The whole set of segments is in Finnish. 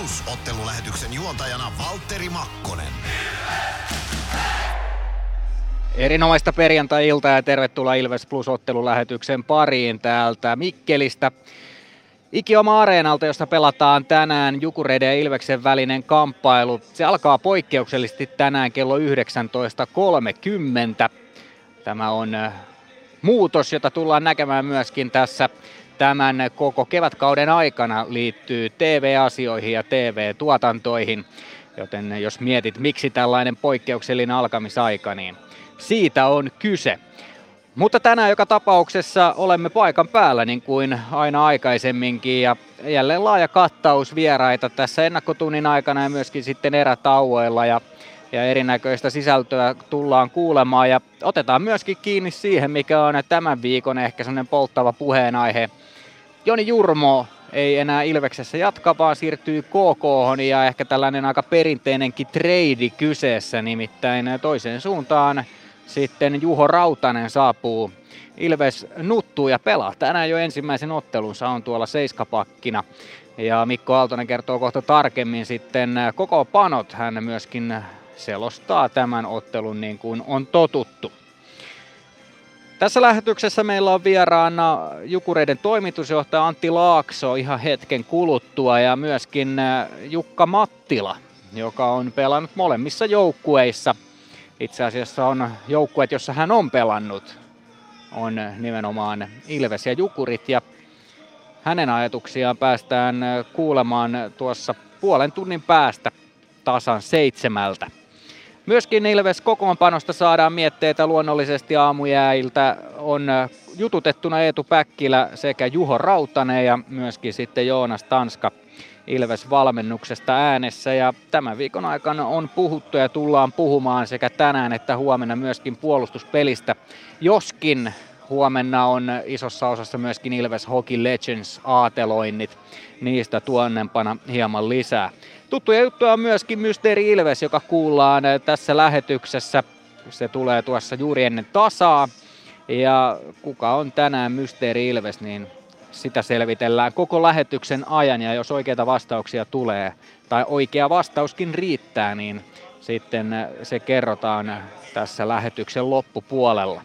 Plus -ottelulähetyksen juontajana Valtteri Makkonen. Erinomaista perjantai-iltaa ja tervetuloa Ilves Plus -ottelulähetyksen pariin täältä Mikkelistä. Ikioma Areenalta, josta pelataan tänään Jukureiden ja Ilveksen välinen kamppailu. Se alkaa poikkeuksellisesti tänään kello 19.30. Tämä on muutos, jota tullaan näkemään myöskin tässä tämän koko kevätkauden aikana, liittyy TV-asioihin ja TV-tuotantoihin. Joten jos mietit, miksi tällainen poikkeuksellinen alkamisaika, niin siitä on kyse. Mutta tänään joka tapauksessa olemme paikan päällä niin kuin aina aikaisemminkin ja jälleen laaja kattaus vieraita tässä ennakkotunnin aikana ja myöskin sitten erätauoilla ja erinäköistä sisältöä tullaan kuulemaan ja otetaan myöskin kiinni siihen, mikä on tämän viikon ehkä sellainen polttava puheenaihe. Joni Jurmo ei enää Ilveksessä jatka, vaan siirtyy KK:hon ja ehkä tällainen aika perinteinenkin trade kyseessä, nimittäin toiseen suuntaan sitten Juho Rautanen saapuu. Ilves nuttuu ja pelaa tänään jo ensimmäisen ottelunsa, on tuolla seiskapakkina. Ja Mikko Aaltonen kertoo kohta tarkemmin sitten kokoonpanot. Hän myöskin selostaa tämän ottelun niin kuin on totuttu. Tässä lähetyksessä meillä on vieraana Jukureiden toimitusjohtaja Antti Laakso ihan hetken kuluttua ja myöskin Jukka Mattila, joka on pelannut molemmissa joukkueissa. Itse asiassa on joukkueet, jossa hän on pelannut, on nimenomaan Ilves ja Jukurit ja hänen ajatuksiaan päästään kuulemaan tuossa puolen tunnin päästä tasan 7. Myöskin Ilves kokoonpanosta saadaan mietteitä luonnollisesti aamujääiltä. On jututettuna Eetu Päkkilä sekä Juho Rautanen ja myöskin sitten Joonas Tanska Ilves-valmennuksesta äänessä. Ja tämän viikon aikana on puhuttu ja tullaan puhumaan sekä tänään että huomenna myöskin puolustuspelistä. Joskin huomenna on isossa osassa myöskin Ilves Hockey Legends -aateloinnit. Niistä tuonnempana hieman lisää. Tuttuja juttuja on myöskin Mysteeri Ilves, joka kuullaan tässä lähetyksessä. Se tulee tuossa juuri ennen tasaa. Ja kuka on tänään Mysteeri Ilves, niin sitä selvitellään koko lähetyksen ajan. Ja jos oikeita vastauksia tulee, tai oikea vastauskin riittää, niin sitten se kerrotaan tässä lähetyksen loppupuolella.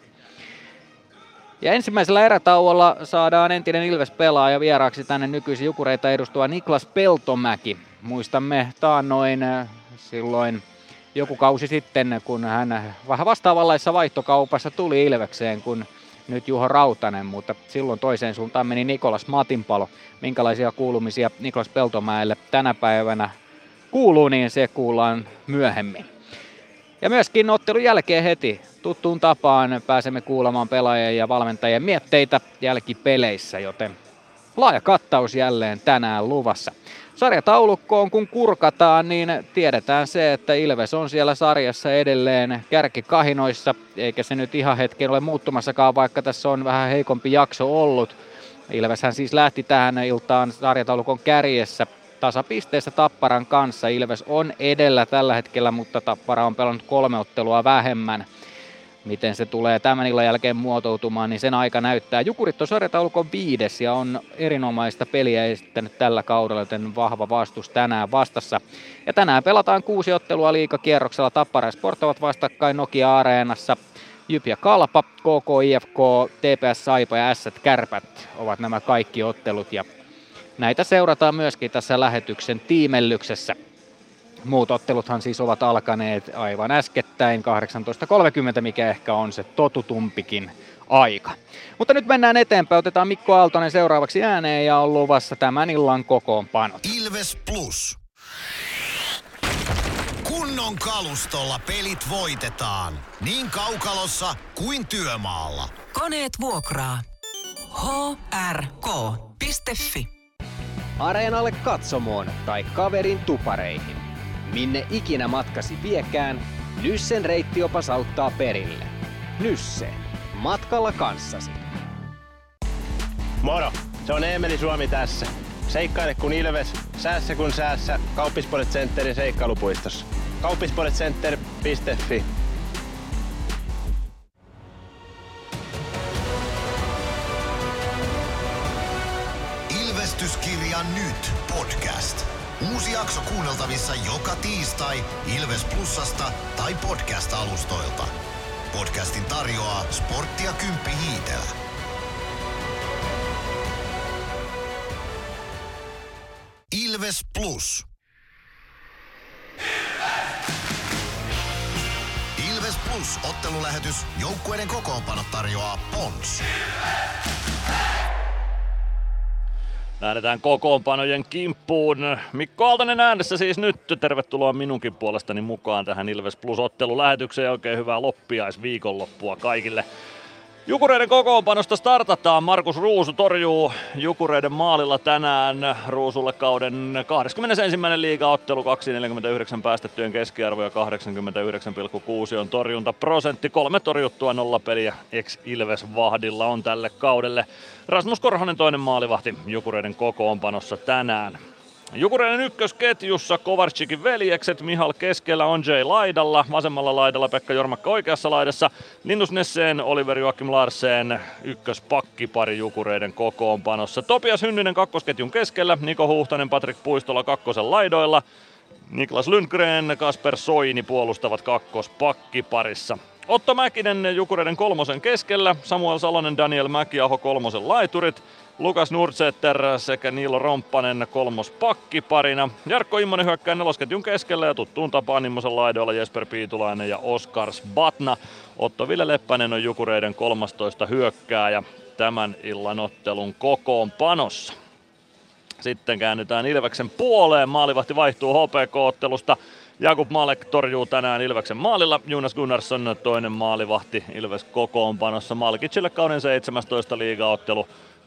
Ja ensimmäisellä erätauolla saadaan entinen Ilves-pelaaja vieraaksi tänne nykyisin Jukureita edustava Niklas Peltomäki. Muistamme taannoin silloin joku kausi sitten, kun hän vähän vastaavanlaisessa vaihtokaupassa tuli Ilvekseen kuin nyt Juho Rautanen, mutta silloin toiseen suuntaan meni Nikolas Matinpalo. Minkälaisia kuulumisia Niklas Peltomäelle tänä päivänä kuuluu, niin se kuullaan myöhemmin. Ja myöskin ottelun jälkeen heti tuttuun tapaan pääsemme kuulemaan pelaajien ja valmentajien mietteitä jälkipeleissä, joten laaja kattaus jälleen tänään luvassa. Sarjataulukkoon kun kurkataan, niin tiedetään se, että Ilves on siellä sarjassa edelleen kärkikahinoissa, eikä se nyt ihan hetken ole muuttumassakaan, vaikka tässä on vähän heikompi jakso ollut. Ilveshän siis lähti tähän iltaan sarjataulukon kärjessä tasapisteessä Tapparan kanssa. Ilves on edellä tällä hetkellä, mutta Tappara on pelannut 3 ottelua vähemmän. Miten se tulee tämän illan jälkeen muotoutumaan, niin sen aika näyttää. Jukurit on sarjataulukon 5. ja on erinomaista peliä esittänyt tällä kaudella, joten vahva vastus tänään vastassa. Ja tänään pelataan 6 ottelua liigakierroksella. Tappara ja Sport ovat vastakkain Nokia-areenassa. Jyp ja Kalpa, KK, IFK, TPS Saipa ja Ässät Kärpät ovat nämä kaikki ottelut. Ja näitä seurataan myöskin tässä lähetyksen tiimellyksessä. Muut otteluthan siis ovat alkaneet aivan äskettäin 18.30, mikä ehkä on se totutumpikin aika. Mutta nyt mennään eteenpäin. Otetaan Mikko Aaltonen seuraavaksi ääneen ja on luvassa tämän illan kokoonpanot. Ilves Plus. Kunnon kalustolla pelit voitetaan. Niin kaukalossa kuin työmaalla. Koneet vuokraa. hrk.fi. Areenalle, katsomoon tai kaverin tupareihin. Minne ikinä matkasi viekään, Nyssen reittiopas auttaa perille. Nysse. Matkalla kanssasi. Moro! Se on Eemeli Suomi tässä. Seikkaile kun Ilves, säässä kun säässä. Kauppisports Centerin seikkailupuistossa. Kauppisportscenter.fi. Ilvestyskirja nyt podcast. Uusi jakso kuunneltavissa joka tiistai Ilves Plusasta tai podcast-alustoilta. Podcastin tarjoaa Sporttia Kymppi Hiitelä. Ilves Plus. Ilves Plus -ottelulähetys. Joukkueiden kokoonpano tarjoaa Pons. Lähdetään kokoonpanojen kimppuun. Mikko Aaltonen äänessä siis nyt. Tervetuloa minunkin puolestani mukaan tähän Ilves Plus -ottelulähetykseen ja oikein hyvää loppiaisviikonloppua kaikille. Jukureiden kokoonpanosta startataan. Markus Ruusu torjuu Jukureiden maalilla tänään. Ruusulle kauden 21. liigaottelu, 2,49 päästettyjen keskiarvo ja 89,6 on torjuntaprosentti. 3 torjuttua, 0 peliä ex-Ilves vahdilla on tälle kaudelle. Rasmus Korhonen toinen maalivahti Jukureiden kokoonpanossa tänään. Jukureiden ykkösketjussa Kovarčikin veljekset, Mihal keskellä, Ondrej laidalla, vasemmalla laidalla Pekka Jormakka oikeassa laidassa, Linus Nesseen, Oliver Joakim Larsen, ykköspakkipari Jukureiden kokoonpanossa. Topias Hynninen kakkosketjun keskellä, Niko Huhtanen, Patrik Puistola kakkosen laidoilla, Niklas Lundgren, Kasper Soini puolustavat kakkospakkiparissa. Otto Mäkinen Jukureiden kolmosen keskellä, Samuel Salonen, Daniel Mäkiaho kolmosen laiturit, Lukas Nordsäter sekä Niilo Romppanen kolmospakkiparina. Jarkko Immonen hyökkää nelosketjun keskellä ja tuttuun tapaan Immosen laidoilla Jesper Piitulainen ja Oskar Sbatna. Otto Ville Leppänen on Jukureiden 13 hyökkääjä tämän illan ottelun kokoonpanossa. Sitten käännytään Ilveksen puoleen. Maalivahti vaihtuu HPK-ottelusta. Jakub Malek torjuu tänään Ilveksen maalilla. Jonas Gunnarsson toinen maalivahti Ilves kokoonpanossa. Malkicille kauden 17 liigaottelu.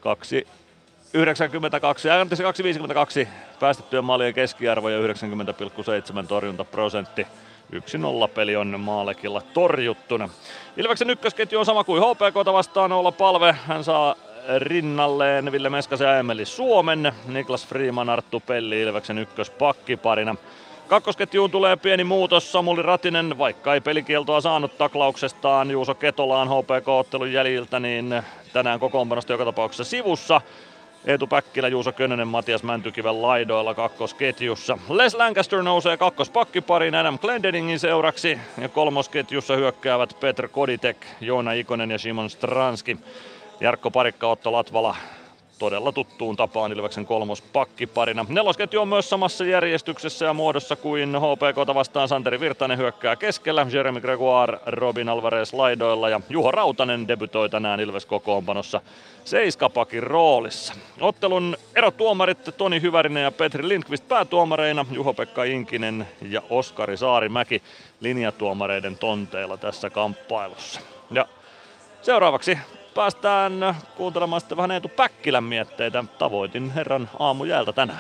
2,52 päästettyjen maalien keskiarvo ja 90,7 torjuntaprosentti. 1-0 peli on Malekilla torjuttuna. Ilveksen ykkösketju on sama kuin HPK:ta vastaan Oula Palve. Hän saa rinnalleen Ville Meskasen ja Emeli Suomen. Niklas Freeman, Arttu Pelli Ilveksen ykköspakkiparina. Kakkosketjuun tulee pieni muutos. Samuli Ratinen, vaikka ei pelikieltoa saanut taklauksestaan Juuso Ketolaan HPK-ottelun jäljiltä, niin tänään kokoonpanosta joka tapauksessa sivussa. Eetu Päkkilä, Juuso Könönen, Matias Mäntykiven laidoilla kakkosketjussa. Les Lancaster nousee kakkospakkiparin Adam Glendeningin seuraksi. Ja kolmosketjussa hyökkäävät Petr Koditek, Joona Ikonen ja Simon Stranski. Jarkko Parikka, Otto Latvala todella tuttuun tapaan Ilveksen kolmospakkiparina. Nelosketju on myös samassa järjestyksessä ja muodossa kuin HPK:ta vastaan. Santeri Virtanen hyökkää keskellä, Jeremy Gregoire, Robin Alvarez laidoilla ja Juho Rautanen debytoi tänään Ilves kokoonpanossa seiskapakin roolissa. Ottelun erotuomarit Toni Hyvärinen ja Petri Lindqvist päätuomareina, Juho-Pekka Inkinen ja Oskari Saarimäki linjatuomareiden tonteilla tässä kamppailussa. Ja seuraavaksi päästään kuuntelemaan sitten vähän Eetu Päkkilän mietteitä. Tavoitin herran aamujäältä tänään.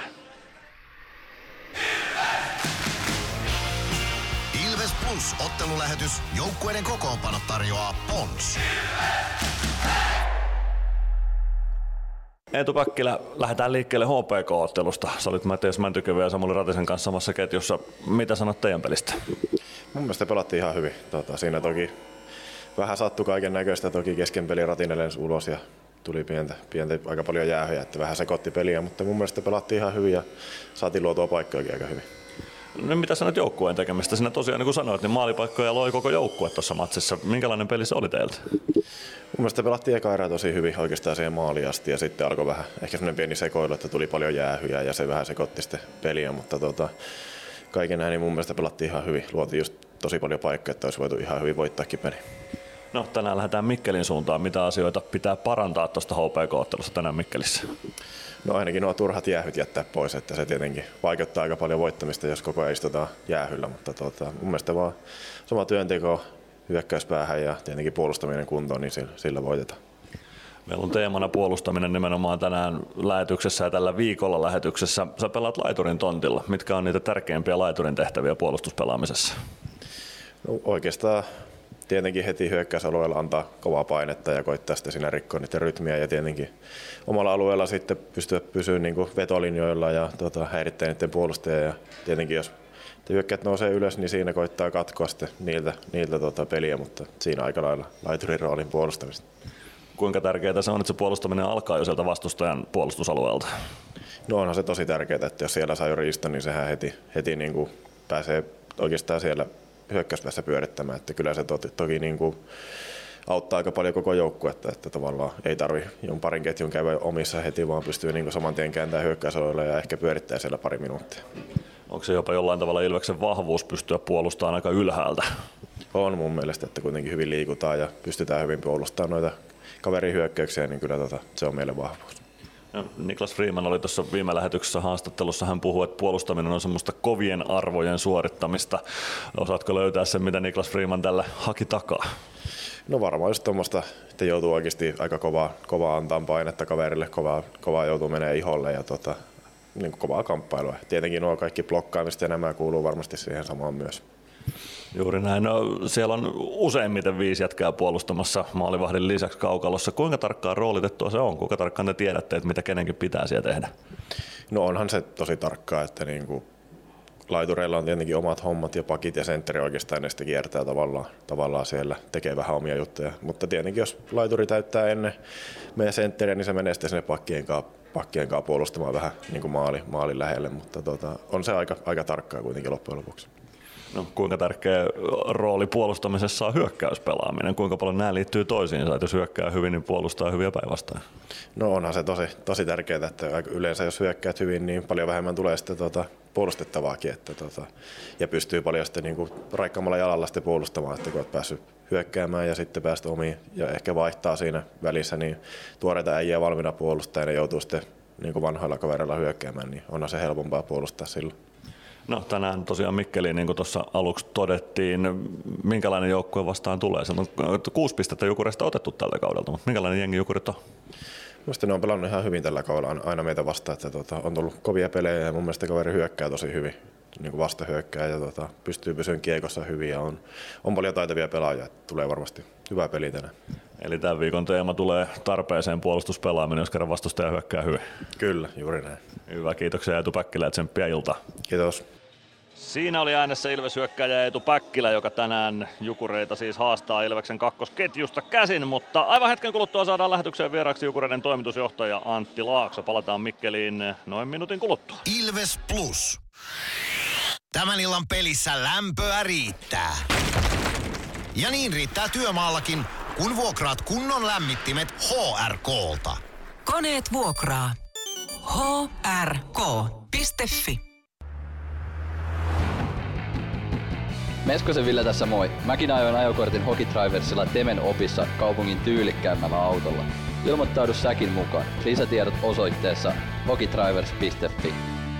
Ilves Plus -ottelulähetys. Joukkueiden kokoonpano tarjoaa Pons. Eetu Päkkilä, lähdetään liikkeelle HPK-ottelusta. Sä olit Matias Mäntykiven ja Samuli Ratisen kanssa samassa ketjussa. Mitä sanot teidän pelistä? Mun mielestä pelattiin ihan hyvin. Siinä toki vähän sattui kaiken näköistä, toki kesken peli Ratinen lensi ulos ja tuli pientä aika paljon jäähyjä, että vähän sekoitti peliä, mutta mun mielestä pelattiin ihan hyvin ja saatiin luotua paikkojakin aika hyvin. No, mitä sanot joukkueen tekemistä? Sinä tosiaan, niin kuin sanoit, niin maalipaikkoja loi koko joukkue tuossa matsissa. Minkälainen peli se oli teiltä? Mun mielestä pelattiin eka erää tosi hyvin oikeastaan siihen maaliin asti ja sitten alkoi vähän ehkä semmoinen pieni sekoilu, että tuli paljon jäähyjä ja se vähän sekoitti sitten peliä, mutta kaiken näin niin mun mielestä pelattiin ihan hyvin. Luotiin just tosi paljon paikkoja, että olisi voitu ihan hyvin voittaakin peli. No, tänään lähdetään Mikkelin suuntaan. Mitä asioita pitää parantaa tuosta HPK-ottelusta tänään Mikkelissä? No ainakin nuo turhat jäähyt jättää pois, että se tietenkin vaikeuttaa aika paljon voittamista, jos koko ajan istutaan jäähyllä, mutta mun mielestä vaan sama työnteko hyökkäyspäähän ja tietenkin puolustaminen kuntoon, niin sillä voitetaan. Meillä on teemana puolustaminen nimenomaan tänään lähetyksessä ja tällä viikolla lähetyksessä. Sä pelaat laiturin tontilla. Mitkä on niitä tärkeimpiä laiturin tehtäviä puolustuspelaamisessa? No oikeastaan tietenkin heti hyökkäysalueella antaa kovaa painetta ja koittaa sitten siinä rikkoa niiden rytmiä ja tietenkin omalla alueella sitten pysyä niin kuin vetolinjoilla ja häirittää niiden puolustajia ja tietenkin jos hyökkäät nousee ylös, niin siinä koittaa katkoa sitten niiltä peliä, mutta siinä aika lailla laiturin roolin puolustamista. Kuinka tärkeää se on, että se puolustaminen alkaa jo sieltä vastustajan puolustusalueelta? No onhan se tosi tärkeää, että jos siellä saa jo riisto, niin sehän heti niin kuin pääsee oikeastaan siellä hyökkäyspäässä pyörittämään. Että kyllä se toki niin kuin auttaa aika paljon koko joukkuetta, että tavallaan ei tarvi parin ketjun käydä omissa heti, vaan pystyy niin kuin saman tien kääntämään hyökkäysalueelle ja ehkä pyörittää siellä pari minuuttia. Onko se jopa jollain tavalla Ilveksen vahvuus pystyä puolustamaan aika ylhäältä? On mun mielestä, että kuitenkin hyvin liikutaan ja pystytään hyvin puolustamaan noita kaverin hyökkäyksiä, niin kyllä se on meille vahvuus. Ja Niklas Freeman oli tuossa viime lähetyksessä haastattelussa, hän puhui, että puolustaminen on semmoista kovien arvojen suorittamista. Osaatko löytää sen, mitä Niklas Freeman tällä haki takaa? No varmaan just tuommoista, että joutuu oikeasti aika kovaa antaa painetta kaverille, kovaa joutuu menee iholle ja niin kovaa kamppailua. Tietenkin nuo kaikki blokkaamista ja nämä kuuluu varmasti siihen samaan myös. Juuri näin. No, siellä on useimmiten 5 jätkää puolustamassa maalivahdin lisäksi kaukalossa. Kuinka tarkkaan roolitettua se on? Kuinka tarkkaan te tiedätte, että mitä kenenkin pitää siellä tehdä? No onhan se tosi tarkkaa, että niin kuin laitureilla on tietenkin omat hommat ja pakit ja sentteri oikeastaan ne sitten kiertää tavallaan siellä, tekee vähän omia juttuja. Mutta tietenkin jos laituri täyttää ennen meidän sentteriä, niin se menee sitten sinne pakkien kanssa puolustamaan vähän niin kuin maalin lähelle, mutta on se aika tarkkaa kuitenkin loppujen lopuksi. No, kuinka tärkeä rooli puolustamisessa on hyökkäyspelaaminen? Kuinka paljon nämä liittyy toisiinsa, että jos hyökkää hyvin, niin puolustaa hyvin ja päinvastoin? No onhan se tosi tärkeää, että yleensä jos hyökkäät hyvin, niin paljon vähemmän tulee sitten puolustettavaakin. Ja pystyy paljon sitten niin kuin raikkaamalla jalalla sitten puolustamaan, että kun olet päässyt hyökkäämään ja sitten päästä omiin ja ehkä vaihtaa siinä välissä, niin tuoreita äijää valmiina puolustaa ja ne joutuu sitten niin kuin vanhoilla kavereilla hyökkäämään, niin onhan se helpompaa puolustaa silloin. No tänään tosiaan Mikkeliin, niin kuin tuossa aluksi todettiin, minkälainen joukkue vastaan tulee? Se on 6 pistettä Jukurista otettu tältä kaudelta, mutta minkälainen jengi Jukurit on? Mielestäni ne on pelannut ihan hyvin tällä kaudella aina meitä vastaan, että on tullut kovia pelejä ja mun mielestä kaveri hyökkää tosi hyvin, niin kuin vastahyökkää ja pystyy pysymään kiekossa hyvin ja on paljon taitavia pelaajia, että tulee varmasti hyvä peli tänään. Eli tämän viikon teema tulee tarpeeseen puolustuspelaaminen, jos kerran vastustaja hyökkää hyvin. Kyllä, juuri näin. Hyvä, kiitoksia Eetu Päkkilä ja tsemppiä iltaa. Kiitos. Siinä oli äänessä Ilves-hyökkääjä Eetu Päkkilä, joka tänään Jukureita siis haastaa Ilveksen kakkosketjusta käsin, mutta aivan hetken kuluttua saadaan lähetykseen vieraaksi Jukureiden toimitusjohtaja Antti Laakso. Palataan Mikkeliin noin minuutin kuluttua. Ilves Plus. Tämän illan pelissä lämpöä riittää. Ja niin riittää työmaallakin, kun vuokraat kunnon lämmittimet HRK:lta. Koneet vuokraa. hrk.fi. Meskosen Ville tässä moi. Mäkin ajoin ajokortin Hokitriversilla Temen opissa kaupungin tyylikkäämmällä autolla. Ilmoittaudu säkin mukaan. Lisätiedot osoitteessa hokitrivers.fi.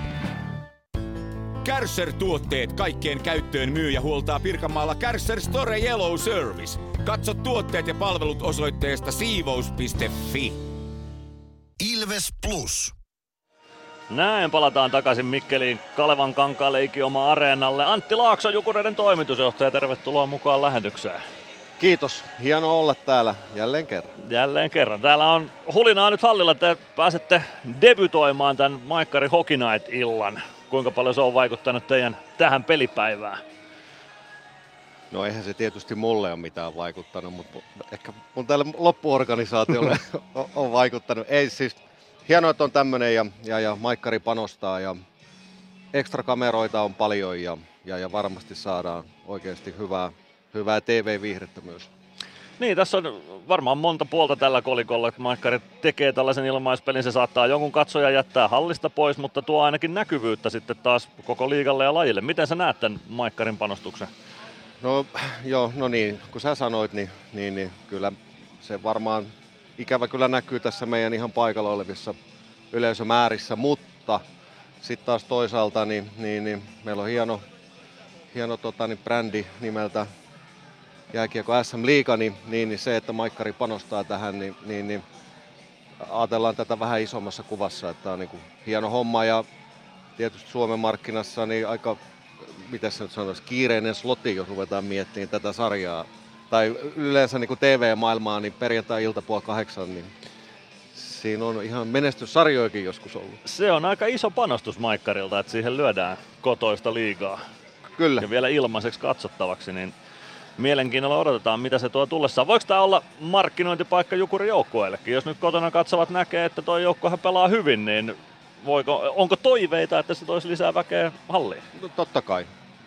Kärcher-tuotteet kaikkeen käyttöön myy ja huoltaa Pirkanmaalla Kärcher Store Yellow Service. Katso tuotteet ja palvelut osoitteesta siivous.fi. Ilves Plus. Näin palataan takaisin Mikkeliin Kalevan kankaalle Ikioma Areenalle. Antti Laakso, Jukureiden toimitusjohtaja, tervetuloa mukaan lähetykseen. Kiitos, hienoa olla täällä jälleen kerran. Jälleen kerran. Täällä on hulinaa nyt hallilla, että pääsette debytoimaan tämän Maikkari Hockey Night-illan. Kuinka paljon se on vaikuttanut teidän tähän pelipäivään? No eihän se tietysti mulle ole mitään vaikuttanut, mutta ehkä mun tälle loppuorganisaatiolle on vaikuttanut. Ei siis, hienoa, että on tämmönen ja Maikkari panostaa ja ekstra kameroita on paljon ja varmasti saadaan oikeasti hyvää TV-viihdettä myös. Niin, tässä on varmaan monta puolta tällä kolikolla, että Maikkari tekee tällaisen ilmaispelin. Se saattaa jonkun katsojan jättää hallista pois, mutta tuo ainakin näkyvyyttä sitten taas koko liigalle ja lajille. Miten sä näet tämän Maikkarin panostuksen? No joo, no niin, kun sä sanoit, niin kyllä se varmaan ikävä kyllä näkyy tässä meidän ihan paikalla olevissa yleisömäärissä, mutta sitten taas toisaalta niin meillä on hieno brändi nimeltä Jääkiekko SM Liiga, niin se, että Maikkari panostaa tähän, niin ajatellaan tätä vähän isommassa kuvassa, että on niin kuin hieno homma ja tietysti Suomen markkinassa niin aika, miten se nyt sanoisi, kiireinen sloti, jos ruvetaan miettimään tätä sarjaa. Tai yleensä niin kuin TV-maailmaa, niin perjantai-ilta 7:30, niin siinä on ihan menestyssarjoikin joskus ollut. Se on aika iso panostus Maikkarilta, että siihen lyödään kotoista liigaa. Kyllä. Ja vielä ilmaiseksi katsottavaksi, niin mielenkiinnolla odotetaan, mitä se tuo tullessaan. Voiko tämä olla markkinointipaikka Jukurin joukkueellekin? Jos nyt kotona katsovat näkee, että tuo joukkuehan pelaa hyvin, niin onko toiveita, että se toisi lisää väkeä halliin? No, totta kai.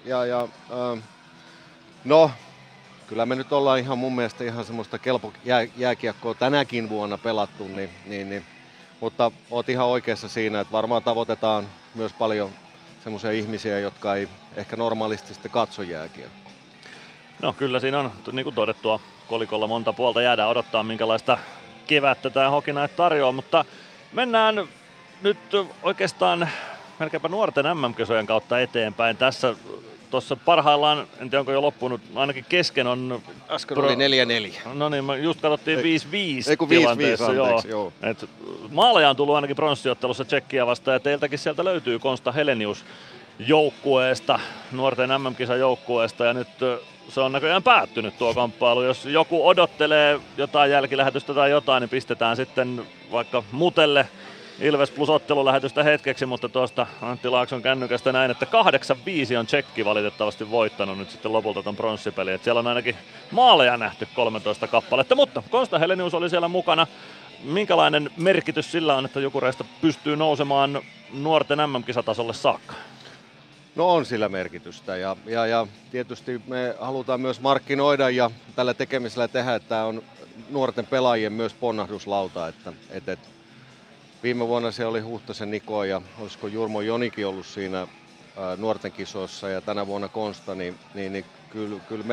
No, kyllä me nyt ollaan ihan mun mielestä ihan semmoista jääkiekkoa tänäkin vuonna pelattu, mutta oot ihan oikeassa siinä, että varmaan tavoitetaan myös paljon semmoisia ihmisiä, jotka ei ehkä normaalisti sitten katso jääkiekkoa. No kyllä siinä on, niin kuin todettua, kolikolla monta puolta jäädään odottaa, minkälaista kevättä tämä Hockey Night tarjoaa, mutta mennään nyt oikeastaan melkeinpä nuorten MM-kisojen kautta eteenpäin. Tässä tuossa parhaillaan, en tiedä onko jo loppunut, ainakin kesken on... Äsken oli 4-4. No niin, me just katsottiin 5-5 tilanteessa. Joo. Maaleja on tullut ainakin pronssiottelussa Tšekkiä vastaan ja teiltäkin sieltä löytyy Konsta Helenius joukkueesta, nuorten MM-kisan joukkueesta ja nyt se on näköjään päättynyt tuo kamppailu. Jos joku odottelee jotain jälkilähetystä tai jotain, niin pistetään sitten vaikka mutelle Ilves Plus ottelulähetystä hetkeksi, mutta tuosta Antti Laakson kännykästä näin, että 8-5 on Tšekki valitettavasti voittanut nyt sitten lopulta ton pronssipeli. Siellä on ainakin maaleja nähty 13 kappaletta, mutta Konsta Helenius oli siellä mukana. Minkälainen merkitys sillä on, että Jukureista pystyy nousemaan nuorten MM-kisatasolle saakka? No on sillä merkitystä ja tietysti me halutaan myös markkinoida ja tällä tekemisellä tehdä, että tämä on nuorten pelaajien myös ponnahduslauta. Että viime vuonna se oli Huhtasen Niko ja olisiko Jurmo Jonikin ollut siinä nuorten kisoissa ja tänä vuonna Konsta, niin kyllä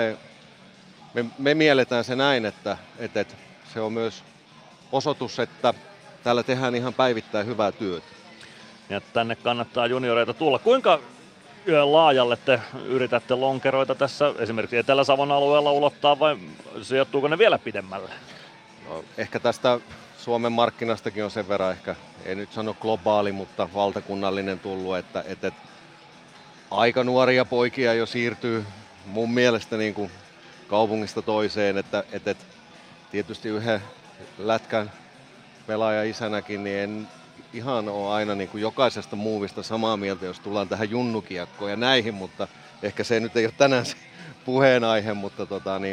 me mielletään se näin, että se on myös osoitus, että täällä tehdään ihan päivittäin hyvää työtä. Ja tänne kannattaa junioreita tulla. Kuinka laajalle te yritätte lonkeroita tässä esimerkiksi Etelä-Savon alueella ulottaa vai sijoittuuko ne vielä pidemmälle? No, ehkä tästä Suomen markkinastakin on sen verran ehkä, ei nyt sano globaali, mutta valtakunnallinen tullut, että aika nuoria poikia jo siirtyy mun mielestä niin kuin kaupungista toiseen, että tietysti yhden lätkän pelaaja isänäkin, niin en ihan ole aina niin kuin jokaisesta muuvista samaa mieltä, jos tullaan tähän junnukiekkoon ja näihin, mutta ehkä se nyt ei ole tänään se puheenaihe, mutta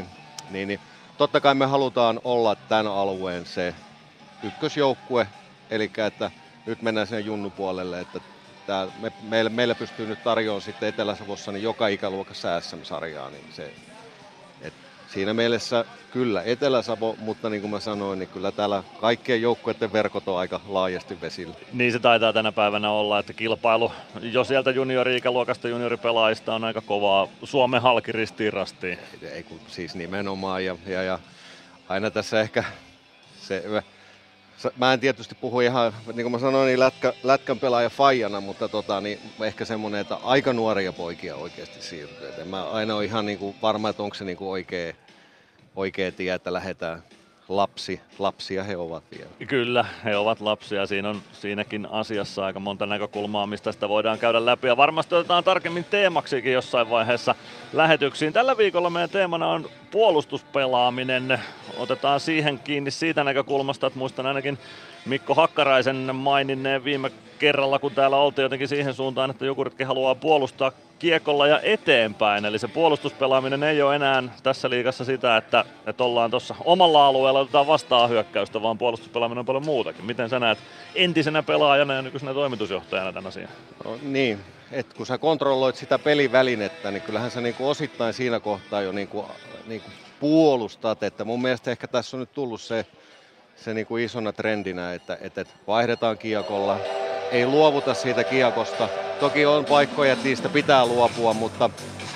totta kai me halutaan olla tämän alueen se ykkösjoukkue, eli että nyt mennään sinne junnupuolelle, että meillä pystyy nyt tarjoamaan sitten Etelä-Savossa niin joka ikäluokassa SM-sarjaa, niin se, siinä mielessä kyllä Etelä-Savo, mutta niin kuin mä sanoin, niin kyllä täällä kaikkien joukkueiden verkot on aika laajasti vesillä. Niin se taitaa tänä päivänä olla, että kilpailu jo sieltä juniori-ikäluokasta junioripelaajista on aika kovaa Suomen halki ristiin rastiin. Ei kun siis nimenomaan ja aina tässä ehkä se... Mä en tietysti puhu ihan, niin kuin mä sanoin, niin lätkän pelaaja faijana, mutta niin ehkä semmoinen, että aika nuoria poikia oikeasti siirtyy. En mä aina ole ihan niin kuin varma, että onko se niin kuin oikea tie, että lähdetään lapsia he ovat vielä. Kyllä, he ovat lapsia. Siinä on siinäkin asiassa aika monta näkökulmaa, mistä sitä voidaan käydä läpi. Ja varmasti otetaan tarkemmin teemaksikin jossain vaiheessa lähetyksiin. Tällä viikolla meidän teemana on puolustuspelaaminen. Otetaan siihen kiinni siitä näkökulmasta, että muistan ainakin Mikko Hakkaraisen maininneen viime kerralla, kun täällä oltiin jotenkin siihen suuntaan, että Jukuritkin haluaa puolustaa kiekolla ja eteenpäin. Eli se puolustuspelaaminen ei ole enää tässä liigassa sitä, että ollaan tuossa omalla alueella, otetaan vastaan hyökkäystä, vaan puolustuspelaaminen on paljon muutakin. Miten sä näet entisenä pelaajana ja nykyisenä toimitusjohtajana tämän asian? No, niin, että kun sä kontrolloit sitä pelivälinettä, niin kyllähän sä niinku osittain siinä kohtaa jo niinku puolustat. Että mun mielestä ehkä tässä on nyt tullut se niinku isona trendinä, että vaihdetaan kiekolla, ei luovuta siitä kiekosta. Toki on paikkoja, että niistä pitää luopua, mutta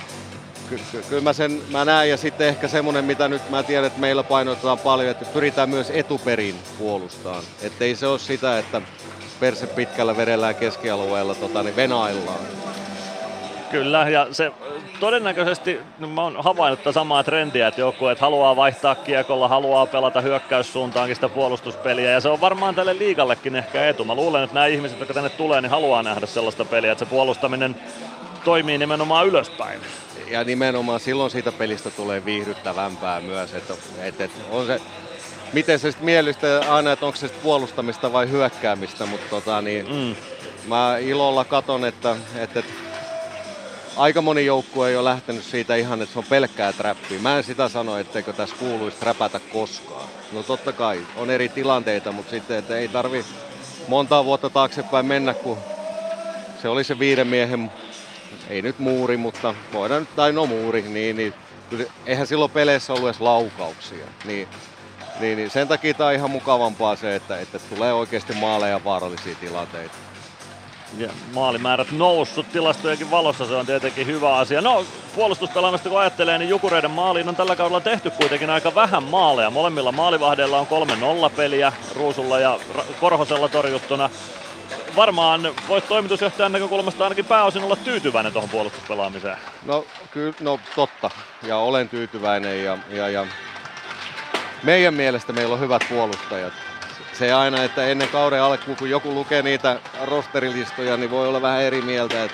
kyllä mä näen ja sitten ehkä semmoinen, mitä nyt mä tiedän, että meillä painotetaan paljon, että pyritään myös etuperin puolustamaan. Että ei se ole sitä, että perse pitkällä vedellään keskialueella niin venaillaan. Kyllä, ja se todennäköisesti, mä oon havainnut samaa trendiä, että joukkueet haluaa vaihtaa kiekolla, haluaa pelata hyökkäyssuuntaankin sitä puolustuspeliä, ja se on varmaan tälle liigallekin ehkä etu. Mä luulen, että nämä ihmiset, jotka tänne tulee, niin haluaa nähdä sellaista peliä, että se puolustaminen toimii nimenomaan ylöspäin. Ja nimenomaan silloin siitä pelistä tulee viihdyttävämpää myös, että on se, miten se sitten miellystä aina, että onko se puolustamista vai hyökkäämistä, mutta mä ilolla katon, että aika moni joukkue ei ole lähtenyt siitä ihan, että se on pelkkää trappia. Mä en sitä sano, etteikö tässä kuuluisi träpätä koskaan. No totta kai, on eri tilanteita, mutta sitten että ei tarvi montaa vuotta taaksepäin mennä, kun se oli se 5 miehen, ei nyt muuri, mutta voidaan nyt, tai no muuri, niin eihän silloin peleissä ollut edes laukauksia. Niin sen takia tää on ihan mukavampaa se, että tulee oikeasti maaleja ja vaarallisia tilanteita. Ja maalimäärät noussut tilastojenkin valossa, se on tietenkin hyvä asia. No, puolustuspelaamista kun ajattelee, niin Jukureiden maaliin on tällä kaudella tehty kuitenkin aika vähän maaleja. Molemmilla maalivahdeilla on 3-0 peliä, Ruusulla ja Korhosella torjuttuna. Varmaan voisi toimitusjohtajan näkökulmasta ainakin pääosin olla tyytyväinen tuohon puolustuspelaamiseen. No kyllä, no totta. Ja olen tyytyväinen ja meidän mielestä meillä on hyvät puolustajat. Se aina, että ennen kauden alkuun, kun joku lukee niitä rosterilistoja, niin voi olla vähän eri mieltä,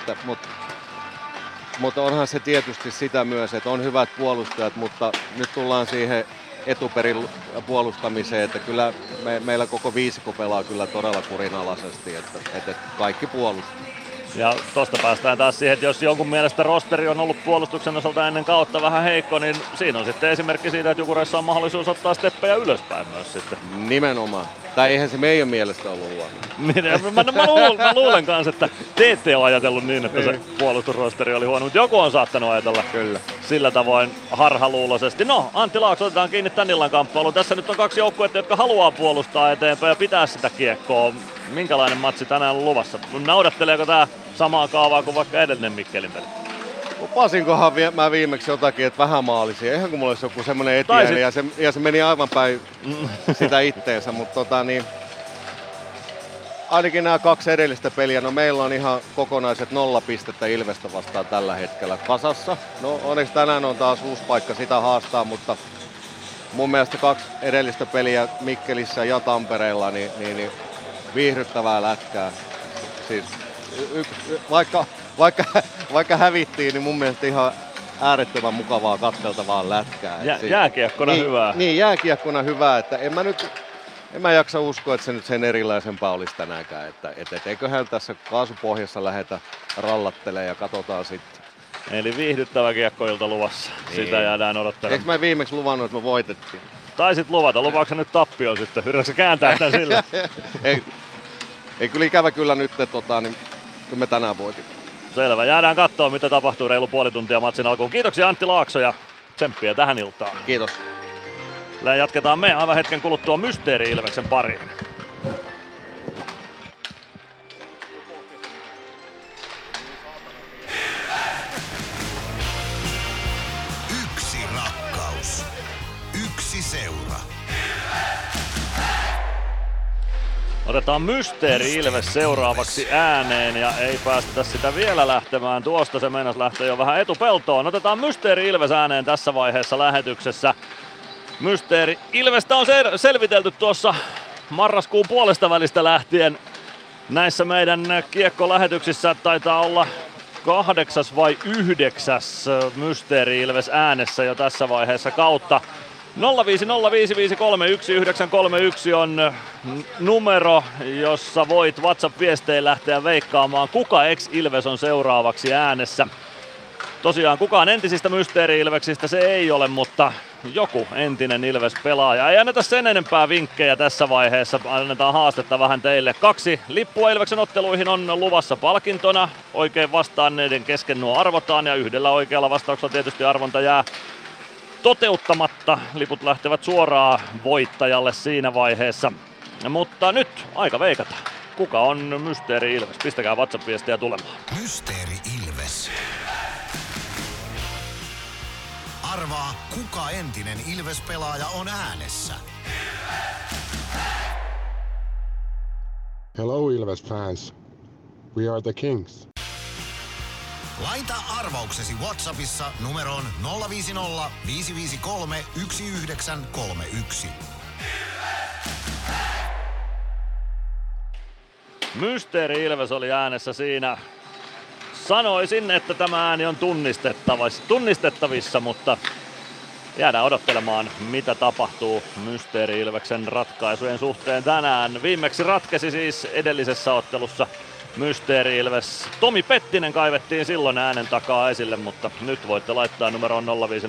mutta onhan se tietysti sitä myös, että on hyvät puolustajat, mutta nyt tullaan siihen etuperin puolustamiseen, että kyllä meillä koko viisikko pelaa kyllä todella kurinalaisesti, että kaikki puolustaa. Ja tosta päästään taas siihen, että jos jonkun mielestä rosteri on ollut puolustuksen osalta ennen kautta vähän heikko, niin siinä on sitten esimerkki siitä, että Jukureissa on mahdollisuus ottaa steppejä ylöspäin myös sitten. Nimenomaan. Tai eihän se meidän mielestä ollut huono. Mä luulen kanssa, että te ette ole ajatellut niin, että se puolustusrosteri oli huono, mutta joku on saattanut ajatella kyllä sillä tavoin harhaluuloisesti. No, Antti Laakso otetaan kiinni tän illan kamppailuun. Tässä nyt on 2 joukkuetta, jotka haluaa puolustaa eteenpäin ja pitää sitä kiekkoa. Minkälainen matsi tänään on luvassa? Noudatteleeko tää samaa kaavaa kuin vaikka edellinen Mikkelin peli? Lupasinkohan mä viimeksi jotakin, että vähän maalisia. Eihän kun mulla olisi joku semmonen etiäinen ja se meni aivan päin sitä itteensä, mutta ainakin nämä 2 edellistä peliä, no meillä on ihan kokonaiset 0 pistettä Ilvestä vastaan tällä hetkellä kasassa. No onneksi tänään on taas uusi paikka sitä haastaa, mutta mun mielestä 2 edellistä peliä Mikkelissä ja Tampereella, niin viihdyttävää lätkää. Siis vaikka hävittiin, niin mun mielestä ihan äärettömän mukavaa katseltavaa lätkää. Jääkiekkona hyvää. Niin, jääkiekkona hyvää, että en mä jaksa uskoa, että se nyt sen erilaisempaa olisi tänäänkään. Että eiköhän tässä kaasupohjassa lähetä rallattelemaan ja katsotaan sitten. Eli viihdyttävä kiekkoilta luvassa. Niin. Sitä jäädään odottamaan. Eikö mä viimeksi luvannut, että me voitettiin? Taisit luvata. Luvaatko nyt tappioon sitten? Yritätkö kääntää tämän sillä? Ei kyllä ikävä kyllä nyt, niin kyllä me tänään voitin. Selvä. Jäädään katsoa, mitä tapahtuu reilu puoli tuntia matsin alkuun. Kiitoksia Antti Laakso ja tsemppiä tähän iltaan. Kiitos. Jatketaan me aivan hetken kuluttua Mysteeri-Ilveksen pariin. Yksi rakkaus. Yksi seura. Otetaan Mysteeri-Ilves seuraavaksi ääneen ja ei päästetä sitä vielä lähtemään tuosta. Se meinas lähtee jo vähän etupeltoon. Otetaan Mysteeri-Ilves ääneen tässä vaiheessa lähetyksessä. Mysteeri-Ilvestä on selvitelty tuossa marraskuun puolesta välistä lähtien. Näissä meidän kiekkolähetyksissä taitaa olla 8. vai 9. Mysteeri-Ilves äänessä jo tässä vaiheessa kautta. 0505531 on numero, jossa voit WhatsApp-viestein lähteä veikkaamaan, kuka ex-Ilves on seuraavaksi äänessä. Tosiaan kukaan entisistä Mysteeri-Ilveksistä se ei ole, mutta joku entinen Ilves-pelaaja. Ei anneta sen enempää vinkkejä tässä vaiheessa, annetaan haastetta vähän teille. 2 lippua Ilveksen otteluihin on luvassa palkintona. Oikein vastanneiden kesken nuo arvotaan ja yhdellä oikealla vastauksella tietysti arvonta jää toteuttamatta. Liput lähtevät suoraan voittajalle siinä vaiheessa. Mutta nyt aika veikata. Kuka on Mysteeri Ilves? Pistäkää WhatsApp-viestejä tulemaan. Mysteeri Ilves. Arvaa, kuka entinen Ilves-pelaaja on äänessä. Hello Ilves fans. We are the Kings. Laita arvauksesi WhatsAppissa numeroon 050 553 1931. Mysteeri Ilves oli äänessä siinä. Sanoisin, että tämä ääni on tunnistettavissa, mutta jäädään odottelemaan, mitä tapahtuu Mysteeri Ilveksen ratkaisujen suhteen tänään. Viimeksi ratkesi siis edellisessä ottelussa Mysteeri Ilves. Tomi Pettinen kaivettiin silloin äänen takaa esille, mutta nyt voitte laittaa numeroon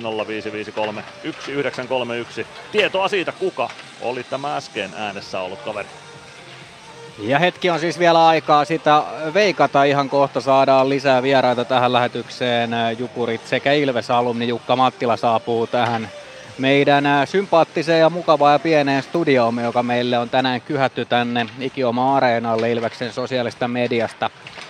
0505531 tietoa siitä, kuka oli tämä äsken äänessä ollut kaveri. Ja hetki on siis vielä aikaa sitä veikata. Ihan kohta saadaan lisää vieraita tähän lähetykseen. Jukurit sekä Ilves-alumni Jukka Mattila saapuu tähän meidän sympaattiseen ja mukavaan ja pieneen studioomme, joka meille on tänään kyhätty tänne Ikioma Areenalle Ilveksen sosiaalista mediasta.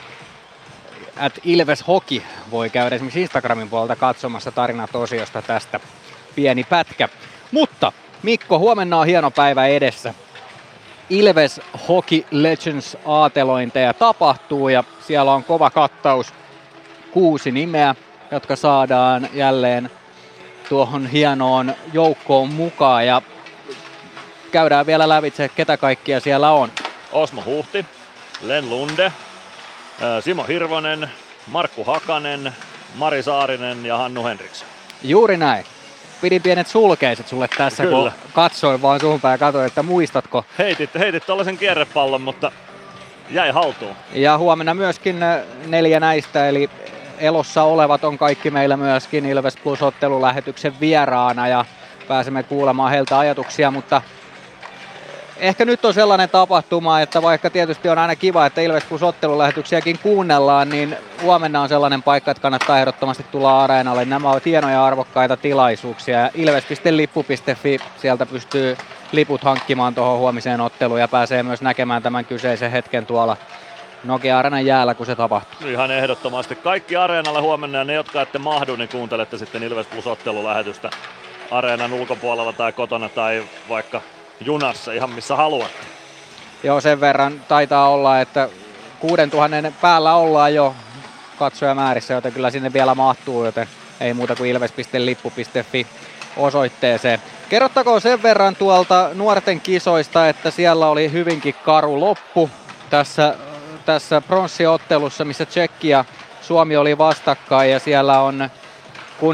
@Ilves Hoki voi käydä esimerkiksi Instagramin puolelta katsomassa tarinat-osiosta tästä pieni pätkä. Mutta Mikko, huomenna on hieno päivä edessä. Ilves Hockey Legends aatelointeja tapahtuu ja siellä on kova kattaus 6 nimeä, jotka saadaan jälleen tuohon hienoon joukkoon mukaan ja käydään vielä lävitse, ketä kaikkia siellä on. Osmo Huhti, Len Lunde, Simo Hirvonen, Markku Hakanen, Mari Saarinen ja Hannu Henriksson. Juuri näin. Pidin pienet sulkeiset sulle tässä, Kyllä. Kun katsoin vaan suhun päin ja katsoin, että muistatko. Heitit tollasen kierrepallon, mutta jäi haltuun. Ja huomenna myöskin 4 näistä, eli elossa olevat on kaikki meillä myöskin Ilves Plus -ottelulähetyksen vieraana ja pääsemme kuulemaan heiltä ajatuksia, mutta ehkä nyt on sellainen tapahtuma, että vaikka tietysti on aina kiva, että Ilves Plus -ottelulähetyksiäkin kuunnellaan, niin huomenna on sellainen paikka, että kannattaa ehdottomasti tulla areenalle. Nämä ovat hienoja ja arvokkaita tilaisuuksia. Ilves.lippu.fi, sieltä pystyy liput hankkimaan tuohon huomiseen otteluun ja pääsee myös näkemään tämän kyseisen hetken tuolla Nokia-areenan jäällä, kun se tapahtuu. Ihan ehdottomasti. Kaikki areenalle huomenna ja ne, jotka ette mahdu, niin kuuntelette sitten Ilves Plus -ottelulähetystä areenan ulkopuolella tai kotona tai vaikka junassa, ihan missä haluatte. Joo, sen verran taitaa olla, että 6000 päällä ollaan jo katsojamäärissä, joten kyllä sinne vielä mahtuu, joten ei muuta kuin ilves.lippu.fi osoitteeseen. Kerrottakoon sen verran tuolta nuorten kisoista, että siellä oli hyvinkin karu loppu tässä pronssiottelussa, missä Tšekki ja Suomi oli vastakkain ja siellä on, kun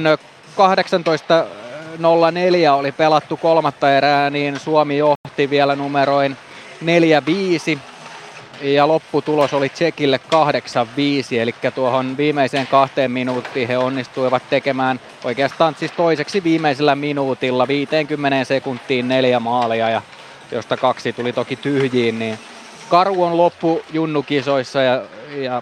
18.04 oli pelattu kolmatta erää, niin Suomi johti vielä numeroin 4-5 ja lopputulos oli Tšekille 8-5, eli tuohon viimeiseen 2 minuuttiin he onnistuivat tekemään oikeastaan siis toiseksi viimeisellä minuutilla 50 sekuntiin 4 maalia, ja josta 2 tuli toki tyhjiin, niin karu on loppu junnukisoissa ja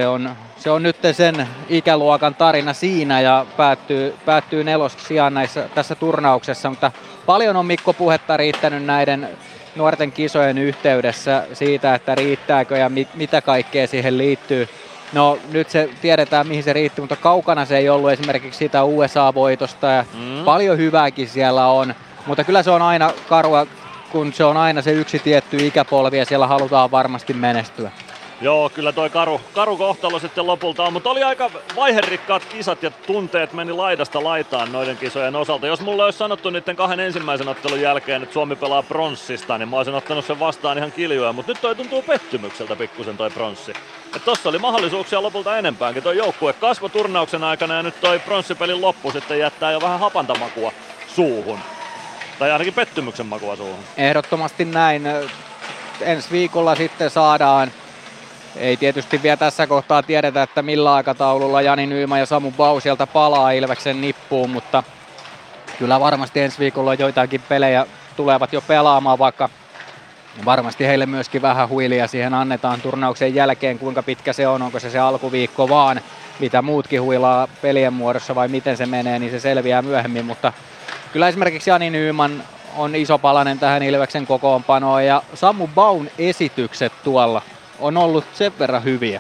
se on nyt sen ikäluokan tarina siinä ja päättyy 4. sijaan tässä turnauksessa, mutta paljon on Mikko puhetta riittänyt näiden nuorten kisojen yhteydessä siitä, että riittääkö ja mitä kaikkea siihen liittyy. No nyt se tiedetään mihin se riittyy, mutta kaukana se ei ollut esimerkiksi sitä USA-voitosta ja paljon hyvääkin siellä on, mutta kyllä se on aina karua, kun se on aina se yksi tietty ikäpolvi ja siellä halutaan varmasti menestyä. Joo, kyllä toi karu kohtalo sitten lopulta on, mutta oli aika vaiherikkaat kisat ja tunteet meni laidasta laitaan noiden kisojen osalta. Jos mulle olisi sanottu niiden 2 ensimmäisen ottelun jälkeen, että Suomi pelaa pronssista, niin mä olisin ottanut sen vastaan ihan kiljua, mutta nyt toi tuntuu pettymykseltä pikkusen toi pronssi. Et tossa oli mahdollisuuksia lopulta enempäänkin. Toi joukkue kasvoi turnauksen aikana ja nyt toi pronssipelin loppu sitten jättää jo vähän hapantamakua suuhun. Tai ainakin pettymyksen makua suuhun. Ehdottomasti näin. Ensi viikolla sitten saadaan, ei tietysti vielä tässä kohtaa tiedetä, että millä aikataululla Jani Nyyman ja Samu Bau sieltä palaa Ilveksen nippuun, mutta kyllä varmasti ensi viikolla joitakin pelejä tulevat jo pelaamaan, vaikka varmasti heille myöskin vähän huilia siihen annetaan turnauksen jälkeen, kuinka pitkä se on, onko se alkuviikko vaan, mitä muutkin huilaa pelien muodossa vai miten se menee, niin se selviää myöhemmin, mutta kyllä esimerkiksi Jani Nyyman on iso palanen tähän Ilveksen kokoonpanoon ja Samu Baun esitykset tuolla on ollut sen verran hyviä,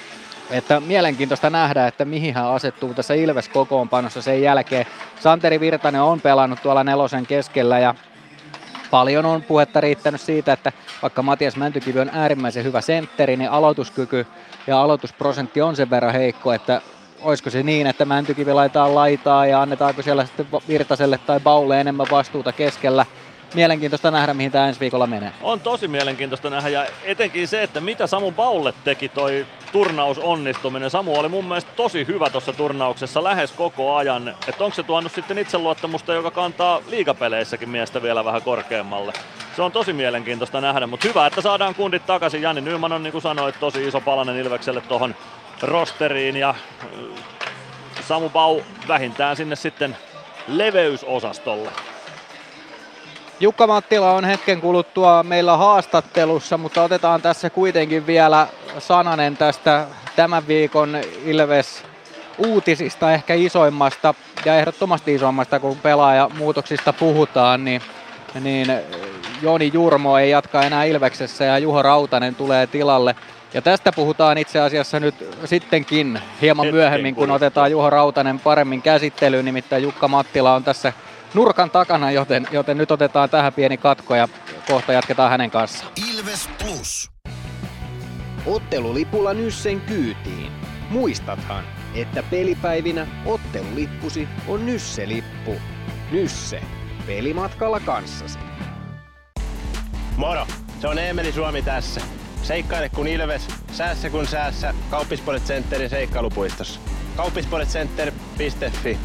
että mielenkiintoista nähdä, että mihin hän asettuu tässä Ilves-kokoonpanossa sen jälkeen. Santeri Virtanen on pelannut tuolla 4 keskellä ja paljon on puhetta riittänyt siitä, että vaikka Matias Mäntykivi on äärimmäisen hyvä sentteri, niin aloituskyky ja aloitusprosentti on sen verran heikko, että olisiko se niin, että Mäntykivi laitetaan laitaa ja annetaanko siellä sitten Virtaselle tai Baulle enemmän vastuuta keskellä. Mielenkiintoista nähdä, mihin tämä ensi viikolla menee. On tosi mielenkiintoista nähdä ja etenkin se, että mitä Samu Baulle teki toi turnausonnistuminen. Samu oli mun mielestä tosi hyvä tuossa turnauksessa lähes koko ajan. Että onko se tuonut sitten itseluottamusta, joka kantaa liigapeleissäkin miestä vielä vähän korkeammalle. Se on tosi mielenkiintoista nähdä, mutta hyvä, että saadaan kundit takaisin. Jani Nyman on, niin kuin sanoit, tosi iso palanen Ilvekselle tuohon rosteriin ja Samu Bau vähintään sinne sitten leveysosastolle. Jukka Mattila on hetken kuluttua meillä haastattelussa, mutta otetaan tässä kuitenkin vielä sananen tästä tämän viikon Ilves-uutisista, ehkä isoimmasta ja ehdottomasti isoimmasta, kun pelaajamuutoksista puhutaan, niin Joni Jurmo ei jatka enää Ilveksessä ja Juho Rautanen tulee tilalle. Ja tästä puhutaan itse asiassa nyt sittenkin hieman myöhemmin, kun otetaan Juho Rautanen paremmin käsittelyyn, nimittäin Jukka Mattila on tässä nurkan takana, joten nyt otetaan tähän pieni katko ja kohta jatketaan hänen kanssaan. Ilves Plus. Ottelulipulla Nyssen kyytiin. Muistathan, että pelipäivinä ottelulippusi on Nysse-lippu. Nysse. Pelimatkalla kanssasi. Moro! Se on Eemeli Suomi tässä. Seikkaile kun Ilves, säässä kun säässä. Kauppisports Centerin seikkailupuistossa. Kauppisportscenter.fi.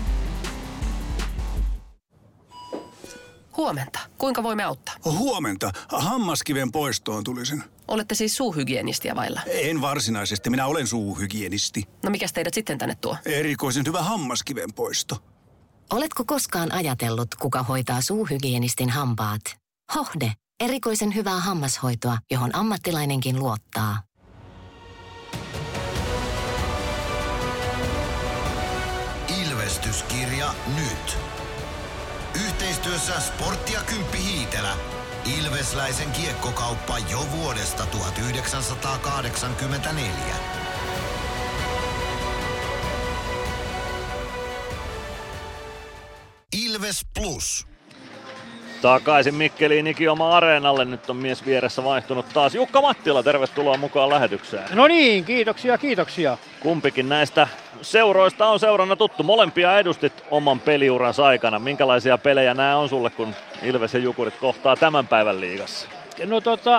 Huomenta. Kuinka voimme auttaa? Huomenta. Hammaskiven poistoon tulisin. Olette siis suuhygienistiä vailla? En varsinaisesti. Minä olen suuhygienisti. No mikäs teidät sitten tänne tuo? Erikoisen hyvä hammaskiven poisto. Oletko koskaan ajatellut, kuka hoitaa suuhygienistin hampaat? Hohde. Erikoisen hyvää hammashoitoa, johon ammattilainenkin luottaa. Ilvestyskirja nyt. Yhteistyössä Sportti ja Kymppi Hiitelä. Ilvesläisen kiekkokauppa jo vuodesta 1984. Ilves Plus. Takaisin Mikkeliin Ikioma Areenalle. Nyt on mies vieressä vaihtunut taas. Jukka Mattila, tervetuloa mukaan lähetykseen. No niin, kiitoksia. Kumpikin näistä seuroista on seurana tuttu. Molempia edustit oman peliuran aikana. Minkälaisia pelejä nämä on sulle, kun Ilves ja Jukurit kohtaa tämän päivän liigassa? No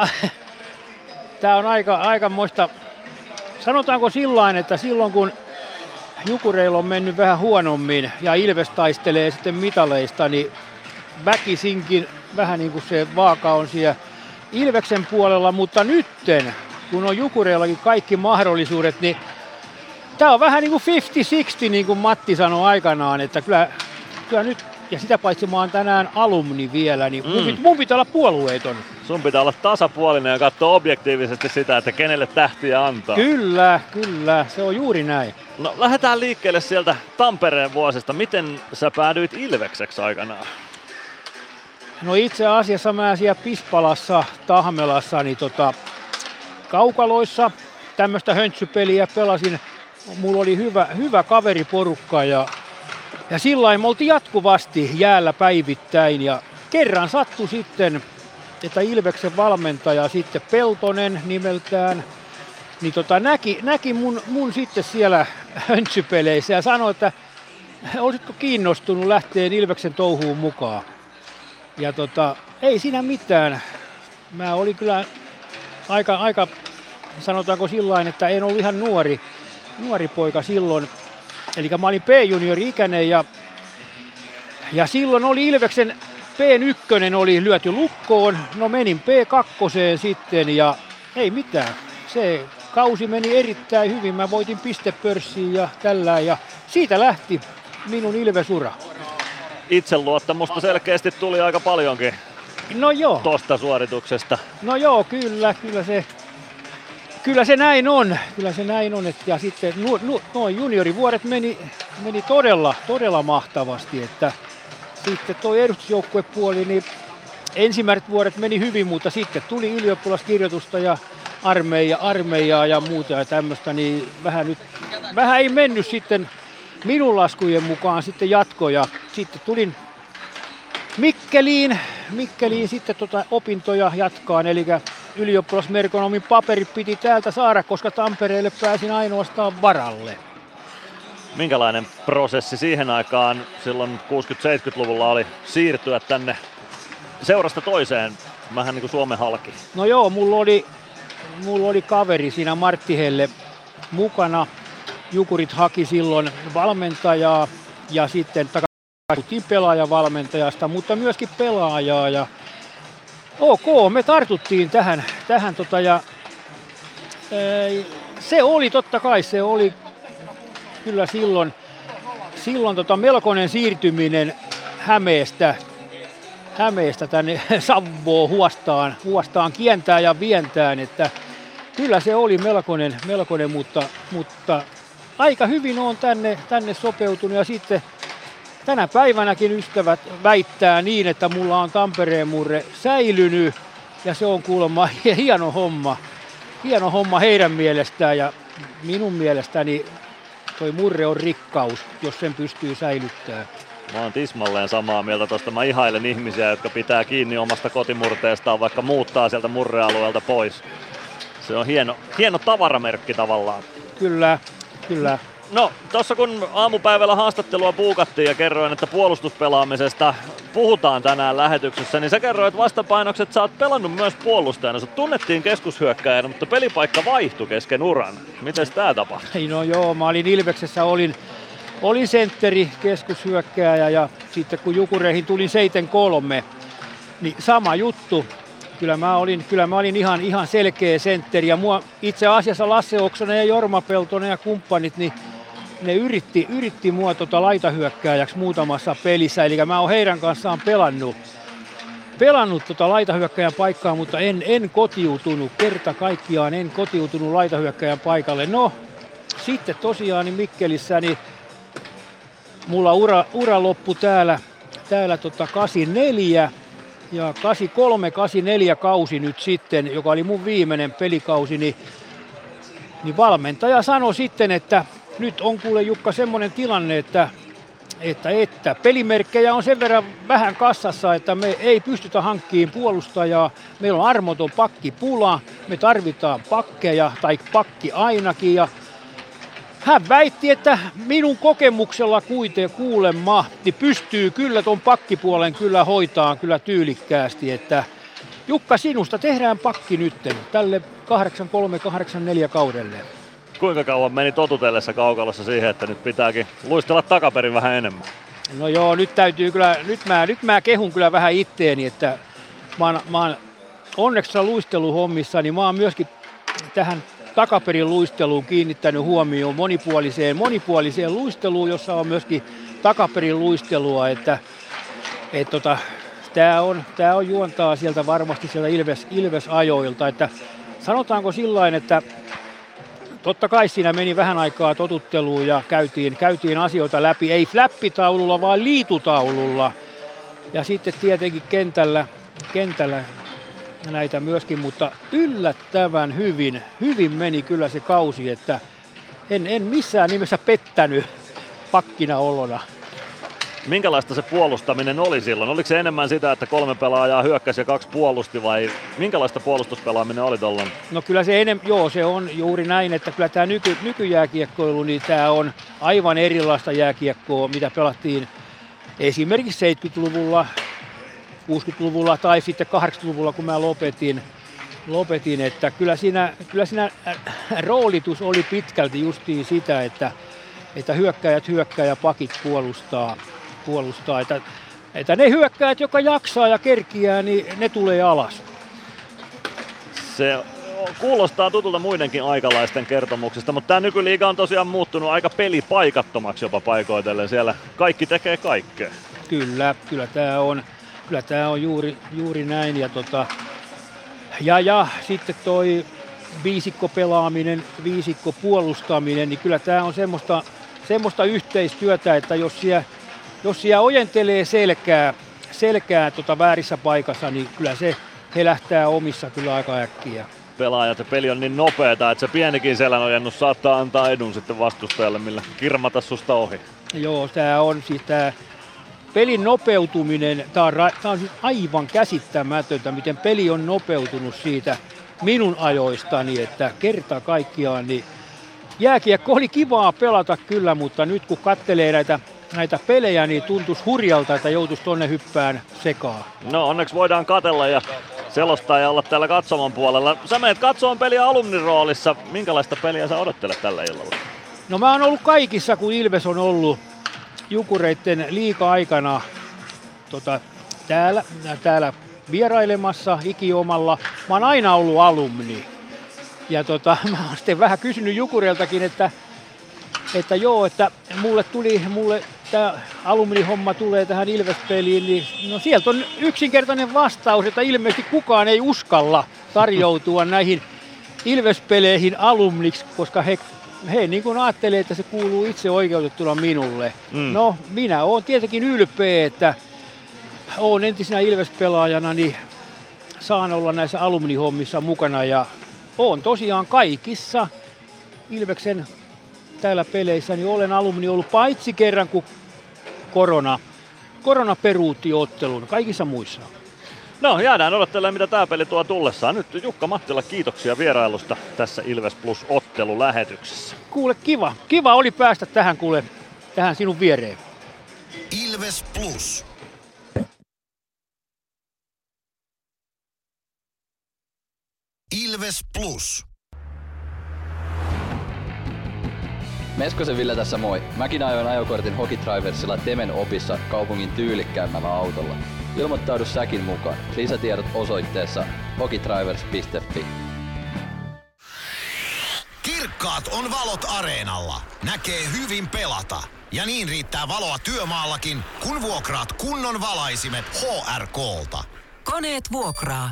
tää on aikamoista. Sanotaanko sillain, että silloin kun Jukureilla on mennyt vähän huonommin ja Ilves taistelee sitten mitaleista, niin väkisinkin vähän niin kuin se vaaka on siellä Ilveksen puolella, mutta nytten, kun on Jukureillakin kaikki mahdollisuudet, niin tää on vähän niin kuin 50-60, niin kuin Matti sanoi aikanaan, että kyllä nyt, ja sitä paitsi mä oon tänään alumni vielä, niin mun pitää olla puolueeton. Sun pitää olla tasapuolinen ja katsoa objektiivisesti sitä, että kenelle tähtiä antaa. Kyllä, se on juuri näin. No lähdetään liikkeelle sieltä Tampereen vuosista. Miten sä päädyit Ilvekseksi aikanaan? No itse asiassa mä siellä Pispalassa, Tahmelassa, niin kaukaloissa tämmöistä höntsypeliä pelasin. Mulla oli hyvä kaveriporukka ja sillain me oltiin jatkuvasti jäällä päivittäin ja kerran sattui sitten, että Ilveksen valmentaja sitten Peltonen nimeltään, niin näki mun sitten siellä höntsypeleissä ja sanoi, että olisitko kiinnostunut lähteen Ilveksen touhuun mukaan. Ja ei siinä mitään. Mä olin kyllä aika sanotaanko sillain, että en ollut ihan nuori poika silloin. Eli mä olin B-juniori-ikäinen ja silloin oli Ilveksen P1 oli lyöty lukkoon. No menin P2 sitten ja ei mitään. Se kausi meni erittäin hyvin. Mä voitin pistepörssiin ja tällä ja siitä lähti minun Ilves-ura. Itseluottamusta selkeästi tuli aika paljonkin tosta suorituksesta. No joo, kyllä se näin on. Ja sitten nuo juniorivuodet meni todella mahtavasti. Että sitten tuo edustusjoukkuepuoli, niin ensimmäiset vuodet meni hyvin, mutta sitten tuli ylioppilaskirjoitusta ja armeijaa ja muuta ja tämmöistä, niin vähän ei mennyt sitten minun laskujen mukaan sitten jatkoja. Sitten tulin Mikkeliin sitten opintoja jatkaan, eli ylioppilasmerkonomin paperit piti täältä saada, koska Tampereelle pääsin ainoastaan varalle. Minkälainen prosessi siihen aikaan silloin 60-70-luvulla oli siirtyä tänne seurasta toiseen, vähän niin kuin Suomen halki? No joo, mulla oli kaveri siinä Martti Helle mukana. Jukurit haki silloin valmentajaa ja sitten takaisin pelaajavalmentajasta, mutta myöskin pelaajaa. Ok, me tartuttiin tähän ja se oli totta kai, se oli kyllä silloin melkoinen siirtyminen Hämeestä tänne Savoon huostaan kientää ja vientään, että kyllä se oli melkoinen, mutta aika hyvin on tänne sopeutunut ja sitten tänä päivänäkin ystävät väittää niin, että mulla on Tampereen murre säilynyt ja se on kuulemma hieno homma heidän mielestään ja minun mielestäni toi murre on rikkaus, jos sen pystyy säilyttämään. Mä oon tismalleen samaa mieltä tosta. Mä ihailen ihmisiä, jotka pitää kiinni omasta kotimurteestaan, vaikka muuttaa sieltä murrealueelta pois. Se on hieno tavaramerkki tavallaan. Kyllä. No, tossa kun aamupäivällä haastattelua puukattiin ja kerroin, että puolustuspelaamisesta puhutaan tänään lähetyksessä, niin sä kerroit vastapainokset, sä oot pelannut myös puolustajana. Sut tunnettiin keskushyökkääjänä, mutta pelipaikka vaihtui kesken uran. Miten tää tapahtui? No joo, mä olin Ilveksessä, olin sentteri, keskushyökkääjä ja sitten kun Jukureihin tulin 7-3, niin sama juttu. Kyllä mä olin ihan selkeä sentteri ja mua itse asiassa Lasse Oksanen ja Jorma Peltonen ja kumppanit, niin ne yritti mua laitahyökkääjäksi muutamassa pelissä, eli mä oon heidän kanssaan pelannut laitahyökkääjän paikkaa, mutta en kotiutunut, kerta kaikkiaan en kotiutunut laitahyökkääjän paikalle. No, sitten tosiaan niin Mikkelissä, niin mulla ura loppui täällä 84 ja 83-84 kausi nyt sitten, joka oli mun viimeinen pelikausi, niin valmentaja sanoi sitten, että nyt on kuule Jukka semmoinen tilanne, että pelimerkkejä on sen verran vähän kassassa, että me ei pystytä hankkimaan puolustajaa. Meillä on armoton pakkipula, me tarvitaan pakkeja tai pakki ainakin. Ja hän väitti, että minun kokemuksella kuulemma niin pystyy kyllä ton pakkipuolen kyllä hoitaa kyllä tyylikkäästi, että Jukka, sinusta tehdään pakki nytten tälle 83-84 kaudelle. Kuinka kauan meni totutellessa kaukalossa siihen, että nyt pitääkin luistella takaperin vähän enemmän? No joo, nyt täytyy kyllä, nyt mä kehun kyllä vähän itteeni, että mä oon onneksi luisteluhommissa, niin mä oon myöskin tähän takaperin luisteluun kiinnittänyt huomioon monipuoliseen luisteluun, jossa on myöskin takaperin luistelua, että tää on juontaa sieltä varmasti sieltä Ilves-ajoilta, että sanotaanko sillain, että totta kai siinä meni vähän aikaa totutteluun ja käytiin asioita läpi, ei flappitaululla, vaan liitutaululla. Ja sitten tietenkin kentällä näitä myöskin, mutta yllättävän hyvin meni kyllä se kausi, että en missään nimessä pettänyt pakkina olona. Minkälaista se puolustaminen oli silloin? Oliko se enemmän sitä, että 3 pelaajaa hyökkäsi ja 2 puolusti vai minkälaista puolustuspelaaminen oli tuolloin? No kyllä se on juuri näin, että kyllä tämä nykyjääkiekkoilu, niin tämä on aivan erilaista jääkiekkoa, mitä pelattiin esimerkiksi 70-luvulla, 60-luvulla tai sitten 80-luvulla, kun mä lopetin, että kyllä siinä roolitus oli pitkälti justiin sitä, että hyökkääjät hyökkää ja pakit puolustaa, että ne hyökkäjät, jotka jaksaa ja kerkiää, niin ne tulee alas. Se kuulostaa tutulta muidenkin aikalaisten kertomuksista, mutta tämä nykyliiga on tosiaan muuttunut aika pelipaikattomaksi jopa paikoitellen. Siellä kaikki tekee kaikkea. Kyllä tämä on juuri näin. Ja sitten toi viisikkopelaaminen, viisikkopuolustaminen, niin kyllä tämä on semmoista yhteistyötä, että jos siellä ojentelee selkää väärissä paikassa, niin kyllä se helähtää omissa kyllä aika äkkiä. Pelaajat ja peli on niin nopeeta, että se pienikin selänojennus saattaa antaa edun sitten vastustajalle, millä kirmata susta ohi. Joo, tämä on siis tämä pelin nopeutuminen, tämä on siis aivan käsittämätöntä, miten peli on nopeutunut siitä minun ajoistani, että kerta kaikkiaan niin jääkiekko oli kivaa pelata kyllä, mutta nyt kun katselee näitä pelejä, niin tuntuisi hurjalta, että joutuisi tonne hyppään sekaan. No onneksi voidaan katsella ja selostaa ja olla täällä katsoman puolella. Sä menet katsomaan peliä alumniroolissa. Minkälaista peliä sä odottelet tällä illalla? No mä oon ollut kaikissa, kun Ilves on ollut Jukureitten liiga-aikana täällä vierailemassa ikiomalla. Mä oon aina ollut alumni. Ja mä oon sitten vähän kysynyt Jukureiltakin, että mulle tämä alumnihomma tulee tähän Ilves-peliin, niin no sieltä on yksinkertainen vastaus, että ilmeisesti kukaan ei uskalla tarjoutua näihin Ilves-peleihin alumniksi, koska he niin kuin ajattelee, että se kuuluu itse oikeutettuna minulle. No, minä oon tietenkin ylpeä, että oon entisenä Ilves-pelaajana, niin saan olla näissä alumnihommissa mukana ja oon tosiaan kaikissa Ilveksen täällä peleissä, niin olen alumni ollut paitsi kerran, kun korona peruutti ottelun, kaikissa muissa. No, jäädään odottelemaan, mitä tämä peli tuo tullessaan. Nyt Jukka Mattila, kiitoksia vierailusta tässä Ilves Plus -ottelulähetyksessä. Kuule, kiva oli päästä tähän sinun viereen. Ilves Plus. Ilves Plus. Meskosen Ville tässä moi. Mäkin ajoin ajokortin Hokitriversilla Temen opissa kaupungin tyylikkäämmällä autolla. Ilmoittaudu säkin mukaan. Lisätiedot osoitteessa hokitrivers.fi. Kirkkaat on valot areenalla. Näkee hyvin pelata. Ja niin riittää valoa työmaallakin, kun vuokraat kunnon valaisimet HRK:lta. Koneet vuokraa.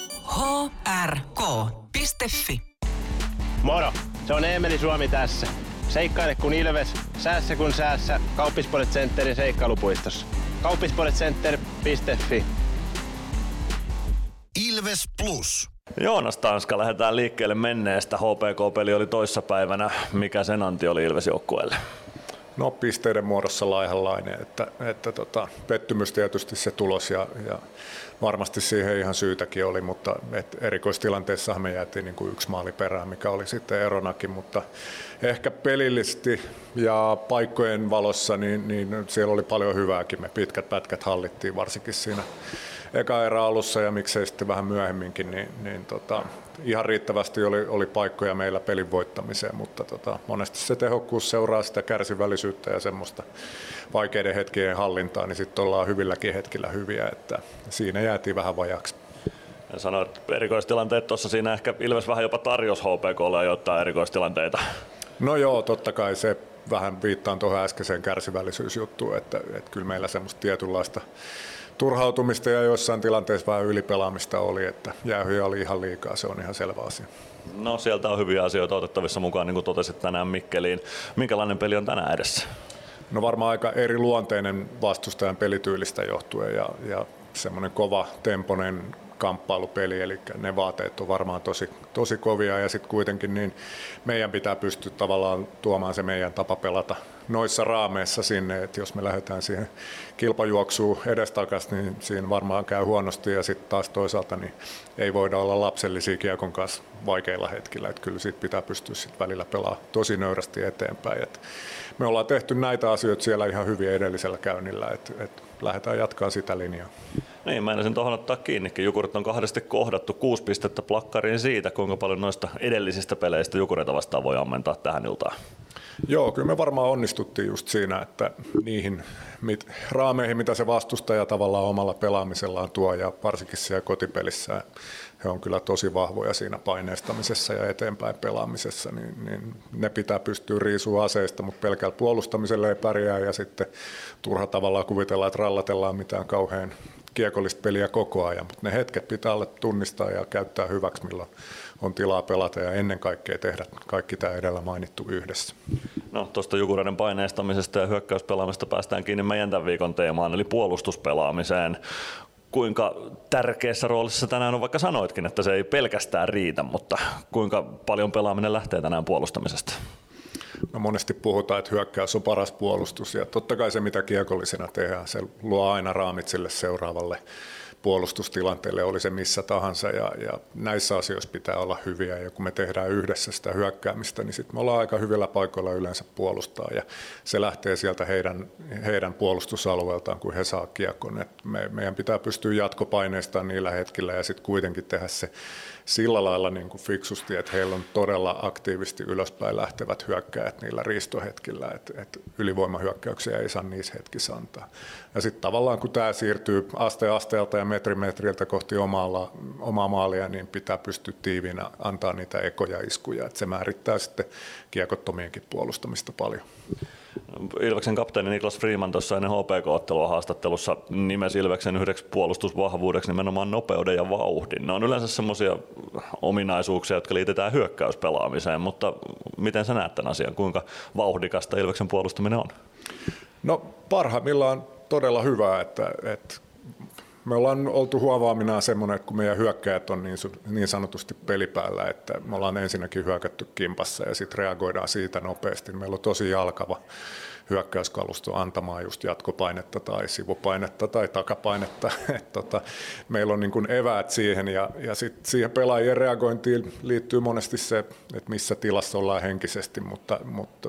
hrk.fi. Moro, se on Eemeli Suomi tässä. Seikkaile kun Ilves, säässä kun säässä. Kauppisports Centerin seikkailupuistossa. Kauppisportscenter.fi. Ilves Plus. Joonas Tanska, lähdetään liikkeelle menneestä. HPK-peli oli toissapäivänä. Mikä sen anti oli Ilves-joukkueelle? No, pisteiden muodossa laihanlainen, että pettymys tietysti se tulos ja varmasti siihen ihan syytäkin oli, mutta erikoistilanteessahan me jäätiin niin kuin 1 maali perään, mikä oli sitten eronakin, mutta ehkä pelillisesti ja paikkojen valossa niin siellä oli paljon hyvääkin, me pitkät pätkät hallittiin varsinkin siinä eka erä alussa ja miksei sitten vähän myöhemminkin, niin ihan riittävästi oli paikkoja meillä pelin voittamiseen, mutta monesti se tehokkuus seuraa sitä kärsivällisyyttä ja semmoista vaikeiden hetkien hallintaa, niin sitten ollaan hyvilläkin hetkillä hyviä, että siinä jäätiin vähän vajaksi. Ja sanoit erikoistilanteet tuossa, siinä ehkä Ilves vähän jopa tarjosi HPK:lle ajoittaa erikoistilanteita. No joo, totta kai se vähän viittaan tuohon äskeiseen kärsivällisyysjuttuun, että kyllä meillä semmoista tietynlaista turhautumista ja joissain tilanteissa vähän ylipelaamista oli, että jäähyjä oli ihan liikaa, se on ihan selvä asia. No, sieltä on hyviä asioita otettavissa mukaan, niin kuin totesit tänään Mikkeliin. Minkälainen peli on tänään edessä? No varmaan aika eri luonteinen vastustajan pelityylistä johtuen ja semmoinen kova tempoinen kamppailupeli, eli ne vaateet on varmaan tosi kovia ja sitten kuitenkin niin meidän pitää pystyä tavallaan tuomaan se meidän tapa pelata noissa raameissa sinne, että jos me lähdetään siihen kilpajuoksuun edestakaisin, niin siinä varmaan käy huonosti ja sitten taas toisaalta niin ei voida olla lapsellisia kiekon kanssa vaikeilla hetkillä, että kyllä siitä pitää pystyä sitten välillä pelaamaan tosi nöyrästi eteenpäin. Et me ollaan tehty näitä asioita siellä ihan hyvin edellisellä käynnillä, että lähdetään jatkaa sitä linjaa. Niin, mä ensin tuohon ottaa kiinnikin. Jukurit on 2 kohdattu, 6 pistettä plakkariin siitä, kuinka paljon noista edellisistä peleistä Jukureita vastaan voi ammentaa tähän iltaan. Joo, kyllä me varmaan onnistuttiin just siinä, että niihin raameihin, mitä se vastustaja tavallaan omalla pelaamisellaan tuo ja varsinkin siellä kotipelissä he on kyllä tosi vahvoja siinä paineistamisessa ja eteenpäin pelaamisessa, niin ne pitää pystyä riisumaan aseista, mutta pelkällä puolustamisella ei pärjää ja sitten turha tavallaan kuvitellaan, että rallatellaan mitään kauhean kiekollista peliä koko ajan, mutta ne hetket pitää olla tunnistaa ja käyttää hyväksi, milloin on tilaa pelata ja ennen kaikkea tehdä kaikki tämä edellä mainittu yhdessä. No, tuosta Jukureiden paineistamisesta ja hyökkäyspelaamista päästään kiinni meidän tämän viikon teemaan, eli puolustuspelaamiseen. Kuinka tärkeässä roolissa tänään on, vaikka sanoitkin, että se ei pelkästään riitä, mutta kuinka paljon pelaaminen lähtee tänään puolustamisesta? No, monesti puhutaan, että hyökkäys on paras puolustus ja totta kai se, mitä kiekollisena tehdään, se luo aina raamit sille seuraavalle puolustustilanteelle, oli se missä tahansa ja näissä asioissa pitää olla hyviä ja kun me tehdään yhdessä sitä hyökkäämistä, niin sitten me ollaan aika hyvillä paikoilla yleensä puolustaa ja se lähtee sieltä heidän puolustusalueeltaan, kun he saa kiekon. Meidän pitää pystyä jatkopaineistaan niillä hetkillä ja sitten kuitenkin tehdä se sillä lailla niin kuin fiksusti, että heillä on todella aktiivisesti ylöspäin lähtevät hyökkäjät niillä riistohetkillä, että ylivoimahyökkäyksiä ei saa niissä hetkissä antaa. Ja sitten tavallaan kun tämä siirtyy aste asteelta ja metriltä kohti omaa maalia, niin pitää pystyä tiiviinä antaa niitä ekoja iskuja. Että se määrittää sitten kiekottomienkin puolustamista paljon. Ilveksen kapteeni Niklas Freeman tuossa ennen HPK-ottelua haastattelussa nimesi Ilveksen yhdeksi puolustusvahvuudeksi nimenomaan nopeuden ja vauhdin. Ne on yleensä semmoisia ominaisuuksia, jotka liitetään hyökkäyspelaamiseen, mutta miten sä näet tämän asian? Kuinka vauhdikasta Ilveksen puolustaminen on? No parhaimmillaan todella hyvä, että me ollaan oltu huovaaminaan semmoinen, että kun meidän hyökkäjät on niin sanotusti pelipäällä, että me ollaan ensinnäkin hyökätty kimpassa ja sitten reagoidaan siitä nopeasti. Meillä on tosi jalkava hyökkäyskalusto antamaan just jatkopainetta tai sivupainetta tai takapainetta. Meillä on niin kuin eväät siihen ja sitten siihen pelaajien reagointiin liittyy monesti se, että missä tilassa ollaan henkisesti, mutta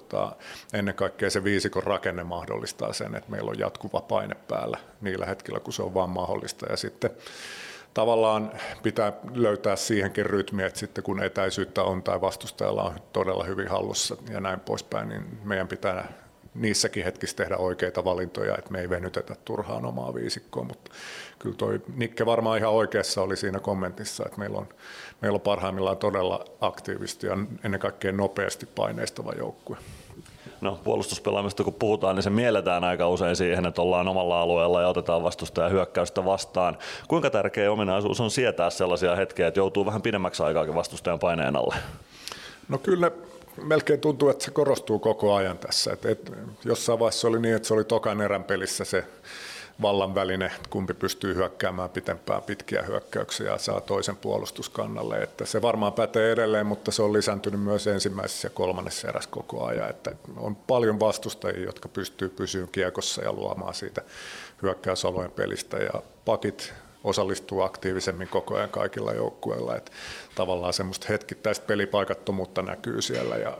ennen kaikkea se viisikon rakenne mahdollistaa sen, että meillä on jatkuva paine päällä niillä hetkillä, kun se on vaan mahdollista. Ja sitten tavallaan pitää löytää siihenkin rytmiä, että sitten kun etäisyyttä on tai vastustajalla on todella hyvin hallussa ja näin poispäin, niin meidän pitää niissäkin hetkissä tehdä oikeita valintoja, että me ei venytetä turhaan omaa viisikkoa, mutta kyllä toi Nikke varmaan ihan oikeassa oli siinä kommentissa, että meillä on parhaimmillaan todella aktiivisesti ja ennen kaikkea nopeasti paineistava joukkue. No puolustuspelaamista kun puhutaan, niin se mielletään aika usein siihen, että ollaan omalla alueella ja otetaan vastustajan hyökkäystä vastaan. Kuinka tärkeä ominaisuus on sietää sellaisia hetkiä, että joutuu vähän pidemmäksi aikaakin vastustajan paineen alle? No kyllä melkein tuntuu, että se korostuu koko ajan tässä. Et jossain vaiheessa oli niin, että se oli tokan erän pelissä se vallan väline, kumpi pystyy hyökkäämään pitempään pitkiä hyökkäyksiä ja saa toisen puolustuskannalle. Että se varmaan pätee edelleen, mutta se on lisääntynyt myös ensimmäisessä ja kolmannessa erässä koko ajan. Että on paljon vastustajia, jotka pystyy pysymään kiekossa ja luomaan siitä hyökkäysalueen pelistä. Ja pakit osallistuu aktiivisemmin koko ajan kaikilla joukkueilla. Että tavallaan semmoista hetkittäistä pelipaikattomuutta näkyy siellä ja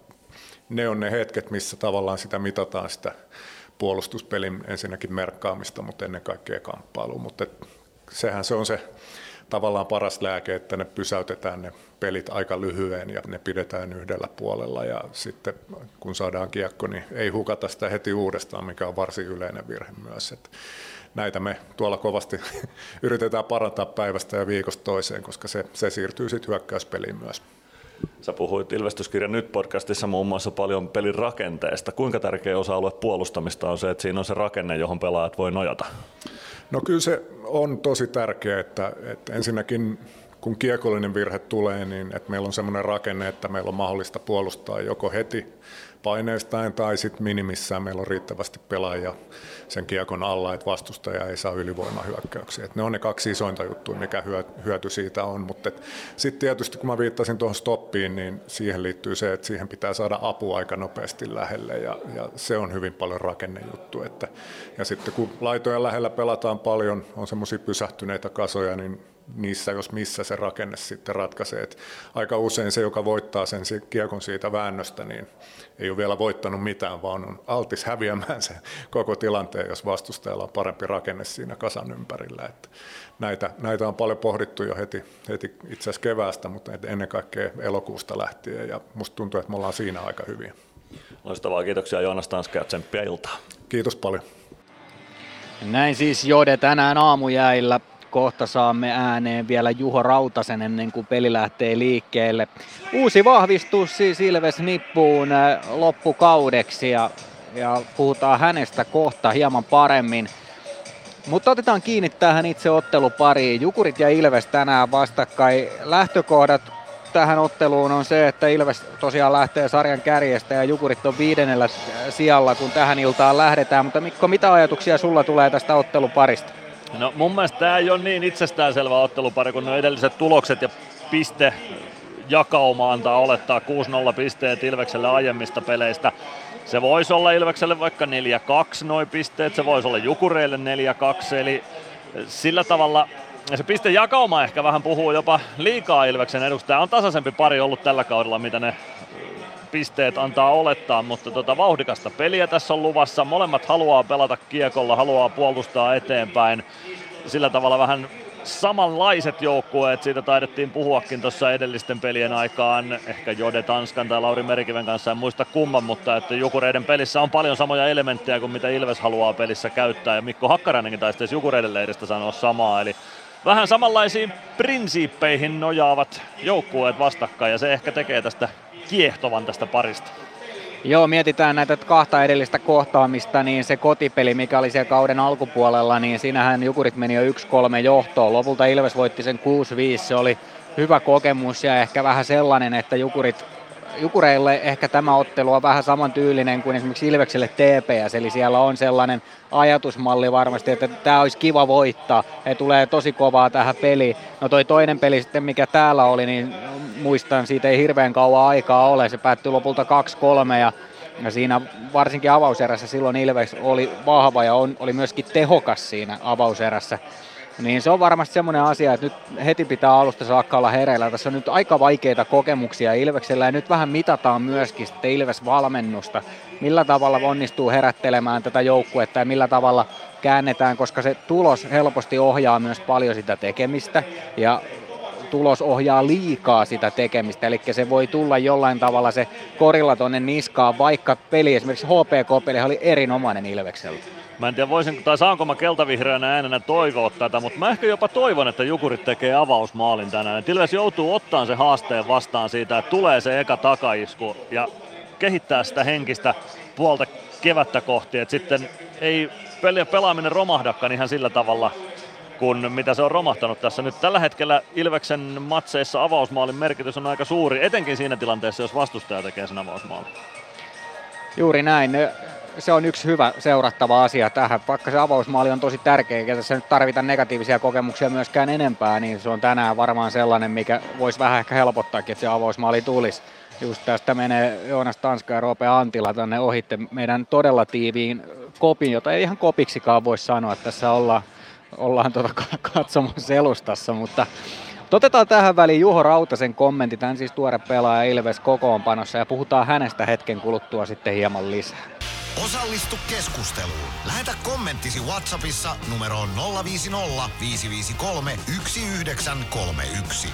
ne on ne hetket, missä tavallaan sitä mitataan sitä puolustuspelin ensinnäkin merkkaamista, mutta ennen kaikkea kamppailua. Mutta sehän se on se tavallaan paras lääke, että ne pysäytetään ne pelit aika lyhyen ja ne pidetään yhdellä puolella. Ja sitten kun saadaan kiekko, niin ei hukata sitä heti uudestaan, mikä on varsin yleinen virhe myös. Että näitä me tuolla kovasti yritetään parantaa päivästä ja viikosta toiseen, koska se siirtyy sitten hyökkäyspeliin myös. Sä puhuit Ilvestyskirja Nyt-podcastissa muun muassa paljon pelin rakenteesta. Kuinka tärkeä osa-alue puolustamista on se, että siinä on se rakenne, johon pelaajat voi nojata? No kyllä se on tosi tärkeää, että ensinnäkin kun kiekollinen virhe tulee, niin että meillä on semmoinen rakenne, että meillä on mahdollista puolustaa joko heti paineistaan tai sitten minimissään meillä on riittävästi pelaajia sen kiekon alla, että vastustaja ei saa ylivoimahyökkäyksiä. Että ne on ne kaksi isointa juttua, mikä hyöty siitä on. Mutta sitten tietysti kun mä viittasin tuohon stoppiin, niin siihen liittyy se, että siihen pitää saada apua aika nopeasti lähelle ja se on hyvin paljon rakennejuttu. Ja sitten kun laitojen lähellä pelataan paljon, on semmoisia pysähtyneitä kasoja, niin niissä jos missä se rakenne sitten ratkaisee. Et aika usein se, joka voittaa sen kiekon siitä väännöstä, niin ei ole vielä voittanut mitään, vaan on altis häviämään se koko tilanteen, jos vastustajalla on parempi rakenne siinä kasan ympärillä. Et näitä on paljon pohdittu jo heti itse asiassa keväästä, mutta ennen kaikkea elokuusta lähtien, ja musta tuntuu, että me ollaan siinä aika hyviä. Loistavaa, kiitoksia Joonas Tanska ja tsemppiä iltaa. Kiitos paljon. Näin siis Jode tänään aamujäillä. Kohta saamme ääneen vielä Juho Rautasen ennen kuin peli lähtee liikkeelle. Uusi vahvistus siis Ilves nippuun loppukaudeksi ja puhutaan hänestä kohta hieman paremmin. Mutta otetaan kiinni tähän itse ottelupariin. Jukurit ja Ilves tänään vastakkain. Lähtökohdat tähän otteluun on se, että Ilves tosiaan lähtee sarjan kärjestä ja Jukurit on 5. sijalla, kun tähän iltaan lähdetään. Mutta Mikko, mitä ajatuksia sulla tulee tästä otteluparista? No mun mielestä tämä ei ole niin itsestäänselvä ottelupari kuin ne edelliset tulokset ja pistejakauma antaa olettaa 6-0 pisteet Ilvekselle aiemmista peleistä. Se voisi olla Ilvekselle vaikka 4-2 noi pisteet, se voisi olla Jukureille 4-2, eli sillä tavalla se pistejakauma ehkä vähän puhuu jopa liikaa Ilveksen edusta. Tämä on tasaisempi pari ollut tällä kaudella, mitä ne pisteet antaa olettaa, mutta vauhdikasta peliä tässä on luvassa. Molemmat haluaa pelata kiekolla, haluaa puolustaa eteenpäin. Sillä tavalla vähän samanlaiset joukkueet, siitä taidettiin puhuakin tuossa edellisten pelien aikaan, ehkä Jode Tanskan tai Lauri Merikiven kanssa, en muista kumman, mutta että Jukureiden pelissä on paljon samoja elementtejä kuin mitä Ilves haluaa pelissä käyttää, ja Mikko Hakkarainenkin taisi Jukureiden leiristä sanoa samaa, eli vähän samanlaisiin prinsiippeihin nojaavat joukkueet vastakkain, ja se ehkä tekee tästä kiehtovan tästä parista. Joo, mietitään näitä kahta edellistä kohtaamista, niin se kotipeli, mikä oli siellä kauden alkupuolella, niin siinähän Jukurit meni jo 1-3 johtoon. Lopulta Ilves voitti sen 6-5, se oli hyvä kokemus ja ehkä vähän sellainen, että Jukureille ehkä tämä ottelu on vähän samantyylinen kuin esimerkiksi Ilvekselle TPS, eli siellä on sellainen ajatusmalli varmasti, että tämä olisi kiva voittaa, he tulee tosi kovaa tähän peliin. No toi toinen peli sitten, mikä täällä oli, niin muistan, siitä ei hirveän kauan aikaa ole, se päättyi lopulta 2-3 ja siinä varsinkin avauserässä silloin Ilves oli vahva ja oli myöskin tehokas siinä avauserässä. Niin se on varmasti semmoinen asia, että nyt heti pitää alusta saakka olla hereillä. Tässä on nyt aika vaikeita kokemuksia Ilveksellä ja nyt vähän mitataan myöskin sitten Ilves-valmennusta. Millä tavalla onnistuu herättelemään tätä joukkuetta ja millä tavalla käännetään, koska se tulos helposti ohjaa myös paljon sitä tekemistä ja tulos ohjaa liikaa sitä tekemistä, eli se voi tulla jollain tavalla se korilla tonne niskaan, vaikka peli, esimerkiksi HPK-peli oli erinomainen Ilvekseltä. Mä en tiedä saanko mä keltavihreänä äänenä toivoa tätä, mutta mä ehkä jopa toivon, että Jukurit tekee avausmaalin tänään. Et Ilves joutuu ottaan se haasteen vastaan siitä, että tulee se eka takaisku ja kehittää sitä henkistä puolta kevättä kohti, että sitten ei pelaaminen romahdakaan ihan sillä tavalla, kun mitä se on romahtanut tässä. Nyt tällä hetkellä Ilveksen matseissa avausmaalin merkitys on aika suuri, etenkin siinä tilanteessa, jos vastustaja tekee sen avausmaalin. Juuri näin. Se on yksi hyvä seurattava asia tähän. Vaikka se avausmaali on tosi tärkeä, eikä tässä nyt tarvita negatiivisia kokemuksia myöskään enempää, niin se on tänään varmaan sellainen, mikä voisi vähän ehkä helpottaakin, että se avausmaali tulisi. Just tästä menee Joonas Tanska ja Roope Antila tänne ohitte meidän todella tiiviin kopin, jota ei ihan kopiksikaan voi sanoa, että tässä ollaan katsomon selustassa, mutta otetaan tähän väliin Juho Rautasen kommentit, hän siis tuore pelaaja Ilves kokoonpanossa ja puhutaan hänestä hetken kuluttua sitten hieman lisää. Osallistu keskusteluun. Lähetä kommenttisi WhatsAppissa numeroon 050 553 1931.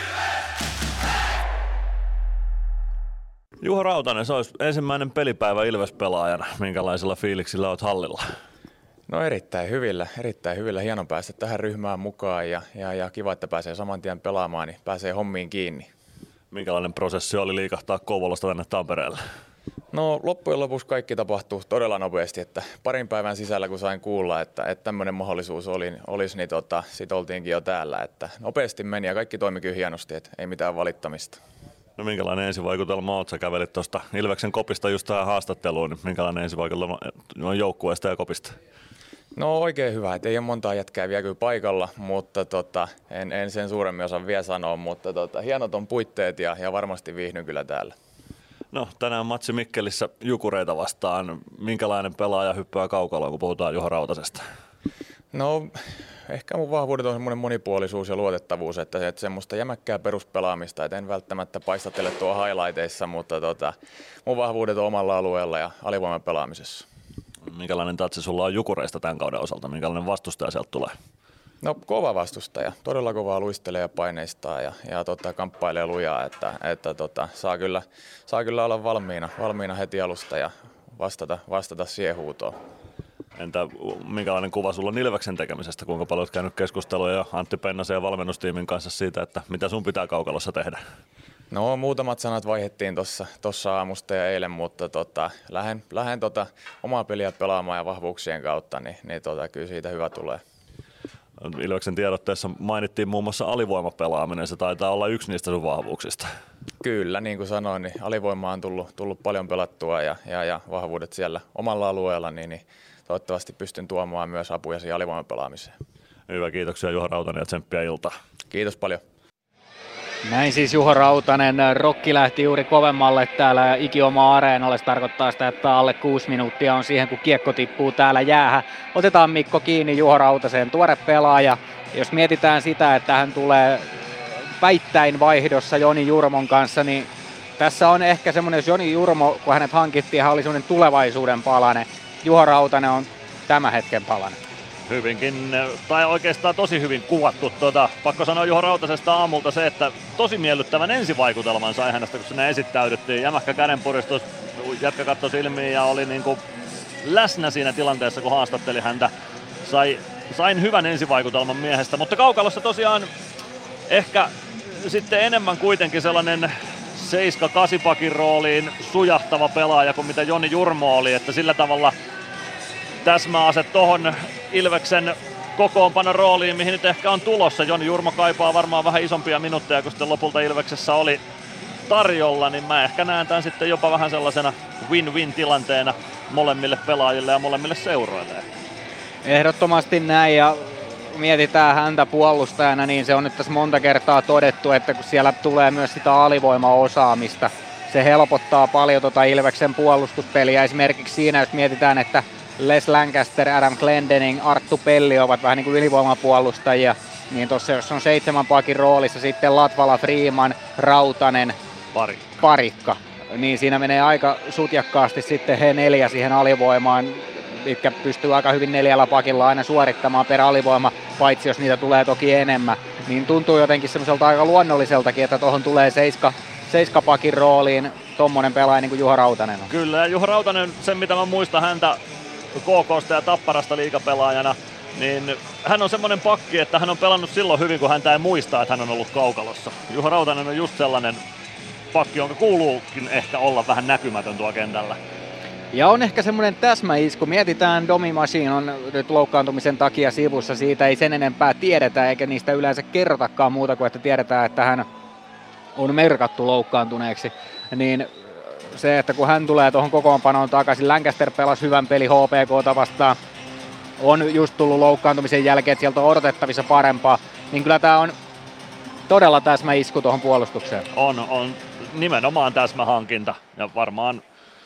Juho Rautanen, se olisi ensimmäinen pelipäivä Ilves-pelaajana. Minkälaisilla fiiliksillä olet hallilla? No erittäin hyvillä. Hieno päästä tähän ryhmään mukaan ja kiva, että pääsee saman tien pelaamaan, niin pääsee hommiin kiinni. Minkälainen prosessi oli liikahtaa Kouvolasta tänne Tampereelle? No loppujen lopuksi kaikki tapahtui todella nopeasti, että parin päivän sisällä kun sain kuulla, että tämmöinen mahdollisuus olisi, niin sit oltiinkin jo täällä. Että nopeasti meni ja kaikki toimi kyllä hienosti, että ei mitään valittamista. No minkälainen ensivaikutelma olet? Sä kävelit tuosta Ilveksen kopista just tähän haastatteluun, niin minkälainen ensivaikutelma on joukkueesta ja kopista? No oikein hyvä, että ei ole montaa jätkää vielä kyllä paikalla, mutta en sen suuremmin osaa vielä sanoa, mutta hienot on puitteet ja varmasti viihdyn kyllä täällä. No tänään matsi Mikkelissä Jukureita vastaan. Minkälainen pelaaja hyppää kaukaloon, kun puhutaan Juho Rautasesta? No ehkä mun vahvuudet on semmoinen monipuolisuus ja luotettavuus, että semmoista jämäkkää peruspelaamista, että en välttämättä paistattele tuo highlighteissa, mutta mun vahvuudet on omalla alueella ja alivoiman pelaamisessa. Minkälainen tatsi sulla on Jukureista tämän kauden osalta? Minkälainen vastustaja sieltä tulee? No kova vastustaja, todella kovaa luistelee ja paineistaa ja kamppailee lujaa, että saa kyllä olla valmiina heti alusta ja vastata siihen huutoon. Entä minkälainen kuva sulla on Ilveksen tekemisestä? Kuinka paljon olet käynyt keskusteluja Antti Pennasen ja valmennustiimin kanssa siitä, että mitä sun pitää kaukalossa tehdä? No muutamat sanat vaihdettiin tuossa aamusta ja eilen, mutta lähden omaa peliä pelaamaan ja vahvuuksien kautta, niin kyllä siitä hyvä tulee. Ilveksen tiedotteessa mainittiin muun muassa alivoimapelaaminen, se taitaa olla yksi niistä sun vahvuuksista. Kyllä, niin kuin sanoin, niin alivoimaa on tullut paljon pelattua ja vahvuudet siellä omalla alueella, niin toivottavasti pystyn tuomaan myös apuja siihen alivoimapelaamiseen. Hyvä, kiitoksia Juho Rautanen ja tsemppiä iltaa. Kiitos paljon. Näin siis Juho Rautanen. Rokki lähti juuri kovemmalle täällä ikioma areenalle. Se tarkoittaa sitä, että alle 6 minuuttia on siihen, kun kiekko tippuu täällä jäähän. Otetaan Mikko kiinni Juho Rautaseen, tuore pelaaja. Jos mietitään sitä, että hän tulee päittäin vaihdossa Joni Jurmon kanssa, niin tässä on ehkä semmoinen, jos Joni Jurmo, kun hänet hankittiin, hän oli semmoinen tulevaisuuden palanen. Juho Rautanen on tämän hetken palanen. hyvinkin, tai oikeastaan tosi hyvin kuvattu. Pakko sanoa Juho Rautasesta aamulta se, että tosi miellyttävän ensivaikutelman sai hänestä, kun sinne esittäydyttiin. Jämäkkä kädenpuristus, jätkä katsoi silmiin ja oli niinku läsnä siinä tilanteessa, kun haastatteli häntä. Sain hyvän ensivaikutelman miehestä, mutta kaukalossa tosiaan ehkä sitten enemmän kuitenkin sellainen 7-8 pakin rooliin sujahtava pelaaja kuin mitä Joni Jurmo oli, että sillä tavalla täsmäase tohon Ilveksen kokoonpanon rooliin, mihin nyt ehkä on tulossa. Joni Jurmo kaipaa varmaan vähän isompia minuutteja, kun sitten lopulta Ilveksessä oli tarjolla, niin mä ehkä näen tämän sitten jopa vähän sellaisena win-win tilanteena molemmille pelaajille ja molemmille seuroille. Ehdottomasti näin, ja mietitään häntä puolustajana, niin se on nyt tässä monta kertaa todettu, että kun siellä tulee myös sitä alivoimaosaamista, se helpottaa paljon Ilveksen puolustuspeliä. Esimerkiksi siinä, jos mietitään, että Les Lancaster, Adam Glendening, Arttu Pelli ovat vähän niin kuin ylivoimapuolustajia, niin tuossa jos on 7 pakin roolissa sitten Latvala, Freeman, Rautanen, Parikka, niin siinä menee aika sutjakkaasti sitten he 4 siihen alivoimaan, mitkä pystyy aika hyvin 4 pakilla aina suorittamaan per alivoima, paitsi jos niitä tulee toki enemmän, niin tuntuu jotenkin semmoiselta aika luonnolliseltakin, että tuohon tulee 7 pakin rooliin tommonen pelaaja niin kuin Juho Rautanen on. Kyllä, ja Juho Rautanen, sen mitä mä muistan häntä KK:sta ja Tapparasta liigapelaajana, niin hän on semmoinen pakki, että hän on pelannut silloin hyvin, kun häntä ei muista, että hän on ollut kaukalossa. Juho Rautanen on just sellainen pakki, jonka kuuluukin ehkä olla vähän näkymätön tuo kentällä. Ja on ehkä semmoinen täsmäisku. Mietitään, Domi Machine on nyt loukkaantumisen takia sivussa. Siitä ei sen enempää tiedetä, eikä niistä yleensä kerrotakaan muuta kuin, että tiedetään, että hän on merkattu loukkaantuneeksi. Niin se, että kun hän tulee tuohon kokoonpanoon takaisin, Lancaster pelasi hyvän peli HPK:ta vastaan, on just tullut loukkaantumisen jälkeen, että sieltä on odotettavissa parempaa, niin kyllä tämä on todella täsmäisku tuohon puolustukseen. On nimenomaan täsmähankinta, ja varmaan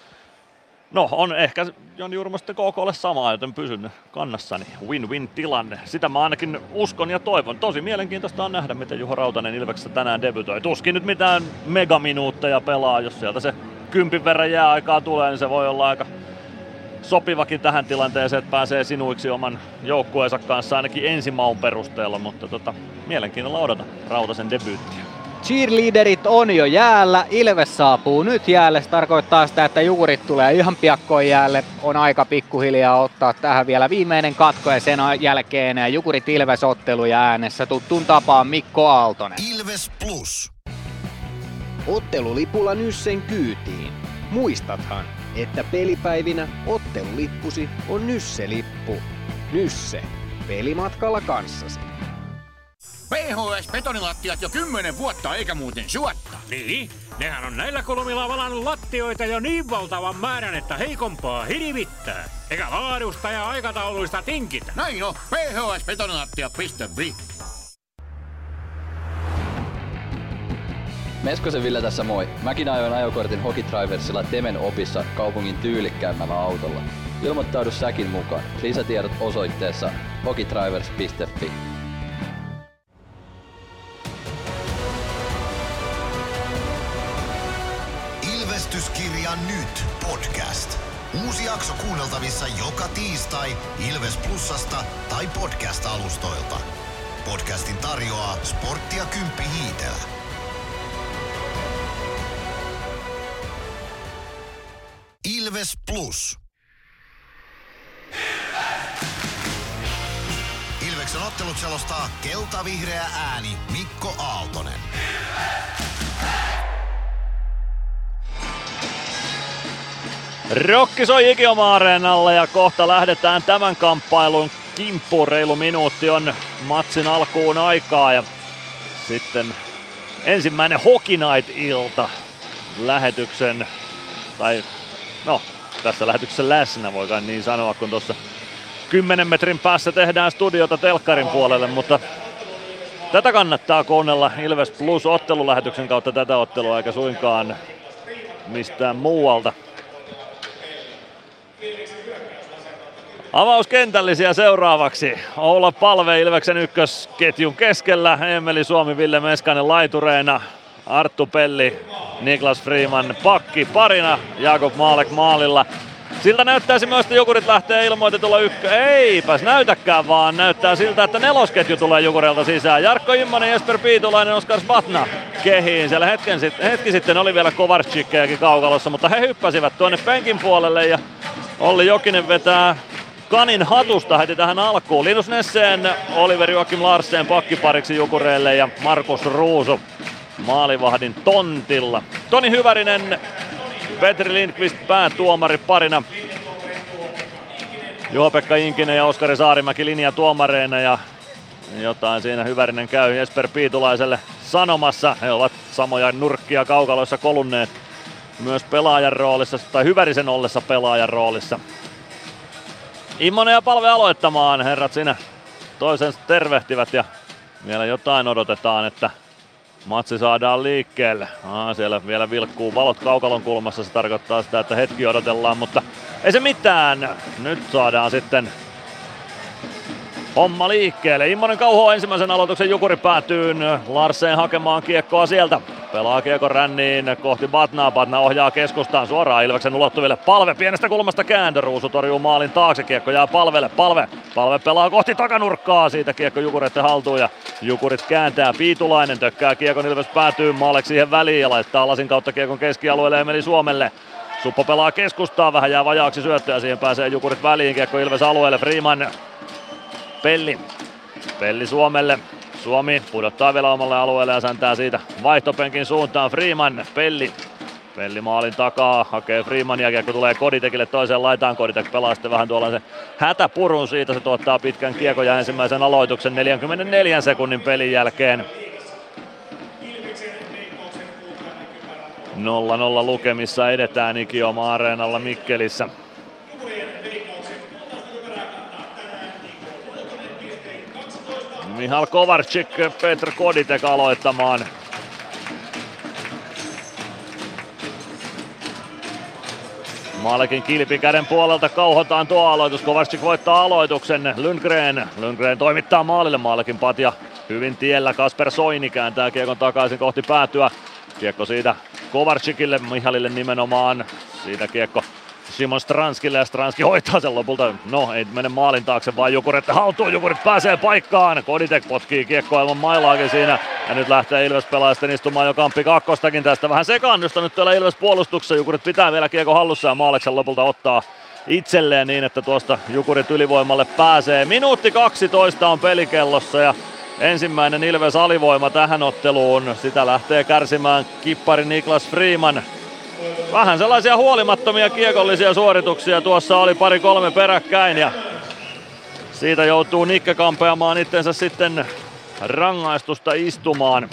on ehkä Joni Jurmo sitten KK:lle samaa, joten pysyn kannassani. Win-win tilanne. Sitä mä ainakin uskon ja toivon. Tosi mielenkiintoista on nähdä, miten Juho Rautanen Ilveksessä tänään debytoi. Tuskin nyt mitään megaminuutteja pelaa, jos sieltä se 10 verran jääaikaa tulee, niin se voi olla aika sopivakin tähän tilanteeseen, että pääsee sinuiksi oman joukkueensa kanssa ainakin ensimaun perusteella, mutta mielenkiinnolla odotan Rautasen debyyttiä. Cheerleaderit on jo jäällä, Ilves saapuu nyt jäälle, se tarkoittaa sitä, että Jukurit tulee ihan piakkoon jäälle, on aika pikkuhiljaa ottaa tähän vielä viimeinen katko ja sen jälkeen Jukurit Ilves ottelu ja äänessä tuttuun tapaan Mikko Aaltonen. Ilves Plus. Ottelulipulla Nyssen kyytiin. Muistathan, että pelipäivinä ottelulippusi on Nysse-lippu. Nysse. Pelimatkalla kanssasi. PHS-betonilattiat jo 10 vuotta eikä muuten suotta. Niin, nehän on näillä kolmilla valannut lattioita jo niin valtavan määrän, että heikompaa hirvittää. Eikä laadusta ja aikatauluista tinkitä. Näin on, phsbetonilattia.fi. Meskosen Ville tässä moi. Mäkin ajoin ajokortin Hokitriversilla Temen opissa kaupungin tyylikkäämmällä autolla. Ilmoittaudu säkin mukaan. Lisätiedot osoitteessa hokitrivers.fi. Ilvestyskirja nyt podcast. Uusi jakso kuunneltavissa joka tiistai Ilves Plusasta tai podcast-alustoilta. Podcastin tarjoaa Sporttia Kymppi Hiitelä. Ilves Plus. Ilveksen ottelut selostaa kelta-vihreä ääni Mikko Aaltonen. Rokki soi Ikioma-areenalla ja kohta lähdetään tämän kamppailun kimppuun. Reilu minuutti on matsin alkuun aikaa ja sitten ensimmäinen Hockey Night-ilta lähetyksen, tai tässä lähetyksessä läsnä voi kai niin sanoa, kun tuossa 10 metrin päässä tehdään studiota telkkarin puolelle, mutta tätä kannattaa kuunnella Ilves Plus ottelulähetyksen kautta tätä ottelua eikä suinkaan mistään muualta. Avauskentällisiä seuraavaksi. Oula Palve Ilveksen ykkösketjun keskellä. Eemeli Suomi, Ville Meskanen laitureina. Arttu Pelli, Niklas Freeman pakki parina. Jakob Maalek maalilla. Siltä näyttäisi myös, että Jukurit lähtee ilmoitetulla eipäs näytäkään, vaan näyttää siltä, että nelosketju tulee Jukureilta sisään. Jarkko Immonen, Jesper Piitulainen, Oskar Batna kehiin. Siellä hetki sitten oli vielä Kovarczykkejäkin kaukalossa, mutta he hyppäsivät tuonne penkin puolelle ja Olli Jokinen vetää kanin hatusta heti tähän alkuun. Linus Nesseen, Oliver Joakim Larsen pakkipariksi Jukureille ja Markus Ruusu maalivahdin tontilla. Toni Hyvärinen, Petri Lindqvist päätuomari parina. Juha-Pekka Inkinen ja Oskari Saarimäki linjatuomareina ja jotain siinä Hyvärinen käy Jesper Piitulaiselle sanomassa. He ovat samoja nurkkia kaukaloissa kolunneet myös pelaajan roolissa tai Hyvärisen ollessa pelaajan roolissa. Immonen ja Palve aloittamaan. Herrat siinä toisensa tervehtivät ja vielä jotain odotetaan, että matsi saadaan liikkeelle. Siellä vielä vilkkuu valot kaukalon kulmassa, se tarkoittaa sitä, että hetki odotellaan, mutta ei se mitään. Nyt saadaan sitten homma liikkeelle. Immonen kauhoo ensimmäisen aloituksen Jukuripäätyyn. Larsen hakemaan kiekkoa sieltä. Pelaa kiekon ränniin kohti Batnaa. Batna ohjaa keskustaan suoraan Ilveksen ulottuville. Palve pienestä kulmasta kääntö. Ruusu torjuu maalin taakse. Kiekko jää Palvelle. Palve pelaa kohti takanurkkaa. Siitä kiekko Jukureiden haltuun ja Jukurit kääntää. Piitulainen tökkää kiekon Ilves päätyy. Maalek siihen väliin ja laittaa lasin kautta kiekon keskialueelle Emeli Suomelle. Suppo pelaa keskustaan. Vähän jää vajaaksi syöttöä. Siihen pääsee Jukurit väliin. Kiekko Ilves alueelle. Freeman. Pelli Suomelle. Suomi pudottaa vielä omalle alueelle ja säntää siitä vaihtopenkin suuntaan. Freeman, Pelli maalin takaa, hakee Freemania, kiekko tulee Koditekille toiseen laitaan. Koditek pelaa sitten vähän tuollaisen hätäpurun siitä, se tuottaa pitkän kiekon ja ensimmäisen aloituksen 44 sekunnin pelin jälkeen. 0-0 lukemissa edetään Ikioma Areenalla Mikkelissä. Mihal Kovarczyk, Petr Koditek aloittamaan. Maalekin kilpikäden puolelta kauhotaan tuo aloitus. Kovarczyk voittaa aloituksen. Lundgren toimittaa maalille. Maalekin patja hyvin tiellä. Kasper Soini kääntää kiekon takaisin kohti päätyä. Kiekko siitä Kovarczykille, Mihalille nimenomaan. Siitä kiekko Simon Stranskille ja Stranski hoitaa sen lopulta. No, ei mene maalin taakse, vaan Jukurit haltuun. Jukurit pääsee paikkaan. Koditek potkii kiekkoa ilman mailaakin siinä. Ja nyt lähtee Ilves pelaa sitten istumaan jo kamppi kakkostakin tästä. Vähän sekaannusta nyt tuolla Ilves puolustuksessa. Jukurit pitää vielä kiekko hallussa ja Maaleksen lopulta ottaa itselleen niin, että tuosta Jukurit ylivoimalle pääsee. Minuutti 12 on pelikellossa ja ensimmäinen Ilves alivoima tähän otteluun. Sitä lähtee kärsimään kippari Niklas Freeman. Vähän sellaisia huolimattomia kiekollisia suorituksia tuossa oli 2-3 peräkkäin ja siitä joutuu Nikke kampeamaan itsensä sitten rangaistusta istumaan.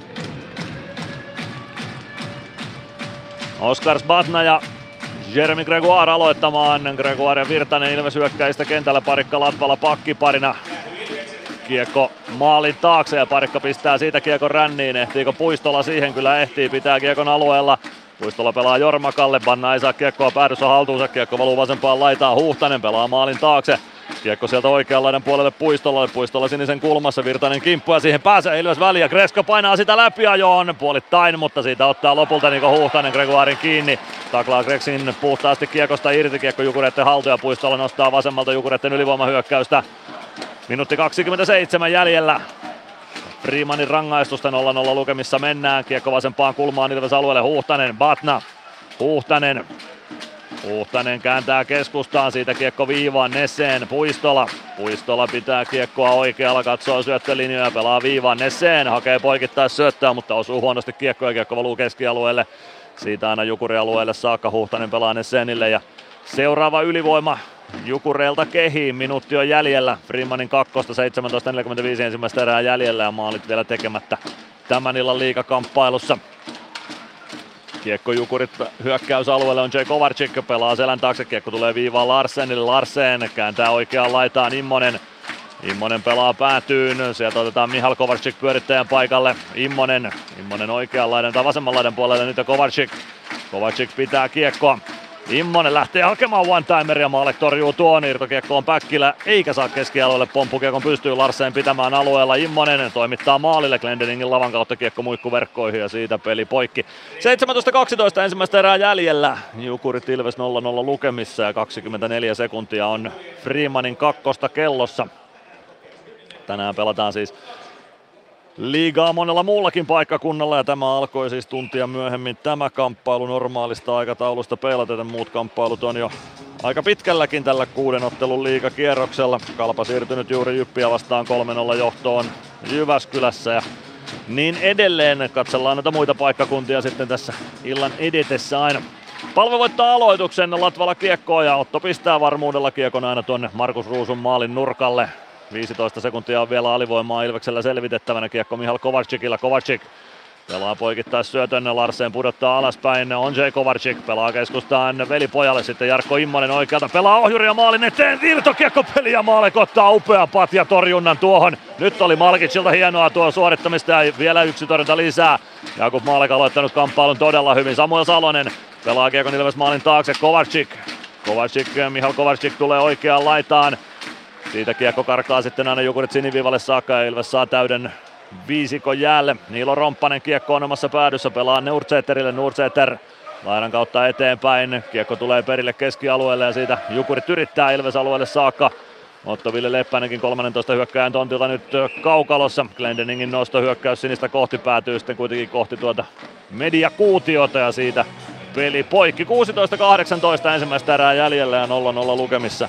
Oskar Batna ja Jeremy Gregoire aloittamaan. Gregoire ja Virtanen Ilves hyökkäistä kentällä, Parikka Latvala pakkiparina. Kiekko maalin taakse ja Parikka pistää siitä kiekon ränniin. Ehtiikö Puistola siihen? Kyllä ehtii, pitää kiekon alueella. Puistola pelaa Jormakalle, Banna ei saa kiekkoa päädyssä haltuunsa, kiekko valuu vasempaan laitaan, Huhtanen pelaa maalin taakse. Kiekko sieltä oikean laidan puolelle Puistolalle, Puistola sinisen kulmassa, Virtanen kimppu ja siihen pääsee Ilves väliin ja Gresko painaa sitä läpiajoon puolittain, mutta siitä ottaa lopulta Niko Huhtanen Gregoirin kiinni. Taklaa Greksin puhtaasti kiekosta irti, kiekko Jukureiden haltuun ja Puistola nostaa vasemmalta Jukureiden ylivoimahyökkäystä. Minuutti 27 jäljellä. Freemanin rangaistusta 0-0 lukemissa mennään. Kiekko vasempaan kulmaan Ilves alueelle. Huhtanen, Batna. Huhtanen kääntää keskustaan. Siitä kiekko viivaan Nesseen. Puistola pitää kiekkoa oikealla. Katsoo syöttölinjoja. Pelaa viivaan Nesseen. Hakee poikittais syöttöä, mutta osuu huonosti kiekkoa ja kiekko valuu keskialueelle. Siitä aina Jukuri-alueelle saakka. Huhtanen pelaa Nesseenille ja seuraava ylivoima Jukureilta kehiin, minuutti on jäljellä. Freemanin kakkosta, 17.45 ensimmäistä erää jäljellä ja maalit vielä tekemättä tämän illan liigakamppailussa. Kiekko Jukurit hyökkäysalueelle on Jay Kovarczyk, pelaa selän taakse, kiekko tulee viivaan Larsenille, Larsen kääntää oikeaan laitaan Immonen pelaa päätyyn, sieltä otetaan Mihal Kovarczyk pyörittäjän paikalle, Immonen oikean laidan tai vasemman laidan puolelle nyt ja Kovarczyk pitää kiekkoa. Immonen lähtee hakemaan one-timeria, Maalek torjuu tuon, irtokiekko on Päkkilä, eikä saa keskialueelle, pomppukiekon pystyy Larsen pitämään alueella, Immonen toimittaa maalille, Glendeningin lavan kautta kiekko muikkuverkkoihin ja siitä peli poikki. 17-12 ensimmäistä erää jäljellä, Jukurit Ilves 0-0 lukemissa ja 24 sekuntia on Freemanin kakkosta kellossa. Tänään pelataan siis liigaa monella muullakin paikkakunnalla ja tämä alkoi siis tuntia myöhemmin tämä kamppailu normaalista aikataulusta peilaten. Muut kamppailut on jo aika pitkälläkin tällä 6 ottelun liigakierroksella. Kalpa siirtynyt juuri Jyppiä vastaan 3-0 johtoon Jyväskylässä ja niin edelleen. Katsellaan näitä muita paikkakuntia sitten tässä illan edetessä aina. Palve voittaa aloituksen Latvala kiekkoon ja Otto pistää varmuudella kiekon aina tuonne Markus Ruusun maalin nurkalle. 15 sekuntia on vielä alivoimaa Ilveksellä selvitettävänä, kiekko Mihal Kovarčikilla, Kovarčik pelaa poikittais syötön, Larsen pudottaa alaspäin, Ondřej Kovarčik pelaa keskustaan velipojalle, sitten Jarkko Immonen oikealta pelaa ohjuria maalin eteen, irtokiekko peli ja Maalek ottaa upean patjatorjunnan tuohon. Nyt oli Malkicilta hienoa tuo suorittamista ja vielä yksi torjunta lisää. Jakub Maalek aloittanut kamppailun todella hyvin, Samuel Salonen pelaa kiekon Ilves maalin taakse, Kovarčik, Mihal Kovarčik tulee oikeaan laitaan. Siitä kiekko karkaa sitten aina Jukurit siniviivalle saakka ja Ilves saa täyden viisikon jäälle. Niilo Romppanen kiekko on omassa päädyssä, pelaa Nordsäterille, Nordsäter laidan kautta eteenpäin. Kiekko tulee perille keskialueelle ja siitä Jukurit yrittää Ilves alueelle saakka. Otto-Ville Leppänenkin 13 hyökkääjän tontilla nyt kaukalossa. Glendeningin nostohyökkäys sinistä kohti päätyy sitten kuitenkin kohti tuota mediakuutiota ja siitä peli poikki. 16-18 ensimmäistä erää jäljellä ja 0-0 lukemissa.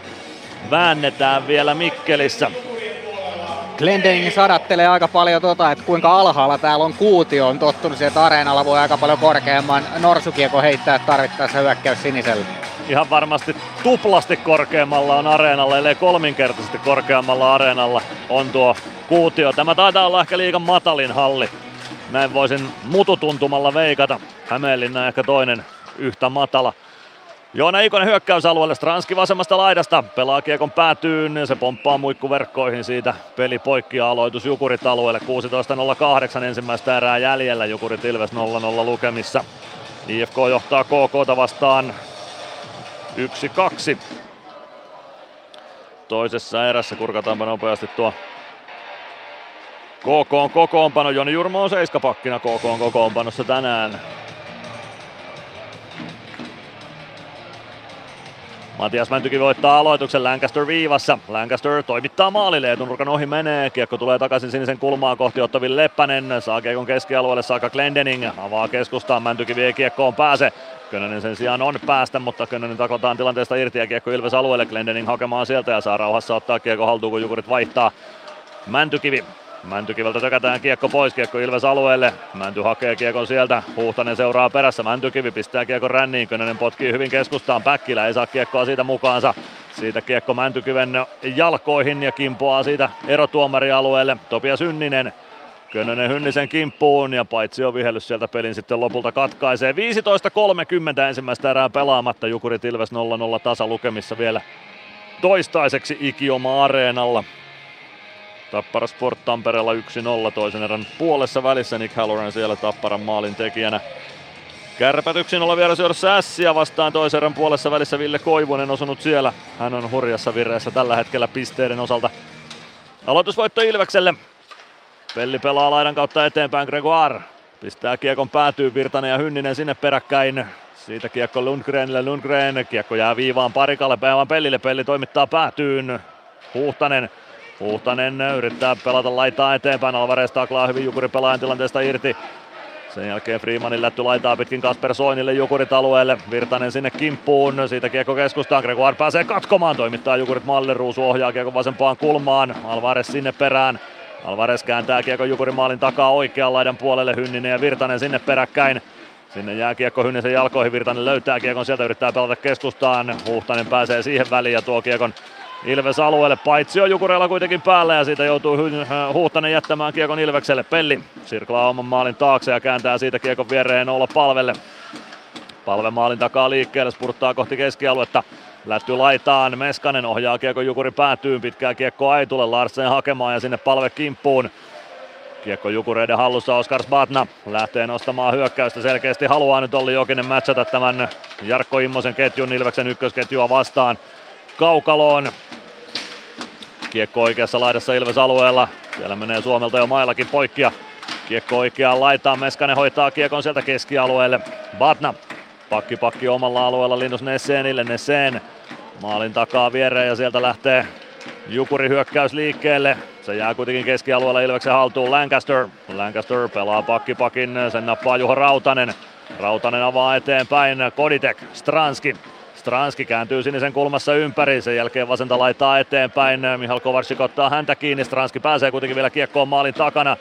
Väännetään vielä Mikkelissä. Glendening sadattelee aika paljon että kuinka alhaalla täällä on kuutio. On tottunut siihen, että areenalla voi aika paljon korkeamman norsukiekko heittää tarvittaessa hyökkäys siniselle. Ihan varmasti tuplasti korkeammalla on areenalla, ellei kolminkertaisesti korkeammalla areenalla on tuo kuutio. Tämä taitaa olla ehkä liigan matalin halli. Näin voisin mututuntumalla veikata. Hämeenlinna ehkä toinen yhtä matala. Joona Ikonen hyökkäysalueelle, Stranski vasemmasta laidasta, pelaa kiekon päätyyn ja se pomppaa muikkuverkkoihin, siitä peli poikki ja aloitus Jukurit alueelle. 16-08 ensimmäistä erää jäljellä, Jukurit Ilves 0-0 lukemissa. IFK johtaa KK:ta vastaan 1-2. Toisessa erässä kurkataanpa nopeasti tuo KK:n kokoonpano. Joni Jurmo on seiskapakkina KK:n kokoonpanossa tänään. Matias Mäntykivi voittaa aloituksen, Lancaster viivassa. Lancaster toimittaa maalille, etunurkan ohi menee. Kiekko tulee takaisin sinisen kulmaa kohti Otto-Ville Leppänen. Saa kiekon keskialueelle saakka Glendening. Avaa keskustaan, Mäntykivi ei kiekkoon pääse. Könönen sen sijaan on päästä, mutta Könönen taklataan tilanteesta irti ja kiekko Ilves alueelle. Glendening hakemaan sieltä ja saa rauhassa ottaa kiekko haltuun, kun Jukurit vaihtaa. Mäntykiveltä tökätään kiekko pois, kiekko Ilves alueelle. Mänty hakee kiekon sieltä, Huhtanen seuraa perässä, Mäntykivi pistää kiekon ränniin, Könönen potkii hyvin keskustaan, Päkkilä ei saa kiekkoa siitä mukaansa. Siitä kiekko Mäntykiven jalkoihin ja kimpoaa siitä erotuomarialueelle, Topias Hynninen. Könönen Hynnisen kimppuun ja paitsi on vihellys sieltä pelin sitten lopulta katkaisee. 15-30 ensimmäistä erää pelaamatta, Jukurit Ilves 0-0 tasa lukemissa vielä toistaiseksi Ikioma Areenalla. Tappara Sport Tampereella 1-0 toisen erän puolessa välissä. Nick Halloran siellä Tapparan maalin tekijänä. Kärpät 1-0 vielä syödessä Ässiä vastaan toisen erän puolessa välissä. Ville Koivunen osunut siellä. Hän on hurjassa vireessä tällä hetkellä pisteiden osalta. Aloitusvoitto Ilvekselle. Pelli pelaa laidan kautta eteenpäin. Gregoire pistää kiekon päätyyn. Virtanen ja Hynninen sinne peräkkäin. Siitä kiekko Lundgrenille. Lundgren. Kiekko jää viivaan Parikalle. Päivän Pellille. Pelli toimittaa päätyyn. Huhtanen yrittää pelata laitaa eteenpäin, Alvarez taklaa hyvin Jukurin pelaajan tilanteesta irti. Sen jälkeen Freemanin lätty laitaa pitkin Kasper Soinille Jukurit alueelle. Virtanen sinne kimppuun, siitä kiekko keskustaan, Gregoire pääsee katkomaan, toimittaa Jukurit maalille, Ruusu ohjaa kiekon vasempaan kulmaan, Alvarez sinne perään. Alvarez kääntää kiekon Jukurin maalin takaa oikean laidan puolelle, Hynninen ja Virtanen sinne peräkkäin. Sinne jää kiekko Hynnisen jalkoihin, Virtanen löytää kiekon, sieltä yrittää pelata keskustaan. Huhtanen pääsee siihen väliin ja tuo kiekon Ilves alueelle, paitsi on Jukureilla kuitenkin päällä ja siitä joutuu Huhtanen jättämään kiekon Ilvekselle. Pelli sirklaa oman maalin taakse ja kääntää siitä kiekon viereen olla Palvelle. Palve maalin takaa liikkeelle, spurttaa kohti keskialuetta. Lätty laitaan, Meskanen ohjaa kiekon Jukuri päätyyn, pitkää kiekko Aitulle, Larsen hakemaan ja sinne Palve kimppuun. Kiekko Jukureiden hallussa, Oskar Zbatna lähtee nostamaan hyökkäystä, selkeästi haluaa nyt Olli Jokinen matchata tämän Jarkko Immosen ketjun, Ilveksen ykkösketjua vastaan kaukaloon. Kiekko oikeassa laidassa Ilves alueella, siellä menee Suomelta jo maillakin poikkia. Kiekko oikeaan laitaan, Meskanen hoitaa kiekon sieltä keskialueelle. Zbatna, pakki omalla alueella Linus Nessenille, Nessen maalin takaa viereen ja sieltä lähtee Jukuri hyökkäys liikkeelle. Se jää kuitenkin keskialueella Ilveksen haltuun. Lancaster pelaa pakin, sen nappaa Juho Rautanen. Rautanen avaa eteenpäin, Koditek, Stranski kääntyy sinisen kulmassa ympäri, sen jälkeen vasenta laittaa eteenpäin. Mihal Kovarsik ottaa häntä kiinni, Stranski pääsee kuitenkin vielä kiekkoon maalin takana.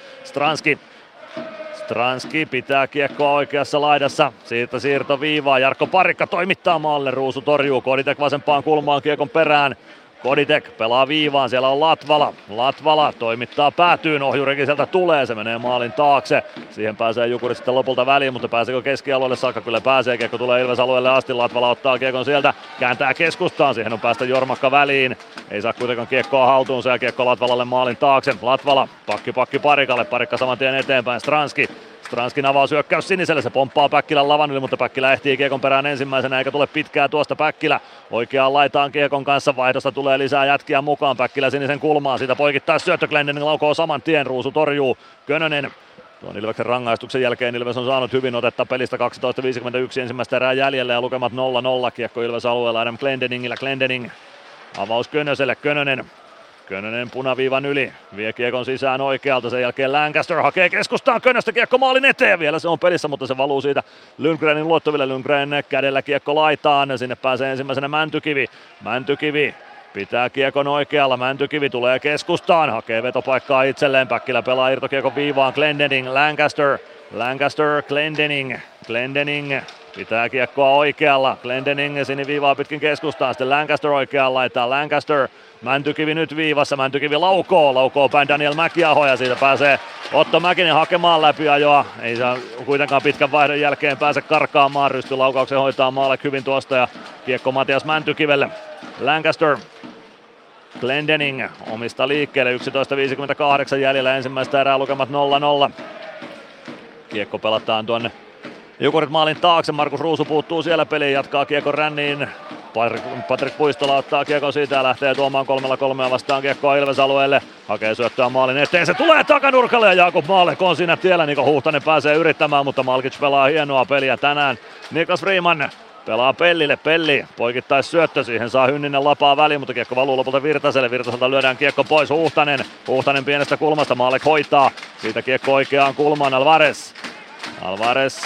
Stranski pitää kiekkoa oikeassa laidassa, siitä siirto viivaa, Jarkko Parikka toimittaa maalle, Ruusu torjuu, Koditek vasempaan kulmaan kiekon perään. Koditek pelaa viivaan, siellä on Latvala toimittaa päätyyn, ohjurikin sieltä tulee, se menee maalin taakse. Siihen pääsee Jukurit sitten lopulta väliin, mutta pääseekö keskialueelle saakka? Kyllä pääsee, kiekko tulee Ilves alueelle asti, Latvala ottaa kiekon sieltä, kääntää keskustaan, siihen on päästä Jormakka väliin. Ei saa kuitenkaan kiekkoa haltuunsa ja kiekko Latvalalle maalin taakse. Latvala, pakki Parikalle, Parikka saman tien eteenpäin, Stranskin avausyökkäys siniselle, se pomppaa Päkkilän lavan yli, mutta Päkkilä ehtii kiekon perään ensimmäisenä eikä tule pitkää tuosta. Päkkilä oikeaan laitaan kiekon kanssa, vaihdosta tulee lisää jätkiä mukaan, Päkkilä sinisen kulmaan, siitä poikittaa syöttö, Glendening laukoo saman tien, Ruusu torjuu, Könönen. Tuon Ilveksen rangaistuksen jälkeen Ilves on saanut hyvin otetta pelistä, 12.51 ensimmäistä erää jäljellä ja lukemat 0-0, kiekko Ilves alueella Adam Glendening, avaus Könöselle, Könönen punaviivan yli, vie kiekon sisään oikealta, sen jälkeen Lancaster hakee keskustaan Könöstä, kiekko maalin eteen, vielä se on pelissä, mutta se valuu siitä Lundgrenin luottuville, Lundgren kädellä kiekko laitaan, sinne pääsee ensimmäisenä Mäntykivi pitää kiekon oikealla, Mäntykivi tulee keskustaan, hakee vetopaikkaa itselleen, Päkkilä pelaa irtokiekon viivaan, Lancaster, Glendening pitää kiekkoa oikealla, Glendening siniviivaa pitkin keskustaan, sitten Lancaster oikeaan laittaa, Mäntykivi nyt viivassa, Mäntykivi laukoo päin Daniel Mäkiaho ja siitä pääsee Otto Mäkinen hakemaan läpiajoa. Ei saa kuitenkaan pitkän vaihdon jälkeen pääse karkaamaan, rystylaukauksen hoitaa Maalek hyvin tuosta ja kiekko Matias Mäntykivelle. Lancaster, Glendening omista liikkeelle, 11.58 jäljellä ensimmäistä erää, lukemat 0-0. Kiekko pelataan tuonne Jukurit maalin taakse, Markus Ruusu puuttuu siellä peliin, jatkaa kiekon ränniin. Patrik Puistola ottaa kiekon siitä ja lähtee tuomaan 3-3 vastaan kiekkoa Ilves alueelle. Hakee syöttöä maalin eteen, se tulee takanurkalle ja Jakub Maalek on siinä tiellä. Niko Huhtanen pääsee yrittämään, mutta Malkic pelaa hienoa peliä tänään. Niklas Freeman pelaa Pellille, Pelli poikittais syöttö, siihen saa Hynninen lapaa väliin, mutta kiekko valuu lopulta Virtaselle. Virtaselta lyödään kiekko pois, Huhtanen pienestä kulmasta, Maalek hoitaa. Siitä kiekko oikeaan kulmaan, Alvarez,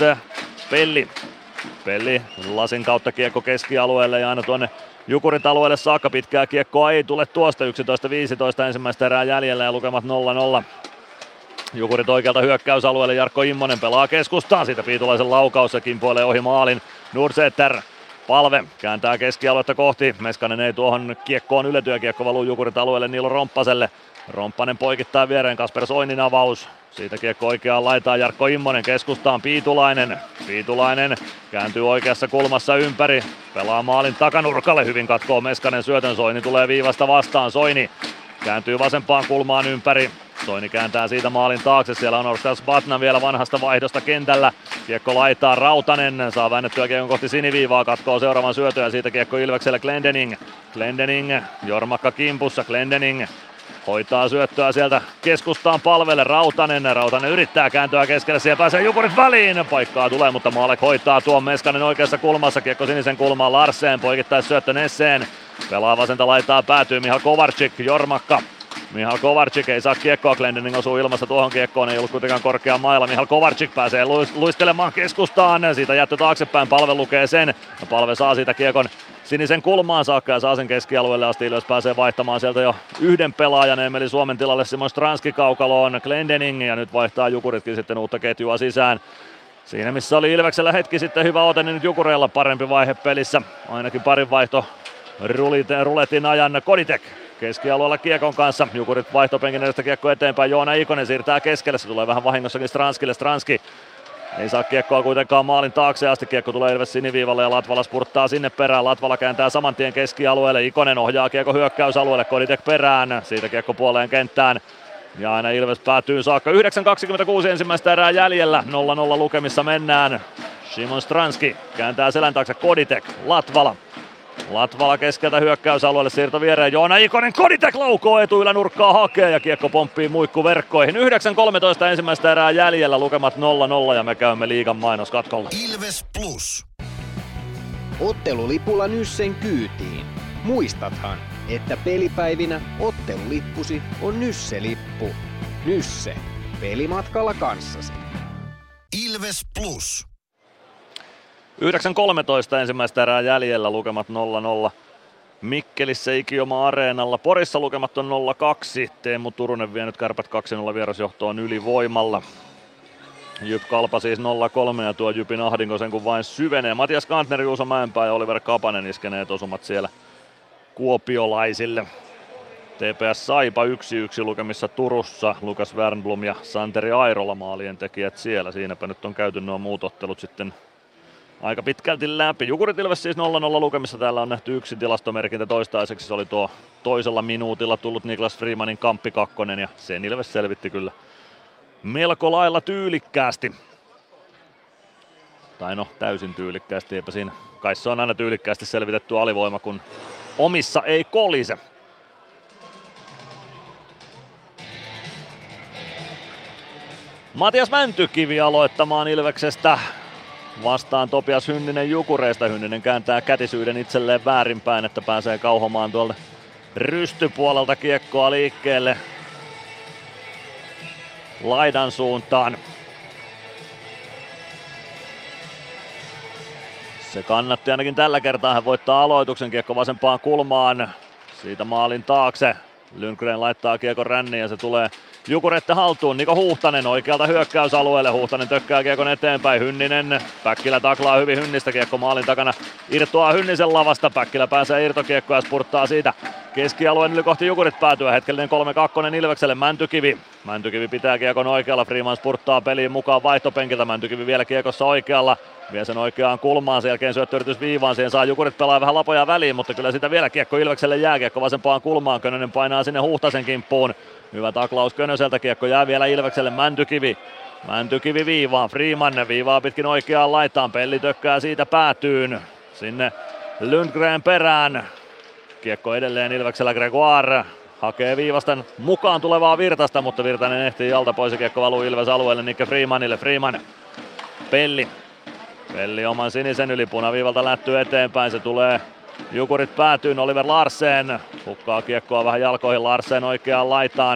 Pelli lasin kautta kiekko keskialueelle ja aina tuonne Jukurit alueelle saakka, pitkää kiekkoa ei tule tuosta, 11.15 ensimmäistä erää jäljellä ja lukemat 0-0. Jukurit oikealta hyökkäysalueelle, Jarkko Immonen pelaa keskustaan, siitä Piitulaisen laukaus ja kimpoilee ohi maalin. Nurseter, Palve kääntää keskialuetta kohti, Meskanen ei tuohon kiekkoon ylety ja kiekko valuu Jukurit alueelle Niilo Romppaselle. Romppanen poikittaa viereen, Kasper Soinin avaus. Siitä kiekko oikeaan laitaan, Jarkko Immonen keskustaan, Piitulainen kääntyy oikeassa kulmassa ympäri, pelaa maalin takanurkalle, hyvin katkoo Meskanen syötön, Soini tulee viivasta vastaan, Soini kääntyy vasempaan kulmaan ympäri, Soini kääntää siitä maalin taakse, siellä on Oskar Zbatna vielä vanhasta vaihdosta kentällä, kiekko laittaa, Rautanen saa väännettyä kiekon kohti siniviivaa, katkoo seuraavan syötön ja siitä kiekko Ilvekselle, Glendening, Jormakka kimpussa, Glendening hoitaa syöttöä sieltä keskustaan Palvelle, Rautanen yrittää kääntyä keskelle, siellä pääsee Jukurit väliin, paikkaa tulee, mutta Maalek hoitaa tuon, Meskanen oikeassa kulmassa, kiekko sinisen kulmaan, Larsen poikittais syöttö Nesseen, pelaa vasenta laitaa, päätyy Mihal Kovarczyk, Jormakka, Mihal Kovarczyk ei saa kiekkoa, Glendening osuu ilmassa tuohon kiekkoon, ei ollut kuitenkaan korkea mailla, Mihal Kovarczyk pääsee luistelemaan keskustaan, siitä jättö taaksepäin, Palve lukee sen, ja Palve saa siitä kiekon sinisen kulmaan saakka ja saa sen keskialueelle asti, Ilves pääsee vaihtamaan sieltä jo yhden pelaajan, eli Suomen tilalle Simon Stranski kaukaloon, Glendening ja nyt vaihtaa Jukuritkin sitten uutta ketjua sisään. Siinä missä oli Ilveksellä hetki sitten hyvä ote, niin nyt Jukureilla parempi vaihe pelissä, ainakin parin vaihto ruletin ajan. Koditek keskialueella kiekon kanssa, Jukurit vaihtopenkin edestä kiekko eteenpäin, Joona Ikonen siirtää keskelle, se tulee vähän vahingossakin Stranskille, Stranski ei saa kiekkoa kuitenkaan maalin taakse asti, kiekko tulee Ilves siniviivalle ja Latvala spurttaa sinne perään, Latvala kääntää saman tien keskialueelle, Ikonen ohjaa kiekko hyökkäysalueelle, Koditek perään, siitä kiekko puoleen kenttään, Ja aina Ilves päätyy saakka. 9.26 ensimmäistä erää jäljellä. 0-0 lukemissa mennään. Szymon Stranski kääntää selän taakse. Koditek, Latvala keskeltä hyökkäysalueelle, siirto viereen. Joona Ikonen, Koditek laukoo etuylänurkkaa hakee ja kiekko pomppii muikkuverkkoihin. 9.13 ensimmäistä erää jäljellä, lukemat 0-0 ja me käymme liigan mainoskatkolla. Ilves Plus. Ottelulipulla Nyssen kyytiin. Muistathan, että pelipäivinä ottelulippusi on Nysse-lippu. Nysse. Pelimatkalla kanssasi. Ilves Plus. 9.13 ensimmäistä erää jäljellä, lukemat 0-0. Mikkelissä Ikioma Areenalla. Porissa lukemat on 0-2. Teemu Turunen vienyt Kärpät 2-0 vierasjohtoon ylivoimalla. Jyp Kalpa siis 0-3 ja tuo Jypin ahdinko sen kun vain syvenee. Matias Kantner, Juuso Mäenpää ja Oliver Kapanen iskeneet osumat siellä kuopiolaisille. TPS Saipa 1-1 lukemissa Turussa. Lukas Wernblom ja Santeri Airola maalien tekijät siellä. Siinäpä nyt on käyty nuo muut ottelut sitten aika pitkälti läpi. Jukurit Ilves siis 0-0 lukemissa. Täällä on nähty yksi tilastomerkintä toistaiseksi. Se oli tuo toisella minuutilla tullut Niklas Freemanin kamppi kakkonen ja sen Ilves selvitti kyllä melko lailla tyylikkäästi. Tai no, täysin tyylikkäästi, eipä siinä. Kai se on aina tyylikkäästi selvitetty alivoima, kun omissa ei kolise. Matias Mäntykivi aloittamaan Ilveksestä. Vastaan Topias Hynninen Jukureista. Hynninen kääntää kätisyyden itselleen väärinpäin, että pääsee kauhomaan tuolta rystypuolelta kiekkoa liikkeelle laidan suuntaan. Se kannatti ainakin tällä kertaa, hän voittaa aloituksen, kiekko vasempaan kulmaan, siitä maalin taakse. Lundgren laittaa kiekon ränniin ja se tulee Jukureiden haltuun. Niko Huhtanen oikealta hyökkäysalueelle. Huhtanen tökkää kiekon eteenpäin. Hynninen. Päkkilä taklaa hyvin Hynnistä. Kiekko maalin takana irtoaa Hynnisen lavasta. Päkkilä pääsee irtokiekkoon ja spurttaa siitä keskialueen yli kohti Jukurit päätyä. Hetkellinen 3-2 Ilvekselle. Mäntykivi. Mäntykivi pitää kiekon oikealla. Freeman spurttaa peliin mukaan vaihtopenkiltä. Mäntykivi vielä kiekossa oikealla. Vie sen oikeaan kulmaan, sen jälkeen syöttöyritys viivaan, siihen saa Jukurit pelaa vähän lapoja väliin, mutta kyllä sitä vielä kiekko Ilvekselle jää, kiekko vasempaan kulmaan, Könönen painaa sinne Huhtasen kimppuun. Hyvä taklaus Könöseltä, kiekko jää vielä Ilvekselle, Mäntykivi viivaan, Freeman viivaa pitkin oikeaan laitaan, Pelli tökkää siitä päätyyn, sinne Lundgren perään. Kiekko edelleen Ilveksellä, Gregoire hakee viivasta mukaan tulevaa Virtasta, mutta Virtanen ehtii alta pois ja kiekko valuu Ilves alueelle Nikke Freemanille, Freeman, Pelli oman sinisen yli, punaviivalta lättyy eteenpäin, se tulee Jukurit päätyyn, Oliver Larsen hukkaa kiekkoa vähän jalkoihin, Larsen oikeaan laitaan,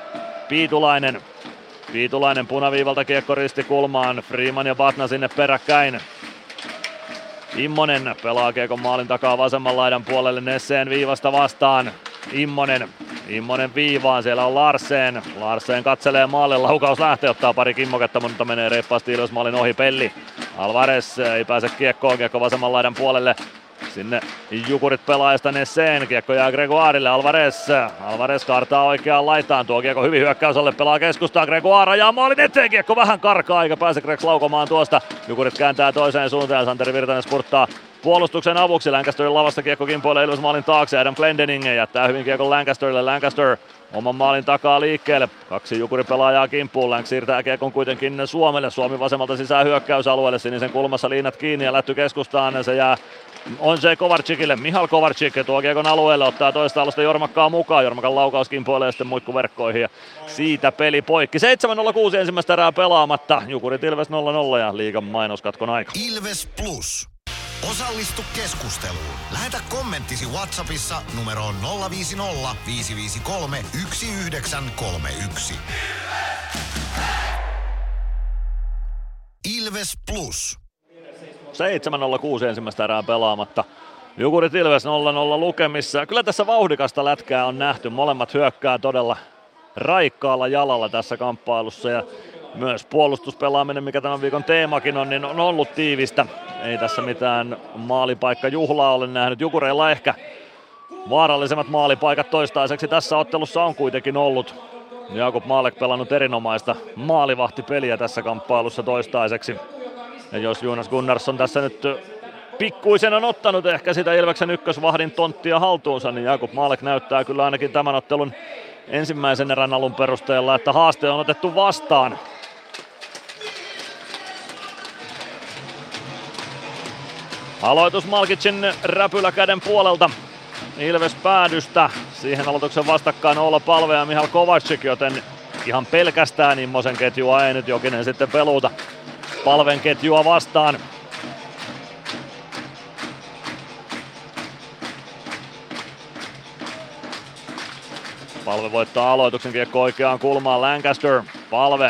Piitulainen punaviivalta kiekko ristikulmaan, Freeman ja Batna sinne peräkkäin. Immonen pelaa kiekon maalin takaa vasemman laidan puolelle, Nesseen viivasta vastaan, Immonen viivaan, siellä on Larsen katselee maalle, laukaus lähtee, ottaa pari kimmoketta, mutta menee reippaasti Ilves maalin ohi. Pelli, Alvarez ei pääse kiekkoon, kiekko vasemman laidan puolelle, sinne Jukurit pelaajasta Nesseen, kiekko jää Gregoirelle, Alvarez kaartaa oikeaan laitaan, tuo kiekko hyvin hyökkäysalle, pelaa keskustaa, Gregoire ajaa maalin eteen, kiekko vähän karkaa, eikä pääse Gregs laukomaan tuosta, Jukurit kääntää toiseen suuntaan, Santeri Virtanen spurttaa puolustuksen avuksi, Lancasterin lavasta kiekko kimpoilee Ilves maalin taakse, Adam Glendening jättää hyvin kiekon Lancasterille, Lancaster oman maalin takaa liikkeelle, 2 Jukuri-pelaajaa kimppuun, Lank siirtää kiekon kuitenkin Suomelle, Suomi vasemmalta sisään hyökkäysalueelle, sinisen kulmassa liinat kiinni ja lätty keskustaan, se jää Ondřej Kovarčikille, Michal Kovarčik tuo kiekon alueelle, ottaa toista alusta Jormakkaa mukaan, Jormakan laukaus kimpoilee sitten muikkuverkkoihin ja siitä peli poikki. 7.06 ensimmäistä erää pelaamatta, Jukurit Ilves 0-0 ja liigan mainoskatkon aika. Ilves Plus. Osallistu keskusteluun. Lähetä kommenttisi WhatsAppissa numeroon 050 553 1931. Ilves Plus. 7.06 ensimmäistä erää pelaamatta. Jukurit Ilves 0-0 lukemissa. Kyllä tässä vauhdikasta lätkää on nähty. Molemmat hyökkää todella raikkaalla jalalla tässä kamppailussa. Ja myös puolustuspelaaminen, mikä tämän viikon teemakin on, niin on ollut tiivistä. Ei tässä mitään maalipaikkajuhlaa ole nähnyt. Jukureilla ehkä vaarallisemmat maalipaikat toistaiseksi tässä ottelussa on kuitenkin ollut. Jakub Malek pelannut erinomaista maalivahtipeliä tässä kamppailussa toistaiseksi. Ja jos Jonas Gunnarsson tässä nyt pikkuisen on ottanut ehkä sitä Ilveksen ykkösvahdin tonttia haltuunsa, niin Jakub Malek näyttää kyllä ainakin tämän ottelun ensimmäisen erän alun perusteella, että haaste on otettu vastaan. Aloitus Malkicin räpyläkäden puolelta Ilves päädystä. Siihen aloituksen vastakkain Olla Palve ja Mihal Kovacic, joten ihan pelkästään Immosen ketjua ei nyt Jokinen sitten peluuta Palven ketjua vastaan. Palve voittaa aloituksen, kiekko oikeaan kulmaan, Lancaster, Palve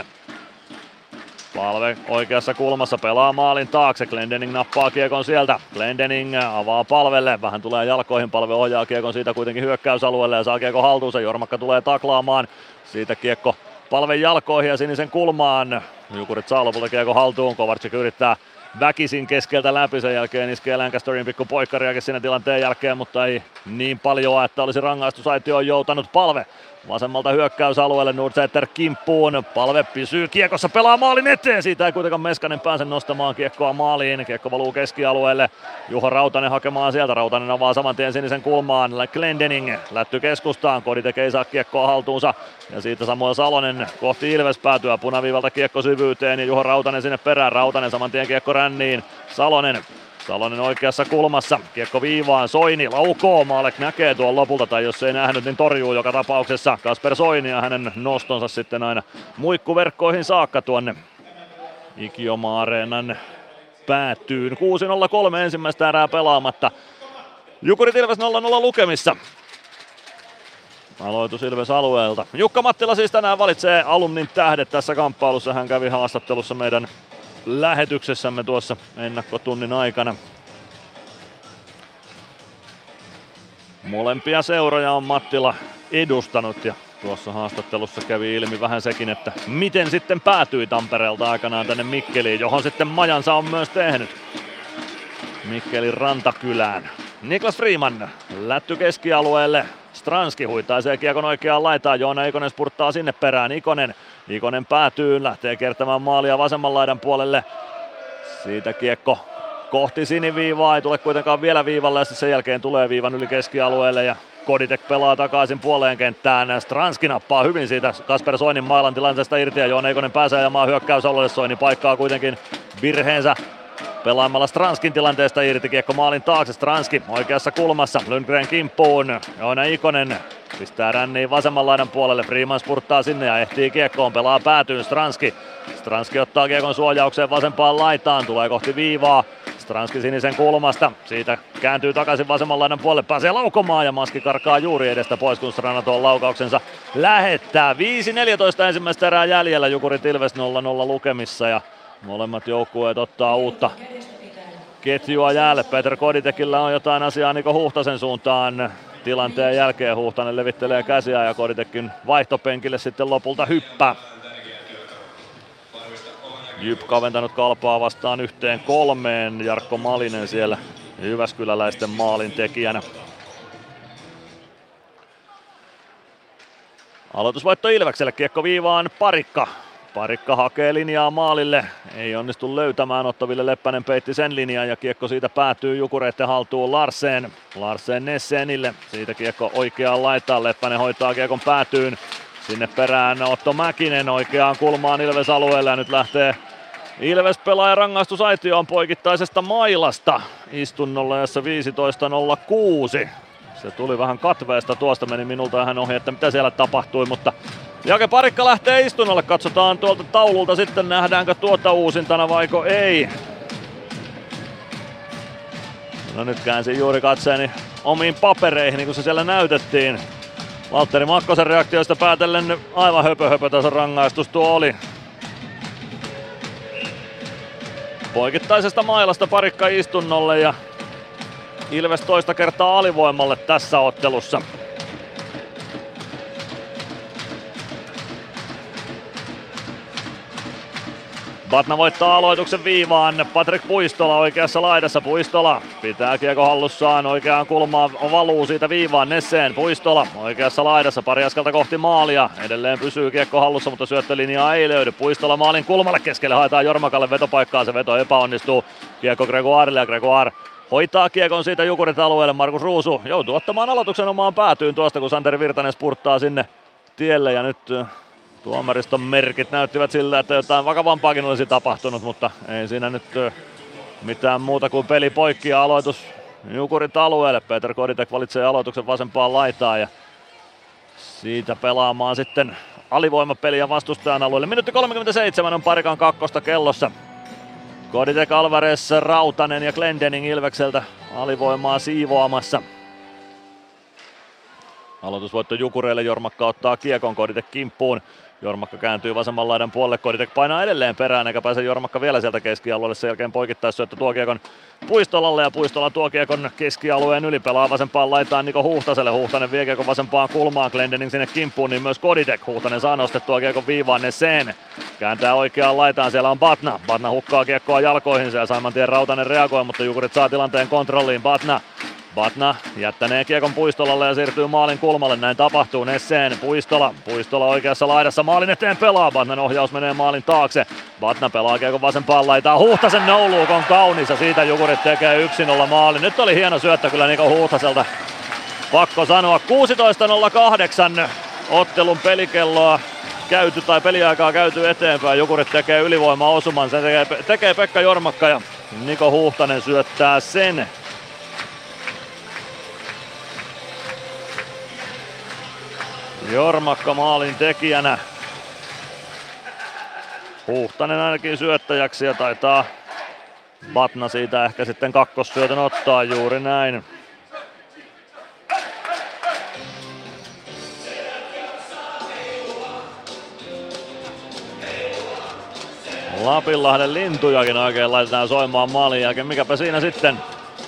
oikeassa kulmassa, pelaa maalin taakse, Glendening nappaa kiekon sieltä, Glendening avaa Palvelle, vähän tulee jalkoihin, Palve ohjaa kiekon siitä kuitenkin hyökkäysalueelle ja saa kiekon haltuunsa, Jormakka tulee taklaamaan, siitä kiekko Palven jalkoihin ja sinisen kulmaan, Jukurit saa lopulta kiekon haltuun, Kovacic yrittää väkisin keskeltä läpi, sen jälkeen iskee Lancasterin pikku poikkariakin siinä tilanteen jälkeen, mutta ei niin paljon, että olisi rangaistusaitioon joutanut. Palve vasemmalta hyökkäysalueelle, Nordsäter kimppuun, Palve pysyy kiekossa, pelaa maalin eteen, siitä ei kuitenkaan Meskanen pääse nostamaan kiekkoa maaliin, kiekko valuu keskialueelle, Juho Rautanen hakemaan sieltä, Rautanen avaa saman tien sinisen kulmaan, Glendening lätty keskustaan, Koditek ei saa kiekkoa haltuunsa, ja siitä Samuel Salonen kohti Ilves päätyä punaviivalta kiekko syvyyteen, ja Juho Rautanen sinne perään, Rautanen saman tien kiekko ränniin, Salonen oikeassa kulmassa, kiekko viivaan, Soini laukoo, Maalek näkee tuon lopulta, tai jos ei nähnyt, niin torjuu joka tapauksessa Kasper Soini ja hänen nostonsa sitten aina muikkuverkkoihin saakka tuonne Ikioma-areenan päätyyn. 6-0-3 ensimmäistä erää pelaamatta. Jukurit Ilves 0-0 lukemissa. Aloitus Ilves alueelta. Jukka Mattila siis tänään valitsee alumnin tähdet tässä kamppailussa. Hän kävi haastattelussa meidän lähetyksessämme tuossa ennakkotunnin aikana. Molempia seuroja on Mattila edustanut ja tuossa haastattelussa kävi ilmi vähän sekin, että miten sitten päätyi Tampereelta aikanaan tänne Mikkeliin, johon sitten majansa on myös tehnyt. Mikkelin rantakylään. Niklas Freeman lätty keskialueelle. Stranski huitaisee kiekon oikeaan laitaan, Joona Ikonen spurttaa sinne perään, Ikonen päätyy, lähtee kertämään maalia vasemman laidan puolelle. Siitä kiekko kohti siniviivaa, ei tule kuitenkaan vielä viivalle ja sen jälkeen tulee viivan yli keskialueelle ja Koditek pelaa takaisin puoleen kenttään. Stranski nappaa hyvin siitä Kasper Soinin mailan tilanteesta irti ja Joona Ikonen pääsee ajamaan hyökkäysalueelle. Soini paikkaa kuitenkin virheensä pelaamalla Stranskin tilanteesta irti, kiekko maalin taakse, Stranski oikeassa kulmassa, Lundgren kimppuun, Joona Ikonen pistää ränniin vasemman laidan puolelle, Freeman spurttaa sinne ja ehtii kiekkoon, pelaa päätyyn Stranski ottaa kiekon suojaukseen vasempaan laitaan, tulee kohti viivaa, Stranski sinisen kulmasta, siitä kääntyy takaisin vasemman laidan puolelle, pääsee laukomaan ja maski karkaa juuri edestä pois, kun Strana tuon laukauksensa lähettää. 5-14 ensimmäistä erää jäljellä, Jukurit Ilves 0-0 lukemissa ja molemmat joukkueet ottaa uutta ketjua jäälle. Peter Koditekillä on jotain asiaa Niko Huhtasen suuntaan. Tilanteen jälkeen Huhtanen levittelee käsiä ja Koditekin vaihtopenkille sitten lopulta hyppää. Jyp kaventanut Kalpaa vastaan 1-3. Jarkko Malinen siellä jyväskyläläisten maalin tekijänä. Aloitusvoitto Ilvekselle, kiekko viivaan Parikka. Parikka hakee linjaa maalille, ei onnistu löytämään, Otto Ville Leppänen peitti sen linjaan ja kiekko siitä päätyy Jukureiden haltuun Larsen Nessenille, siitä kiekko oikeaan laitaan, Leppänen hoitaa kiekon päätyyn, sinne perään Otto Mäkinen oikeaan kulmaan Ilves alueelle ja nyt lähtee Ilves pelaaja rangaistusaitioon poikittaisesta mailasta istunnolla jossa 15.06. Se tuli vähän katveesta, tuosta meni minulta vähän ohi, että mitä siellä tapahtui, mutta Jake Parikka lähtee istunnolle, katsotaan tuolta taululta sitten nähdäänkö tuota uusintana vaiko ei. No nyt käänsin juuri katseeni omiin papereihin, kun se siellä näytettiin. Valtteri Makkosen reaktioista päätellen aivan höpö tason rangaistus tuo oli. Poikittaisesta mailasta Parikka istunnolle ja Ilves toista kertaa alivoimalle tässä ottelussa. Batna voittaa aloituksen viivaan, Patrik Puistola oikeassa laidassa, Puistola pitää kiekko hallussaan, oikeaan kulmaan valuu siitä viivaan, Nesseen, Puistola oikeassa laidassa, pari askelta kohti maalia, edelleen pysyy kiekko hallussa, mutta syöttölinjaa ei löydy, Puistola maalin kulmalle keskelle, haetaan Jormakalle vetopaikkaa, se veto epäonnistuu, kiekko Gregoirelle ja Gregoire hoitaa kiekon siitä Jukurit alueelle, Markus Ruusu joutuu ottamaan aloituksen omaan päätyyn tuosta, kun Santeri Virtanen spurttaa sinne tielle ja nyt tuomariston merkit näyttivät sillä, että jotain vakavampaakin olisi tapahtunut, mutta ei siinä nyt mitään muuta kuin peli poikki ja aloitus Jukurit alueelle. Peter Koditek valitsee aloituksen vasempaan laitaan ja siitä pelaamaan sitten alivoimapeliä vastustajan alueelle. Minuutti 37 on parikan kakkosta kellossa. Koditek, Alvarez, Rautanen ja Glendening Ilvekseltä alivoimaa siivoamassa. Aloitusvoitto Jukureille, Jormakka ottaa kiekon, Koditek kimppuun. Jormakka kääntyy vasemman laidan puolelle, Koditek painaa edelleen perään eikä pääse Jormakka vielä sieltä keskialueelle. Sen jälkeen poikittaissyöttö tuo kiekon Puistolalle ja Puistola tuo kiekon keskialueen yli, pelaa vasempaan laitaan Niko Huhtaselle. Huhtanen vie kiekon vasempaan kulmaan, Glendening sinne kimppuun, niin myös Koditek. Huhtanen saa nostettua kiekon viivaan, Nesen kääntää oikeaan laitaan, siellä on Batna. Batna hukkaa kiekkoa jalkoihinsa ja saman tien Rautanen reagoi, mutta Jukurit saa tilanteen kontrolliin. Batna jättänee kiekon Puistolalle ja siirtyy maalin kulmalle, näin tapahtuu. Nesseen, Puistola oikeassa laidassa, maalin eteen pelaa, Batnan ohjaus menee maalin taakse. Batna pelaa kiekon vasempaan laitaan, Huhtasen no-look on kaunis ja siitä Jukurit tekee 1-0 maali. Nyt oli hieno syöttö kyllä Niko Huhtaselta, pakko sanoa. 16.08 ottelun pelikelloa käyty tai peliaikaa käyty eteenpäin. Jukurit tekee ylivoimaosuman, sen tekee Pekka Jormakka ja Niko Huhtanen syöttää sen. Jormakka maalin tekijänä. Huhtanen ainakin syöttäjäksi ja taitaa Batna siitä ehkä sitten kakkossyötön ottaa, juuri näin. Lapinlahden lintujakin oikein laitetaan soimaan maalin jälkeen, mikäpä siinä sitten.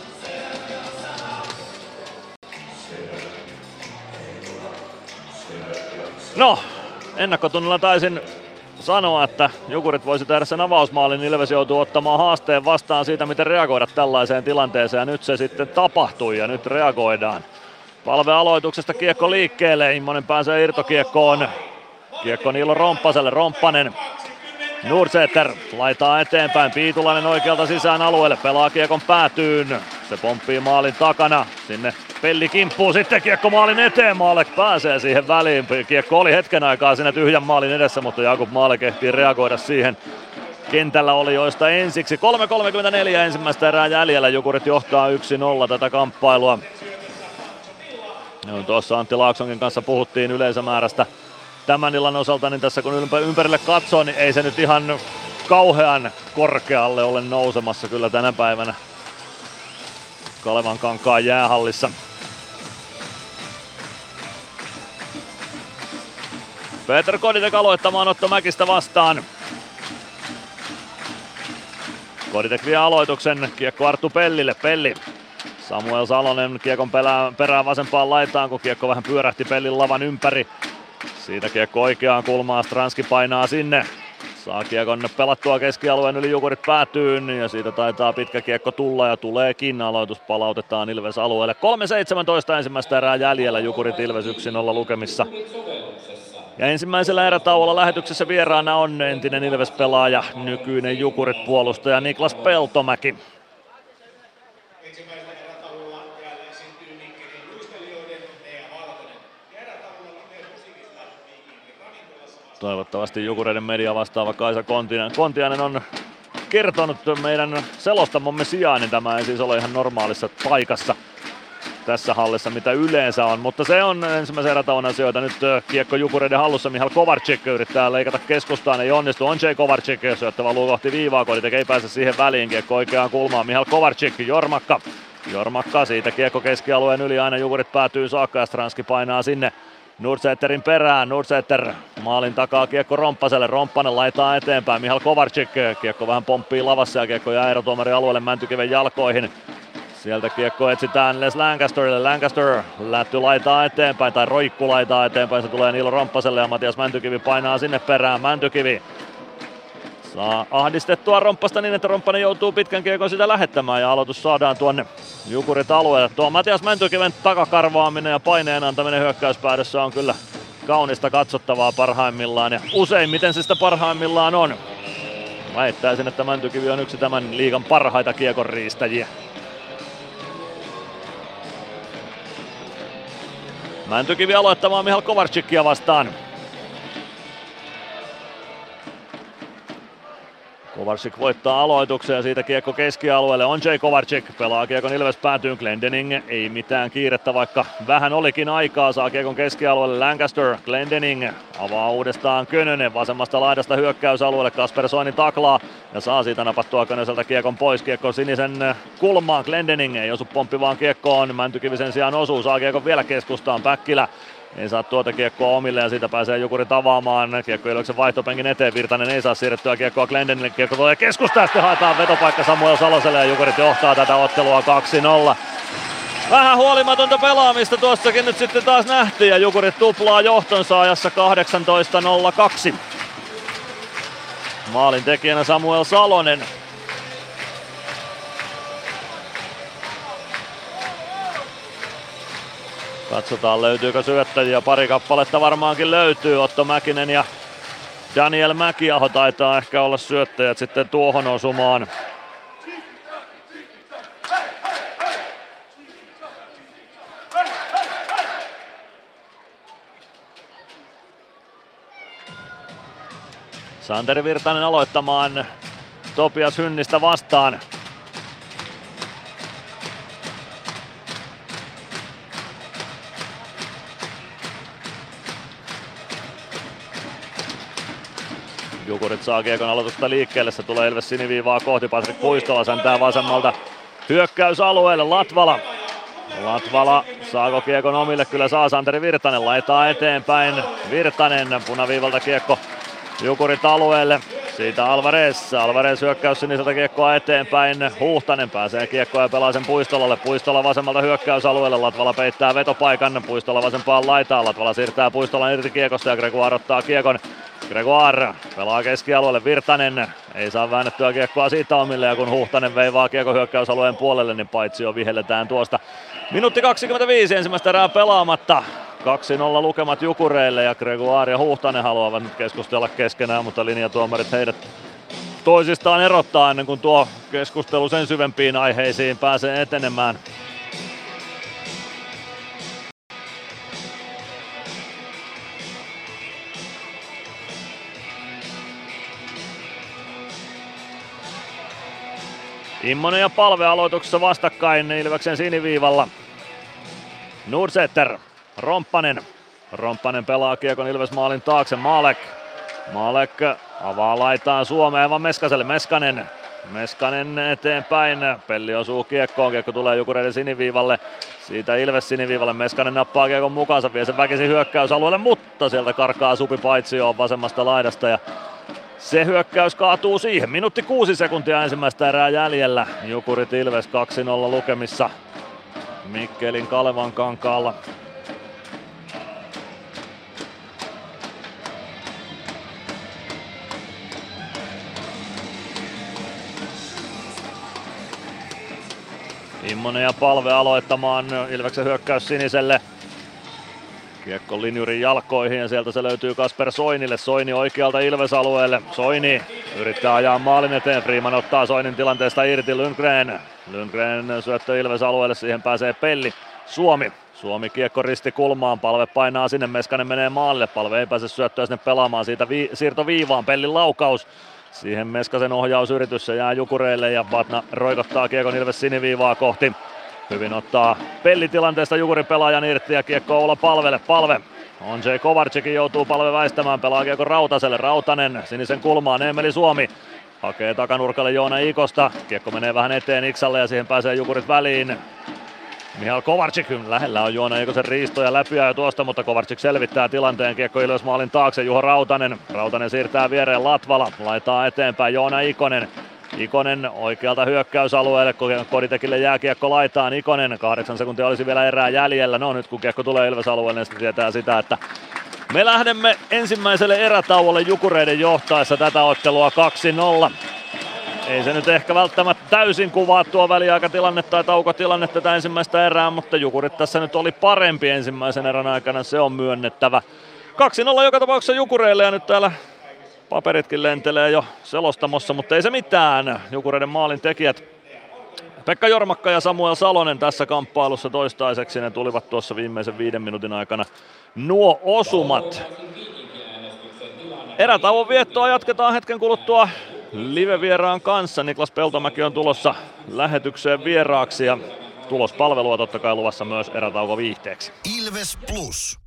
No, ennakkotunnilla taisin sanoa, että Jukurit voisi tehdä sen avausmaalin, Ilves joutuu ottamaan haasteen vastaan siitä, miten reagoida tällaiseen tilanteeseen, ja nyt se sitten tapahtui ja nyt reagoidaan. Palve aloituksesta kiekko liikkeelle, Immonen pääsee irtokiekkoon, kiekko Niilo Romppaselle, Romppanen, Nordsäter laitaa eteenpäin, Piitulainen oikealta sisään alueelle, pelaa kiekon päätyyn, se pomppii maalin takana, sinne Pelli kimppuu, sitten kiekko maalin eteen, Maalek pääsee siihen väliin, kiekko oli hetken aikaa siinä tyhjän maalin edessä, mutta Jakub Maalek ehtii reagoida siihen. Kentällä oli joista ensiksi, 3.34 ensimmäistä erää jäljellä, Jukurit johtaa 1-0 tätä kamppailua. Tuossa Antti Laaksonkin kanssa puhuttiin yleisömäärästä tämän illan osalta, niin tässä kun ympärille katsoo, niin ei se nyt ihan kauhean korkealle ole nousemassa kyllä tänä päivänä Kalevankankaan jäähallissa. Peter Koditek aloittamaan Otto Mäkistä vastaan. Koditek vie aloituksen, kiekko Arttu Pellille, Pelli. Samuel Salonen kiekon perään vasempaan laitaan, kun kiekko vähän pyörähti Pellin lavan ympäri. Siitä kiekko oikeaan kulmaan, Stranski painaa sinne. Saa kiekon pelattua keskialueen yli, Jukurit päätyyn ja siitä taitaa pitkä kiekko tulla ja tuleekin. Aloitus palautetaan Ilves alueelle. 3.17 ensimmäistä erää jäljellä, Jukurit Ilves 1-0 lukemissa. Ja ensimmäisellä erätauolla lähetyksessä vieraana on entinen Ilves-pelaaja, nykyinen Jukurit-puolustaja Niklas Peltomäki. Toivottavasti Jukureiden media vastaava Kaisa Kontiainen on kertonut meidän selostamomme sijaan, niin tämä ei siis ole ihan normaalissa paikassa tässä hallissa, mitä yleensä on, mutta se on ensimmäisen erätauon asioita. Nyt kiekko Jukureiden hallussa, Mihal Kovarczyk yrittää leikata keskustaan, ei onnistu. Ondřej Kovarczyk syöttö valuu kohti viivaa, Koditek ei pääse siihen väliin, kiekko oikeaan kulmaan, Mihal Kovarczyk, Jormakka siitä kiekko keskialueen yli, aina Jukurit päätyy saakka ja Stranski painaa sinne Nordsäterin perään, Nordsäter maalin takaa kiekko Romppaselle, Romppanen laitaa eteenpäin, Mihal Kovarczyk, kiekko vähän pomppii lavassa ja kiekko jää erotuomarin alueelle Mäntykiven jalkoihin. Sieltä kiekko etsitään Les Lancasterille, Lancaster lätty laitaa eteenpäin tai roikku laitaa eteenpäin, se tulee Niilo Romppaselle ja Matias Mäntykivi painaa sinne perään, Mäntykivi saa ahdistettua Romppasta niin, että Romppanen joutuu pitkän kiekon sitä lähettämään ja aloitus saadaan tuonne Jukurit alueelle. Tuo Matias Mäntykiven takakarvaaminen ja paineen antaminen hyökkäyspäädössä on kyllä kaunista katsottavaa parhaimmillaan ja useimmiten se sitä parhaimmillaan on. Väittäisin, että Mäntykivi on yksi tämän liigan parhaita kiekonriistäjiä. Mäntykivi aloittamaan Michal Kovarczykia vastaan. Kovarczyk voittaa aloituksen ja siitä kiekko keskialueelle. On Jay Kovarczyk, pelaa kiekon Ilves päätyyn. Glendening ei mitään kiirettä, vaikka vähän olikin aikaa. Saa kiekon keskialueelle Lancaster. Glendening avaa uudestaan Könönen vasemmasta laidasta hyökkäysalueelle. Kasper Soini taklaa ja saa siitä napattua Könöseltä kiekon pois. Kiekko sinisen kulmaan. Glendening ei osu pomppivaan kiekkoon. Mäntykivi sen sijaan osuu. Saa kiekon vielä keskustaan. Päkkilä ei saa tuota kiekkoa omille ja siitä pääsee Jukurit avaamaan. Kiekko Ilveksen vaihtopenkin eteen. Virtanen ei saa siirrettyä kiekkoa Glendenille. Kiekko tulee keskustaan, sitten haetaan vetopaikka Samuel Saloselle ja Jukurit johtaa tätä ottelua 2-0. Vähän huolimatonta pelaamista tuossakin nyt sitten taas nähtiin ja Jukurit tuplaa johtonsa ajassa 18.02. Maalin tekijänä Samuel Salonen. Katsotaan löytyykö syöttäjiä, pari kappaletta varmaankin löytyy. Otto Mäkinen ja Daniel Mäkiaho taitaa ehkä olla syöttäjät sitten tuohon osumaan. Santeri Virtanen aloittamaan Topias Hynnistä vastaan. Jukurit saa kiekon aloitusta liikkeelle, se tulee Ilves siniviivaa kohti, Patrik Puistola säntää vasemmalta hyökkäysalueelle, Latvala saako kiekon omille, kyllä saa, Santeri Virtanen laitaa eteenpäin, Virtanen punaviivalta kiekko Jukurit alueelle, siitä Alvarez hyökkäys siniseltä kiekkoa eteenpäin, Huhtanen pääsee kiekkoa ja pelaa sen Puistolalle, Puistola vasemmalta hyökkäysalueelle, Latvala peittää vetopaikan, Puistola vasempaan laitaan, Latvala siirtää Puistolan irti kiekosta ja Gregoire ottaa kiekon. Gregoire pelaa keskialueelle, Virtanen ei saa väännettyä kiekkoa siitä omille ja kun Huhtanen veivaa kiekko hyökkäysalueen puolelle, niin paitsio vihelletään tuosta. Minuutti 25 ensimmäistä erää pelaamatta. 2-0 lukemat Jukureille ja Gregoire ja Huhtanen haluavat nyt keskustella keskenään, mutta linjatuomarit heidät toisistaan erottaa ennen kuin tuo keskustelu sen syvempiin aiheisiin pääsee etenemään. Immonen ja Palve aloituksessa vastakkain Ilveksen siniviivalla. Nordsäter, Romppanen pelaa kiekon Ilves maalin taakse, Malek avaa laitaan Suomeen vaan Meskaselle, Meskanen eteenpäin, Pelli osuu kiekkoon, kiekko tulee Jukureiden siniviivalle, siitä Ilves siniviivalle, Meskanen nappaa kiekon mukaansa, vie sen väkisin hyökkäysalueelle, mutta sieltä karkaa Supi Paitsioon vasemmasta laidasta ja se hyökkäys kaatuu siihen. Minuutti 6 sekuntia ensimmäistä erää jäljellä. Jukurit Ilves 2-0 lukemissa Mikkelin Kalevan kankaalla. Immonen ja Palve aloittamaan Ilveksen hyökkäys siniselle. Kiekko linjurin jalkoihin ja sieltä se löytyy Kasper Soinille. Soini oikealta Ilves-alueelle. Soini yrittää ajaa maalin eteen. Freeman ottaa Soinin tilanteesta irti. Lundgren syöttö Ilves-alueelle. Siihen pääsee Pelli. Suomi kiekko risti kulmaan. Palve painaa sinne. Meskanen menee maalille. Palve ei pääse syöttöä sinne pelaamaan. Siitä siirto viivaan. Pellin laukaus. Siihen Meskasen ohjausyritys. Se jää Jukureille ja Batna roikottaa kiekon Ilves siniviivaa kohti. Hyvin ottaa Pelli-tilanteesta Jukurin pelaajan irti ja kiekko Oula Palvelle. Palve on Jay Kovarczykin, joutuu Palve väistämään, pelaa kiekko Rautaselle. Rautanen sinisen kulmaan, Eemeli Suomi hakee takanurkalle Joona Ikosta. Kiekko menee vähän eteen Iksalle ja siihen pääsee Jukurit väliin. Michal Kovarczyk, lähellä on Joona Ikosen riisto ja läpiajo tuosta, mutta Kovarczyk selvittää tilanteen. Kiekko Ilves maalin taakse, Juho Rautanen siirtää viereen, Latvala laitaa eteenpäin, Joona Ikonen oikealta hyökkäysalueelle, Koditekille jää kiekko laitaan, Ikonen, 8 sekuntia olisi vielä erää jäljellä. No nyt kun kiekko tulee Ilves-alueelle, niin sitten tietää sitä, että me lähdemme ensimmäiselle erätauolle Jukureiden johtaessa tätä ottelua 2-0. Ei se nyt ehkä välttämättä täysin kuvaa tuo väliaikatilanne tai taukotilanne tätä ensimmäistä erää, mutta Jukurit tässä nyt oli parempi ensimmäisen erän aikana, se on myönnettävä. 2-0 joka tapauksessa Jukureille ja nyt täällä paperitkin lentelee jo selostamossa, mutta ei se mitään. Jukureiden maalin tekijät Pekka Jormakka ja Samuel Salonen tässä kamppailussa toistaiseksi. Ne tulivat tuossa viimeisen 5 minuutin aikana nuo osumat. Erätauon viettoa jatketaan hetken kuluttua live-vieraan kanssa. Niklas Peltomäki on tulossa lähetykseen vieraaksi ja tulospalvelua totta kai luvassa myös erätauko viihteeksi. Ilves Plus.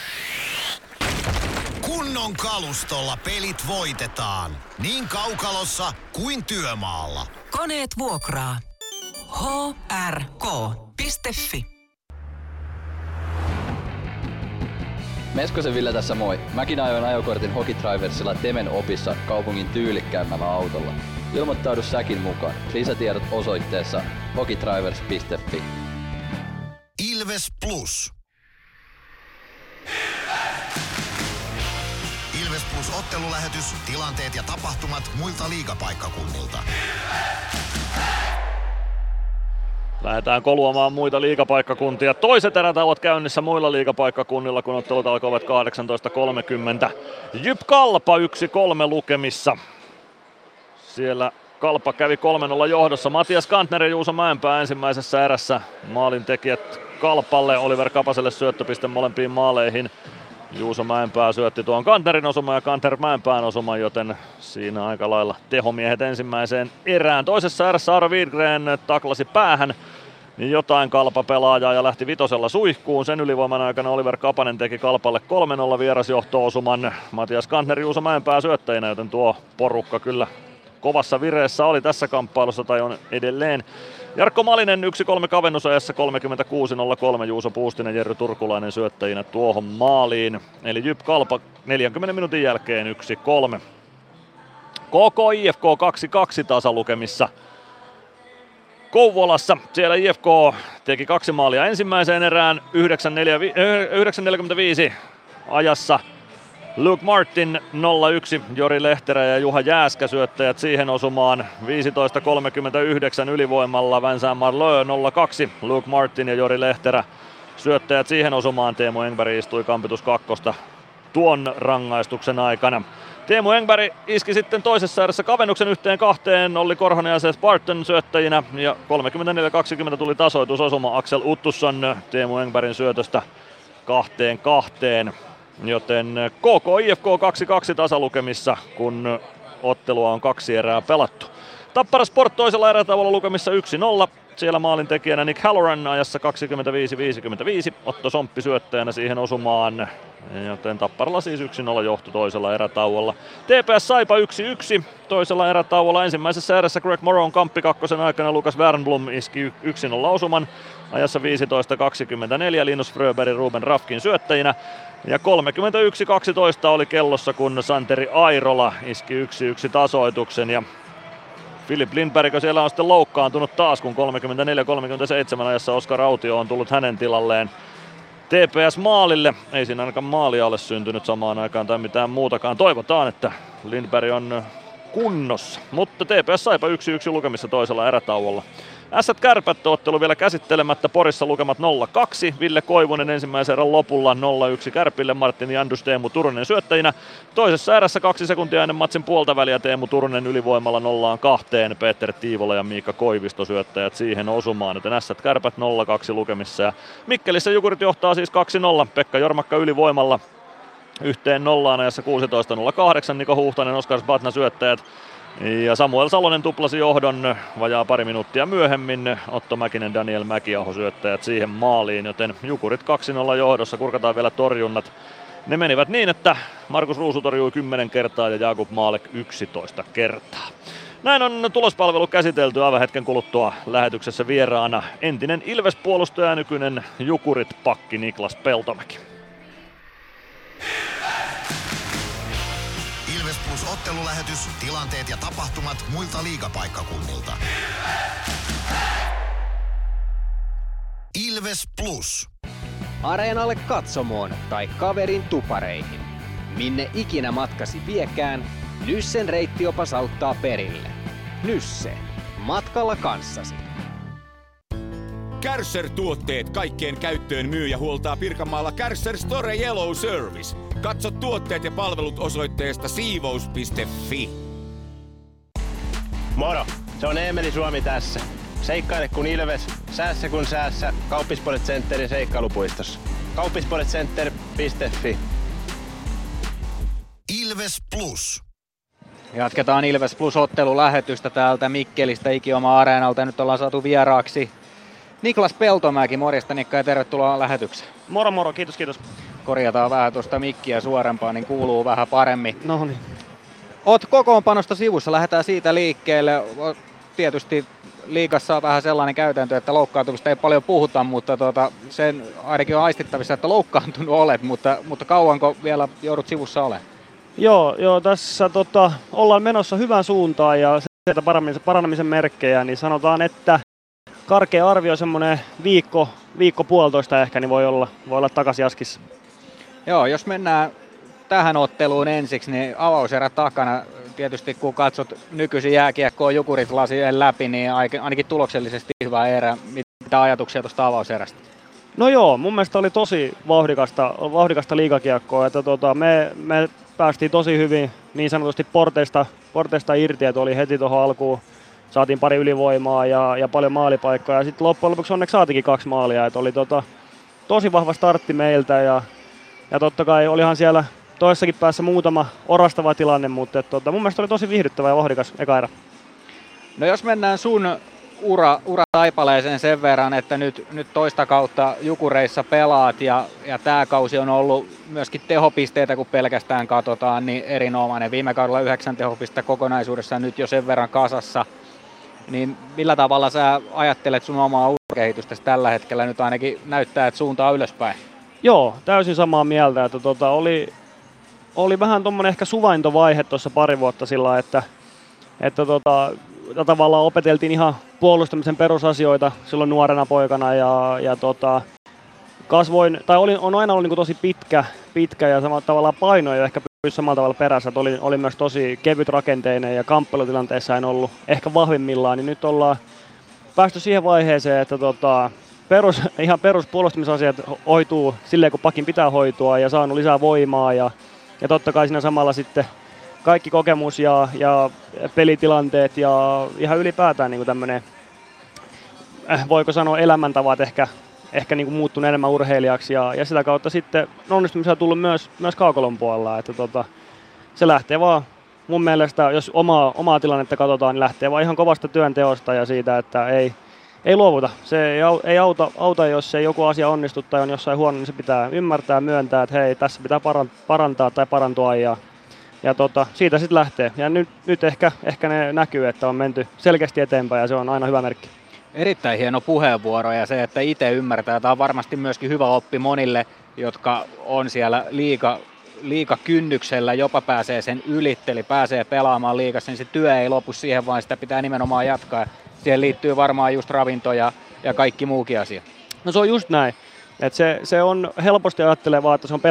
Kunnon kalustolla pelit voitetaan. Niin kaukalossa kuin työmaalla. Koneet vuokraa. hrk.fi. Meskosen Ville tässä moi. Mäkin ajoin ajokortin Hokitriversilla Temen opissa kaupungin tyylikkäämmällä autolla. Ilmoittaudu säkin mukaan. Lisätiedot osoitteessa hokitrivers.fi. Ilves Plus. Ilves Plus -ottelulähetys, tilanteet ja tapahtumat muilta liigapaikkakunnilta. Lähdetään koluamaan muita liigapaikkakuntia. Toiset erätauot käynnissä muilla liigapaikkakunnilla, kun ottelut alkoivat 18.30. Jyp Kalpa 1-3 lukemissa. Siellä Kalpa kävi 3-0 johdossa. Matias Kantner ja Juuso Mäenpää ensimmäisessä erässä. Maalintekijät Kalpalle, Oliver Kapaselle syöttöpiste molempiin maaleihin. Juuso Mäenpää syötti tuon Kantnerin osuman ja Kantner Mäenpään osuman, joten siinä aika lailla tehomiehet ensimmäiseen erään. Toisessa erässä Aaro Widgren taklasi päähän jotain Kalpa-pelaajaa ja lähti vitosella suihkuun. Sen ylivoiman aikana Oliver Kapanen teki Kalpalle 3-0 vierasjohto-osuman. Matias Kantner, Juuso Mäenpää syöttäjinä, joten tuo porukka kyllä kovassa vireessä oli tässä kamppailussa tai on edelleen. Jarkko Malinen 1-3 kavennusajassa 36.03. Juuso Puustinen, Jerry Turkulainen syöttäjinä tuohon maaliin. Eli Jyp Kalpa 40 minuutin jälkeen 1-3. KK IFK 2-2 tasalukemissa Kouvolassa. Siellä IFK teki 2 maalia ensimmäiseen erään 9.45 ajassa. Luke Martin 0-1, Jori Lehterä ja Juha Jääskä syöttäjät siihen osumaan. 15.39 ylivoimalla Vincent Marleux 0-2, Luke Martin ja Jori Lehterä syöttäjät siihen osumaan. Teemu Engberg istui kampitus 2 tuon rangaistuksen aikana. Teemu Engberg iski sitten toisessa erässä kavennuksen 1-2, Olli Korhonen ja Seth Barton syöttäjinä ja 34-20 tuli tasoitusosuma Axel Uttusson Teemu Engbergin syötöstä 2-2. Joten KK IFK 2-2 tasalukemissa, kun ottelua on 2 erää pelattu. Tappara Sport toisella erätauolla lukemissa 1-0. Siellä maalintekijänä Nick Halloran ajassa 25-55. Otto Somppi syöttäjänä siihen osumaan. Joten Tapparalla siis 1-0 johto toisella erätauolla. TPS Saipa 1-1 toisella erätauolla. Ensimmäisessä erässä Greg Moron kamppi 2 aikana Lukas Wernblom iski 1-0 osuman. Ajassa 15.24 Linus Fröberg Ruben Rafkin syöttäjinä. Ja 31.12 oli kellossa, kun Santeri Airola iski 1-1 tasoituksen. Ja Filip Lindberg siellä on sitten loukkaantunut taas, kun 34-37 ajassa Oskar Autio on tullut hänen tilalleen TPS maalille. Ei siinä ainakaan maalia ole syntynyt samaan aikaan tai mitään muutakaan. Toivotaan, että Lindberg on kunnossa. Mutta TPS Saipa 1-1 lukemissa toisella erätauolla. Ässät Kärpät ottelu vielä käsittelemättä. Porissa lukemat 0-2. Ville Koivunen ensimmäisen erän lopulla 0-1 Kärpille. Martin Jandus, Teemu Turunen syöttäjinä. Toisessa erässä 2 sekuntia ennen matsin puolta väliä Teemu Turunen ylivoimalla 0-2. Peter Tiivola ja Miikka Koivisto syöttäjät siihen osumaan. Joten Ässät Kärpät 0-2 lukemissa. Ja Mikkelissä Jukurit johtaa siis 2-0. Pekka Jormakka ylivoimalla 1-0 ajassa 16.08. Niko Huhtanen, Oskar Sbatna syöttäjät. Ja Samuel Salonen tuplasi johdon vajaa pari minuuttia myöhemmin. Otto Mäkinen, Daniel Mäkiaho syöttäjät siihen maaliin, joten Jukurit 2-0 johdossa. Kurkataan vielä torjunnat. Ne menivät niin, että Markus Ruusu torjui 10 kertaa ja Jakub Maalek 11 kertaa. Näin on tulospalvelu käsitelty. Aivan hetken kuluttua lähetyksessä vieraana entinen Ilves-puolustaja ja nykyinen Jukurit-pakki Niklas Peltomäki. Ilves Plus -ottelulähetys, tilanteet ja tapahtumat muilta liigapaikkakunnilta. Ilves Plus. Areenalle, katsomoon tai kaverin tupareihin. Minne ikinä matkasi viekään, Nyssen reittiopas auttaa perille. Nysse. Matkalla kanssasi. Kärcher-tuotteet kaikkeen käyttöön myy ja huoltaa Pirkanmaalla Kärcher Store Yellow Service. Katso tuotteet ja palvelut osoitteesta siivous.fi. Moro, se on Eemeli Suomi tässä. Seikkaile kun Ilves, säässä kun säässä. Kauppisports Centerin seikkailupuistossa. Kauppisportscenter.fi. Ilves Plus. Jatketaan Ilves Plus-ottelulähetystä täältä Mikkelistä Ikioma-areenalta. Nyt ollaan saatu vieraaksi Niklas Peltomäki. Morjesta Nikka ja tervetuloa lähetykseen. Moro moro, kiitos kiitos. Korjataan vähän tuosta mikkiä suorempaa, niin kuuluu vähän paremmin. No niin. Oot kokoonpanosta sivussa, lähdetään siitä liikkeelle. Tietysti liigassa on vähän sellainen käytäntö, että loukkaantumista ei paljon puhuta, mutta sen ainakin on aistittavissa, että loukkaantunut olet, mutta kauanko vielä joudut sivussa olemaan? Joo, tässä ollaan menossa hyvään suuntaan ja sieltä paranemisen merkkejä, niin sanotaan, että karkea arvio semmoinen viikko puolitoista ehkä, niin voi olla takaisin jaskissa. Joo, jos mennään tähän otteluun ensiksi, niin avauserä takana. Tietysti kun katsot nykyisin jääkiekkoa Jukurit lasien läpi, niin ainakin tuloksellisesti hyvä erä. Mitä ajatuksia tuosta avauserästä? No joo, mun mielestä oli tosi vauhdikasta liigakiekkoa. Että me päästiin tosi hyvin niin sanotusti porteista irti, että oli heti tuohon alkuun. Saatiin pari ylivoimaa ja paljon maalipaikkoja. Ja sitten loppujen lopuksi onneksi saatiinkin 2 maalia. Että oli tosi vahva startti meiltä ja totta kai olihan siellä toisessakin päässä muutama orastava tilanne, mutta mun mielestä oli tosi viihdyttävä ja vauhdikas eka erä. No jos mennään sun urataipaleeseen sen verran, että nyt toista kautta Jukureissa pelaat ja tämä kausi on ollut myöskin tehopisteitä, kun pelkästään katsotaan, niin erinomainen. Viime kaudella 9 tehopistettä kokonaisuudessaan nyt jo sen verran kasassa. Niin millä tavalla sä ajattelet sun omaa urakehitystäsi tällä hetkellä? Nyt ainakin näyttää, että suuntaa ylöspäin. Joo, täysin samaa mieltä, että oli vähän tommonen ehkä suvaintovaihe tuossa pari vuotta sillä, että tavallaan opeteltiin ihan puolustamisen perusasioita silloin nuorena poikana ja kasvoin, tai on aina ollut niin tosi pitkä ja samalla tavallaan paino ei ehkä pysy samalla tavalla perässä, että oli myös tosi kevyt rakenteinen ja kamppelutilanteessa en ollut ehkä vahvimmillaan, niin nyt ollaan päästy siihen vaiheeseen, että ihan peruspuolustamisasiat hoituu silleen, kun pakin pitää hoitua ja saanut lisää voimaa ja totta kai siinä samalla sitten kaikki kokemus ja pelitilanteet ja ihan ylipäätään niin kuin tämmöinen, voiko sanoa elämäntavat ehkä niin kuin muuttunut enemmän urheilijaksi ja sitä kautta sitten onnistumisia on tullut myös kaukolon puolella, että se lähtee vaan mun mielestä, jos omaa tilannetta katsotaan, niin lähtee vaan ihan kovasta työnteosta ja siitä, että ei luovuta. Se ei auta, jos ei joku asia onnistu tai on jossain huono, niin se pitää ymmärtää, myöntää, että hei, tässä pitää parantaa tai parantua ja siitä sitten lähtee. Ja nyt ehkä ne näkyy, että on menty selkeästi eteenpäin ja se on aina hyvä merkki. Erittäin hieno puheenvuoro ja se, että itse ymmärtää, tämä on varmasti myöskin hyvä oppi monille, jotka on siellä liigakynnyksellä, jopa pääsee sen ylitte, eli pääsee pelaamaan liigassa, niin se työ ei lopu siihen, vaan sitä pitää nimenomaan jatkaa. Siihen liittyy varmaan just ravinto ja kaikki muukin asia. No se on just näin. Että se on helposti ajattelevaa, että se on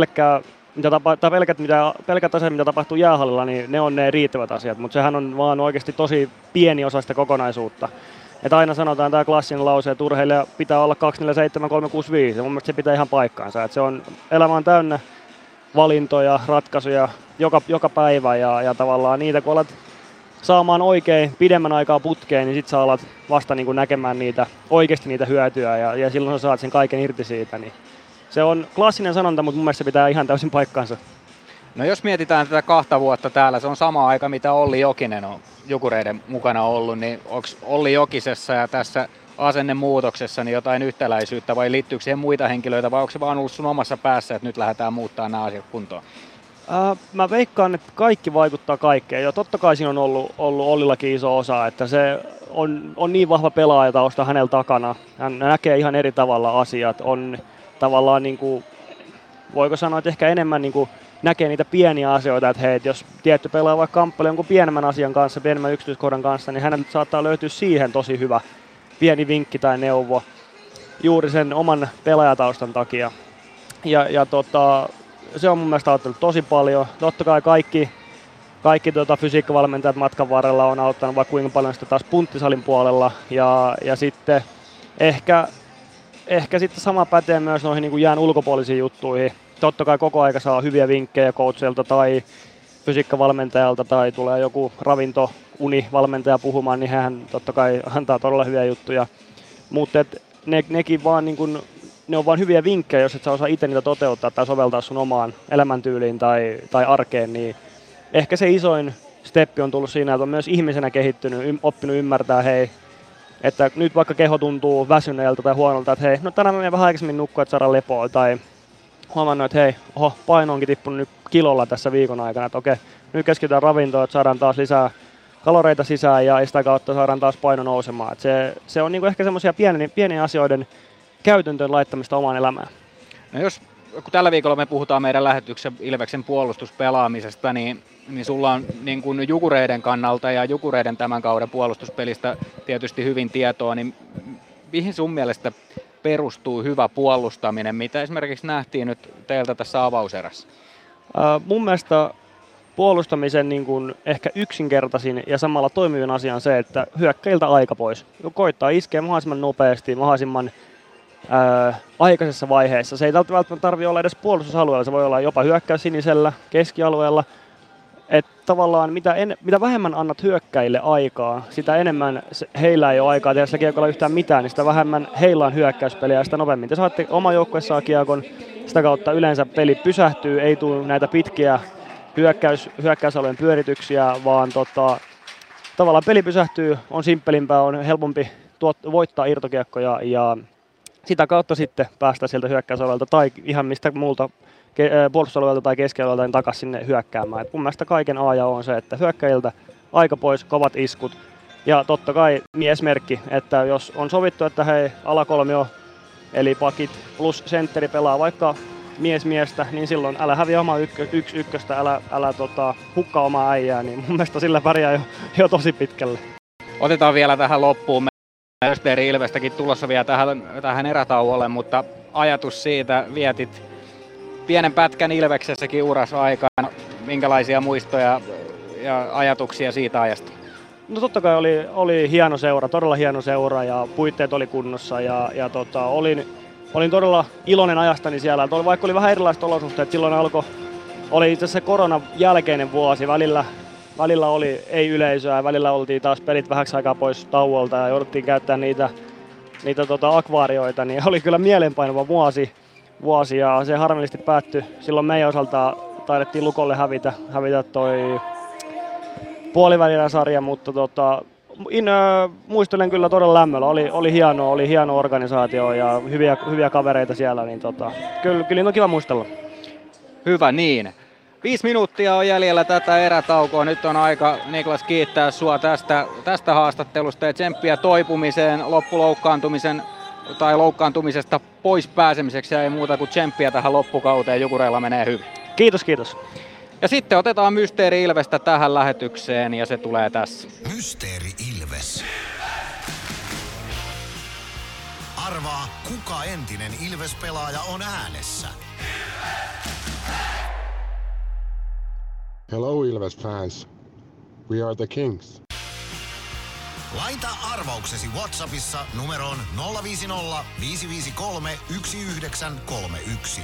pelkät asiat, mitä tapahtuu jäähallilla, niin ne on ne riittävät asiat, mutta sehän on vaan oikeasti tosi pieni osa sitä kokonaisuutta. Että aina sanotaan tämä klassinen lause, että urheilija pitää olla 247, 365, ja mun mielestä se pitää ihan paikkaansa. Että se on, elämä on täynnä valintoja, ratkaisuja joka päivä ja tavallaan niitä, kun alat saamaan oikein pidemmän aikaa putkeen, niin sit sä alat vasta niin kuin näkemään oikeasti niitä hyötyä ja silloin sä saat sen kaiken irti siitä. Niin se on klassinen sanonta, mutta mun mielestä se pitää ihan täysin paikkaansa. No jos mietitään tätä 2 vuotta täällä, se on sama aika mitä Olli Jokinen on Jukureiden mukana ollut, niin onko Olli Jokisessa ja tässä asennemuutoksessa niin jotain yhtäläisyyttä vai liittyykö siihen muita henkilöitä vai onko se vaan ollut sun omassa päässä, että nyt lähdetään muuttaa nämä asiat kuntoon? Mä veikkaan, että kaikki vaikuttaa kaikkeen. Ja totta kai siinä on ollut Ollillakin iso osa, että se on niin vahva pelaajatausta hänellä takana. Hän näkee ihan eri tavalla asiat. On tavallaan, niin kuin, voiko sanoa, että ehkä enemmän niin kuin näkee niitä pieniä asioita, että hei, jos tietty pelaa vaikka kamppailee jonkun pienemmän asian kanssa, pienemmän yksityiskohdan kanssa, niin hänellä saattaa löytyä siihen tosi hyvä pieni vinkki tai neuvo juuri sen oman pelaajataustan takia. Se on mun mielestä auttanut tosi paljon. Totta kai kaikki fysiikkavalmentajat matkan varrella on auttanut vaikka kuinka paljon sitä taas punttisalin puolella. Ja sitten ehkä sitten sama pätee myös noihin niin kuin jään ulkopuolisiin juttuihin. Totta kai koko aika saa hyviä vinkkejä coachilta fysiikkavalmentajalta tai tulee joku ravintounivalmentaja puhumaan, niin hän totta kai antaa todella hyviä juttuja. Mutta nekin vaan niin kun, ne on vaan hyviä vinkkejä, jos et sä osaa itse niitä toteuttaa tai soveltaa sun omaan elämäntyyliin tai arkeen, niin ehkä se isoin steppi on tullut siinä, että on myös ihmisenä kehittynyt, oppinut ymmärtää, hei, että nyt vaikka keho tuntuu väsyneeltä tai huonolta, että hei, no tänään mä menen vähän aikaisemmin nukkua, että saadaan lepoa, tai huomannut, että hei, paino onkin tippunut nyt kilolla tässä viikon aikana, että okei, nyt keskitytään ravintoon, että saadaan taas lisää kaloreita sisään ja sitä kautta saadaan taas paino nousemaan. Että se on niinku ehkä semmoisia pieniä asioiden käytäntöön laittamista omaan elämään. No kun tällä viikolla me puhutaan meidän lähetyksen Ilveksen puolustuspelaamisesta, niin sulla on niin kuin Jukureiden kannalta ja Jukureiden tämän kauden puolustuspelistä tietysti hyvin tietoa, niin mihin sun mielestä perustuu hyvä puolustaminen, mitä esimerkiksi nähtiin nyt teiltä tässä avauserässä? Mun mielestä puolustamisen niin kuin ehkä yksinkertaisin ja samalla toimivin asia on se, että hyökkäiltä aika pois. Koittaa iskeä mahdollisimman nopeasti, mahdollisimman aikaisessa vaiheessa. Se ei välttämättä tarvitse olla edes puolustusalueella, se voi olla jopa hyökkäys sinisellä, keskialueella. Että tavallaan mitä vähemmän annat hyökkäille aikaa, sitä enemmän heillä ei ole aikaa tehdä sillä kiekolla yhtään mitään, niin sitä vähemmän heillä on hyökkäyspeliä ja sitä nopeammin. Te saatte oma joukkue saa kiekon, sitä kautta yleensä peli pysähtyy, ei tule näitä pitkiä hyökkäysalueen pyörityksiä, vaan tavallaan peli pysähtyy, on simppelimpää, on helpompi voittaa irtokiekkoja ja sitä kautta sitten päästä sieltä hyökkäysalueelta tai ihan mistä muulta puolustusalueelta tai keskialueelta niin takaisin sinne hyökkäämään. Et mun mielestä kaiken A ja O on se, että hyökkäjiltä aika pois, kovat iskut ja totta kai miesmerkki, että jos on sovittu, että hei alakolmio eli pakit plus sentteri pelaa vaikka miestä, niin silloin älä häviä omaa ykköstä, älä hukkaa omaa äijää, niin mun mielestä sillä pärjää jo tosi pitkälle. Otetaan vielä tähän loppuun. Österi Ilvestäkin tulossa vielä tähän erätauolle, mutta ajatus siitä, vietit pienen pätkän Ilveksessäkin urassa aikaan. Minkälaisia muistoja ja ajatuksia siitä ajasta? No totta kai oli hieno seura, todella hieno seura ja puitteet oli kunnossa ja olin todella iloinen ajastani siellä. Vaikka oli vähän erilaiset olosuhteet, silloin oli itse asiassa koronan jälkeinen vuosi. Välillä ei yleisöä, välillä oltiin taas pelit vähäksi aikaa pois tauolta ja jouduttiin käyttää niitä akvaarioita, niin oli kyllä mielenpainuva vuosi ja se harmillisesti päättyi. Silloin meidän osalta taidettiin Lukolle hävitä toi puolivälierä-sarja, mutta muistelen kyllä todella lämmöllä. Oli hieno organisaatio ja hyviä kavereita siellä, niin kyllä on kiva muistella. Hyvä niin. 5 minuuttia on jäljellä tätä erätaukoa. Nyt on aika, Niklas, kiittää sua tästä haastattelusta ja tsemppiä toipumiseen, loukkaantumisesta pois pääsemiseksi ja ei muuta kuin tsemppiä tähän loppukauteen. Jukureilla menee hyvin. Kiitos. Ja sitten otetaan Mysteeri Ilvestä tähän lähetykseen ja se tulee tässä. Mysteeri Ilves. Arvaa, kuka entinen Ilves-pelaaja on äänessä. Hello Ilves fans. We are the Kings. Laita arvauksesi WhatsAppissa numeroon 050 553 1931.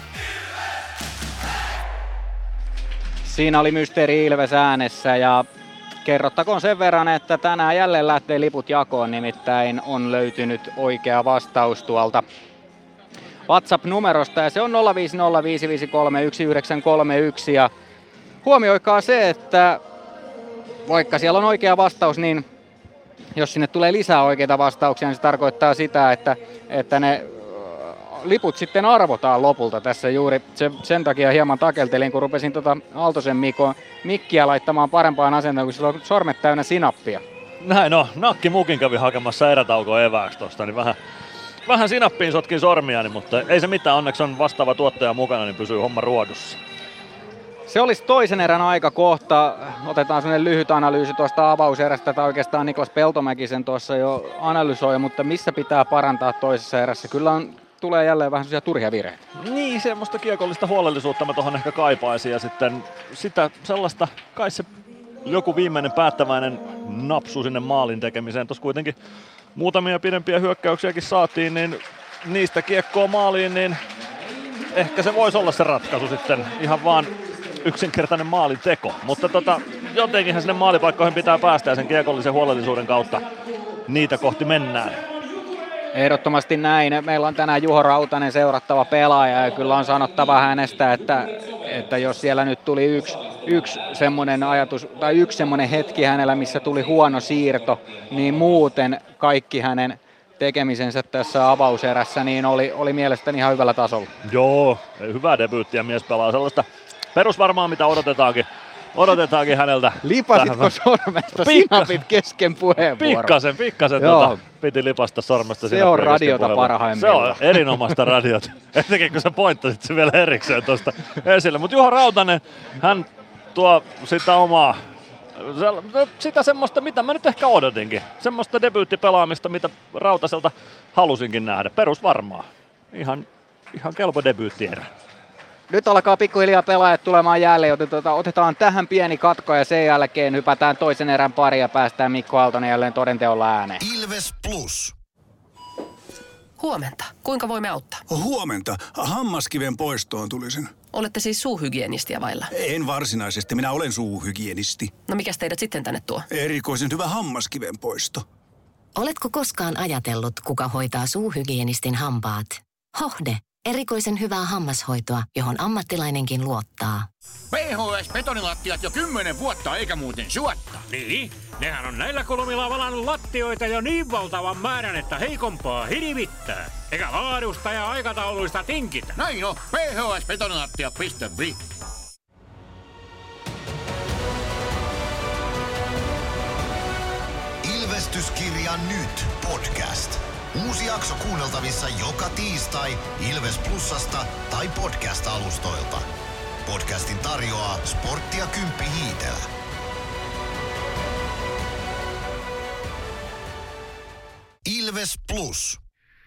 Siinä oli Mysteeri Ilves äänessä ja kerrottakoon sen verran, että tänään jälleen lähtee liput jakoon, nimittäin on löytynyt oikea vastaus tuolta WhatsApp-numerosta ja se on 050 553 1931 ja huomioikaa se, että vaikka siellä on oikea vastaus, niin jos sinne tulee lisää oikeita vastauksia, niin se tarkoittaa sitä, että ne liput sitten arvotaan lopulta tässä juuri. Sen takia hieman takeltelin, kun rupesin Aaltosen mikkiä laittamaan parempaan asentoon, kun sillä on sormet täynnä sinappia. Näin no, Nakki Mukin kävi hakemassa erätaukoa evääksi tosta, niin vähän sinappiin sotkin sormiani, mutta ei se mitään, onneksi on vastaava tuottaja mukana, niin pysyy homma ruodussa. Se olisi toisen erän aika kohta. Otetaan sellainen lyhyt analyysi tuosta avauserästä, tai oikeastaan Niklas Peltomäki sen tuossa jo analysoi, mutta missä pitää parantaa toisessa erässä? Kyllä tulee jälleen vähän sellaisia turhia virheitä. Niin, semmoista kiekollista huolellisuutta mä tuohon ehkä kaipaisin ja sitten sitä sellaista, kai se joku viimeinen päättäväinen napsu sinne maalin tekemiseen. Tuossa kuitenkin muutamia pidempiä hyökkäyksiäkin saatiin, niin niistä kiekkoa maaliin, niin ehkä se voisi olla se ratkaisu sitten ihan vaan yksinkertainen maalin teko, mutta jotenkinhan sinne maalipaikkoihin pitää päästä ja sen kiekollisen huolellisuuden kautta niitä kohti mennään. Ehdottomasti näin. Meillä on tänään Juho Rautanen seurattava pelaaja ja kyllä on sanottava hänestä, että jos siellä nyt tuli yksi semmoinen ajatus tai yksi semmoinen hetki hänellä, missä tuli huono siirto, niin muuten kaikki hänen tekemisensä tässä avauserässä niin oli mielestäni ihan hyvällä tasolla. Joo, hyvää debyyttiä, mies pelaa sellaista perusvarmaa mitä odotetaankin häneltä. Lipasitko sormesta sinapit kesken puheenvuoron? Pikkasen piti lipasta sormesta. Se on radiota parhaimmillaan. Se on erinomaista radiota. Etenkin kun sä pointtasit sen vielä erikseen tuosta esille. Mutta Juho Rautanen, hän tuo sitä omaa, sitä semmoista, mitä mä nyt ehkä odotinkin. Semmoista debyyttipelaamista, mitä Rautaselta halusinkin nähdä. Perusvarmaa. Ihan kelpo debyyttierä. Nyt alkaa pikkuhiljaa pelaajat tulemaan jälleen, joten otetaan tähän pieni katko ja sen jälkeen hypätään toisen erän pari ja päästään Mikko Aaltonen jälleen todenteolla ääneen. Ilves Plus. Huomenta. Kuinka voimme auttaa? Huomenta. Hammaskiven poistoon tulisin. Olette siis suuhygienistiä vailla? En varsinaisesti. Minä olen suuhygienisti. No mikäs teidät sitten tänne tuo? Erikoisen hyvä hammaskiven poisto. Oletko koskaan ajatellut, kuka hoitaa suuhygienistin hampaat? Hohde. Erikoisen hyvää hammashoitoa, johon ammattilainenkin luottaa. PHS-betonilattiat jo 10 vuotta eikä muuten suotta. Niin, nehän on näillä kolmilla valannut lattioita jo niin valtavan määrän, että heikompaa hirvittää. Eikä laadusta ja aikatauluista tinkitä. Näin on, phsbetonilattia.fi. Ilvestyskirja nyt podcast. Uusi jakso kuunneltavissa joka tiistai Ilves Plusasta tai podcast-alustoilta. Podcastin tarjoaa Sporttia Kymppi Hiitelä. Ilves Plus.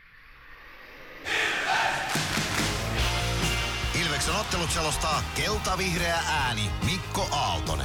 Ilveksen ottelut selostaa kelta-vihreä ääni Mikko Aaltonen.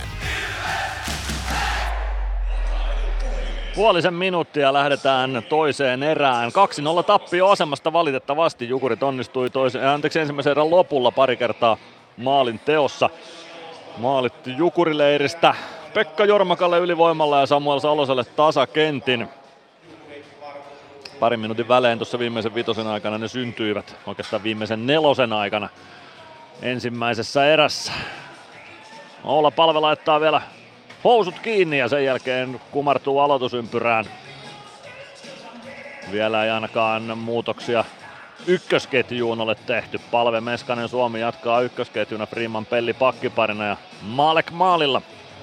Puolisen minuuttia lähdetään toiseen erään. 2-0 tappio asemasta valitettavasti. Jukurit onnistui ensimmäisen erän lopulla pari kertaa maalin teossa. Maalit Jukurileiristä Pekka Jormakalle ylivoimalla ja Samuel Saloselle tasakentin. Parin minuutin välein tuossa viimeisen vitosen aikana ne syntyivät. Oikeastaan viimeisen nelosen aikana ensimmäisessä erässä. Oula Palve laittaa vielä housut kiinni ja sen jälkeen kumartuu aloitusympyrään. Vielä ei ainakaan muutoksia ykkösketjuun ole tehty. Palve, Meskanen, Suomi jatkaa ykkösketjuna, Freeman, Pelli pakkiparina ja Malek maalilla.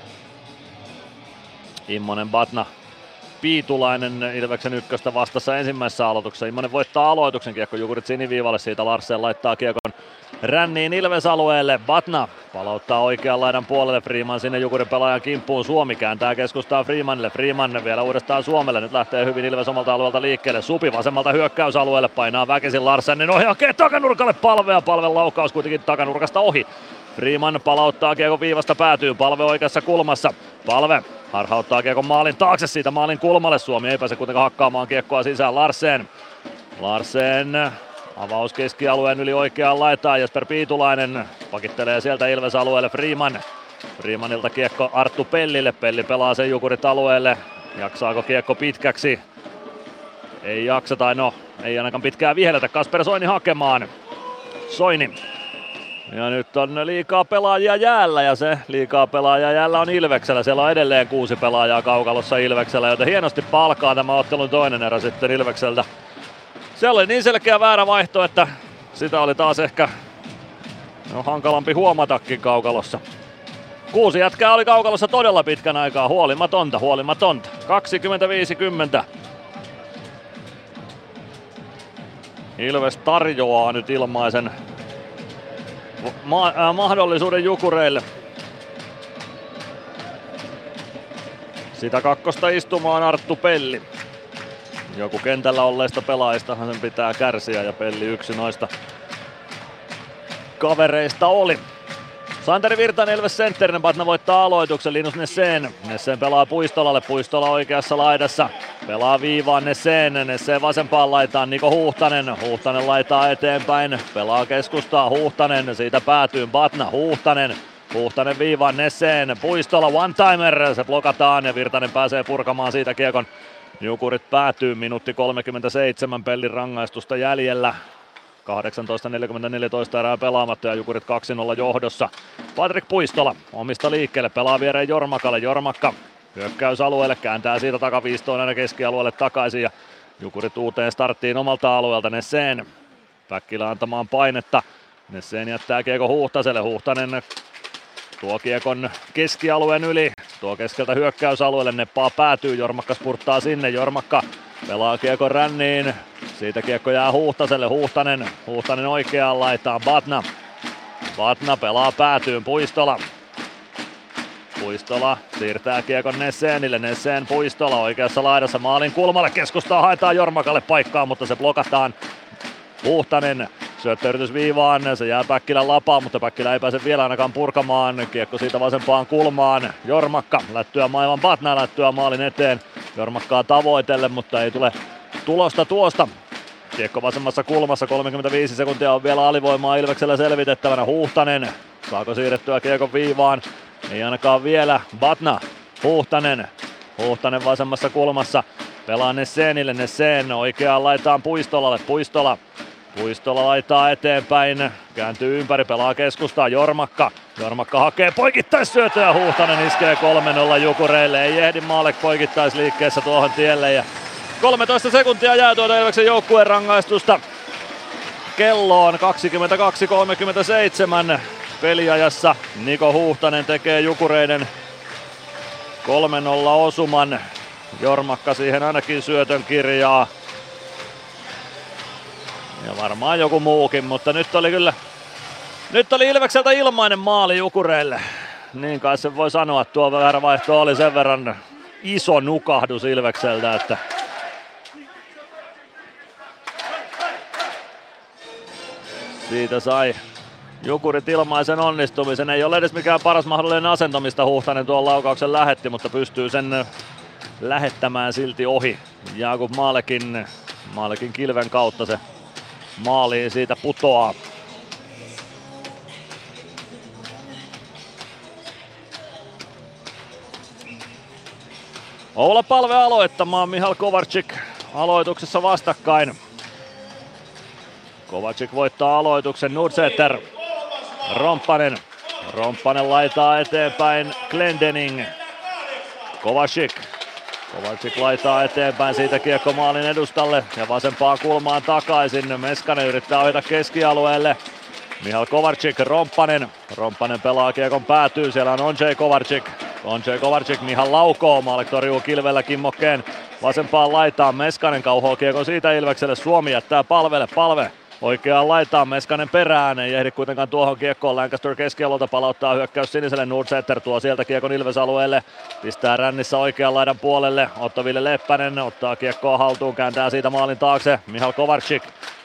Immonen, Batna, Piitulainen Ilveksen ykköstä vastassa ensimmäisessä aloituksessa. Immonen voittaa aloituksen, kiekko Jukurit siniviivalle, siitä Larsen laittaa kiekon ränniin Ilves-alueelle. Batna palauttaa oikean laidan puolelle, Freeman sinne Jukurin pelaajan kimppuun. Suomi kääntää keskustaa Freemanille, Freeman vielä uudestaan Suomelle. Nyt lähtee hyvin Ilves omalta alueelta liikkeelle. Supi vasemmalta hyökkäysalueelle, painaa väkisin Larsenin ohi, hakee takanurkalle Palvea. Palven laukaus kuitenkin takanurkasta ohi. Freeman palauttaa kiekon viivasta päätyy, Palve oikeassa kulmassa. Palve harhauttaa kiekon maalin taakse, siitä maalin kulmalle. Suomi ei pääse kuitenkaan hakkaamaan kiekkoa sisään. Larsen avaus keskialueen yli oikeaan laitaan. Jesper Piitulainen pakittelee sieltä Ilves-alueelle Freemanilta kiekko Arttu Pellille. Pelli pelaa sen Jukurit alueelle. Jaksaako kiekko pitkäksi? Ei jaksa, tai no, ei ainakaan pitkään vihelletä. Kasper Soini hakemaan. Soini. Ja nyt on liikaa pelaajia jäällä ja se liikaa pelaajia jäällä on Ilveksellä. Siellä on edelleen 6 pelaajaa kaukalossa Ilveksellä, joten hienosti palkaa tämä ottelun toinen erä sitten Ilvekseltä. Se oli niin selkeä väärä vaihto, että sitä oli taas ehkä hankalampi huomatakin kaukalossa. 6 jätkää oli kaukalossa todella pitkän aikaa, huolimatonta. 20-50. Ilves tarjoaa nyt ilmaisen mahdollisuuden Jukureille. Sitä kakkosta istumaan Arttu Pelli. Joku kentällä olleista pelaajistahan sen pitää kärsiä ja Pelli yksi noista kavereista oli. Santeri Virtanen Ilves sentterinä, Batna voittaa aloituksen, Linus Nessen pelaa Puistolalle, Puistola oikeassa laidassa. Pelaa viivaan Nessen vasempaan laitaan Niko Huhtanen laitaa eteenpäin, pelaa keskustaa Huhtanen, siitä päätyy Batna, Huhtanen viivaan, Nesseen, Puistola, one-timer, se blokataan ja Virtanen pääsee purkamaan siitä kiekon. Jukurit päätyy, minuutti 37 Pellin rangaistusta jäljellä. 18.44 erää pelaamatta ja Jukurit 2-0 johdossa. Patrik Puistola omista liikkeelle, pelaa viereen Jormakalle, Jormakka hyökkäysalueelle, kääntää siitä takaviistoon aina keskialueelle takaisin ja Jukurit uuteen starttiin omalta alueelta. Nesseen Päkkilä antamaan painetta, Nesseen jättää kiekon Huhtaselle, Huhtanen tuo kiekon keskialueen yli, tuo keskeltä hyökkäysalueelle, Neppaa päätyy, Jormakka spurttaa sinne, Jormakka pelaa kiekon ränniin, siitä kiekko jää Huhtaselle, Huhtanen oikeaan laitaan, Batna pelaa päätyyn, Puistola siirtää kiekon Nesseenille, Nesseen Puistola oikeassa laidassa maalin kulmalle, keskustaa haetaan Jormakalle paikkaa, mutta se blokataan. Huhtanen syöttöyritys viivaan, se jää Päkkilän lapaan, mutta Päkkilä ei pääse vielä ainakaan purkamaan. Kiekko siitä vasempaan kulmaan, Jormakka lättyä maailman Batna, lättyä maalin eteen. Jormakkaa tavoitellen, mutta ei tule tulosta tuosta. Kiekko vasemmassa kulmassa, 35 sekuntia on vielä alivoimaa Ilveksellä selvitettävänä. Huhtanen, saako siirrettyä kiekon viivaan? Ei ainakaan vielä. Batna, Huhtanen vasemmassa kulmassa. Pelaa Nesseenille, Nesseen oikeaan laitaan Puistolalle, Puistola laitaa eteenpäin, kääntyy ympäri, pelaa keskustaan, Jormakka hakee poikittaissyötöä, Huhtanen iskee 3-0 Jukureille, ei ehdi maalle poikittaisliikkeessä tuohon tielle ja 13 sekuntia jää tuota Ilveksen joukkueen rangaistusta kelloon, 22.37 peliajassa. Niko Huhtanen tekee Jukureiden 3-0 osuman, Jormakka siihen ainakin syötön kirjaa. Ja varmaan joku muukin, mutta nyt oli Ilvekseltä ilmainen maali Jukureille. Niin kai se voi sanoa, tuo vääränvaihto oli sen verran iso nukahdus Ilvekseltä, että siitä sai Jukurit ilmaisen onnistumisen. Ei ole edes mikään paras mahdollinen asento, mistä Huhtanen tuon laukauksen lähetti, mutta pystyy sen lähettämään silti ohi. Jakub Maalekin kilven kautta se maaliin siitä putoaa. Oula Palve aloittamaan, Mihal Kovarczyk aloituksessa vastakkain. Kovarczyk voittaa aloituksen, Nordsäter, Romppanen laitaa eteenpäin, Glendening, Kovarczyk laitaa eteenpäin, siitä kiekko maalin edustalle ja vasempaan kulmaan takaisin. Meskanen yrittää ohjata keskialueelle. Mihal Kovarczyk, Romppanen pelaa kiekon päätyy, siellä on Ondřej Kovarczyk, Mihal laukoo, Maalek torjuu kilvellä kimmokkeen vasempaan laitaan. Meskanen kauhoo kiekon siitä Ilvekselle, Suomi jättää Palve oikeaan laitaan, Meskanen perään, ei ehdi kuitenkaan tuohon kiekkoon, Lancaster keskialueelta palauttaa hyökkäys siniselle, Nordsäter tuo sieltä kiekon Ilves-alueelle, pistää rännissä oikean laidan puolelle, Otto-Ville Leppänen ottaa kiekkoa haltuun, kääntää siitä maalin taakse, Mihal Kovarczyk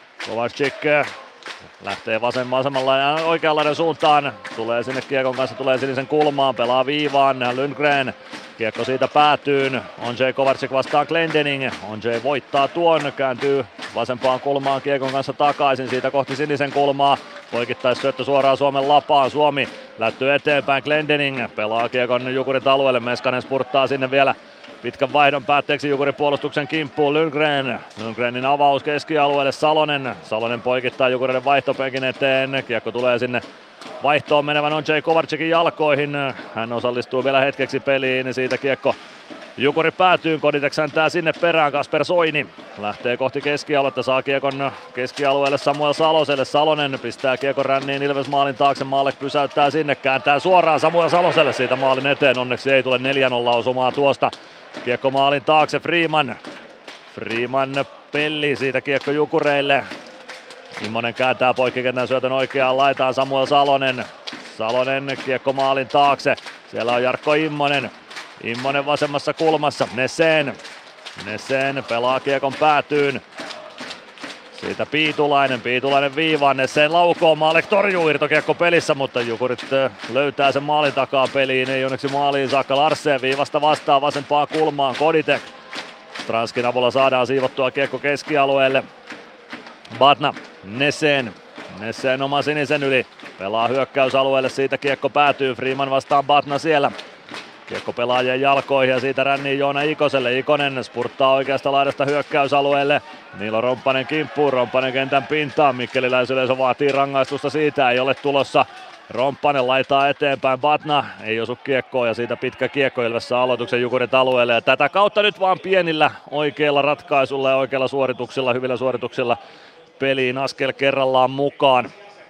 lähtee vasemmalla ja oikean laidan suuntaan, tulee sinne kiekon kanssa, tulee sinisen kulmaan, pelaa viivaan, Lundgren, kiekko siitä päätyyn, Ondřej Kovarczyk vastaan Glendening, Ondřej voittaa tuon, kääntyy vasempaan kulmaan kiekon kanssa takaisin, siitä kohti sinisen kulmaa, poikittaissyöttö suoraan Suomen lapaan, Suomi lättyy eteenpäin, Glendening pelaa kiekon Jukurit alueelle, Meskanen spurttaa sinne vielä pitkän vaihdon päätteeksi Jukurin puolustuksen kimppuun, Lundgrenin avaus keskialueelle, Salonen poikittaa Jukureiden vaihtopenkin eteen, kiekko tulee sinne vaihtoon menevän Ondřej Kovarczykin jalkoihin, hän osallistuu vielä hetkeksi peliin, siitä kiekko Jukuri päätyy, Koditek säntää sinne perään, Kasper Soini lähtee kohti keskialuetta, saa kiekon keskialueelle Samuel Saloselle, Salonen pistää kiekon ränniin Ilves maalin taakse, Maalek pysäyttää sinne, kääntää suoraan Samuel Saloselle siitä maalin eteen, onneksi ei tule 4-0 osumaa tuosta, kiekko maalin taakse, Freeman pelli, siitä kiekko Jukureille, Immonen kääntää poikkikentän syötön oikeaan laitaan, Samuel Salonen kiekko maalin taakse, siellä on Jarkko Immonen vasemmassa kulmassa, Nesseen pelaa kiekon päätyyn, siitä Piitulainen viivaan, Nesseen laukoo, Maalek torjuu, irtokiekko pelissä, mutta Jukurit löytää sen maalin takaa peliin, ei onneksi maaliin saakka, Larsen viivasta vastaan vasempaan kulmaan, Koditek, Stranskin avulla saadaan siivottua kiekko keskialueelle, Batna, Nesseen oma sinisen yli, Pelaa hyökkäysalueelle, siitä kiekko päätyy, Freeman vastaan Batna siellä. Kiekko pelaajien jalkoihin ja siitä rännii Joona Ikoselle. Ikonen spurttaa oikeasta laidasta hyökkäysalueelle. Niilo Romppanen kimppuu, Romppanen kentän pintaan. Mikkeliläisyleisö vaatii rangaistusta siitä, ei ole tulossa. Romppanen laitaa eteenpäin, Batna ei osu kiekkoon ja siitä pitkä kiekko Ilves saa aloituksen Jukurit alueelle. Ja tätä kautta nyt vaan pienillä oikeilla ratkaisuilla ja oikeilla suorituksilla, hyvillä suorituksilla peliin askel kerrallaan mukaan.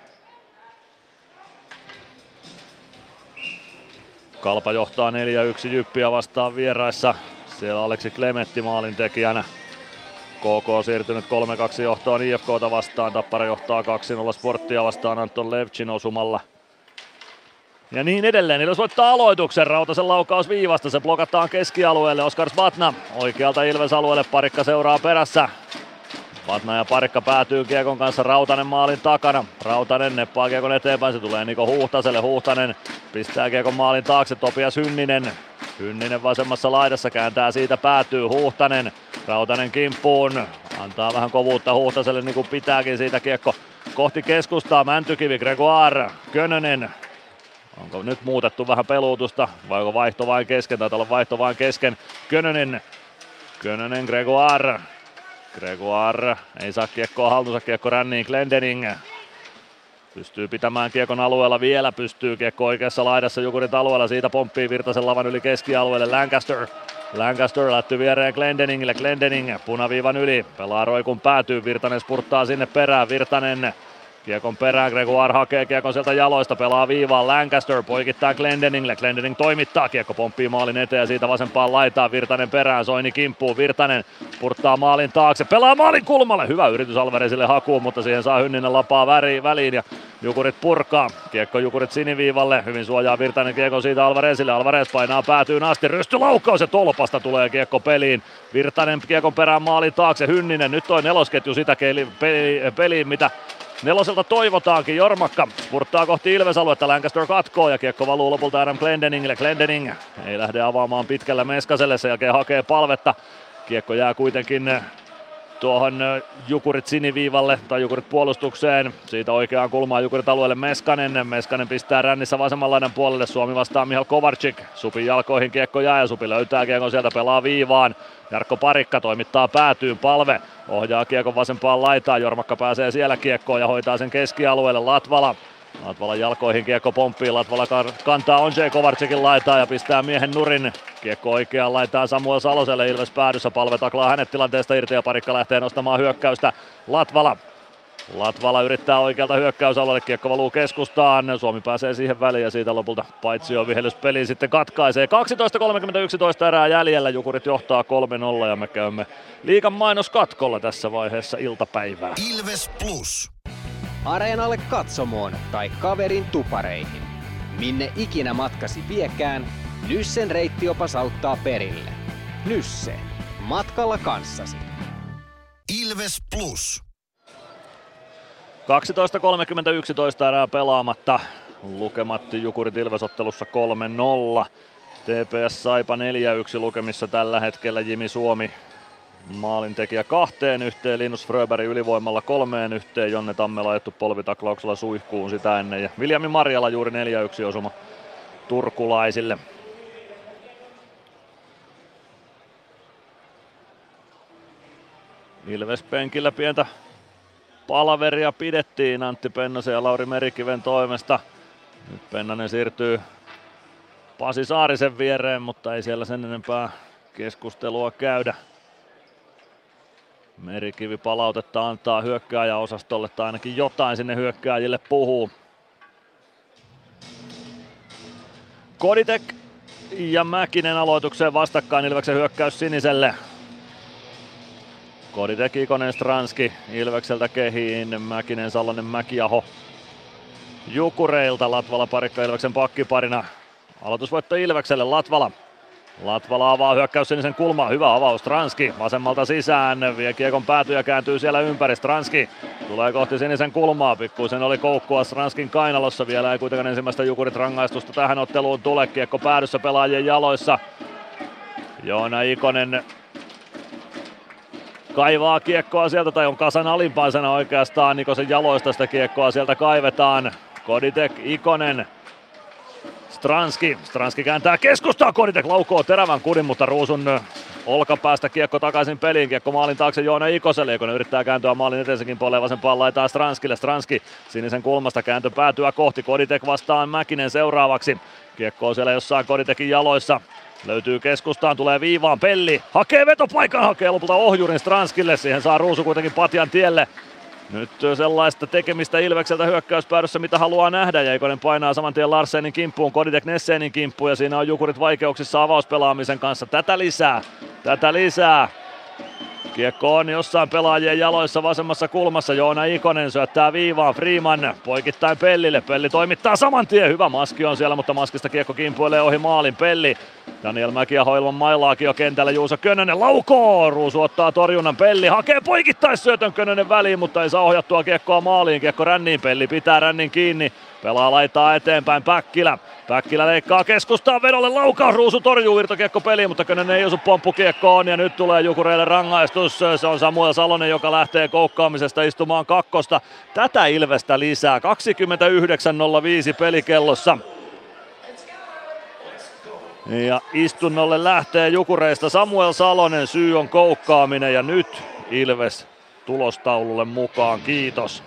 Kalpa johtaa 4-1 Jyppiä vastaan vieraissa. Siellä Aleksi Klemetti maalintekijänä. KK siirtynyt 3-2 johtoon IFK:ta vastaan. Tappara johtaa 2-0 Sporttia vastaan Anton Levchin osumalla. Ja niin edelleen. Ilves voittaa aloituksen. Rautasen laukaus viivasta. Se blokataan keskialueelle. Oskar Batna oikealta Ilves alueelle. Parikka seuraa perässä. Batna ja Parikka päätyy kiekon kanssa, Rautanen maalin takana. Rautanen neppaa kiekon eteenpäin, se tulee Niko Huhtaselle. Huhtanen pistää kiekon maalin taakse, Topias Hynninen. Hynninen vasemmassa laidassa kääntää, siitä päätyy Huhtanen. Rautanen kimppuun, antaa vähän kovuutta Huhtaselle niin kuin pitääkin, siitä kiekko kohti keskustaa. Mäntykivi, Gregoire, Könönen. Onko nyt muutettu vähän peluutusta vai onko vaihto vain kesken? Taitaa olla vaihto vain kesken. Könönen, Gregoire. Gregoire ei saa kiekkoa haltuunsa, kiekko ränniin Glendening. Pystyy pitämään kiekon alueella vielä, pystyy kiekko oikeassa laidassa Jukurit alueella, siitä pomppii Virtasen lavan yli keskialueelle Lancaster lähtyy viereen Glendeningille, Glendening punaviivan yli, pelaa roikun päätyy, Virtanen spurttaa sinne perään, Virtanen kiekon perään, Gregoire hakee kiekon sieltä jaloista, pelaa viivaan, Lancaster poikittaa Glendeningille, Glendening toimittaa, kiekko pomppii maalin eteen ja siitä vasempaan laitaan, Virtanen perään, Soini kimppuu, Virtanen purttaa maalin taakse, pelaa maalin kulmalle, hyvä yritys Alvarezille hakuun, mutta siihen saa Hynninen lapaa väliin ja Jukurit purkaa, kiekko Jukurit siniviivalle, hyvin suojaa Virtanen kiekon siitä Alvarezille, Alvarez painaa päätyyn asti, rystylaukaus ja tolpasta tulee kiekko peliin, Virtanen kiekon perään maalin taakse, Hynninen, nyt toi nelosketju sitä peliin mitä neloselta toivotaankin, Jormakka spurttaa kohti Ilves-aluetta, Lancaster katkoo ja kiekko valuu lopulta Adam Glendeningille. Glendening ei lähde avaamaan pitkällä Meskaselle, sen jälkeen hakee palvetta. Kiekko jää kuitenkin tuohon Jukurit siniviivalle tai Jukurit puolustukseen. Siitä oikeaan kulmaan Jukurit alueelle Meskanen pistää rännissä vasemman laidan puolelle. Suomi vastaa Mihal Kovarczyk. Supin jalkoihin kiekko jää ja Supi löytää kiekon sieltä, pelaa viivaan. Jarkko Parikka toimittaa päätyyn, Palve ohjaa kiekon vasempaan laitaan. Jormakka pääsee siellä kiekkoon ja hoitaa sen keskialueelle. Latvalan jalkoihin kiekko pomppii, Latvala kantaa Ondřej Kovarczykin laitaa ja pistää miehen nurin. Kiekko oikeaan laitaan Samuel Saloselle, Ilves päädyssä, Palve taklaa hänet tilanteesta irti ja Parikka lähtee nostamaan hyökkäystä. Latvala yrittää oikealta hyökkäysalueelle, kiekko valuu keskustaan, Suomi pääsee siihen väliin ja siitä lopulta paitsio vihellyspeliin sitten katkaisee. 12.31 erää jäljellä, Jukurit johtaa 3-0 ja me käymme liigan mainoskatkolla tässä vaiheessa iltapäivää. Ilves Plus. Areenalle katsomoon tai kaverin tupareihin. Minne ikinä matkasi viekään, Nyssen reittiopas auttaa perille. Nysse. Matkalla kanssasi. Ilves Plus. 12.31 erää pelaamatta. Lukemat Jukurit Ilves-ottelussa 3-0. TPS Saipa 4-1 lukemissa tällä hetkellä. Jimi Suomi maalintekijä 2-1, Linus Fröberg ylivoimalla 3-1, Jonne Tammela ajettu polvitaklauksella suihkuun sitä ennen ja Viljami Marjala juuri 4-1 osuma turkulaisille. Ilves penkillä pientä palaveria pidettiin Antti Pennasen ja Lauri Merikiven toimesta. Nyt Pennanen siirtyy Pasi Saarisen viereen, mutta ei siellä sen enempää keskustelua käydä. Merikivi palautetta antaa hyökkääjäosastolle tai ainakin jotain sinne hyökkääjille puhuu. Koditek ja Mäkinen aloitukseen vastakkain, Ilveksen hyökkäys siniselle. Koditek, Ikonen, Stranski Ilvekseltä kehiin, Mäkinen, Salonen, Mäkiaho Jukureilta. Latvala, Parikka Ilveksen pakkiparina. Aloitusvoitto Ilvekselle, Latvala avaa hyökkäys sinisen kulmaan, hyvä avaus, Stranski vasemmalta sisään, vie kiekon pääty ja kääntyy siellä ympäri, Stranski tulee kohti sinisen kulmaa, pikkuisen oli koukkua Stranskin kainalossa, vielä ei kuitenkaan ensimmäistä Jukurit rangaistusta tähän otteluun tule, kiekko päädyssä pelaajien jaloissa, Joona Ikonen kaivaa kiekkoa sieltä, tai on kasan alimpaisena oikeastaan, Ikosen jaloista sitä kiekkoa sieltä kaivetaan, Koditek, Ikonen. Stranski kääntää keskustaa, Koditek laukoo terävän kudin, mutta Ruusun olkapäästä kiekko takaisin peliin, kiekko maalin taakse Joona Ikoselle, Ikonen yrittää kääntyä maalin eteensäkin puolelle, vasempaan laitaa Stranskille, Stranski sinisen kulmasta kääntö päätyä kohti, Koditek vastaan Mäkinen seuraavaksi, kiekko on siellä jossain Koditekin jaloissa, löytyy keskustaan, tulee viivaan, Pelli hakee vetopaikan, hakee lopulta ohjurin Stranskille, siihen saa Ruusu kuitenkin patjan tielle. Nyt sellaista tekemistä Ilvekseltä hyökkäyspäädyssä, mitä haluaa nähdä. Ja Ikonen painaa saman tien Larsenin kimppuun, Koditek Nessenin kimppuun ja siinä on Jukurit vaikeuksissa avauspelaamisen kanssa. Tätä lisää. Kiekko on jossain pelaajien jaloissa vasemmassa kulmassa. Joona Ikonen syöttää viivaan, Freeman poikittain Pellille. Pelli toimittaa saman tien. Hyvä maski on siellä, mutta maskista kiekko kimpuilee ohi maalin. Pelli. Daniel Mäkiaho ilman mailaakin jo kentällä. Juuso Könönen laukoo. Ruusu ottaa torjunnan. Pelli hakee poikittaisyötön Könönen väliin, mutta ei saa ohjattua kiekkoa maaliin. Kiekko ränniin. Pelli pitää rännin kiinni. Pelaa laittaa eteenpäin Päkkilä. Päkkilä leikkaa keskustaan vedolle, laukaus, Ruusu torjuu, irtokiekko peliin, mutta Könönen ei osu pomppukiekkoon ja nyt tulee Jukureille rangaistus. Se on Samuel Salonen, joka lähtee koukkaamisesta istumaan kakkosta. Tätä Ilvestä lisää, 29.05 pelikellossa. Ja istunnolle lähtee Jukureista Samuel Salonen, syy on koukkaaminen ja nyt Ilves tulostaululle mukaan, kiitos.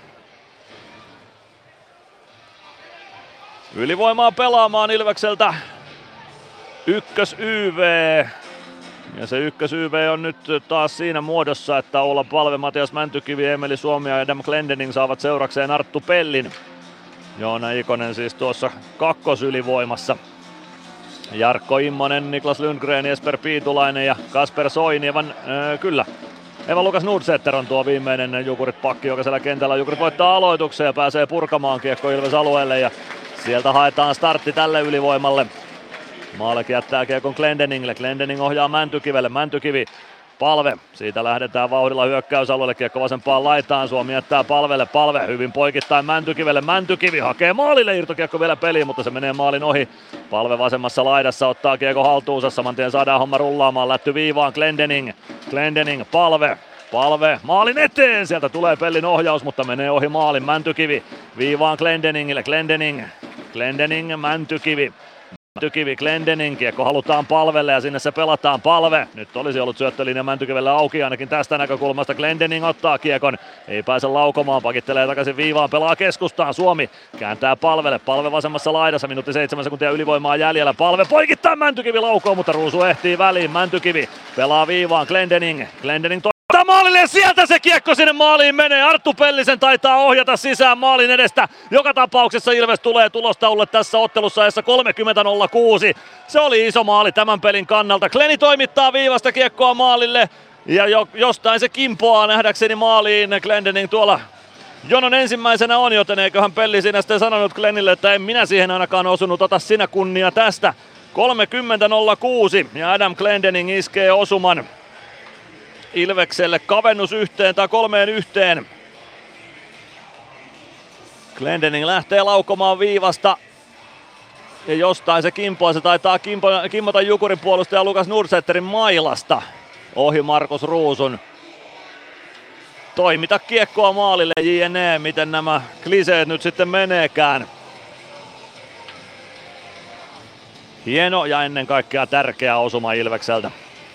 Ylivoimaa pelaamaan Ilvekseltä ykkös YV. Ja se ykkös YV on nyt taas siinä muodossa, että Oula Palve, Matias Mäntykivi, Emeli Suomi ja Adam Glendening saavat seurakseen Arttu Pellin. Joona Ikonen siis tuossa kakkosylivoimassa. Jarkko Immonen, Niklas Lundgren, Jesper Piitulainen ja Kasper Soini. Evan Lukas Nordsetter on tuo viimeinen Jukurit pakki, joka siellä kentällä Jukurit voittaa aloituksen ja pääsee purkamaan kiekko Ilves alueelle. Ja sieltä haetaan startti tälle ylivoimalle. Maalek jättää kiekon Glendeningille. Glendening ohjaa Mäntykivelle. Mäntykivi, Palve. Siitä lähdetään vauhdilla hyökkäysalueelle. Kiekko vasempaan laitaan. Suomi jättää Palvelle. Palve hyvin poikittain Mäntykivelle. Mäntykivi hakee maalille. Irtokiekko vielä peliin, mutta se menee maalin ohi. Palve vasemmassa laidassa ottaa kiekko haltuunsa. Saman tien saadaan homma rullaamaan. Lätty viivaan Glendening. Palve maalin eteen, sieltä tulee Pellin ohjaus, mutta menee ohi maalin. Mäntykivi viivaan Glendeningille, Glendening, Mäntykivi, Glendening, kiekko halutaan Palvelle ja sinne se pelataan, Palve. Nyt olisi ollut syöttölinja Mäntykivelle auki ainakin tästä näkökulmasta. Glendening ottaa kiekon, ei pääse laukomaan, pakittelee takaisin viivaan, pelaa keskustaan. Suomi kääntää Palvelle, Palve vasemmassa laidassa, minuutti 7 sekuntia ylivoimaa jäljellä. Palve poikittaa, Mäntykivi laukoo, mutta Ruusu ehtii väliin. Mäntykivi pelaa viivaan, Glendening maalille ja sieltä se kiekko sinne maaliin menee. Arttu Pellisen taitaa ohjata sisään maalin edestä. Joka tapauksessa Ilves tulee tulostaululle tässä ottelussa ajassa 30.06. Se oli iso maali tämän pelin kannalta. Kleni toimittaa viivasta kiekkoa maalille ja jostain se kimpoaa nähdäkseni maaliin. Glendening tuolla jonon ensimmäisenä on, joten eiköhän Pelli siinä sitten sanonut Glenille, että en minä siihen ainakaan osunut, ota sinä kunnia tästä. 30.06 ja Adam Glendening iskee osuman Ilvekselle, kavennus 3-1. Glendening lähtee laukomaan viivasta ja jostain se kimpoaa, se taitaa kimmota Jukurin puolustaja Lukas Nordsetterin mailasta ohi Markus Ruusun. Toimita kiekkoa maalille JNE, miten nämä kliseet nyt sitten meneekään. Hieno ja ennen kaikkea tärkeä osuma Ilvekseltä.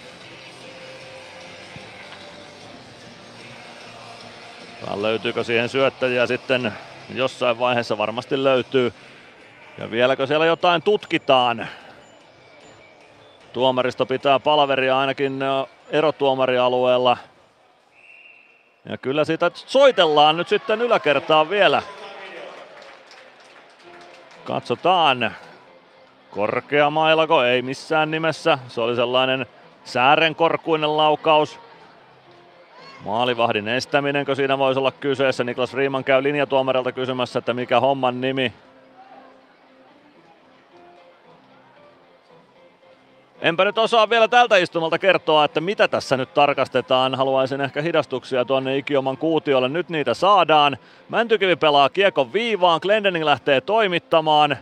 Löytyykö siihen syöttäjiä sitten jossain vaiheessa, varmasti löytyy. Ja vieläkö siellä jotain tutkitaan? Tuomaristo pitää palaveria ainakin erotuomarialueella. Ja kyllä sitä soitellaan nyt sitten yläkertaan vielä. Katsotaan. Korkea mailako, ei missään nimessä. Se oli sellainen säärenkorkuinen laukaus. Maalivahdin estäminenkö siinä voisi olla kyseessä. Niklas Freeman käy linjatuomarilta kysymässä, että mikä homman nimi. Enpä nyt osaa vielä tältä istumalta kertoa, että mitä tässä nyt tarkastetaan. Haluaisin ehkä hidastuksia tuonne Ikioman kuutiolle. Nyt niitä saadaan. Mäntykivi pelaa kiekon viivaan. Glendening lähtee toimittamaan.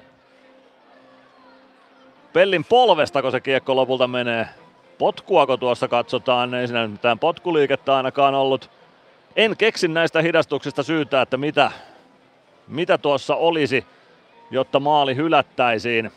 Pellin polvestako se kiekko lopulta menee? Potkuako tuossa katsotaan, ei siinä mitään potkuliikettä ainakaan ollut. En keksi näistä hidastuksista syytä, että mitä tuossa olisi, jotta maali hylättäisiin.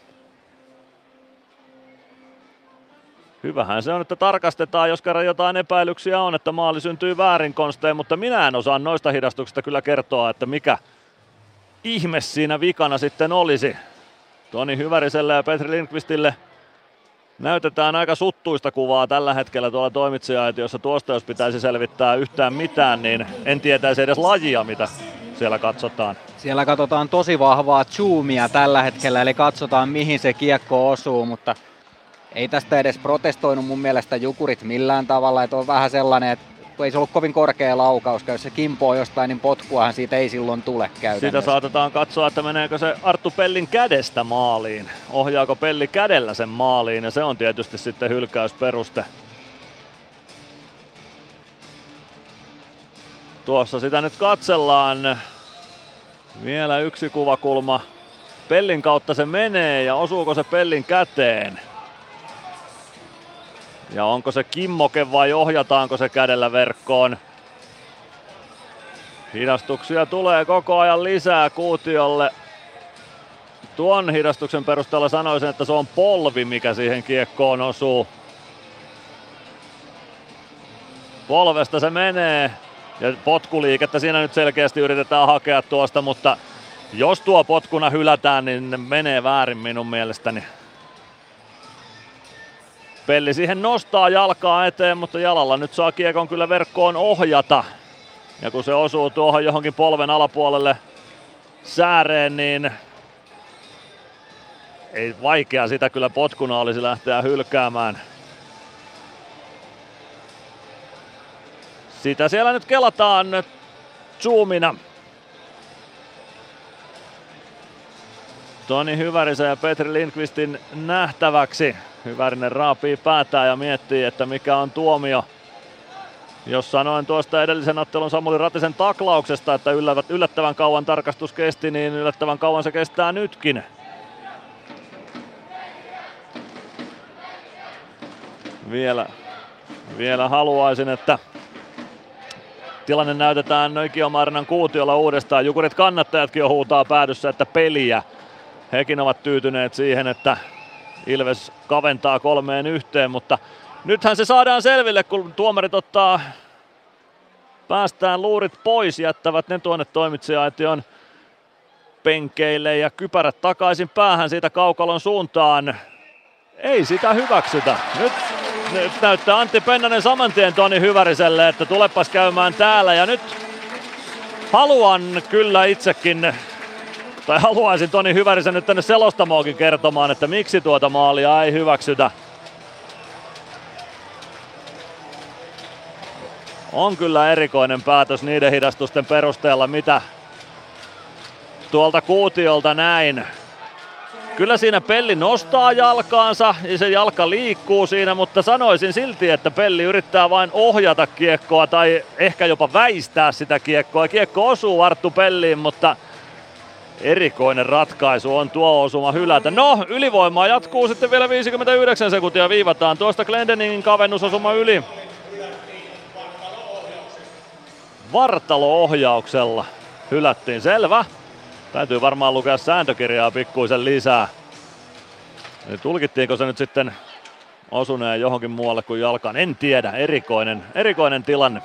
Hyvähän se on, että tarkastetaan, jos kerran jotain epäilyksiä on, että maali syntyy väärin konstein, mutta minä en osaa noista hidastuksista kyllä kertoa, että mikä ihme siinä vikana sitten olisi. Toni Hyväriselle ja Petri Lindqvistille näytetään aika suttuista kuvaa tällä hetkellä tuolla toimitsija-aitiossa. Tuosta jos pitäisi selvittää yhtään mitään, niin en tietäisi edes lajia, mitä siellä katsotaan. Siellä katsotaan tosi vahvaa zoomia tällä hetkellä, eli katsotaan mihin se kiekko osuu, mutta ei tästä edes protestoinut mun mielestä Jukurit millään tavalla, että on vähän sellainen, että ei se ollut kovin korkea laukaus, jos se kimpoo jostain, niin potkuahan siitä ei silloin tule käytännössä. Sitä saatetaan katsoa, että meneekö se Arttu Pellin kädestä maaliin. Ohjaako Pelli kädellä sen maaliin, ja se on tietysti sitten hylkäysperuste. Tuossa sitä nyt katsellaan. Vielä yksi kuvakulma. Pellin kautta se menee, ja osuuko se Pellin käteen? Ja onko se kimmoke vai ohjataanko se kädellä verkkoon? Hidastuksia tulee koko ajan lisää Kuutiolle. Tuon hidastuksen perusteella sanoisin, että se on polvi, mikä siihen kiekkoon osuu. Polvesta se menee. Ja potkuliikettä siinä nyt selkeästi yritetään hakea tuosta, mutta jos tuo potkuna hylätään, niin menee väärin minun mielestäni. Pelli siihen nostaa jalkaa eteen, mutta jalalla nyt saa kiekon kyllä verkkoon ohjata. Ja kun se osuu tuohon johonkin polven alapuolelle sääreen, niin ei vaikea sitä kyllä potkuna olisi lähteä hylkäämään. Sitä siellä nyt kelataan zoomina. Toni Hyvärisen ja Petri Lindqvistin nähtäväksi. Hyvärinen raapii päätään ja miettii, että mikä on tuomio. Jos sanoin tuosta edellisen ottelun Samuli Ratisen taklauksesta, että yllättävän kauan tarkastus kesti, niin yllättävän kauan se kestää nytkin. Vielä haluaisin, että tilanne näytetään Kiomaarinan Kuutiolla uudestaan. Jukurit kannattajatkin jo huutaa päädyssä, että peliä. Hekin ovat tyytyneet siihen, että Ilves kaventaa 3-1, mutta nythän se saadaan selville, kun tuomarit päästään luurit pois, jättävät ne tuonne toimitsija-aition penkeille ja kypärät takaisin päähän siitä kaukalon suuntaan. Ei sitä hyväksytä. Nyt näyttää Antti Pennanen saman tien Toni Hyväriselle, että tulepas käymään täällä, ja nyt haluan kyllä itsekin, tai haluaisin Toni Hyvärisen nyt tänne selostamoonkin kertomaan, että miksi tuota maalia ei hyväksytä. On kyllä erikoinen päätös niiden hidastusten perusteella, mitä tuolta Kuutiolta näin. Kyllä siinä Pelli nostaa jalkaansa ja se jalka liikkuu siinä, mutta sanoisin silti, että Pelli yrittää vain ohjata kiekkoa tai ehkä jopa väistää sitä kiekkoa. Kiekko osuu Arttu Pelliin, mutta erikoinen ratkaisu on tuo osuma hylätä. No, ylivoimaa jatkuu sitten vielä 59 sekuntia, viivataan tuosta Glendeningin kavennusosuma yli. Vartalo-ohjauksella hylättiin, selvä. Täytyy varmaan lukea sääntökirjaa pikkuisen lisää. Eli tulkittiinko se nyt sitten osuneen johonkin muualle kuin jalkaan? En tiedä, erikoinen tilanne.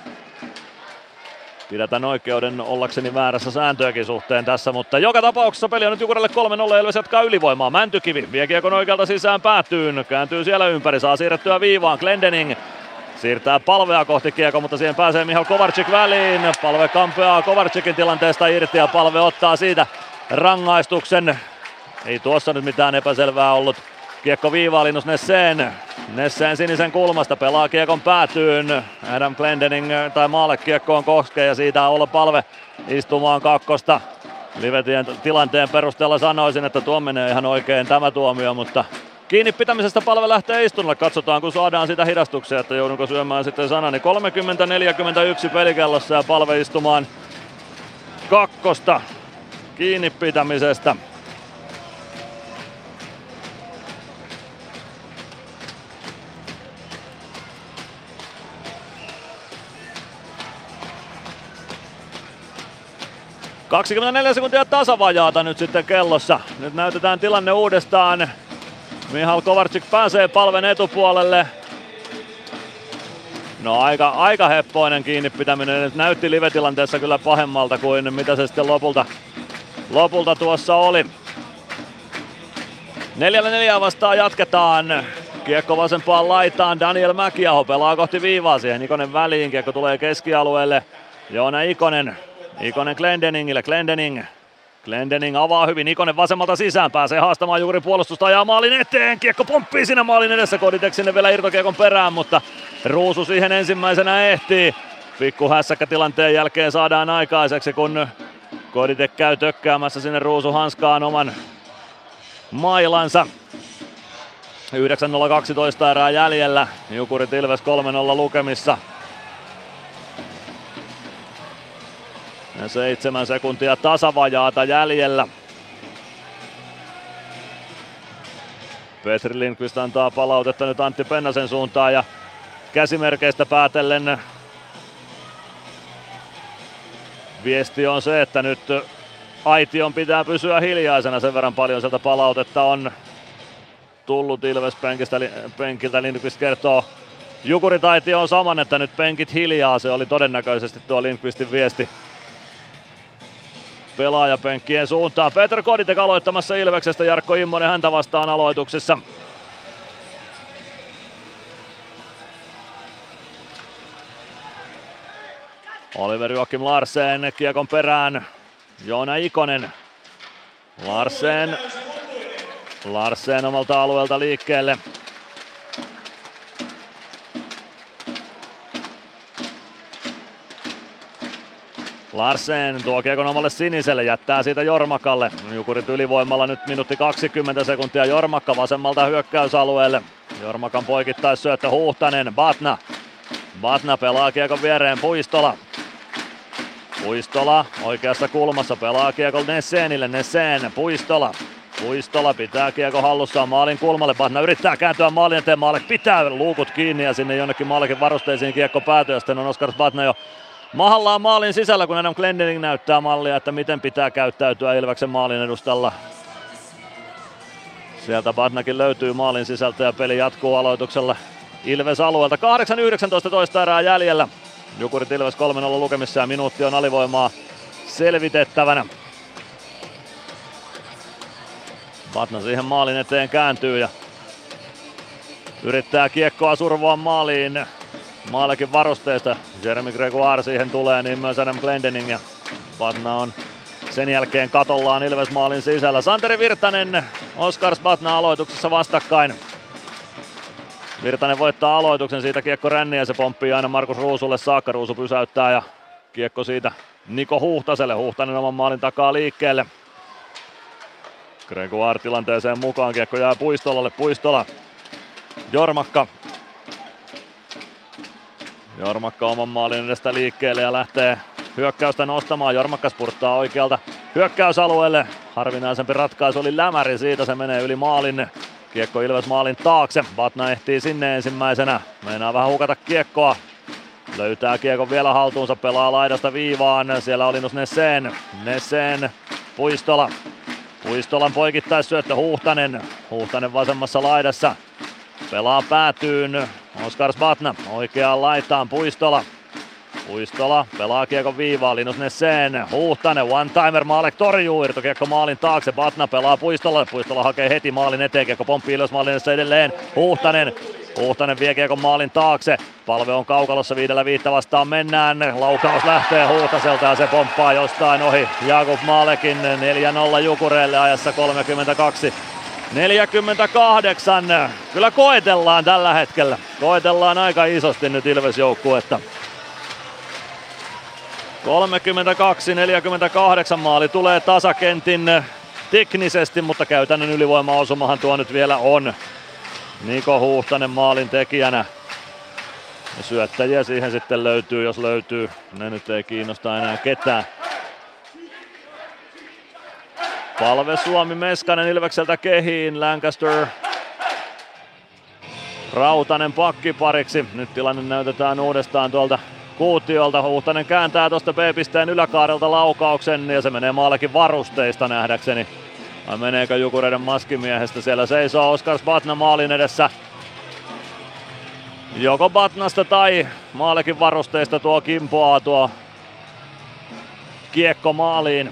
Pidätän oikeuden ollakseni väärässä sääntöjäkin suhteen tässä, mutta joka tapauksessa peli on nyt Jukurille 3-0, Ilves jatkaa ylivoimaa. Mäntykivi vie kiekon oikealta sisään päätyyn, kääntyy siellä ympäri, saa siirrettyä viivaan. Glendening siirtää Palvea kohti kiekko, mutta siihen pääsee Michal Kovarczyk väliin. Palve kampeaa Kovarczykin tilanteesta irti ja Palve ottaa siitä rangaistuksen. Ei tuossa nyt mitään epäselvää ollut. Kiekko viivaa Linus Nesseen. Nesseen sinisen kulmasta pelaa kiekon päätyyn. Adam Glendening tai maalle kiekkoon koskee ja siitä Olla Palve istumaan kakkosta. Livetien tilanteen perusteella sanoisin, että tuo menee ihan oikein tämä tuomio, mutta kiinni pitämisestä Palve lähtee istunnolle. Katsotaan, kun saadaan sitä hidastuksia, että joudunko syömään sitten sanani. 30-41 pelikellossa ja Palve istumaan kakkosta kiinni pitämisestä. 24 sekuntia tasavajaata nyt sitten kellossa. Nyt näytetään tilanne uudestaan. Mihal Kovarczyk pääsee palven etupuolelle. No aika heppoinen kiinni pitäminen. Nyt näytti live-tilanteessa kyllä pahemmalta kuin mitä se sitten lopulta tuossa oli. 4-4 vastaan jatketaan. Kiekko vasempaan laitaan. Daniel Mäkiaho pelaa kohti viivaa siihen. Ikonen väliin. Kiekko tulee keskialueelle. Joona Ikonen. Ikonen Glendeningille. Glendening avaa hyvin. Ikonen vasemmalta sisään. Pääsee haastamaan juuri puolustusta. Ajaa maalin eteen. Kiekko pomppii siinä maalin edessä. Koditek sinne vielä irtokiekon perään, mutta Ruusu siihen ensimmäisenä ehtii. Pikku hässäkkä tilanteen jälkeen saadaan aikaiseksi, kun Koditek käy tökkäämässä sinne Ruusu hanskaan oman mailansa. 9.012 erää jäljellä. Jukurit Ilves 3-0 lukemissa. Ja 7 sekuntia tasavajaata jäljellä. Petri Lindqvist antaa palautetta nyt Antti Pennasen suuntaan ja käsimerkeistä päätellen viesti on se, että nyt aition pitää pysyä hiljaisena. Sen verran paljon sieltä palautetta on tullut Ilves penkiltä. Lindqvist kertoo, Jukurit aitio on saman, että nyt penkit hiljaa. Se oli todennäköisesti tuo Lindqvistin viesti pelaajapenkkien suuntaan. Petr Koditek aloittamassa Ilveksestä, Jarkko Immonen häntä vastaan aloituksessa. Oliver Joakim Larsen kiekon perään. Joona Ikonen. Larsen omalta alueelta liikkeelle. Larsen tuo kiekon omalle siniselle, jättää siitä Jormakalle. Jukurit ylivoimalla nyt minuutti 20 sekuntia. Jormakka vasemmalta hyökkäysalueelle. Jormakan poikittaissyöttö Huhtanen, Batna pelaa kiekon viereen Puistola oikeassa kulmassa pelaa kiekon Nessenille. Puistola pitää kiekon hallussaan maalin kulmalle. Batna yrittää kääntyä maalin eteen. Maalek pitää luukut kiinni ja sinne jonnekin Maalekin varusteisiin kiekko päätyy. Ja sitten on Oskar Batna jo mahallaan maalin sisällä, kun Adam Glendening näyttää mallia, että miten pitää käyttäytyä Ilveksen maalin edustalla. Sieltä Batnakin löytyy maalin sisältä ja peli jatkuu aloituksella Ilves alueelta. 8.19 toista erää jäljellä. Jukurit Ilves 3-0 lukemissa ja minuutti on alivoimaa selvitettävänä. Batna siihen maalin eteen kääntyy ja yrittää kiekkoa survoa maaliin. Maalekin varusteista. Jeremy Gregoire siihen tulee, niin myös Adam Glendening ja Batna on sen jälkeen katollaan Ilves maalin sisällä. Santeri Virtanen, Oskar Batna aloituksessa vastakkain. Virtanen voittaa aloituksen, siitä kiekko ränniä, se pomppii aina Markus Ruusulle saakka. Ruusu pysäyttää ja kiekko siitä Niko Huhtaselle. Huhtanen oman maalin takaa liikkeelle. Gregoire tilanteeseen mukaan, kiekko jää Puistola. Jormakka oman maalin edestä liikkeelle ja lähtee hyökkäystä nostamaan. Jormakka spurttaa oikealta hyökkäysalueelle. Harvinaisempi ratkaisu oli lämäri, siitä se menee yli maalin. Kiekko Ilves maalin taakse. Batna ehtii sinne ensimmäisenä. Meinaa vähän hukata kiekkoa. Löytää kiekon vielä haltuunsa, pelaa laidasta viivaan. Siellä on Linus Nessen. Puistolan poikittaissyöttö Huhtanen vasemmassa laidassa. Pelaa päätyyn. Oskar Batna oikeaan laitaan. Puistola pelaa kiekon viivaa. Linus Nessen. Huhtanen one-timer. Maalek torjuu. Irtokiekko maalin taakse. Batna pelaa Puistolalle. Puistola hakee heti maalin eteen. Kiekko pomppii ylös maalin edessä edelleen. Huhtanen vie kiekon maalin taakse. Palve on kaukalossa 5-5 vastaan mennään. Laukaus lähtee Huhtaselta ja se pomppaa jostain ohi Jakub Malekin. 4-0 Jukureille ajassa 48. Kyllä koetellaan tällä hetkellä. Koetellaan aika isosti nyt Ilves-joukkuetta. 32-48 maali tulee tasakentin teknisesti, mutta käytännön ylivoimaosumahan tuo nyt vielä on. Niko Huhtanen maalin tekijänä. Ja syöttäjiä siihen sitten löytyy, jos löytyy. Ne nyt ei kiinnosta enää ketään. Palve Suomi Meskanen Ilvekseltä kehiin. Lancaster Rautanen pakkipariksi. Nyt tilanne näytetään uudestaan tuolta Kuutiolta. Huhtanen kääntää tuosta B-pisteen yläkaarelta laukauksen ja se menee maallekin varusteista nähdäkseni. Vai meneekö Jukureiden maskimiehestä? Siellä seisoo Oskar Batna maalin edessä. Joko Batnasta tai maallekin varusteista tuo kimpoaa tuo kiekko maaliin.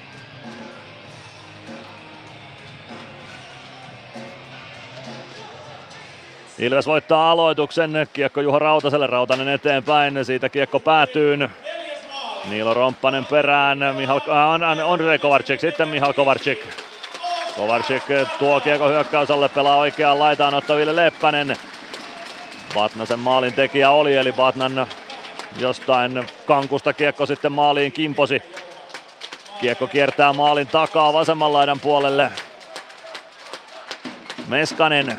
Ilves voittaa aloituksen, kiekko Juho Rautaselle, Rautanen eteenpäin, siitä kiekko päätyy. Niilo Romppanen perään, Ondrej Kovarczyk, sitten Michal Kovarczyk. Kovarczyk tuo kiekko hyökkäysalle, pelaa oikeaan laitaan ottaville Leppänen. Batnasen maalin tekijä oli, eli Batnan jostain kankusta kiekko sitten maaliin kimposi. Kiekko kiertää maalin takaa vasemman laidan puolelle. Meskanen.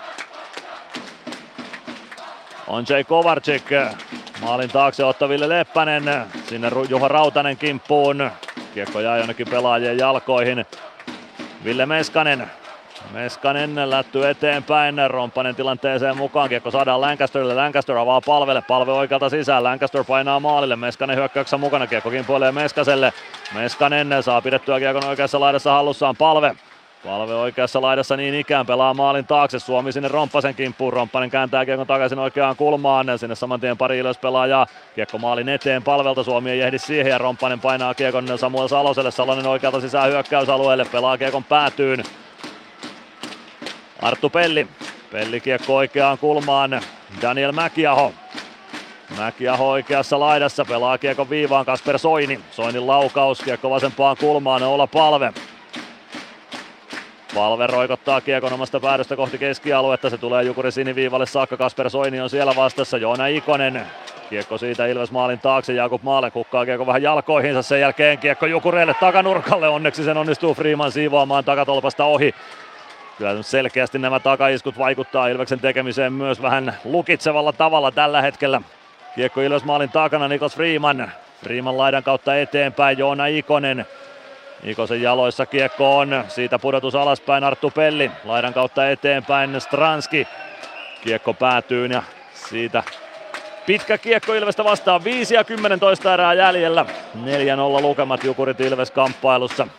Ondrej Kovarczyk maalin taakse ottaville Leppänen. Sinne Juho Rautanen kimppuun. Kiekko jää jonnekin pelaajien jalkoihin. Ville Meskanen. Meskanen lätty eteenpäin. Romppanen tilanteeseen mukaan. Kiekko saadaan Lancasterille. Lancaster avaa Palvelle. Palve oikealta sisään. Lancaster painaa maalille. Meskanen hyökkäyksessä mukana. Kiekko kimpoilee Meskaselle. Meskanen saa pidettyä kiekon oikeassa laidassa hallussaan. Palve. Palve oikeassa laidassa niin ikään pelaa maalin taakse. Suomi sinne Romppasen kimppuun. Romppanen kääntää kiekon takaisin oikeaan kulmaan. Sinne saman tien pari Ilves pelaajaa. Kiekko maalin eteen Palvelta. Suomi ei ehdi siihen ja Romppanen painaa kiekon Samuel Saloselle. Salonen oikealta sisään hyökkäysalueelle. Pelaa kiekon päätyyn. Arttu Pelli. Pelli kiekko oikeaan kulmaan. Daniel Mäkiaho. Mäkiaho oikeassa laidassa. Pelaa kiekon viivaan Kasper Soini. Soinin laukaus. Kiekko vasempaan kulmaan. Oula Palve. Palve roikottaa kiekon omasta päädystä kohti keskialuetta. Se tulee Jukurin siniviivalle saakka. Kasper Soini on siellä vastassa. Joona Ikonen. Kiekko siitä Ilves maalin taakse. Jakub Maale hukkaa kiekko vähän jalkoihinsa. Sen jälkeen kiekko Jukureille takanurkalle. Onneksi sen onnistuu Freeman siivoamaan takatolpasta ohi. Kyllä selkeästi nämä takaiskut vaikuttaa Ilveksen tekemiseen myös vähän lukitsevalla tavalla tällä hetkellä. Kiekko Ilves maalin takana Niklas Freeman. Freeman laidan kautta eteenpäin Joona Ikonen. Ikosen jaloissa kiekko on, siitä pudotus alaspäin Arttu Pelli. Laidan kautta eteenpäin Stranski. Kiekko päätyy ja siitä pitkä kiekko Ilvestä vastaan. 5 ja 10 erää jäljellä. 4-0 lukemat Jukurit Ilves kamppailussa.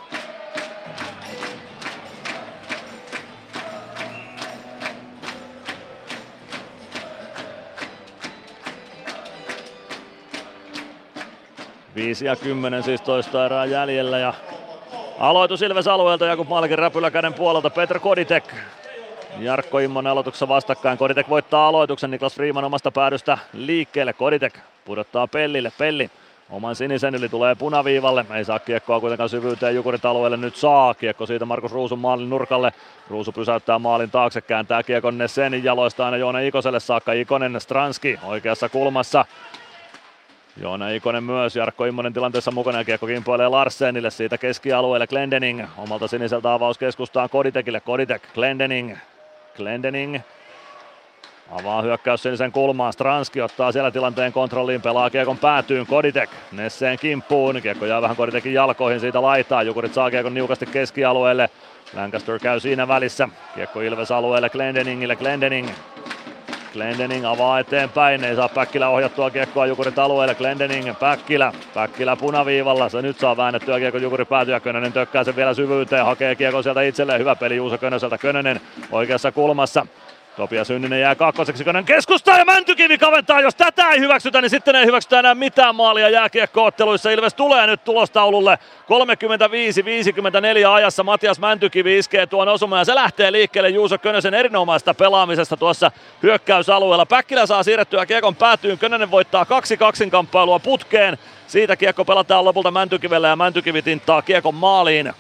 Viisi ja 10 siis toista erää jäljellä ja aloitus Ilves alueelta Jakub Malkin räpyläkäden puolelta Petr Koditek. Jarkko Immonen aloituksessa vastakkain. Koditek voittaa aloituksen. Niklas Freeman omasta päädystä liikkeelle. Koditek pudottaa Pellille. Pelli oman sinisen yli tulee punaviivalle. Ei saa kiekkoa kuitenkaan syvyyteen Jukurit alueelle. Nyt saa kiekko siitä Markus Ruusun maalin nurkalle. Ruusu pysäyttää maalin taakse. Kääntää kiekon Nessenin jaloista aina Joona Ikoselle saakka. Ikonen Stranski oikeassa kulmassa. Joona Ikonen myös, Jarkko Immonen tilanteessa mukana ja kiekko kimpoilee Larsenille siitä keskialueelle. Glendening omalta siniseltä avauskeskustaan Koditekille. Koditek, Glendening avaa hyökkäys sinisen kulmaan. Stranski ottaa siellä tilanteen kontrolliin, pelaa kiekon päätyyn. Koditek Nesseen kimppuun. Kiekko jää vähän Koditekin jalkoihin siitä laitaa. Jukurit saa kiekon niukasti keskialueelle. Lancaster käy siinä välissä. Kiekko Ilves alueelle Glendeningille. Glendening avaa eteenpäin, ei saa Päkkilä ohjattua kiekkoa Jukurit alueelle. Glendening, Päkkilä punaviivalla, se nyt saa väännettyä kiekko Jukuri päätyä. Könönen tökkää sen vielä syvyyteen, hakee kiekon sieltä itselleen. Hyvä peli Juuso Könöseltä, Könönen oikeassa kulmassa. Topias Synninen jää kakkoseksi, Könönen keskustaa ja Mäntykivi kaventaa. Jos tätä ei hyväksytä, niin sitten ei hyväksytä enää mitään maalia jääkiekko-otteluissa. Ilves tulee nyt tulostaululle 35-54 ajassa. Matias Mäntykivi iskee tuon osuman ja se lähtee liikkeelle Juuso Könösen erinomaista pelaamisesta tuossa hyökkäysalueella. Päkkilä saa siirrettyä kiekon päätyyn, Könönen voittaa 2-2 kamppailua putkeen. Siitä kiekko pelataan lopulta Mäntykivelle ja Mäntykivi tinttaa kiekon maaliin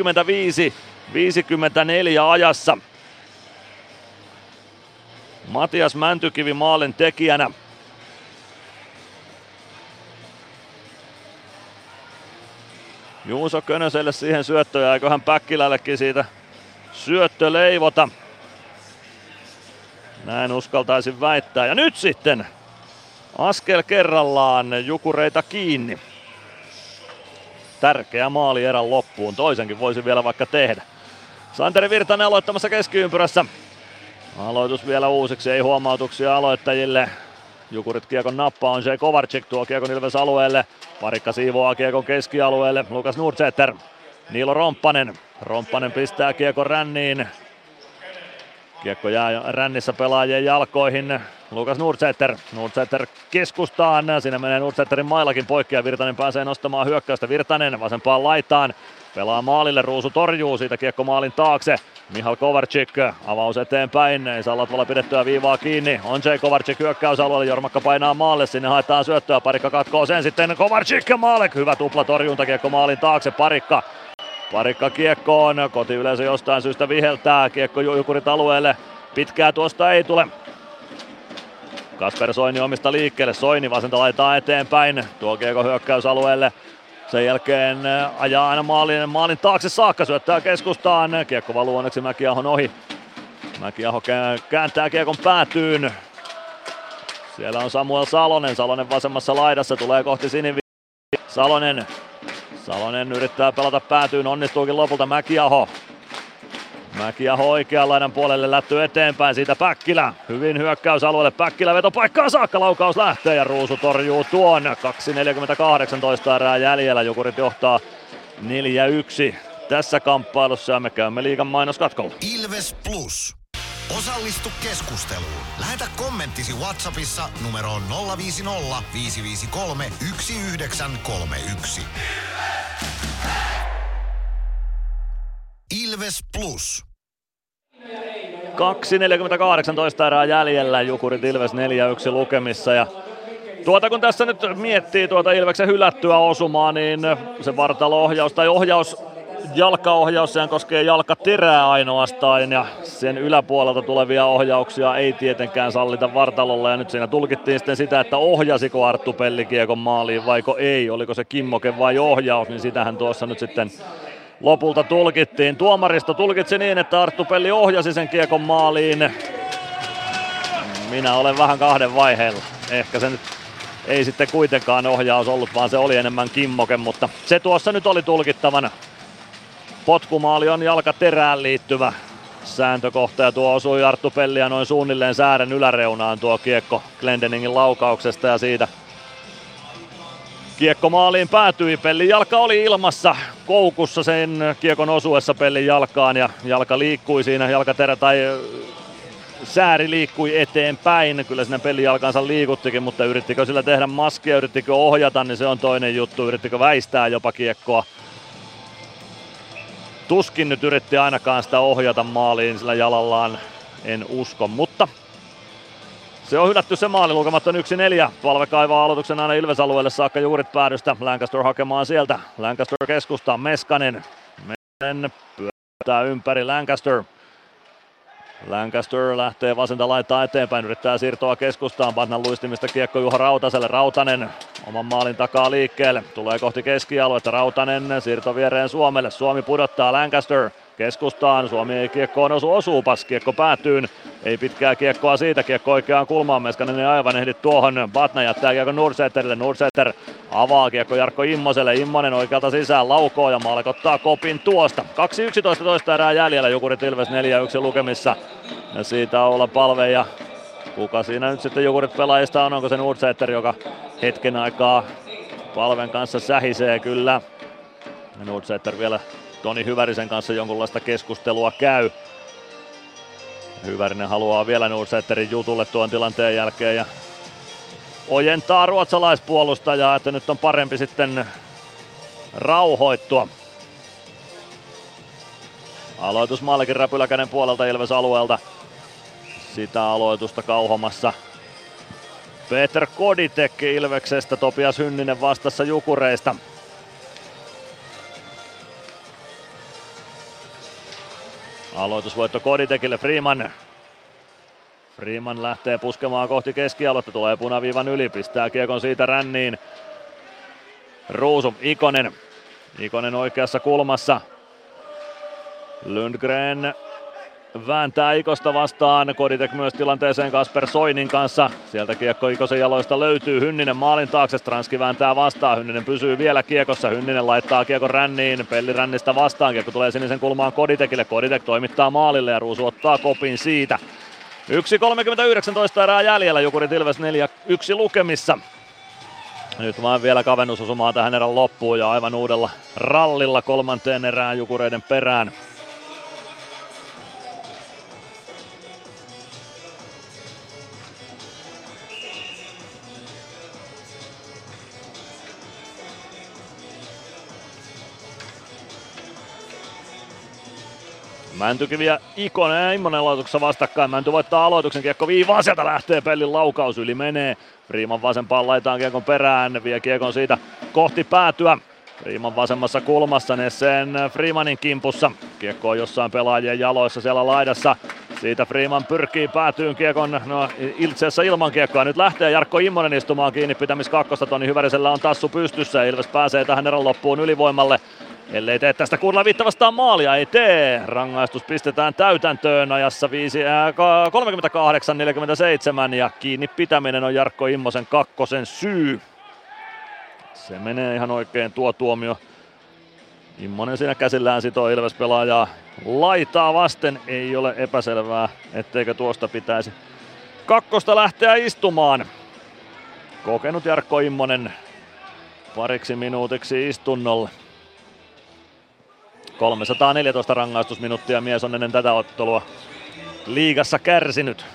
35-54 ajassa. Matias Mäntykivi maalin tekijänä. Juuso Könöselle siihen syöttöä, eiköhän Päkkilällekin siitä syöttö leivota. Näin uskaltaisin väittää. Ja nyt sitten askel kerrallaan Jukureita kiinni. Tärkeä maali erän loppuun, toisenkin voisi vielä vaikka tehdä. Santeri Virtanen aloittamassa keskiympyrässä. Aloitus vielä uusiksi, ei huomautuksia aloittajille. Jukurit kiekon nappaa, on Jay Kovarczyk tuo kiekon Ilves alueelle. Parikka siivoaa kiekon keskialueelle. Lukas Nordsäter, Niilo Romppanen. Romppanen pistää kiekon ränniin. Kiekko jää rännissä pelaajien jalkoihin. Lukas Nordsäter. Nordsäter keskustaan. Siinä menee Nordsäterin mailakin poikki ja Virtanen pääsee nostamaan hyökkäystä. Virtanen vasempaan laitaan. Pelaa maalille, Ruusu torjuu siitä kiekko maalin taakse. Mihal Kovarczyk avaus eteenpäin, ei saa Latvala pidettyä viivaa kiinni. On Jay Kovarczyk hyökkäysalueelle, Jormakka painaa maalle, sinne haetaan syöttöä, Parikka katkoo sen sitten Kovarczyk Maalek, hyvä tupla torjunta, kiekko maalin taakse, Parikka kiekkoon, kotiyleisö jostain syystä viheltää, kiekko Jukurit alueelle, pitkää tuosta ei tule. Kasper Soini omista liikkeelle, Soini vasenta laitaa eteenpäin, tuo kiekko hyökkäysalueelle. Sen jälkeen ajaa aina maalin taakse saakka, syöttää keskustaan. Kiekko valuu onneksi Mäkiahon ohi. Mäkiaho kääntää kiekon päätyyn. Siellä on Samuel Salonen. Salonen vasemmassa laidassa tulee kohti siniviivaa. Salonen yrittää pelata päätyyn, onnistuukin lopulta Mäkiaho. Mäkiaho oikean laidan puolelle lätty eteenpäin, siitä Päkkilä. Hyvin hyökkäysalueelle, Päkkilä vetopaikkaan saakka, laukaus lähtee ja Ruusu torjuu tuon. 2.48 erää jäljellä, Jukurit johtaa 4-1 tässä kamppailussa ja me käymme liigan mainoskatkolla. Ilves Plus. Osallistu keskusteluun. Lähetä kommenttisi WhatsAppissa numeroon 050 553 1931. Ilves Plus. 2.48 erää jäljellä, Jukurit Ilves 4-1 lukemissa ja kun tässä nyt miettii Ilveksen hylättyä osumaa, niin se vartalo-ohjaus tai jalkaohjaus, sehän koskee jalkaterää ainoastaan ja sen yläpuolelta tulevia ohjauksia ei tietenkään sallita vartalolla ja nyt siinä tulkittiin sitten sitä, että ohjasiko Arttu Pelli kiekon maaliin vaiko ei, oliko se kimmoke vai ohjaus, niin sitähän tuossa nyt sitten lopulta tulkittiin. Tuomaristo tulkitsi niin, että Arttu Pelli ohjasi sen kiekon maaliin. Minä olen vähän kahden vaiheella. Ehkä se nyt ei sitten kuitenkaan ohjaus ollut, vaan se oli enemmän kimmoke, mutta se tuossa nyt oli tulkittavana. Potkumaali on jalkaterään liittyvä sääntökohta ja tuo osui Arttu Pelliä noin suunnilleen säären yläreunaan tuo kiekko Glendeningin laukauksesta ja siitä kiekko maaliin päätyi. Pellin jalka oli ilmassa koukussa sen kiekon osuessa Pellin jalkaan ja jalka liikkui siinä, jalkaterä tai sääri liikkui eteenpäin. Kyllä siinä Pellin jalkansa liikuttikin, mutta yrittikö sillä tehdä maskia, yrittikö ohjata, niin se on toinen juttu. Yrittikö väistää jopa kiekkoa. Tuskin nyt yritti ainakaan sitä ohjata maaliin sillä jalallaan, en usko, mutta se on hylätty se maali, lukemat on 1-4. Palve kaivaa aloituksen aina Ilves-alueelle saakka Jukurit päädystä. Lancaster hakemaan sieltä. Lancaster keskustaan, Meskanen pyörittää ympäri Lancaster. Lancaster lähtee vasenta laitaa eteenpäin, yrittää siirtoa keskustaan. Batnan luistimista kiekko Juha Rautaselle. Rautanen oman maalin takaa liikkeelle. Tulee kohti keskialuetta. Rautanen siirto viereen Suomelle. Suomi pudottaa Lancaster keskustaan. Suomi ei kiekkoon osuupas. Kiekko päätyyn. Ei pitkää kiekkoa siitä. Kiekko oikeaan kulmaan. Meskanen ei aivan ehdi tuohon. Batna jättää kiekko Nordsäterille. Nordsäter avaa kiekko Jarkko Immoselle. Immonen oikealta sisään laukoo ja Maalek ottaa kopin tuosta. 2.11 toista erää jäljellä. Jukurit Ilves 4-1 lukemissa. Ja siitä olla Palve ja kuka siinä nyt sitten Jukurit pelaajista on? Onko se Nordsäter, joka hetken aikaa Palven kanssa sähisee kyllä. Ja Nordsäter vielä Toni Hyvärisen kanssa jonkunlaista keskustelua käy. Hyvärinen haluaa vielä Nordsäterin jutulle tuon tilanteen jälkeen ja ojentaa ruotsalaispuolustajaa, että nyt on parempi sitten rauhoittua. Aloitus Malkin Räpyläkäden puolelta Ilves alueelta. Sitä aloitusta kauhomassa Peter Koditek Ilveksestä, Topias Hynninen vastassa Jukureista. Aloitusvoitto Koditekille, Freeman lähtee puskemaan kohti keskialuetta, tulee punaviivan yli, pistää kiekon siitä ränniin. Ruusu, Ikonen oikeassa kulmassa. Lundgren vääntää Ikosta vastaan, Koditek myös tilanteeseen Kasper Soinin kanssa. Sieltä kiekko Ikosen jaloista löytyy, Hynninen maalin taakse, Stranski vääntää vastaan, Hynninen pysyy vielä kiekossa, Hynninen laittaa kiekon ränniin, Pelli rännistä vastaan, kiekko tulee sinisen kulmaan Koditekille, Koditek toimittaa maalille ja Ruusu ottaa kopin siitä. 1.30-19 erää jäljellä, Jukurit Ilves 4-1 lukemissa. Nyt vaan vielä kavennusosumaa tähän erän loppuun ja aivan uudella rallilla kolmanteen erään Jukureiden perään. Mäntykivi ja Immonen aloituksessa vastakkain. Mänty voittaa aloituksen, kiekko viivaan, sieltä lähtee Pellin laukaus, yli menee. Freeman vasempaan laitaan kiekon perään, vie kiekon siitä kohti päätyä. Freeman vasemmassa kulmassa, Nessen Freemanin kimpussa. Kiekko on jossain pelaajien jaloissa siellä laidassa. Siitä Freeman pyrkii päätyyn kiekon, itse asiassa ilman kiekkoa. Nyt lähtee Jarkko Immonen istumaan kiinni pitämis kakkosta. Toni Hyvärisellä on tassu pystyssä. Ilves pääsee tähän erän loppuun ylivoimalle. Ellei tee tästä 6-5 vastaan maalia, ei tee. Rangaistus pistetään täytäntöön ajassa 38-47 ja kiinni pitäminen on Jarkko Immosen kakkosen syy. Se menee ihan oikein tuo tuomio. Immonen siinä käsillään sitoo Ilves-pelaajaa laitaa vasten. Ei ole epäselvää, etteikö tuosta pitäisi kakkosta lähteä istumaan. Kokenut Jarkko Immonen pariksi minuutiksi istunnolle. 314 rangaistusminuuttia mies on ennen tätä ottelua liigassa kärsinyt.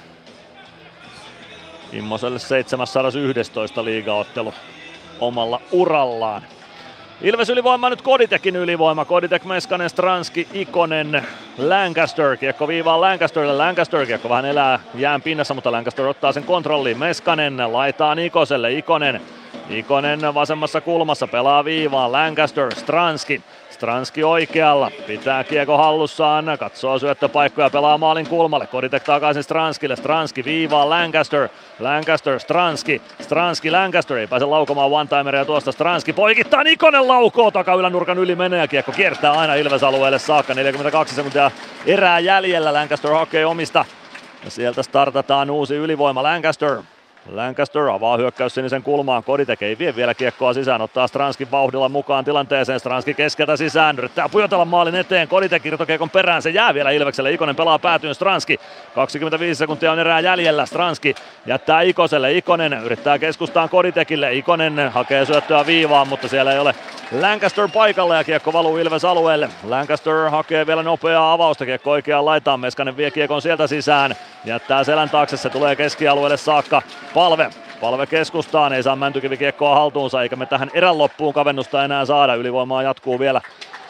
Immoselle 711 liigaottelu omalla urallaan. Ilves ylivoima nyt Koditekin ylivoima. Koditek, Meskanen, Stranski, Ikonen, Lancaster. Kiekko viivaan Lancasterille. Lancaster kiekko vähän elää jään pinnassa, mutta Lancaster ottaa sen kontrolliin. Meskanen laitaan Ikoselle. Ikonen vasemmassa kulmassa pelaa viivaan. Lancaster, Stranski oikealla, pitää kiekko hallussaan, katsoo syöttöpaikkoja, pelaa maalin kulmalle, Koditek takaisin Stranskille, Stranski viivaa Lancaster, Stranski, Lancaster, ei pääse laukomaan one-timeria tuosta, Stranski poikittaa, Ikonen laukoo, takaylänurkan yli menee ja kiekko kiertää aina Ilves-alueelle saakka, 42 sekuntia erää jäljellä, Lancaster hakee omista ja sieltä startataan uusi ylivoima, Lancaster avaa hyökkäys sinisen kulmaan, Koditek ei vie vielä kiekkoa sisään, ottaa Stranskin vauhdilla mukaan tilanteeseen, Stranski keskeltä sisään, yrittää pujotella maalin eteen, Koditek irtokiekon perään, se jää vielä Ilvekselle, Ikonen pelaa päätyyn, Stranski, 25 sekuntia on erää jäljellä, Stranski jättää Ikoselle, Ikonen yrittää keskustaan Koditekille, Ikonen hakee syöttöä viivaan, mutta siellä ei ole Lancaster paikalla ja kiekko valuu Ilves alueelle, Lancaster hakee vielä nopeaa avausta, kiekko oikeaan laitaan, Meskanen vie kiekon sieltä sisään, jättää selän taakse, se tulee keskialueelle saakka, Palve keskustaan, ei saa Mäntykivi kiekkoa haltuunsa, eikä me tähän erän loppuun kavennusta enää saada. Ylivoimaa jatkuu vielä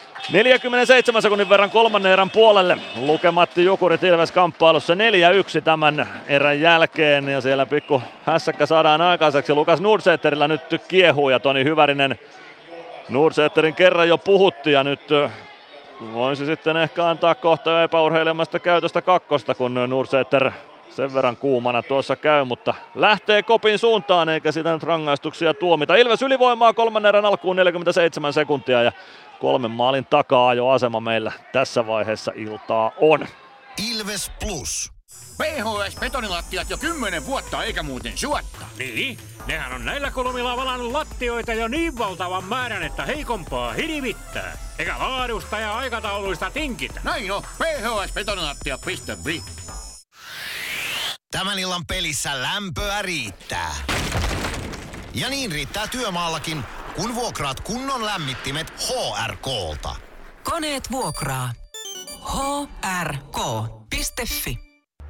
47 sekunnin verran kolmannen erän puolelle. Lukematti Jukurit Ilves kamppailussa 4-1 tämän erän jälkeen ja siellä pikku hässäkkä saadaan aikaiseksi. Lukas Nordsäterillä nyt kiehuu ja Toni Hyvärinen Nordsäterin kerran jo puhutti ja nyt voisi sitten ehkä antaa kohta epäurheilemasta käytöstä kakkosta, kun Nordsäter sen verran kuumana tuossa käy, mutta lähtee kopin suuntaan eikä sitä nyt rangaistuksia tuomita. Ilves ylivoimaa kolmannen erän alkuun 47 sekuntia ja 3 maalin takaa jo asema meillä tässä vaiheessa iltaa on. Ilves Plus. PHS-betonilattiat jo 10 vuotta eikä muuten suotta. Niin, nehän on näillä kolmilla valannut lattioita jo niin valtavan määrän, että heikompaa hirvittää. Eikä laadusta ja aikatauluista tinkitä. Näin on, phsbetonilattia.fi. Tämän illan pelissä lämpöä riittää. Ja niin riittää työmaallakin, kun vuokraat kunnon lämmittimet HRK:lta. Koneet vuokraa. hrk.fi.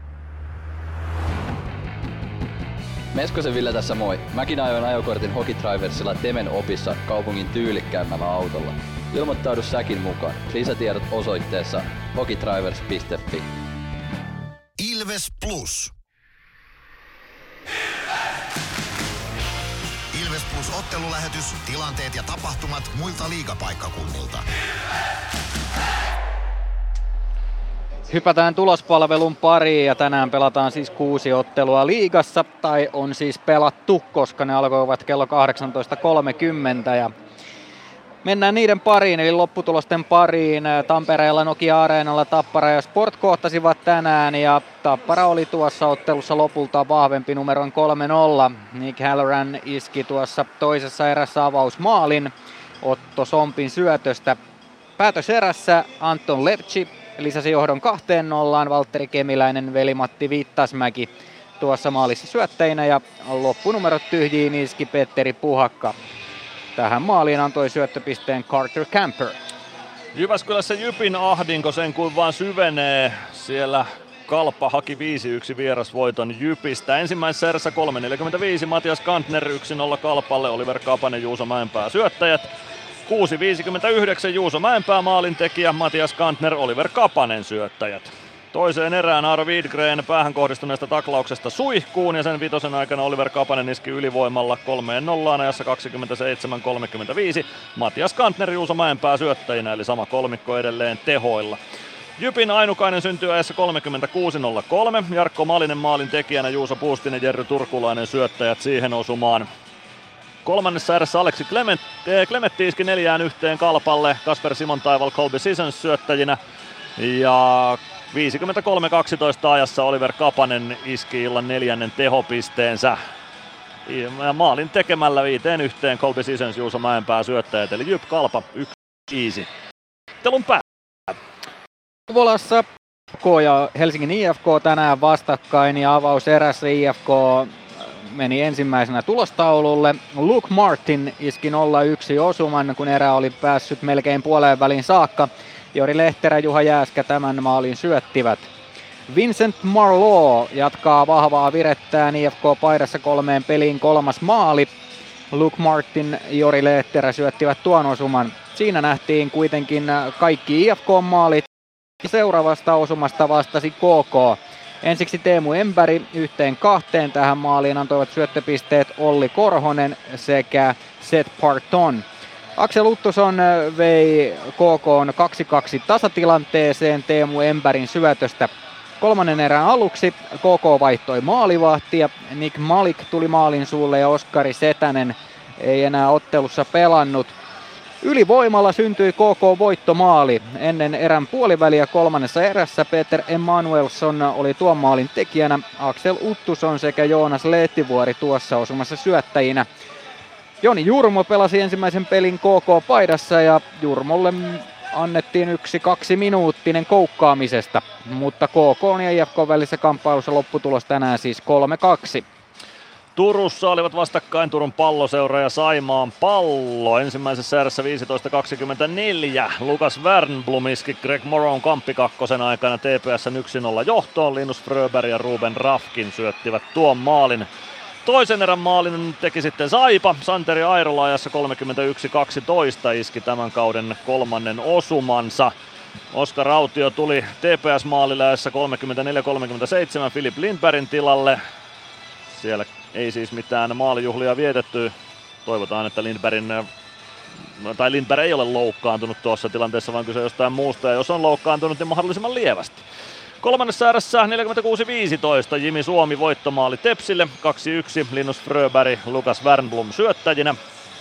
Meskosen Ville tässä moi. Mäkin ajoin ajokortin Hokitriversilla Temen opissa kaupungin tyylikkäämmällä autolla. Ilmoittaudu säkin mukaan. Lisätiedot osoitteessa hokitrivers.fi. Ilves Plus. Ilves Plus -ottelulähetys, tilanteet ja tapahtumat muilta liigapaikkakunnilta. Hypätään tulospalvelun pariin ja tänään pelataan siis 6 ottelua liigassa, tai on siis pelattu, koska ne alkoivat kello 18.30 ja mennään niiden pariin, eli lopputulosten pariin. Tampereella Nokia-areenalla Tappara ja Sport kohtasivat tänään ja Tappara oli tuossa ottelussa lopulta vahvempi numeron 3-0. Nick Halloran iski tuossa toisessa erässä avausmaalin Otto Sompin syötöstä. Päätöserässä Anton Lepchi lisäsi johdon 2-0. Valtteri Kemiläinen, Veli-Matti Vittasmäki tuossa maalissa syöttäjinä ja loppunumerot tyhjiin iski Petteri Puhakka. Tähän maaliin antoi syöttöpisteen Carter Camper. Jyväskylässä Jypin ahdinko sen kuin vaan syvenee. Siellä Kalpa haki 5-1 vierasvoiton Jypistä. Ensimmäisessä erässä 3.45 Matias Kantner 1-0 Kalpalle, Oliver Kapanen, Juuso Mäenpää syöttäjät. 6.59 Juuso Mäenpää maalintekijä, Matias Kantner, Oliver Kapanen syöttäjät. Toiseen erään Aaro Widgren päähän kohdistuneesta taklauksesta suihkuun ja sen vitosen aikana Oliver Kapanen iski ylivoimalla 3-0 ajassa 27.35. Matias Kantner, Juuso Mäenpää syöttäjinä eli sama kolmikko edelleen tehoilla. Jypin ainukainen syntyy ajassa 36.03. Jarkko Malinen maalin tekijänä, Juuso Puustinen, Jerry Turkulainen syöttäjät siihen osumaan. Kolmannessa erässä Aleksi Klemetti iski 4-1 Kalpalle, Kasper Simon-Taival, Colby Sissons syöttäjinä. Ja 53.12 ajassa Oliver Kapanen iski illan 4. tehopisteensä. Ja maalin tekemällä 5-1 Colby Sissons, Juuso Mäenpää syöttäjät, eli Jyp Kalpa 1-5. Telun pää. Kouvolassa IFK ja Helsingin IFK tänään vastakkain ja avauserässä IFK meni ensimmäisenä tulostaululle. Luke Martin iski 0-1 osuman, kun erä oli päässyt melkein puoleen väliin saakka. Jori Lehterä, Juha Jääskä tämän maalin syöttivät. Vincent Marleau jatkaa vahvaa virettään IFK-paidassa 3 peliin 3. maali. Luke Martin, Jori Lehterä syöttivät tuon osuman. Siinä nähtiin kuitenkin kaikki IFK-maalit. Seuraavasta osumasta vastasi KK. Ensiksi Teemu Emberg 1-2 tähän maaliin antoivat syöttöpisteet Olli Korhonen sekä Seth Parton. Axel Uttuson vei KK:n 2-2 tasatilanteeseen Teemu Embergin syötöstä. Kolmannen erän aluksi KK vaihtoi maalivahtia. Nick Malik tuli maalin suulle ja Oskari Setänen ei enää ottelussa pelannut. Ylivoimalla syntyi KK-voittomaali. Ennen erän puoliväliä kolmannessa erässä Peter Emanuelsson oli tuon maalin tekijänä, Axel Uttuson sekä Joonas Lehtivuori tuossa osumassa syöttäjinä. Joni Jurmo pelasi ensimmäisen pelin KK-paidassa ja Jurmolle annettiin 1-2 minuuttinen koukkaamisesta, mutta KK ja IFK välissä kamppailussa lopputulos tänään siis 3-2. Turussa olivat vastakkain Turun Palloseura ja Saimaan Pallo. Ensimmäisessä erässä 15.24 Lukas Wernbloom iski Greg Moron kamppikakkosen aikana TPS:n 1-0 johtoon. Linus Fröberg ja Ruben Rafkin syöttivät tuon maalin. Toisen erän maalin teki sitten Saipa. Santeri Airola ajassa 31.12 iski tämän kauden 3. osumansa. Oskar Rautio tuli TPS-maalille ajassa 34.37 Filip Lindbergin tilalle. Siellä ei siis mitään maalijuhlia vietetty. Toivotaan, että Lindberg ei ole loukkaantunut tuossa tilanteessa, vaan kyse jostain muusta. Ja jos on loukkaantunut, niin mahdollisimman lievästi. Kolmannessa erässä 46.15 Jimi Suomi voittomaali Tepsille. 2-1 Linus Fröberg, Lukas Wernbloom syöttäjinä.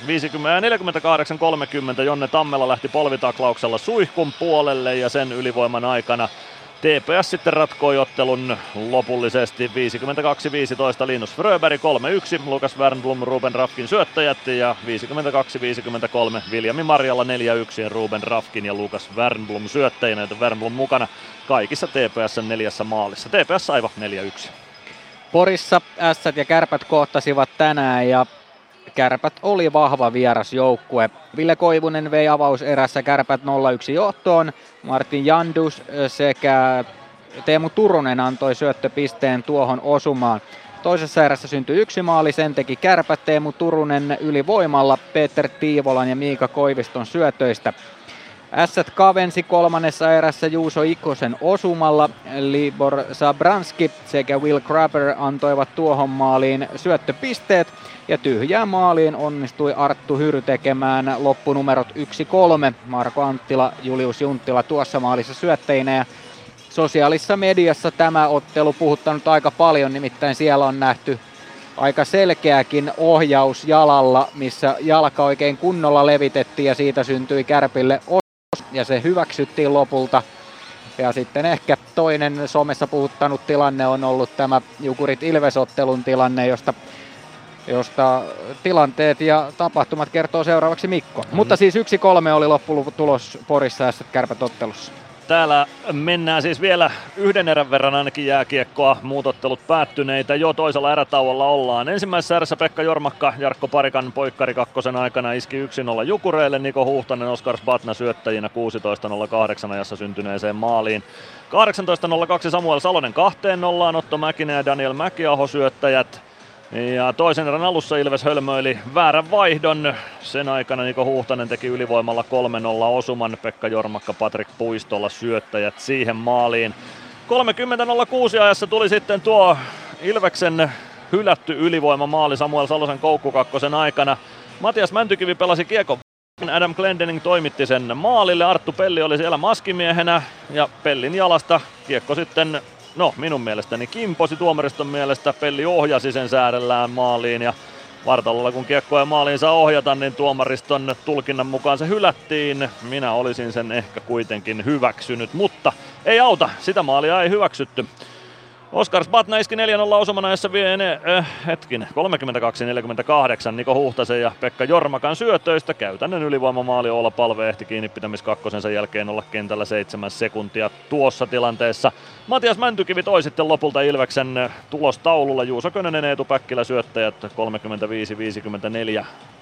48.30 Jonne Tammela lähti polvitaklauksella suihkun puolelle ja sen ylivoiman aikana TPS sitten ratkoi ottelun lopullisesti. 52.15 Linus Fröberg 3-1, Lukas Wernbloom, Ruben Rafkin syöttäjät ja 52.53 Viljami Marjalla 4-1 Ruben Rafkin ja Lukas Wernbloom syöttäjinä, joten Wernbloom mukana kaikissa TPS:n 4 maalissa. TPS Saipa 4-1. Porissa Ässät ja Kärpät kohtasivat tänään ja Kärpät oli vahva vierasjoukkue. Ville Koivunen vei avauserässä Kärpät 0-1 johtoon. Martin Jandus sekä Teemu Turunen antoi syöttöpisteen tuohon osumaan. Toisessa erässä syntyi 1 maali, sen teki Kärpät. Teemu Turunen ylivoimalla Peter Tiivolan ja Miika Koiviston syötöistä. Ässät kavensi kolmannessa erässä Juuso Ikosen osumalla. Libor Sabranski sekä Will Crabber antoivat tuohon maaliin syöttöpisteet. Ja tyhjään maaliin onnistui Arttu Hyry tekemään loppunumerot 1-3. Marko Anttila, Julius Junttila tuossa maalissa syöttäjinä. Ja sosiaalisessa mediassa tämä ottelu puhuttanut aika paljon, nimittäin siellä on nähty aika selkeäkin ohjaus jalalla, missä jalka oikein kunnolla levitettiin ja siitä syntyi Kärpille ja se hyväksyttiin lopulta. Ja sitten ehkä toinen somessa puhuttanut tilanne on ollut tämä Jukurit Ilves-ottelun tilanne, josta tilanteet ja tapahtumat kertoo seuraavaksi Mikko. Mutta siis 1-3 oli lopputulos Porissa ja Kärpät ottelussa. Täällä mennään siis vielä yhden erän verran ainakin jääkiekkoa, muut ottelut päättyneitä, jo toisella erätauolla ollaan. Ensimmäisessä erässä Pekka Jormakka Jarkko Parikan poikkari kakkosen aikana iski 1-0 Jukureille, Niko Huhtanen Oskar Sbatna syöttäjinä 16.08 ajassa syntyneeseen maaliin. 18.02 Samuel Salonen 2-0, Otto Mäkinen ja Daniel Mäkiaho syöttäjät. Ja toisen erän alussa Ilves hölmöili väärän vaihdon. Sen aikana Niko Huhtanen teki ylivoimalla 3-0 osuman. Pekka Jormakka, Patrik Puistolla syöttäjät siihen maaliin. 30.06 ajassa tuli sitten tuo Ilveksen hylätty ylivoimamaali Samuel Salosen koukkukakkosen aikana. Matias Mäntykivi pelasi kiekon. Adam Glendening toimitti sen maalille. Arttu Pelli oli siellä maskimiehenä ja Pellin jalasta kiekko sitten, no minun mielestäni kimposi, tuomariston mielestä Pelli ohjasi sen säädellään maaliin ja vartalolla kun kiekkoa maaliin saa ohjata, niin tuomariston tulkinnan mukaan se hylättiin. Minä olisin sen ehkä kuitenkin hyväksynyt, mutta ei auta, sitä maalia ei hyväksytty. Oskar Sbatna iski 4-0 osuman ajassa 32-48 Niko Huhtasen ja Pekka Jormakan syötöistä. Käytännön ylivoimamaali Oula Palve ehti kiinnipitämiskakkosensa jälkeen olla kentällä 7 sekuntia tuossa tilanteessa. Matias Mäntykivi toi sitten lopulta Ilveksen tulostaululla. Juuso Könönen, Eetu Päkkilä syöttäjät 35-54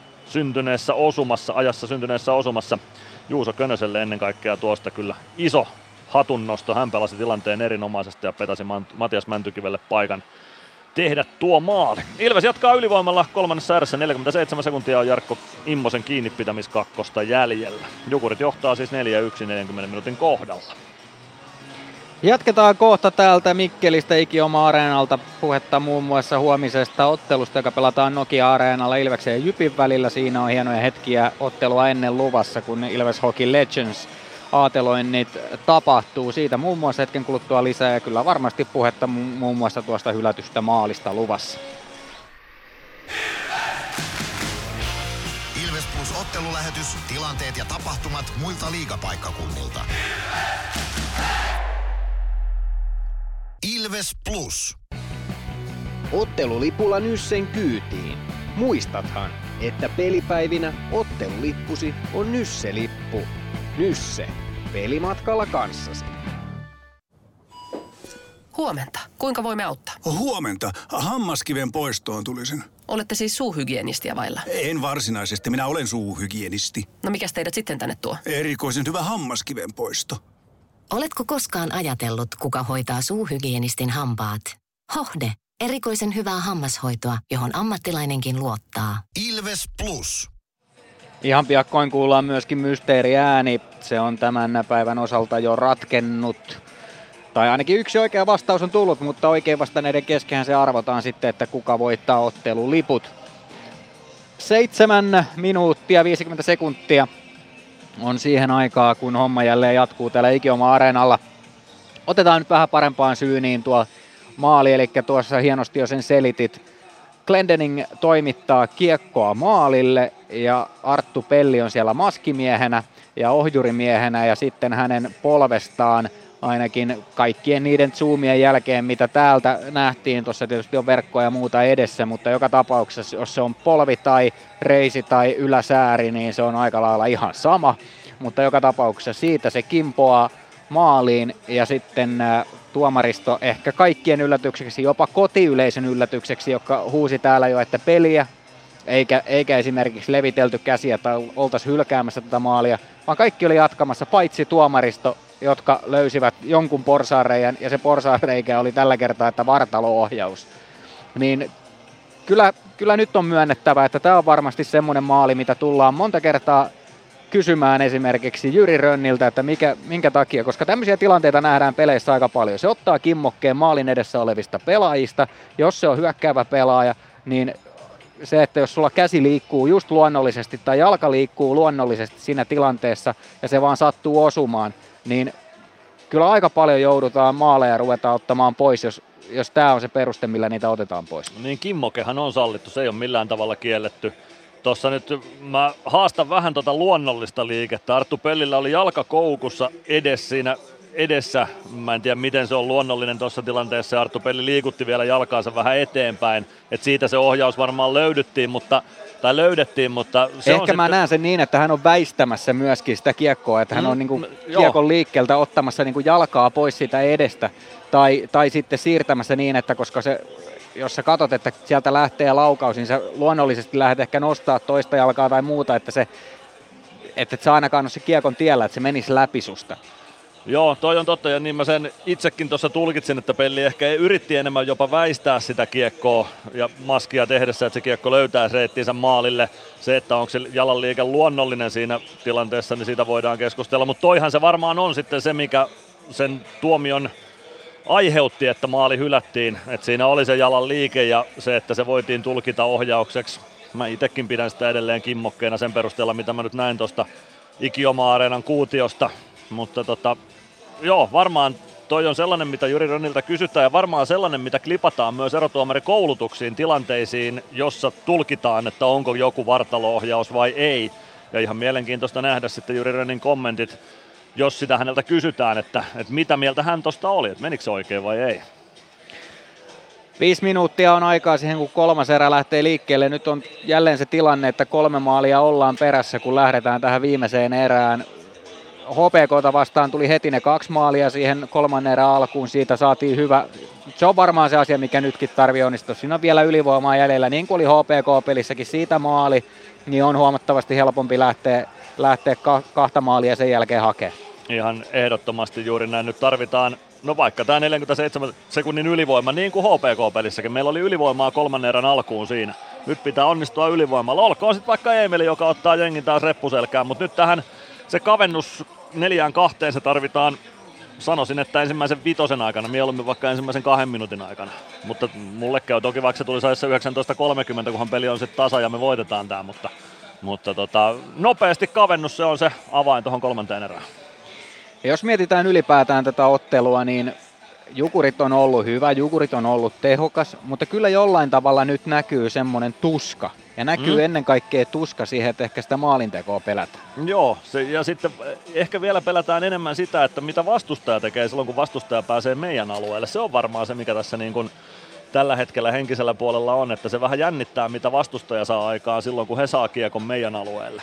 ajassa syntyneessä osumassa. Juuso Könöselle ennen kaikkea tuosta kyllä iso hatunnosto. Hän pelasi tilanteen erinomaisesti ja petasi Matias Mäntykivelle paikan tehdä tuo maali. Ilves jatkaa ylivoimalla kolmannessa erässä, 47 sekuntia on Jarkko Immosen kiinnipitämiskakkosta jäljellä. Jukurit johtaa siis 4-1 40 minuutin kohdalla. Jatketaan kohta täältä Mikkelistä Ikioma-areenalta puhetta muun muassa huomisesta ottelusta, joka pelataan Nokia-areenalla Ilveksen ja Jypin välillä. Siinä on hienoja hetkiä ottelua ennen luvassa, kun Ilves Hockey Legends aateloinnit tapahtuu. Siitä muun muassa hetken kuluttua lisää ja kyllä varmasti puhetta muun muassa tuosta hylätystä maalista luvassa. Ilves Plus -ottelulähetys, tilanteet ja tapahtumat muilta liigapaikkakunnilta. Ilves Plus. Ottelulipulla Nyssen kyytiin. Muistathan, että pelipäivinä ottelulippusi on Nysse-lippu. Nysse. Pelimatkalla kanssasi. Huomenta. Kuinka voimme auttaa? Huomenta. Hammaskiven poistoon tulisin. Olette siis suuhygienistiä vailla? En varsinaisesti. Minä olen suuhygienisti. No mikäs teidät sitten tänne tuo? Erikoisen hyvä hammaskiven poisto. Oletko koskaan ajatellut, kuka hoitaa suuhygienistin hampaat? Hohde. Erikoisen hyvää hammashoitoa, johon ammattilainenkin luottaa. Ilves Plus. Ihan piakkoin kuullaan myöskin mysteeriääni. Se on tämän päivän osalta jo ratkennut. Tai ainakin yksi oikea vastaus on tullut, mutta oikein vastanneiden kesken se arvotaan sitten, että kuka voittaa otteluliput. 7 minuuttia 50 sekuntia on siihen aikaa, kun homma jälleen jatkuu täällä Ikioma-areenalla. Otetaan nyt vähän parempaan syyniin tuo maali, eli tuossa hienosti jo sen selitit. Glendening toimittaa kiekkoa maalille ja Arttu Pelli on siellä maskimiehenä ja ohjurimiehenä ja sitten hänen polvestaan ainakin kaikkien niiden zoomien jälkeen, mitä täältä nähtiin, tuossa tietysti on verkkoja ja muuta edessä, mutta joka tapauksessa, jos se on polvi tai reisi tai yläsääri, niin se on aika lailla ihan sama, mutta joka tapauksessa siitä se kimpoaa maaliin ja sitten tuomaristo ehkä kaikkien yllätykseksi, jopa kotiyleisön yllätykseksi, joka huusi täällä jo, että peliä, eikä esimerkiksi levitelty käsiä tai oltaisiin hylkäämässä tätä maalia, vaan kaikki oli jatkamassa, paitsi tuomaristo, jotka löysivät jonkun porsaanreiän, ja se porsaanreikä oli tällä kertaa, että vartalo-ohjaus. Niin kyllä nyt on myönnettävä, että tämä on varmasti semmoinen maali, mitä tullaan monta kertaa kysymään esimerkiksi Jyri Rönniltä, että minkä takia, koska tämmöisiä tilanteita nähdään peleissä aika paljon. Se ottaa kimmokkeen maalin edessä olevista pelaajista, jos se on hyökkäävä pelaaja, niin se, että jos sulla käsi liikkuu just luonnollisesti tai jalka liikkuu luonnollisesti siinä tilanteessa ja se vaan sattuu osumaan, niin kyllä aika paljon joudutaan maaleja ruvetaan ottamaan pois, jos tämä on se peruste, millä niitä otetaan pois. Niin kimmokehan on sallittu, se ei ole millään tavalla kielletty. Tuossa nyt mä haastan vähän tuota luonnollista liikettä. Arttu Pellillä oli jalka koukussa edessä. Mä en tiedä miten se on luonnollinen tuossa tilanteessa. Arttu Pelli liikutti vielä jalkaansa vähän eteenpäin. Et siitä se ohjaus varmaan löydyttiin, mutta tai löydettiin, mutta se ehkä on mä sitten... näen sen niin, että hän on väistämässä myöskin sitä kiekkoa, että hän on niinku kiekon liikkeeltä ottamassa niinku jalkaa pois siitä edestä, tai sitten siirtämässä niin, että koska se, jos sä katot, että sieltä lähtee laukaus, niin sä luonnollisesti lähdet ehkä nostaa toista jalkaa tai muuta, että et sä ainakaan ole se kiekon tiellä, että se menisi läpi susta. Joo, toi on totta, ja niin mä sen itsekin tuossa tulkitsin, että Pelli ehkä yritti enemmän jopa väistää sitä kiekkoa ja maskia tehdessä, että se kiekko löytää reittiinsä maalille. Se, että onko se jalanliike luonnollinen siinä tilanteessa, niin siitä voidaan keskustella, mutta toihan se varmaan on sitten se, mikä sen tuomion aiheutti, että maali hylättiin, että siinä oli se jalan liike ja se, että se voitiin tulkita ohjaukseksi. Mä itsekin pidän sitä edelleen kimmokkeena sen perusteella, mitä mä nyt näin tuosta Ikioma-areenan kuutiosta, mutta joo, varmaan toi on sellainen, mitä Jyri Rönniltä kysytään ja varmaan sellainen, mitä klipataan myös erotuomarikoulutuksiin tilanteisiin, jossa tulkitaan, että onko joku vartalo-ohjaus vai ei. Ja ihan mielenkiintoista nähdä sitten Jyri Rönnin kommentit, jos sitä häneltä kysytään, että mitä mieltä hän tosta oli, että menikö se oikein vai ei. 5 minuuttia on aikaa siihen, kun kolmas erä lähtee liikkeelle. Nyt on jälleen se tilanne, että 3 maalia ollaan perässä, kun lähdetään tähän viimeiseen erään. HPK:ta vastaan tuli heti ne 2 maalia siihen kolmannen erän alkuun, siitä saatiin hyvä. Se on varmaan se asia, mikä nytkin tarvii onnistua. Siinä on vielä ylivoimaa jäljellä, niin kuin oli HPK-pelissäkin siitä maali, niin on huomattavasti helpompi lähteä 2 maalia sen jälkeen hakemaan. Ihan ehdottomasti juuri näin. Nyt tarvitaan, no vaikka tämä 47 sekunnin ylivoima, niin kuin HPK-pelissäkin. Meillä oli ylivoimaa kolmannen erän alkuun siinä. Nyt pitää onnistua ylivoimalla. Olkoon sitten vaikka Eemeli, joka ottaa jengin taas reppuselkään, mutta nyt tähän se kavennus 4-2 se tarvitaan, sanoisin, että ensimmäisen 5 aikana, mieluummin vaikka ensimmäisen 2 minuutin aikana. Mutta mulle käy toki, vaikka se tuli saissa 19.30, kunhan peli on sitten tasa ja me voitetaan tämä, mutta nopeasti kavennus, se on se avain tuohon kolmanteen erään. Ja jos mietitään ylipäätään tätä ottelua, niin Jukurit on ollut hyvä, Jukurit on ollut tehokas, mutta kyllä jollain tavalla nyt näkyy semmoinen tuska. Ja näkyy ennen kaikkea tuska siihen, että ehkä sitä maalintekoa pelätään. Joo, ja sitten ehkä vielä pelätään enemmän sitä, että mitä vastustaja tekee silloin, kun vastustaja pääsee meidän alueelle. Se on varmaan se, mikä tässä niin kuin tällä hetkellä henkisellä puolella on, että se vähän jännittää, mitä vastustaja saa aikaan silloin, kun he saa kiekon meidän alueelle.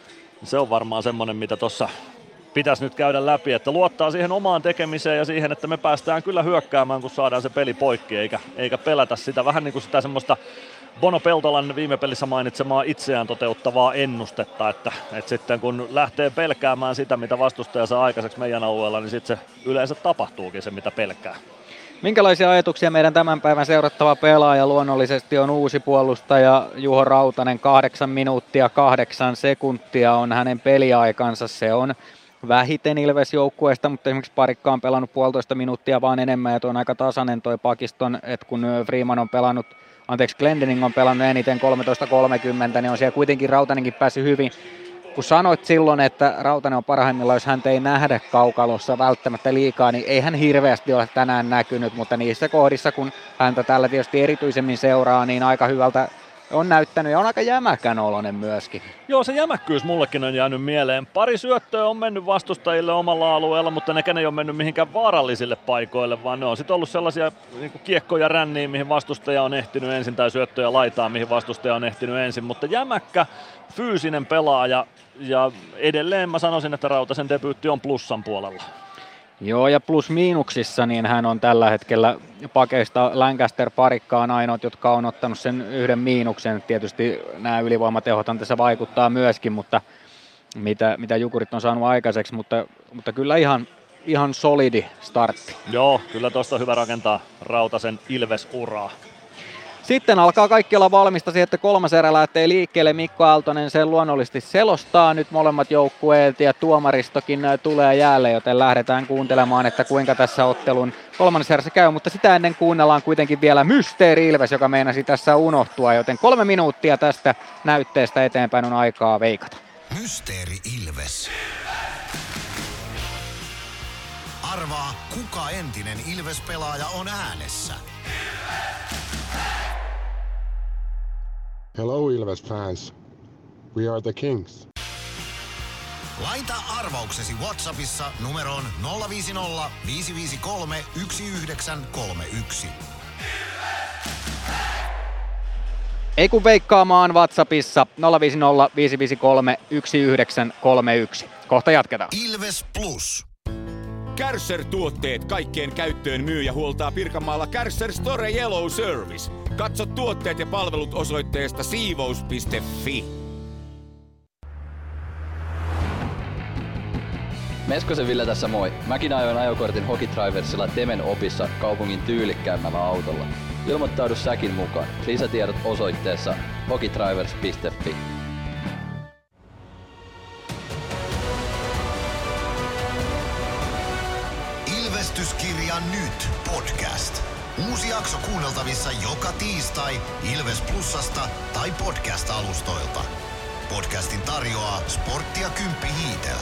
Se on varmaan semmoinen, mitä tuossa pitäisi nyt käydä läpi, että luottaa siihen omaan tekemiseen ja siihen, että me päästään kyllä hyökkäämään, kun saadaan se peli poikki, eikä pelätä sitä vähän niin kuin sitä semmoista Bono Peltolan viime pelissä mainitsemaa itseään toteuttavaa ennustetta, että sitten kun lähtee pelkäämään sitä, mitä vastustaja saa aikaiseksi meidän alueella, niin sitten se yleensä tapahtuukin se, mitä pelkää. Minkälaisia ajatuksia meidän tämän päivän seurattava pelaaja luonnollisesti on uusi puolustaja Juho Rautanen, 8 minuuttia 8 sekuntia on hänen peliaikansa, se on vähiten Ilves-joukkueesta, mutta esimerkiksi Parikka on pelannut 1,5 minuuttia vaan enemmän ja tuo on aika tasainen toi pakiston, että kun Freeman on pelannut, Glendening on pelannut eniten 13.30, niin on siellä kuitenkin Rautanenkin päässyt hyvin. Kun sanoit silloin, että Rautanen on parhaimmillaan, jos häntä ei nähdä kaukalossa välttämättä liikaa, niin ei hän hirveästi ole tänään näkynyt, mutta niissä kohdissa, kun häntä täällä tietysti erityisemmin seuraa, niin aika hyvältä on näyttänyt ja on aika jämäkän oloinen myöskin. Joo, se jämäkkyys mullekin on jäänyt mieleen. Pari syöttöä on mennyt vastustajille omalla alueella, mutta nekään ei ole mennyt mihinkään vaarallisille paikoille, vaan ne on sitten ollut sellaisia niin kuin kiekkoja ränniin, mihin vastustaja on ehtinyt ensin, tai syöttöjä laitaan, mihin vastustaja on ehtinyt ensin, mutta jämäkkä, fyysinen pelaaja, ja edelleen mä sanoisin, että Rautasen debyytti on plussan puolella. Joo, ja plus miinuksissa, niin hän on tällä hetkellä pakeista Lancaster, Parikka on ainoat, jotka on ottanut sen 1 miinuksen. Tietysti nämä ylivoimatehothan tässä vaikuttaa myöskin, mutta mitä Jukurit on saanut aikaiseksi, mutta kyllä ihan solidi startti. Joo, kyllä tuosta on hyvä rakentaa Rautasen Ilves-uraa. Sitten alkaa kaikki olla valmista siihen, että kolmas erä lähtee liikkeelle. Mikko Aaltonen sen luonnollisesti selostaa nyt molemmat joukkueet ja tuomaristokin tulee jäälle, joten lähdetään kuuntelemaan, että kuinka tässä ottelun kolmannessa erässä käy, mutta sitä ennen kuunnellaan kuitenkin vielä Mysteeri Ilves, joka meinasi tässä unohtua, joten 3 minuuttia tästä näytteestä eteenpäin on aikaa veikata. Mysteeri Ilves. Arvaa, kuka entinen Ilves-pelaaja on äänessä. Hello Ilves fans. We are the Kings. Laita arvauksesi WhatsAppissa numeroon 050 553 1931. Ei kun veikkaamaan WhatsAppissa 050 553 1931. Kohta jatketaan. Ilves Plus. Kärcher-tuotteet kaikkeen käyttöön myy ja huoltaa Pirkanmaalla Kärcher Store Yellow Service. Katso tuotteet ja palvelut osoitteesta siivous.fi. Meskosen Ville tässä moi. Mäkin ajoin ajokortin Hokitriversilla Temen opissa kaupungin tyylikkäämmällä autolla. Ilmoittaudu säkin mukaan. Lisätiedot osoitteessa hokitrivers.fi. Ilvestyskirja nyt podcast. Uusi jakso kuunneltavissa joka tiistai Ilves Plusasta tai podcast-alustoilta. Podcastin tarjoaa Sporttia Kymppi Hiitelä.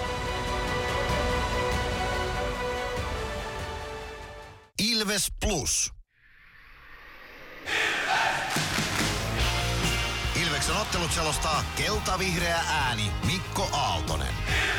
Ilves Plus. Ilveksen ottelut selostaa kelta-vihreä ääni Mikko Aaltonen.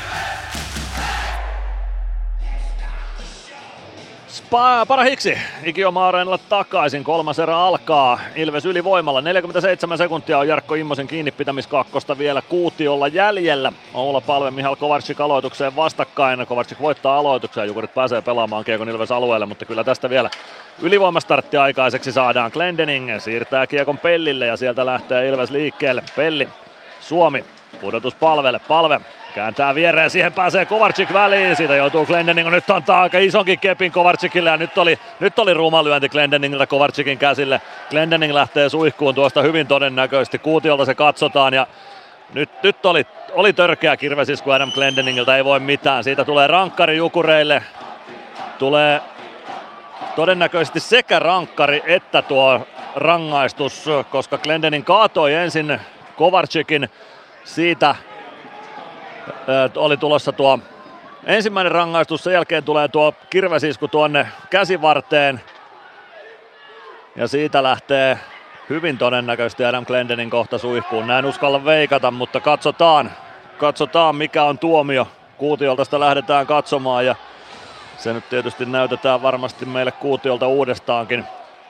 Parahiksi Ikioma Areenalle takaisin. Kolmas erä alkaa. Ilves ylivoimalla. 47 sekuntia on Jarkko Immosen kiinnipitämiskakkosta vielä Kuutiolla jäljellä. Oula Palve, Mihal Kovarczyk aloitukseen vastakkain. Kovarczyk voittaa aloituksen ja Jukurit pääsee pelaamaan kiekon Ilves alueelle, mutta kyllä tästä vielä ylivoimastartti aikaiseksi saadaan. Glendening siirtää kiekon Pellille ja sieltä lähtee Ilves liikkeelle. Pelli, Suomi, pudotus Palvelle. Palve kääntää viereen, siihen pääsee Kovarczyk väliin, siitä joutuu Glendening, nyt antaa aika isonkin kepin Kovarczykille ja nyt oli ruma lyönti Glendeningiltä Kovarczykin käsille. Glendening lähtee suihkuun tuosta hyvin todennäköisesti, Kuutiolta se katsotaan ja nyt oli törkeä kirvesisku Adam Glendeningiltä, ei voi mitään, siitä tulee rankkari Jukureille, tulee todennäköisesti sekä rankkari että tuo rangaistus, koska Glendening kaatoi ensin Kovarczykin, siitä oli tulossa tuo ensimmäinen rangaistus, sen jälkeen tulee tuo kirvesisku tuonne käsivarteen ja siitä lähtee hyvin todennäköisesti Adam Glendening kohta suihkuun. Näin uskalla veikata, mutta katsotaan mikä on tuomio. Kuutiolta sitä lähdetään katsomaan ja se nyt tietysti näytetään varmasti meille Kuutiolta uudestaankin.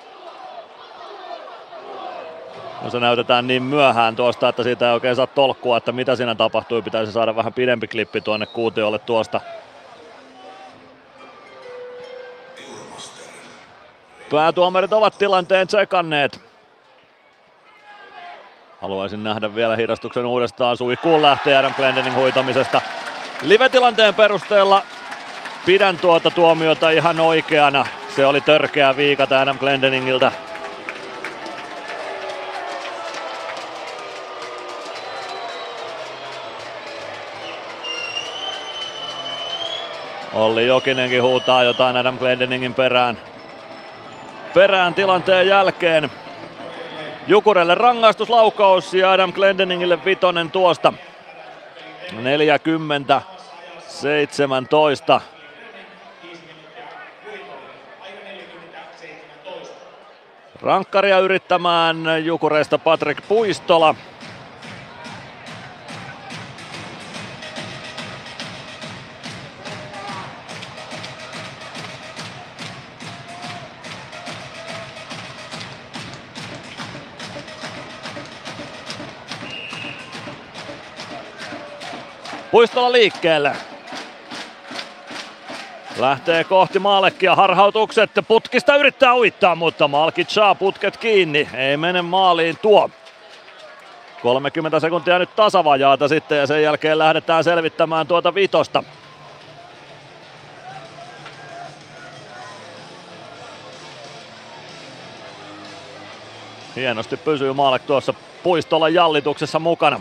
No se näytetään niin myöhään tuosta, että siitä ei oikein saa tolkkua, että mitä siinä tapahtui. Pitäisi saada vähän pidempi klippi tuonne Kuutiolle tuosta. Päätuomarit ovat tilanteen tsekanneet. Haluaisin nähdä vielä hidastuksen uudestaan. Suihkuun lähtee Adam Glendening huitamisesta. Live-tilanteen perusteella pidän tuota tuomiota ihan oikeana. Se oli törkeä viikata Adam Glendeningiltä. Olli Jokinenkin huutaa jotain Adam Glendeningin perään tilanteen jälkeen. Jukurelle rangaistuslaukaus ja Adam Glendeningille vitonen tuosta. 40-17. Rankkaria yrittämään Jukureista Patrik Puistola. Puistola liikkeelle. Lähtee kohti Maalekkia, harhautukset, putkista yrittää uittaa, mutta Malkit saa putket kiinni, ei mene maaliin tuo. 30 sekuntia nyt tasavajaata sitten ja sen jälkeen lähdetään selvittämään tuota vitosta. Hienosti pysyy Maalek tuossa Puistolan jallituksessa mukana.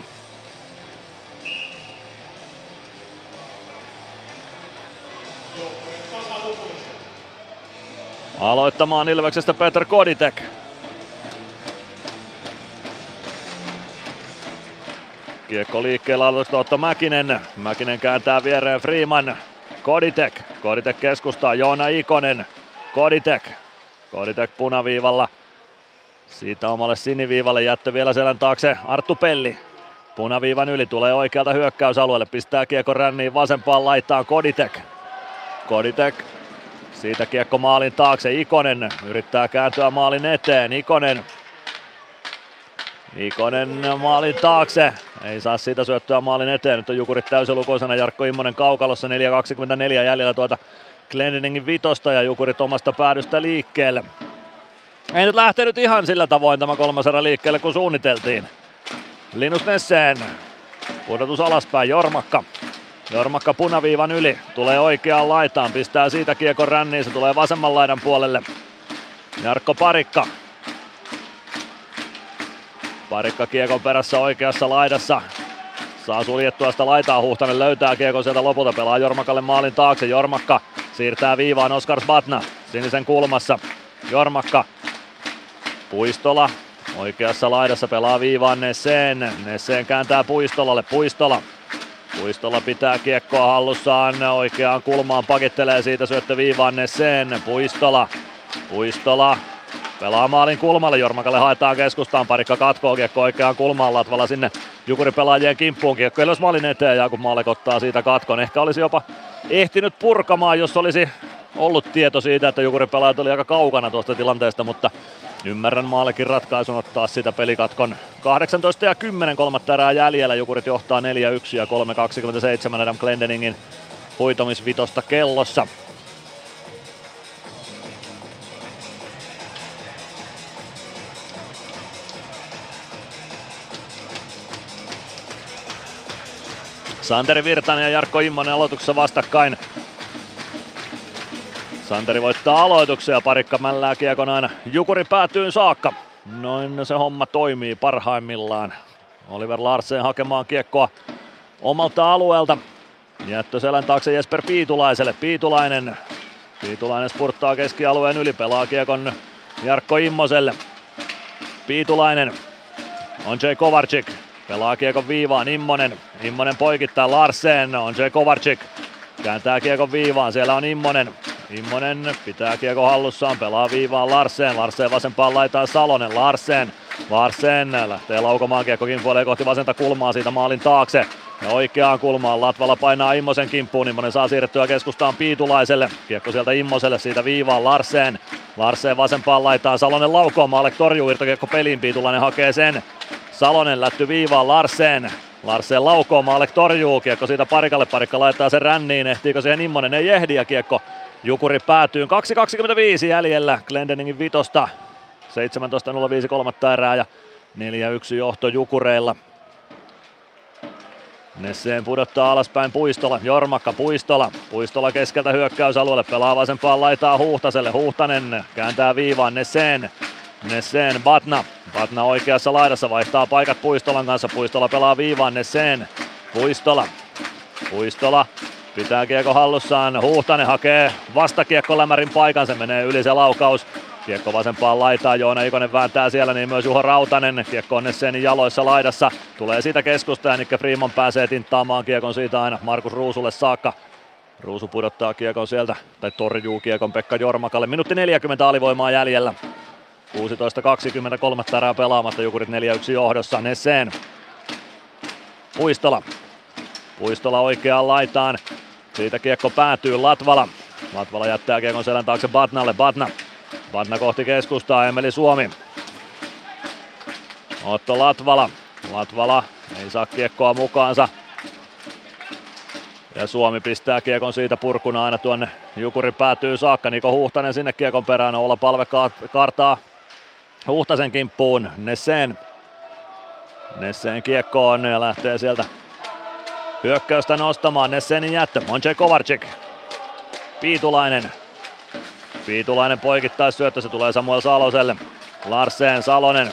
Aloittamaan Ilveksestä Petr Koditek. Kiekko liikkeellä aloitusta Otto Mäkinen. Mäkinen kääntää viereen Freeman. Koditek. Koditek keskustaa. Joona Ikonen. Koditek. Koditek punaviivalla. Siitä omalle siniviivalle jättö vielä selän taakse Arttu Pelli. Punaviivan yli tulee oikealta hyökkäysalueelle. Pistää kiekko ränniin vasempaan laitaan Koditek. Koditek. Siitä kiekko maalin taakse, Ikonen yrittää kääntyä maalin eteen, Ikonen Ikonen maalin taakse. Ei saa siitä syöttöä maalin eteen. Nyt on Jukurit täysilukuisena. Jarkko Immonen kaukalossa. 4.24 jäljellä tuota Glendeningin vitosta ja Jukurit omasta päädystä liikkeelle. Ei nyt lähtenyt ihan sillä tavoin tämä kolmas erä liikkeelle kun suunniteltiin. Linus Nesseen. Pudotus alaspäin. Jormakka punaviivan yli. Tulee oikeaan laitaan. Pistää siitä kiekon ränniin. Se tulee vasemman laidan puolelle. Jarkko Parikka. Parikka kiekon perässä oikeassa laidassa. Saa suljettua sitä laitaa. Huhtanen löytää kiekon sieltä lopulta. Pelaa Jormakalle maalin taakse. Jormakka siirtää viivaan Oskar Batna. Sinisen kulmassa. Jormakka. Puistola. Oikeassa laidassa pelaa viivaan Nesseen. Nesseen kääntää Puistolalle. Puistola pitää kiekkoa hallussaan. Oikeaan kulmaan pakittelee siitä syöttö viivaan Nesseen. Puistola. Pelaa maalin kulmalle, Jormakalle haetaan keskustaan, Parikka katkoo kiekko oikeaan kulmaan, Latvala sinne Jukuri-pelaajien kimppuun, kiekko ylös maalin eteen ja kun Maalek ottaa siitä katkon. Ehkä olisi jopa ehtinyt purkamaan, jos olisi ollut tieto siitä, että Jukuri-pelaajat oli aika kaukana tuosta tilanteesta, mutta ymmärrän Maalekin ratkaisun ottaa sitä pelikatkon. 18:10 kolmatta erää jäljellä, Jukurit johtaa 4-1 ja 3.27 Adam Glendeningin huitomisvitosta kellossa. Santeri Virtanen ja Jarkko Immonen aloituksessa vastakkain. Santeri voittaa aloituksen ja Parikka mällää kiekon aina Jukurin päätyyn saakka. Noin se homma toimii parhaimmillaan. Oliver Larsen hakemaan kiekkoa omalta alueelta. Jättö selän taakse Jesper Piitulaiselle. Piitulainen spurttaa keskialueen yli, pelaa kiekon Jarkko Immoselle. Piitulainen on Jay Kovarczyk. Pelaa kiekon viivaan Immonen poikittaa Larsen, on Jay Kovarczyk. Kääntää kiekon viivaan, siellä on Immonen pitää kiekon hallussaan, pelaa viivaan Larsen vasempaan laitaan Salonen, Larsen lähtee laukomaan kiekko kimpuilee kohti vasenta kulmaa siitä maalin taakse. Ja oikeaan kulmaan Latvala painaa Immosen kimppuun, Immonen saa siirrettyä keskustaan Piitulaiselle. Kiekko sieltä Immoselle, siitä viivaan Larsen vasempaan laitaan, Salonen laukoo, Maalek torjuu, irtokiekko peliin, Piitulainen hakee sen. Salonen lätty viivaan Larsen laukoo, Maalek torjuu, kiekko siitä Parikalle, Parikka laittaa sen ränniin, ehtiikö siihen Immonen, ei ehdi ja kiekko Jukuri päätyy. 2.25 jäljellä Glendeningin vitosta, 17.05 kolmatta erää ja 4-1 johto Jukureilla. Nesseen pudottaa alaspäin Jormakka Puistola keskeltä hyökkäysalueelle, pelaa vasempaan laitaa Huhtaselle, Huhtanen kääntää viivaan Nesseen Batna oikeassa laidassa vaihtaa paikat Puistolan kanssa. Puistola pelaa viivaan Nesseen. Puistola pitää kiekko hallussaan. Huhtanen hakee vastakiekko lämärin paikan. Se menee yli se laukaus. Kiekko vasempaan laitaan. Joona Ikonen vääntää siellä, niin myös Juho Rautanen. Kiekko on Nesseenin jaloissa laidassa. Tulee siitä keskusta ja Nikke Freeman pääsee tinttaamaan kiekon siitä aina Markus Ruusulle saakka. Ruusu pudottaa kiekon sieltä, tai torjuu kiekon Pekka Jormakalle. Minuutti 40 alivoimaa jäljellä. 16.20 kolmatta erää pelaamatta, Jukurit 4-1 johdossa. Nesseen. Puistola oikeaan laitaan. Siitä kiekko päätyy Latvala. Latvala jättää kiekon selän taakse Batnalle. Batna kohti keskustaa, Emeli Suomi. Otto Latvala ei saa kiekkoa mukaansa. Ja Suomi pistää kiekon siitä purkuna aina tuonne Jukurin päätyy saakka. Niko Huhtanen sinne kiekon perään. Olla palve kartaa Huhtasen kimppuun. Nesseen kiekkoon ja lähtee sieltä hyökkäystä nostamaan. Nesseenin jättö. Jay Kovarczyk. Piitulainen poikittaisyöttö. Se tulee Samuel Saloselle. Salonen.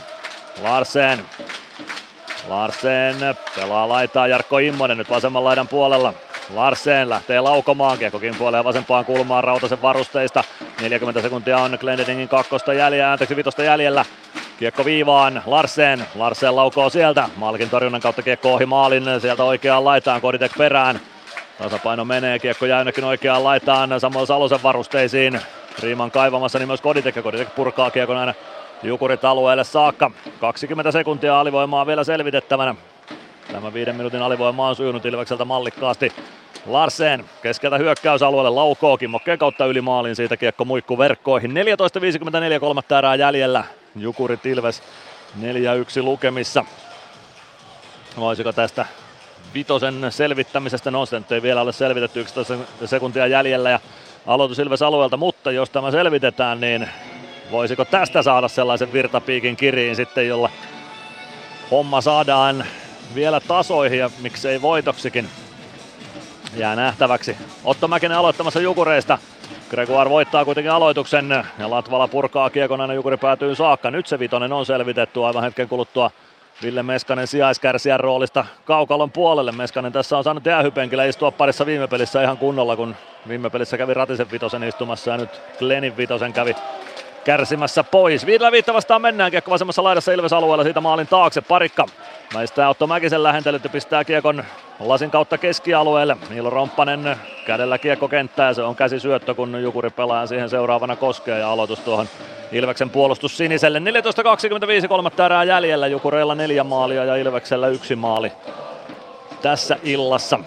Larsen pelaa laitaa Jarkko Immonen nyt vasemman laidan puolella. Larsen lähtee laukomaan, kiekko kimpoilee vasempaan kulmaan Rautasen varusteista. 40 sekuntia on Glendeningin vitosta jäljellä. Kiekko viivaan, Larsen laukoo sieltä. Maalikin torjunnan kautta kiekko ohi maalin, sieltä oikeaan laitaan, Koditek perään. Tasapaino menee, kiekko jäynäkin oikeaan laitaan Samuel Salosen varusteisiin. Riiman kaivamassa niin myös Koditek ja Koditek purkaa kiekon aina Jukurit alueelle saakka. 20 sekuntia alivoimaa vielä selvitettävänä. Tämä 5 minuutin alivoima on sujunut Ilvekseltä mallikkaasti. Larsen keskeltä hyökkäysalueelle laukoo kimmokkeen kautta yli maalin, siitä kiekko muikkuu verkkoihin. 14.54 kolmatta erää jäljellä. Jukurit Ilves 4-1 lukemissa. Voisiko tästä vitosen selvittämisestä, no se nyt ei vielä ole selvitetty, 11 sekuntia jäljellä ja aloitus Ilves alueelta, mutta jos tämä selvitetään, niin voisiko tästä saada sellaisen virtapiikin kiriin sitten, jolla homma saadaan vielä tasoihin ja miksei voitoksikin. Jää nähtäväksi. Otto Mäkinen aloittamassa Jukureista. Gregoire voittaa kuitenkin aloituksen ja Latvala purkaa kiekon aina Jukuri päätyy saakka. Nyt se vitonen on selvitetty aivan hetken kuluttua Ville Meskanen sijaiskärsijän roolista kaukalon puolelle. Meskanen tässä on saanut jäähypenkillä istua parissa viime pelissä ihan kunnolla, kun viime pelissä kävi Ratisen vitosen istumassa ja nyt Glennin vitosen kävi kärsimässä pois. 5-5 vastaan mennään, kiekko vasemmassa laidassa Ilves alueella siitä maalin taakse. Parikka väistää Otto Mäkisen lähentelyt ja pistää kiekon lasin kautta keskialueelle. Niilo Romppanen kädellä kiekko kenttää, se on käsisyöttö kun Jukuri pelaa siihen seuraavana koskee ja aloitus tuohon Ilveksen puolustus siniselle. 14.25 kolmatta erää jäljellä, Jukureilla 4 maalia ja Ilveksellä 1 maali tässä illassa.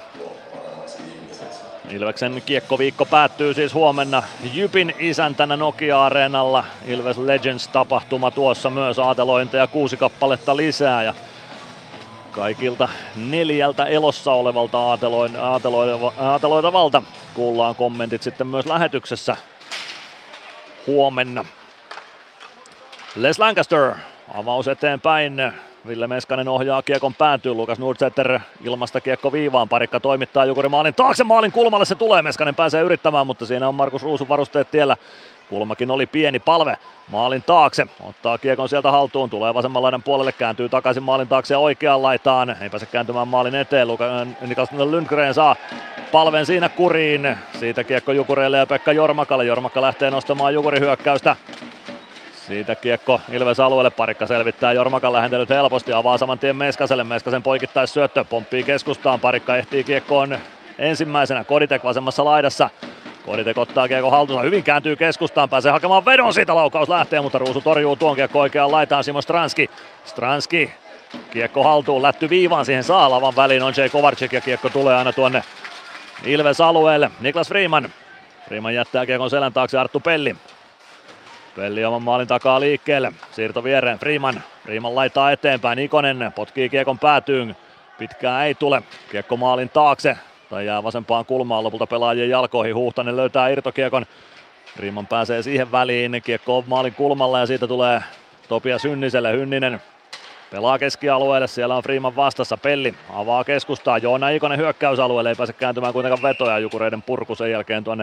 Ilveksen kiekkoviikko päättyy siis huomenna Jypin isäntänä Nokia-areenalla. Ilves Legends-tapahtuma tuossa myös, aatelointeja 6 kappaletta lisää ja kaikilta 4 elossa olevalta aateloidavalta kuullaan kommentit sitten myös lähetyksessä huomenna. Les Lancaster, avaus eteenpäin. Ville Meskanen ohjaa kiekon päätyyn, Lukas Nordsäter ilmasta kiekko viivaan, Parikka toimittaa Jukuri maalin taakse, maalin kulmalle se tulee, Meskanen pääsee yrittämään, mutta siinä on Markus Ruusun varusteet tiellä. Kulmakin oli pieni, Palve maalin taakse, ottaa kiekon sieltä haltuun, tulee vasemman laidan puolelle, kääntyy takaisin maalin taakse ja oikeaan laitaan, ei pääse kääntymään maalin eteen, Niklas Lundgren saa Palven siinä kuriin, siitä kiekko Jukureille ja Pekka Jormakalle, Jormakka lähtee nostamaan Jukuri hyökkäystä. Siitä kiekko Ilves alueelle, Parikka selvittää Jormakan lähentelyt helposti, avaa saman tien Meskaselle, Meskasen poikittais syöttö, pomppii keskustaan, Parikka ehtii kiekkoon ensimmäisenä, Koditek vasemmassa laidassa. Koditek ottaa kiekko haltuunsa, hyvin kääntyy keskustaan, pääsee hakemaan vedon, siitä laukaus lähtee, mutta Ruusu torjuu tuon kiekko oikeaan laitaan, Simo Stranski. Stranski, kiekko haltuun, lätty viivaan, siihen saa lavan väliin, on Jay Kovarczyk ja kiekko tulee aina tuonne Ilves alueelle. Niklas Freeman. Freeman jättää kiekon selän taakse, Arttu Pelli. Pelli oman maalin takaa liikkeelle, siirto viereen, Freeman laittaa eteenpäin, Ikonen potkii kiekon päätyyn, pitkään ei tule, kiekko maalin taakse, tai jää vasempaan kulmaan lopulta pelaajien jalkoihin, Huhtanen löytää irtokiekon, Freeman pääsee siihen väliin, kiekko on maalin kulmalla ja siitä tulee Topias Hynniselle, Hynninen pelaa keskialueelle, siellä on Freeman vastassa, Pelli avaa keskustaa, Joona Ikonen hyökkäysalueelle, ei pääse kääntymään kuitenkaan vetoja, Jukureiden purku sen jälkeen tuonne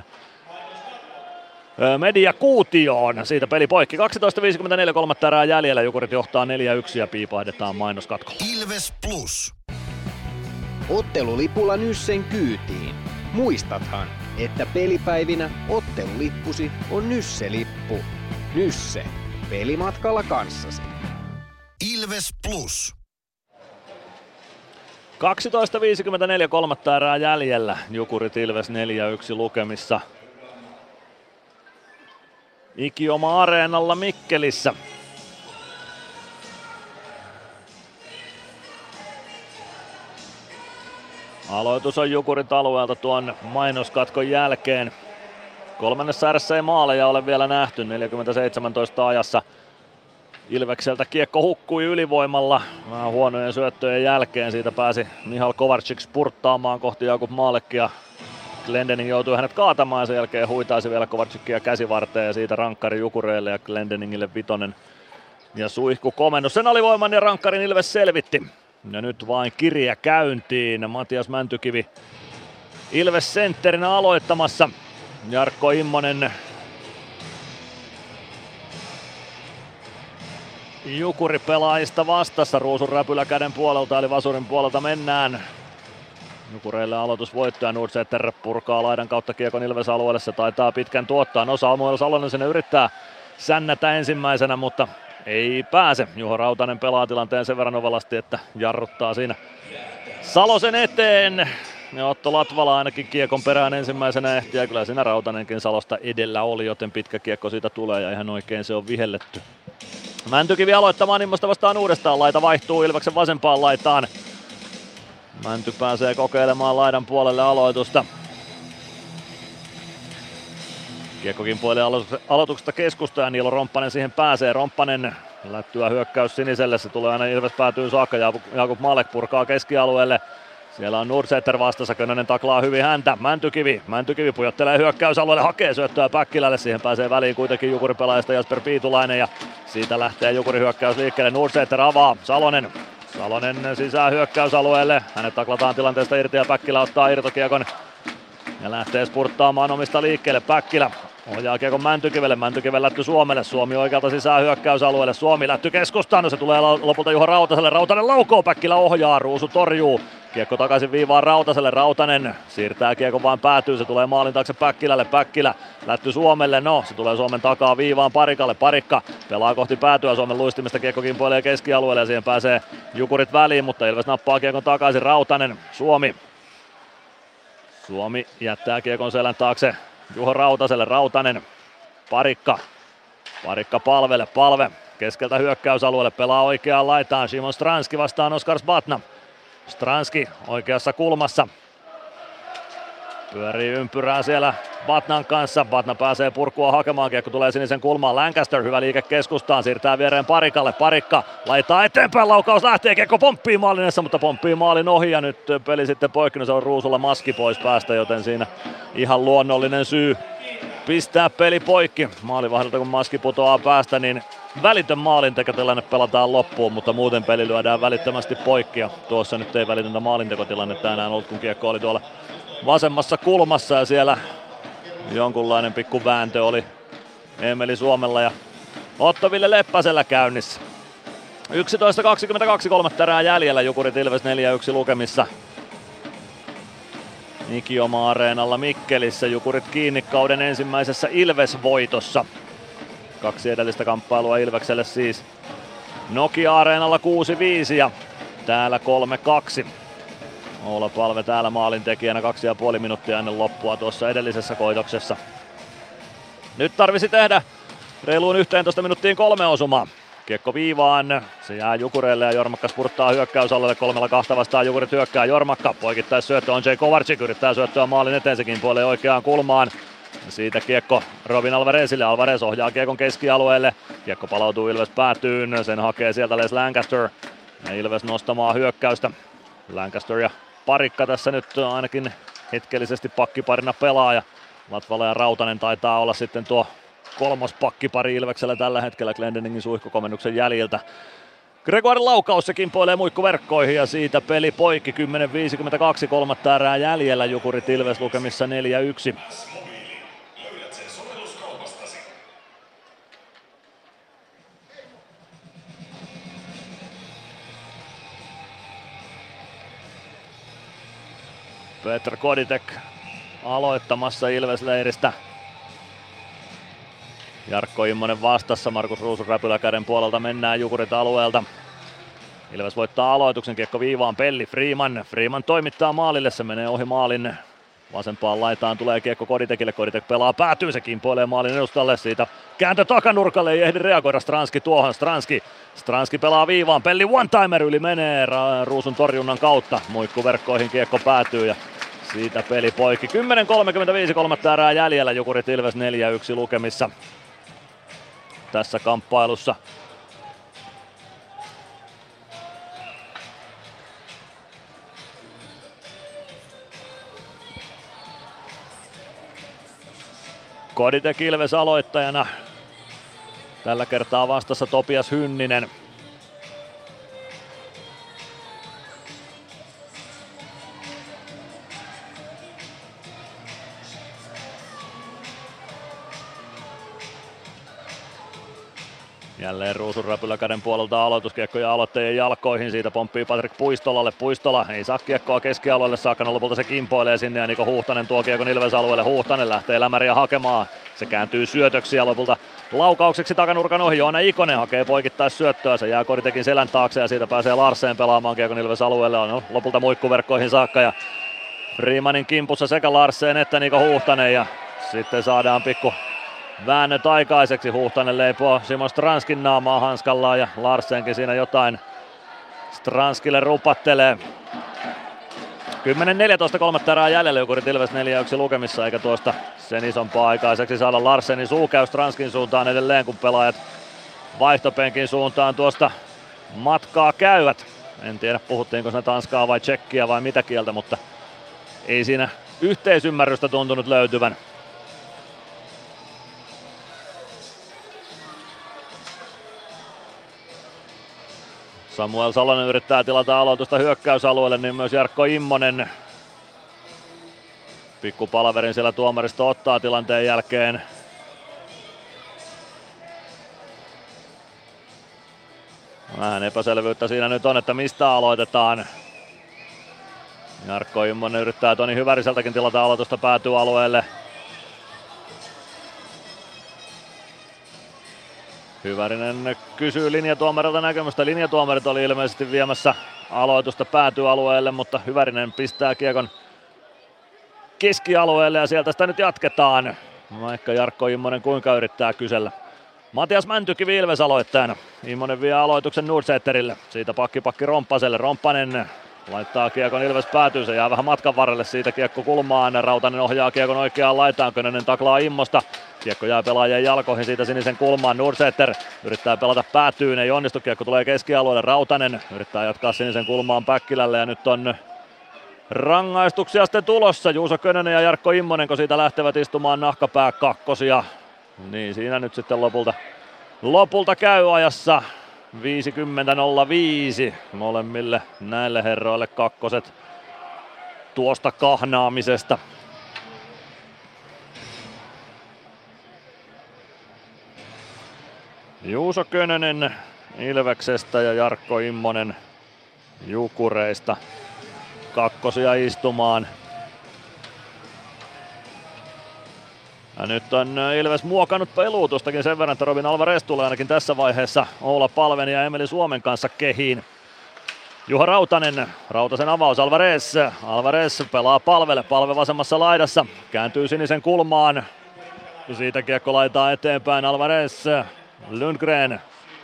Media kuutioon, siitä peli poikki, 12.54 kolmatta erää jäljellä, Jukurit johtaa 4-1 ja piipahdetaan mainoskatkolla. Ilves Plus. Ottelulipulla Nyssen kyytiin. Muistathan, että pelipäivinä ottelulippusi on Nysse-lippu. Nysse. Pelimatkalla kanssasi. Ilves Plus. 12.54 kolmatta erää jäljellä, Jukurit Ilves 4-1 lukemissa. Ikioma areenalla Mikkelissä. Aloitus on Jukurit alueelta tuon mainoskatkon jälkeen. Kolmannessa erässä ei maaleja ole vielä nähty, 40-17 ajassa. Ilvekseltä kiekko hukkui ylivoimalla vähän huonojen syöttöjen jälkeen. Siitä pääsi Mihal Kovarczyk spurttaamaan kohti Jakub Malekia. Glendening joutui hänet kaatamaan ja sen jälkeen huitaisi vielä Kovarczykia käsivarteen ja siitä rankkari Jukureille ja Glendeningille vitonen ja suihku komennus. Sen alivoiman ja rankkarin Ilves selvitti. Ja nyt vain kirja käyntiin. Matias Mäntykivi Ilves sentterinä aloittamassa. Jarkko Immonen Jukuri-pelaajista vastassa. Ruusun räpylä käden puolelta eli vasurin puolelta mennään. Jukureille aloitusvoitto ja Nordsäter purkaa laidan kautta kiekon Ilves alueelle. Se taitaa pitkän tuottaa. No Samuel Salonen sinne yrittää sännätä ensimmäisenä, mutta ei pääse. Juho Rautanen pelaa tilanteen sen verran ovalasti, että jarruttaa siinä Salosen eteen. Ja Otto Latvala ainakin kiekon perään ensimmäisenä ehti ja kyllä siinä Rautanenkin Salosta edellä oli, joten pitkä kiekko siitä tulee ja ihan oikein se on vihelletty. Mäntykivi aloittamaan Immosta vastaan uudestaan. Laita vaihtuu Ilveksen vasempaan laitaan. Mänty pääsee kokeilemaan laidan puolelle aloitusta. Kiekko kimpoilee aloituksesta keskusta ja Niilo Romppanen siihen pääsee. Romppanen Lättyä hyökkäys siniselle, se tulee aina Ilves päätyy saakka. Jakub Malek purkaa keskialueelle. Siellä on Nordsäter vastassa, Könönen taklaa hyvin häntä. Mäntykivi pujottelee hyökkäysalueelle, hakee syöttöä Päkkilälle. Siihen pääsee väliin kuitenkin Jukuri-pelaajista Jasper Piitulainen ja siitä lähtee Jukuri hyökkäys liikkeelle. Nordsäter avaa, Salonen sisään hyökkäysalueelle. Hänet taklataan tilanteesta irti ja Päkkilä ottaa irtokiekon ja lähtee spurttaamaan omista liikkeelle. Päkkilä ohjaa kiekon Mäntykivelle, Mäntykiven lätty Suomelle. Suomi oikealta sisään hyökkäysalueelle, Suomi lätty keskustaan, no se tulee lopulta Juho Rautaselle. Rautanen laukoo, Päkkilä ohjaa, Ruusu torjuu. Kiekko takaisin viivaan Rautaselle, Rautanen siirtää kiekon vaan päätyy, se tulee maalin taakse Päkkilälle, Päkkilä lätty Suomelle, no se tulee Suomen takaa viivaan Parikalle, Parikka pelaa kohti päätyä, Suomen luistimista kiekko kimpoilee keskialueelle ja siihen pääsee Jukurit väliin, mutta Ilves nappaa kiekon takaisin, Rautanen, Suomi jättää kiekon selän taakse Juho Rautaselle, Rautanen, Parikka Palve keskeltä hyökkäysalueelle, pelaa oikeaan laitaan, Simon Stranski vastaan Oskar Zbatna. Stranski oikeassa kulmassa. Pyörii ympyrää siellä Batnan kanssa. Batna pääsee purkua hakemaan. Kiekko tulee sinisen kulmaan. Lancaster hyvä liike keskustaan. Siirtää viereen Parikalle. Parikka laittaa eteenpäin. Laukaus lähtee. Kiekko pomppii maalinessa, mutta pomppii maalin ohi. Ja nyt peli sitten poikki. No se on Ruusulla maski pois päästä, joten siinä ihan luonnollinen syy pistää peli poikki. Maalivahdilta kun maski putoaa päästä, niin välitön maalintekotilanne pelataan loppuun, mutta muuten peli lyödään välittömästi poikki. Ja tuossa nyt ei välitöntä maalintekotilannetta enää ollut, kun kiekko oli tuolla vasemmassa kulmassa ja siellä jonkunlainen pikku vääntö oli Emeli Suomella ja Otto-Ville Leppäsellä käynnissä. 11.22, 3 erää jäljellä, Jukurit Ilves 4-1 lukemissa. Ikioma-areenalla Mikkelissä, Jukurit kiinni kauden ensimmäisessä Ilves-voitossa. 2 edellistä kamppailua Ilvekselle siis. Nokia-areenalla 6-5 ja täällä 3-2. Oula Palve täällä maalintekijänä 2,5 minuuttia ennen loppua tuossa edellisessä koitoksessa. Nyt tarvisi tehdä reiluun 11 minuuttiin 3 osumaa. Kiekko viivaan, se jää Jukureille ja Jormakka spurttaa hyökkäysalueelle 3-2 vastaan. Jukurit hyökkää, Jormakka poikittais syöttö on Jay Kovarczyk, yrittää syöttöä maalin eteen, sekin puoleen oikeaan kulmaan. Siitä kiekko Robin Alvarezille, Alvarez ohjaa kiekon keskialueelle, kiekko palautuu Ilves päätyyn, sen hakee sieltä Les Lancaster ja Ilves nostamaan hyökkäystä. Lancaster ja Parikka tässä nyt ainakin hetkellisesti pakkiparina pelaa ja Latvala ja Rautanen taitaa olla sitten tuo kolmos pakkipari Ilveksellä tällä hetkellä Glendeningin suihkukomennuksen jäljiltä. Gregoire laukaus, se kimpoilee muikkuverkkoihin ja siitä peli poikki. 10.52, 3 erää jäljellä, Jukurit Ilves lukemissa 4-1. Petr Koditek aloittamassa Ilves-leiristä. Jarkko Immonen vastassa, Markus Ruusun räpyläkäden puolelta mennään Jukurit alueelta. Ilves voittaa aloituksen, kiekko viivaan, Pelli Freeman toimittaa maalille, se menee ohi maalin. Vasempaan laitaan tulee kiekko Koditekille, Koditek pelaa päätyy, se kimpoilee maalin edustalle, siitä kääntö takanurkalle, ei ehdi reagoida Stranski tuohon, Stranski pelaa viivaan, Pelli one-timer yli menee Ruusun torjunnan kautta, muikkuverkkoihin kiekko päätyy ja siitä peli poikki. 10.35, 3 erää jäljellä, Jukurit Ilves 4-1 lukemissa tässä kamppailussa. Koditek Ilves aloittajana. Tällä kertaa vastassa Topias Hynninen. Jälleen Ruusun räpyläkäden puolelta aloituskiekko ja aloittajien jalkoihin. Siitä pomppii Patrik Puistolalle. Puistola ei saa kiekkoa keskialueelle saakka. No lopulta se kimpoilee sinne ja Niko Huhtanen tuo kiekon Ilves-alueelle. Huhtanen lähtee lämäriä hakemaan. Se kääntyy syötöksi ja lopulta laukaukseksi takanurkan ohi. Joona Ikonen hakee poikittais syöttöä. Se jää Koditekin selän taakse ja siitä pääsee Larsen pelaamaan kiekon Ilves-alueelle. On lopulta muikkuverkkoihin saakka ja Freemanin kimpussa sekä Larsen että Niko Huhtanen ja sitten saadaan pikku väännöt aikaiseksi. Huhtanen leipoo Simon Stranskin naamaa hanskallaan ja Larsenkin siinä jotain Stranskille rupattelee. 10.14, 3 erää jäljellä, Jukurit Ilves 4-1 lukemissa, eikä tuosta sen isompaa aikaiseksi saada. Larsenin sulkeus Stranskin suuntaan edelleen, kun pelaajat vaihtopenkin suuntaan tuosta matkaa käyvät. En tiedä puhuttiinko siinä tanskaa vai tsekkiä vai mitä kieltä, mutta ei siinä yhteisymmärrystä tuntunut löytyvän. Samuel Salonen yrittää tilata aloitusta hyökkäysalueelle, niin myös Jarkko Immonen. Pikku palaverin siellä tuomaristo ottaa tilanteen jälkeen. Vähän epäselvyyttä siinä nyt on, että mistä aloitetaan. Jarkko Immonen yrittää Toni Hyväriseltäkin tilata aloitusta päätyalueelle. Hyvärinen kysyy linjatuomarilta näkemystä. Linjatuomarit oli ilmeisesti viemässä aloitusta päätyalueelle, mutta Hyvärinen pistää kiekon keskialueelle ja sieltä sitä nyt jatketaan. Vaikka Jarkko Immonen kuinka yrittää kysellä. Matias Mäntykivi Ilves aloittajana. Immonen vie aloituksen Nordsäterille. Siitä pakki Romppaselle. Romppanen laittaa kiekon Ilves päätyy. Se jää vähän matkan varrelle. Siitä kiekko kulmaan. Rautanen ohjaa kiekon oikeaan laitaan. Könönen taklaa Immosta. Kiekko jää pelaajien jalkoihin siitä sinisen kulmaan. Nordsäter yrittää pelata päätyyn. Ei onnistu. Kiekko tulee keskialueelle. Rautanen yrittää jatkaa sinisen kulmaan Päkkilälle. Ja nyt on rangaistuksia sitten tulossa. Juuso Könönen ja Jarkko Immonen, kun siitä lähtevät istumaan nahkapää kakkosia. Niin siinä nyt sitten lopulta käy ajassa 50-05 molemmille näille herroille kakkoset tuosta kahnaamisesta. Juuso Könönen Ilveksestä ja Jarkko Immonen Jukureista kakkosia istumaan. Ja nyt on Ilves muokannut peluutustakin sen verran, että Robin Alvarez tulee ainakin tässä vaiheessa Oula Palven ja Emeli Suomen kanssa kehiin. Juha Rautanen, Rautasen avaus, Alvarez pelaa Palvelle, Palve vasemmassa laidassa, kääntyy sinisen kulmaan. Siitä kiekko laitaa eteenpäin, Alvarez, Lundgren.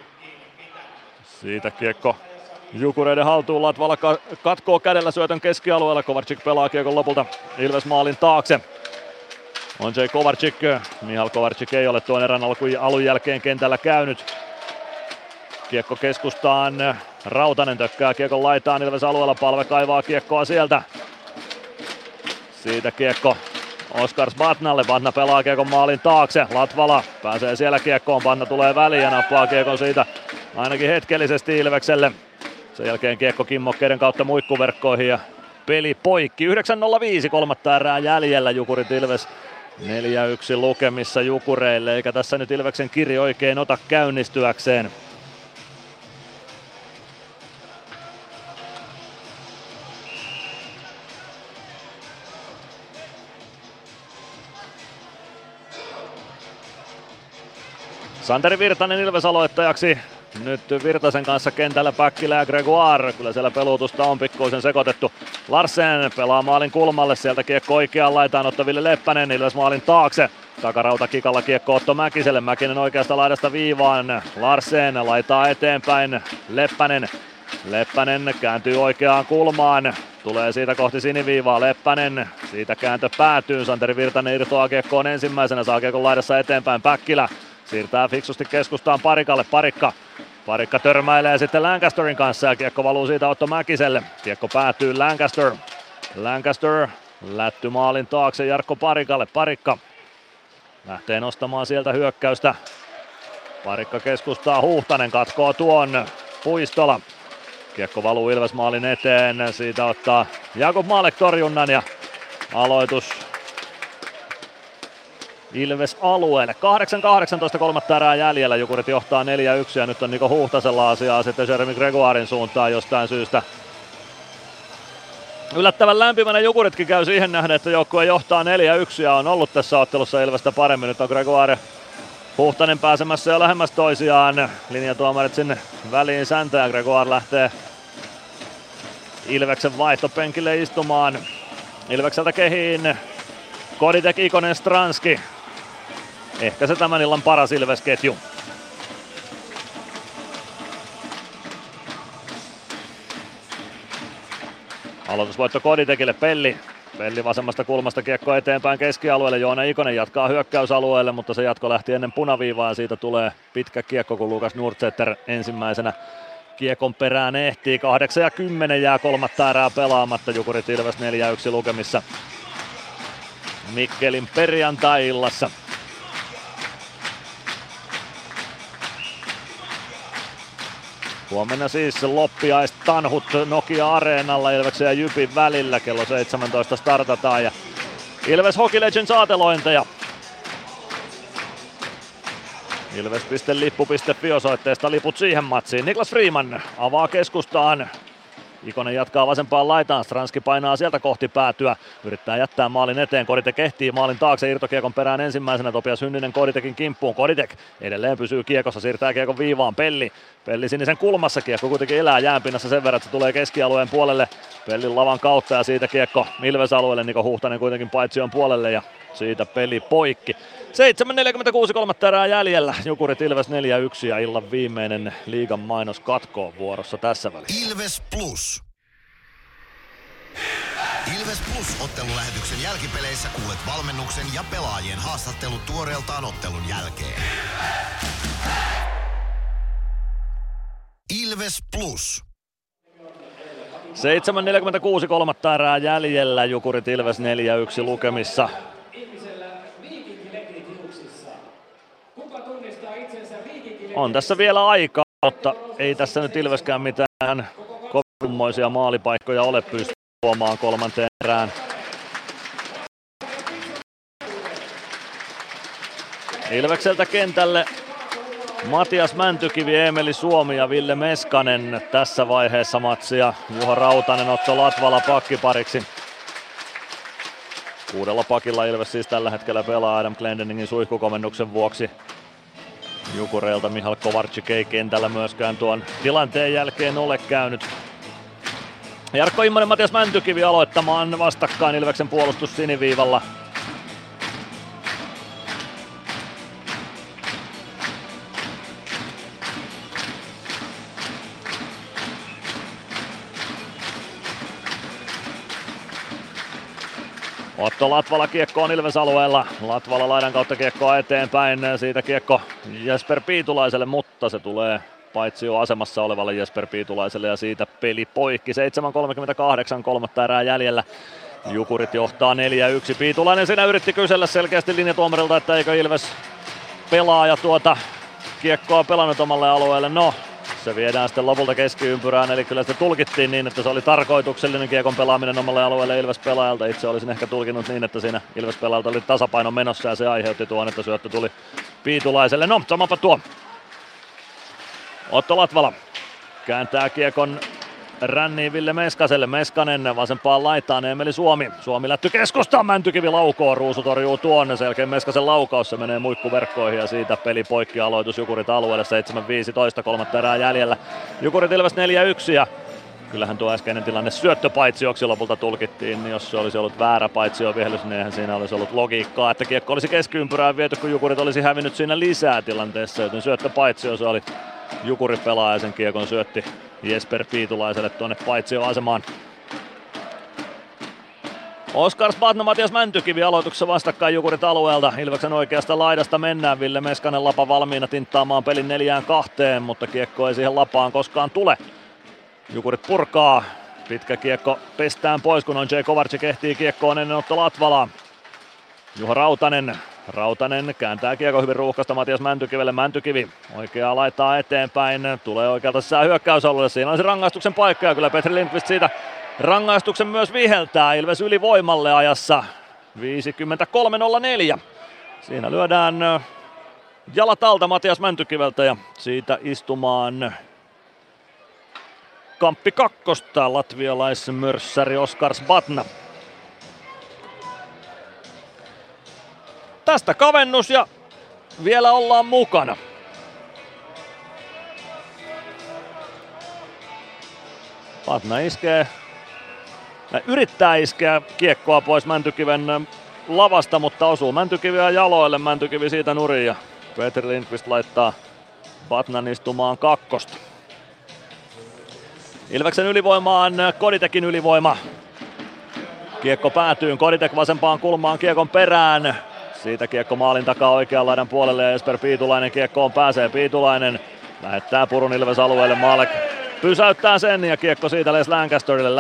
Siitä kiekko Jukureiden haltuun, Latvala katkoo kädellä syötön keskialueella, Kovarczyk pelaa kiekon lopulta Ilves maalin taakse. Ondřej Kovarczyk, Mihal Kovarczyk ei ole tuon erän alun jälkeen kentällä käynyt. Kiekko keskustaan, Rautanen tökkää kiekon laitaan Ilves alueella, Palve kaivaa kiekkoa sieltä. Siitä kiekko Oskars Batnalle, Batna pelaa kiekon maalin taakse, Latvala pääsee siellä kiekkoon, Batna tulee väliin ja nappaa kiekon siitä ainakin hetkellisesti Ilvekselle. Sen jälkeen kiekko kimmokkeiden kautta muikkuverkkoihin ja peli poikki. 9.05 kolmatta erää jäljellä, Jukurit Ilves 4-1 lukemissa Jukureille, eikä tässä nyt Ilveksen kiri oikein ota käynnistyäkseen. Santeri Virtanen Ilves aloittajaksi. Nyt Virtasen kanssa kentällä Päkkilä ja Gregoire. Kyllä siellä peluutusta on pikkuisen sekoitettu. Larsen pelaa maalin kulmalle. Sieltä kiekko oikeaan laitaan Otto Ville Leppänen. Ilves maalin taakse. Takarauta kikalla kiekko Otto Mäkiselle. Mäkinen oikeasta laidasta viivaan. Larsen laitaa eteenpäin. Leppänen kääntyy oikeaan kulmaan. Tulee siitä kohti siniviivaa. Leppänen. Siitä kääntö päätyy. Santeri Virtanen irtoaa kiekkoon ensimmäisenä. Saa kiekon laidassa eteenpäin Päkkilä. Siirtää fiksusti keskustaan Parikalle. Parikka törmäilee sitten Lancasterin kanssa ja kiekko valuu siitä Otto Mäkiselle. Kiekko päätyy Lancaster lätty maalin taakse Jarkko Parikalle. Parikka lähtee nostamaan sieltä hyökkäystä. Parikka keskustaa, Huhtanen katkoo tuon. Puistola. Kiekko valuu Ilves maalin eteen. Siitä ottaa Jakub Maalek torjunnan ja aloitus Ilves alueelle. 8.18 kolmatta erää jäljellä. Jukurit johtaa 4-1 ja nyt on Niko Huhtasella asiaa sitten Jeremy Gregoirin suuntaan jostain syystä. Yllättävän lämpimänä Jukuritkin käy siihen nähden, että joukkue johtaa 4-1 ja on ollut tässä ottelussa Ilvestä paremmin. Nyt on Gregoire Huhtanen pääsemässä jo lähemmäs toisiaan. Linjatuomarit sinne väliin säntää. Gregoire lähtee Ilveksen vaihtopenkille istumaan. Ilvekseltä kehiin Koditek, Ikonen, Stranski. Ehkä se tämän illan paras Ilves-ketju. Aloitusvoitto Koditekille, Pelli vasemmasta kulmasta kiekko eteenpäin keskialueelle. Joona Ikonen jatkaa hyökkäysalueelle, mutta se jatko lähti ennen punaviivaa ja siitä tulee pitkä kiekko, kun Lukas Nordsäter ensimmäisenä kiekon perään ehtii. 8:10 jää kolmatta erää pelaamatta. Jukurit Ilves 4-1 lukemissa Mikkelin perjantai-illassa. Huomenna siis loppiaistanhut Nokia-areenalla Ilveksen ja Jypin välillä. Kello 17 startataan ja Ilves Hockey Legends aatelointeja. Ilves.lippu.fi osoitteesta liput siihen matsiin. Niklas Freeman avaa keskustaan. Ikonen jatkaa vasempaan laitaan, Stranski painaa sieltä kohti päätyä, yrittää jättää maalin eteen, Koditek ehtii maalin taakse, irtokiekon perään ensimmäisenä, Topias Hynninen Koditekin kimppuun, Koditek edelleen pysyy kiekossa, siirtää kiekon viivaan, Pelli sinisen kulmassa, kiekko kuitenkin elää jäänpinnassa sen verran, että se tulee keskialueen puolelle, Pellin lavan kautta ja siitä kiekko Ilves-alueelle, Niko Huhtanen kuitenkin paitsion puolelle ja siitä peli poikki. 7:46 kolmatta erää jäljellä, Jukurit Ilves 4-1 ja illan viimeinen liigan mainos katkoon vuorossa tässä välissä. Ilves Plus. Ilves Plus-ottelulähetyksen jälkipeleissä kuulet valmennuksen ja pelaajien haastattelut tuoreeltaan ottelun jälkeen. Ilves Plus. 7:46 kolmatta erää jäljellä, Jukurit Ilves 4-1 lukemissa. On tässä vielä aikaa, mutta ei tässä nyt Ilveskään mitään kovimmoisia maalipaikkoja ole pystynyt tuomaan kolmanteen erään. Ilvekseltä kentälle Matias Mäntykivi, Eemeli Suomi ja Ville Meskanen tässä vaiheessa matsia. Juha Rautanen, Otto Latvala pakkipariksi. Kuudella pakilla Ilves siis tällä hetkellä pelaa Adam Glendeningin suihkukomennuksen vuoksi. Jukureilta Mihal Kovarczyk ei kentällä myöskään tuon tilanteen jälkeen ole käynyt. Jarkko Immonen, Matias Mäntykivi aloittamaan vastakkain, Ilveksen puolustus siniviivalla. Otto Latvala kiekko on Ilves-alueella. Latvala laidan kautta kiekkoa eteenpäin. Siitä kiekko Jesper Piitulaiselle, mutta se tulee paitsi jo asemassa olevalle Jesper Piitulaiselle ja siitä peli poikki. 7:38 kolmatta erää jäljellä. Jukurit johtaa 4-1. Piitulainen siinä yritti kysellä selkeästi linjatuomarilta, että eikö Ilves pelaaja tuota kiekkoa pelannut omalle alueelle. No, se viedään sitten lopulta keskiympyrään, eli kyllä se tulkittiin niin, että se oli tarkoituksellinen kiekon pelaaminen omalle alueelle Ilves-pelaajalta. Itse olisin ehkä tulkinut niin, että siinä Ilves-pelaajalta oli tasapaino menossa ja se aiheutti tuon, että syöttö tuli Piitulaiselle. No, samapa tuo. Otto Latvala kääntää kiekon ränniin Ville Meskaselle. Meskanen vasempaan laitaan, Eemeli Suomi. Suomi lätty keskustaan, Mäntykivi laukoo, Ruusu torjuu tuonne. Sen jälkeen Meskasen laukaus, se menee muikkuverkkoihin ja siitä peli poikki, aloitus Jukurit alueelle. 7:15 kolmatta erää jäljellä. Jukurit Ilves 4-1 ja kyllähän tuo äskeinen tilanne syöttöpaitsioksi lopulta tulkittiin. Jos se olisi ollut väärä paitsio vihelys, niin eihän siinä olisi ollut logiikkaa, että kiekko olisi keskiympyrään viety, kun Jukurit olisi hävinnyt siinä lisää tilanteessa, joten syöttöpaitsio se oli. Jukuri pelaa ja sen kiekon syötti Jesper Piitulaiselle tuonne paitsioasemaan. Oskar Spatna, Matias Mäntykivi aloituksessa vastakkain Jukurit alueelta. Ilveksen oikeasta laidasta mennään. Ville Meskanen lapa valmiina tinttaamaan pelin 4-2, mutta kiekko ei siihen lapaan koskaan tule. Jukurit purkaa. Pitkä kiekko pestään pois, kun on J. Kovarczyk ehtii kiekkoon ennen Otto Latvalaa. Juha Rautanen kääntää kiekko hyvin ruuhkasta Matias Mäntykivelle. Mäntykivi oikeaa laittaa eteenpäin. Tulee oikealta sisään hyökkäysalueelle. Siinä on se rangaistuksen paikka ja kyllä Petri Lindqvist siitä rangaistuksen myös viheltää. Ilves ylivoimalle ajassa 53:04. Siinä lyödään jalat alta Matias Mäntykiveltä ja siitä istumaan kamppi kakkosta latvialaismörssäri Oskar Spatna. Tästä kavennus ja vielä ollaan mukana. Spatna yrittää iskeä kiekkoa pois Mäntykiven lavasta, mutta osuu Mäntykiviä jaloille. Mäntykivi siitä nurin ja Petri Lindqvist laittaa Spatnan istumaan kakkosta. Ilveksen ylivoimaan Koditekin ylivoima. Kiekko päätyy, Koditek vasempaan kulmaan kiekon perään. Siitä kiekko maalin takaa oikean laidan puolelle ja Jesper Piitulainen kiekkoon pääsee. Piitulainen lähettää purun Ilves alueelle. Maalek pysäyttää sen ja kiekko siitä Les Lancasterille.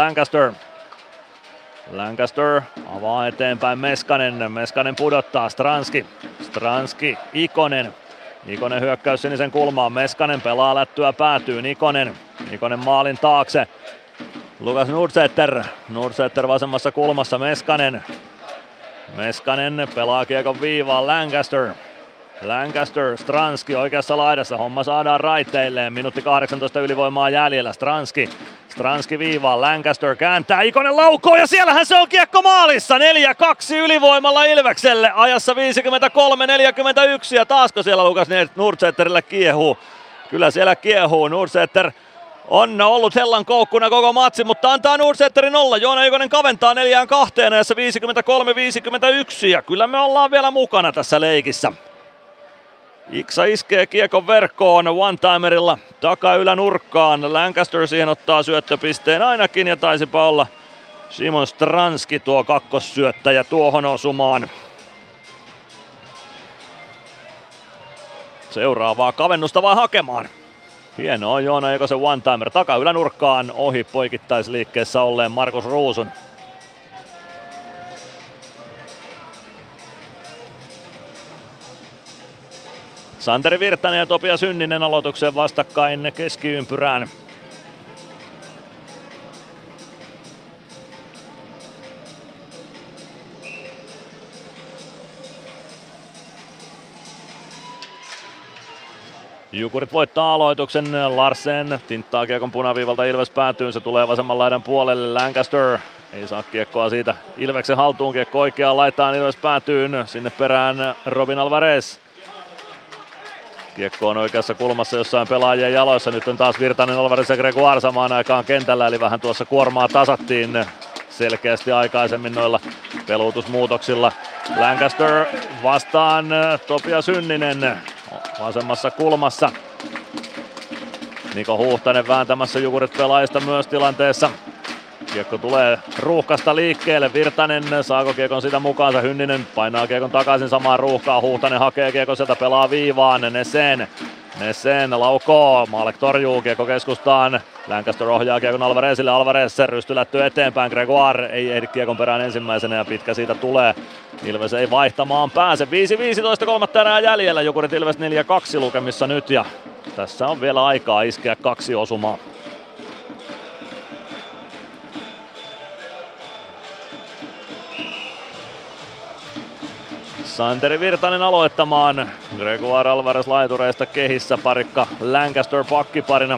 Lancaster avaa eteenpäin Meskanen. Meskanen pudottaa. Stranski. Ikonen hyökkäys sinisen kulmaan. Meskanen pelaa lättyä päätyy. Ikonen maalin taakse. Lukas Nordsäter vasemmassa kulmassa. Meskanen pelaa kiekon viivaan. Lancaster, Stranski oikeassa laidassa. Homma saadaan raiteilleen. Minuutti 18 ylivoimaa jäljellä. Stranski viivaan. Lancaster kääntää. Ikonen laukoo ja siellähän se on kiekko maalissa. 4-2 ylivoimalla Ilvekselle. Ajassa 53-41 ja taasko siellä Lukas Nordsäterillä kiehuu. Kyllä siellä kiehuu. Nordsäter on ollut hellan koukkuna koko matsi, mutta antaa Nordsäterin olla. Joona Ikonen kaventaa 4-2 ajassa 53-51 ja kyllä me ollaan vielä mukana tässä leikissä. Iksa iskee kiekon verkkoon one-timerilla takaylänurkkaan. Lancaster siihen ottaa syöttöpisteen ainakin ja taisipa olla Simon Stranski tuo kakkossyöttäjä tuohon osumaan. Seuraavaa kavennusta vaan hakemaan. Hienoa Joona Ikosen one-timer takaylänurkkaan ohi poikittaisliikkeessä olleen Markus Ruusun. Santeri Virtanen ja Topias Synninen aloitukseen vastakkain keskiympyrään. Jukurit voittaa aloituksen. Larsen tinttaa kiekon punaviivalta Ilves päätyyn. Se tulee vasemman laidan puolelle. Lancaster ei saa kiekkoa siitä Ilveksen haltuun. Kiekko oikeaan laitaan Ilves päätyyn. Sinne perään Robin Alvarez. Kiekko on oikeassa kulmassa jossain pelaajien jaloissa. Nyt on taas Virtanen, Alvarez ja Gregoire samaan aikaan kentällä. Eli vähän tuossa kuormaa tasattiin selkeästi aikaisemmin noilla peluutusmuutoksilla. Lancaster vastaan Topias Synninen vasemmassa kulmassa. Niko Huhtanen vääntämässä Jukurit pelaajista myös tilanteessa. Kiekko tulee ruuhkasta liikkeelle. Virtanen saako kiekon sitä mukaansa. Hynninen painaa kiekon takaisin samaan ruuhkaan. Huhtanen hakee kiekon sieltä, pelaa viivaan. Nesen laukoo. Maalek torjuu kiekko keskustaan. Lancaster ohjaa kiekon Alvarezille. Alvarez rystylätty eteenpäin. Gregoire ei ehdi kiekon perään ensimmäisenä ja pitkä siitä tulee. Ilves ei vaihtamaan pääse. 5-15 kolmatta erää jäljellä. Jukurit Ilves 4-2 lukemissa nyt ja tässä on vielä aikaa iskeä 2 osumaa. Santeri Virtanen aloittamaan. Gregoire Alvarez laitureista kehissä. Parikka Lancaster pakkiparina.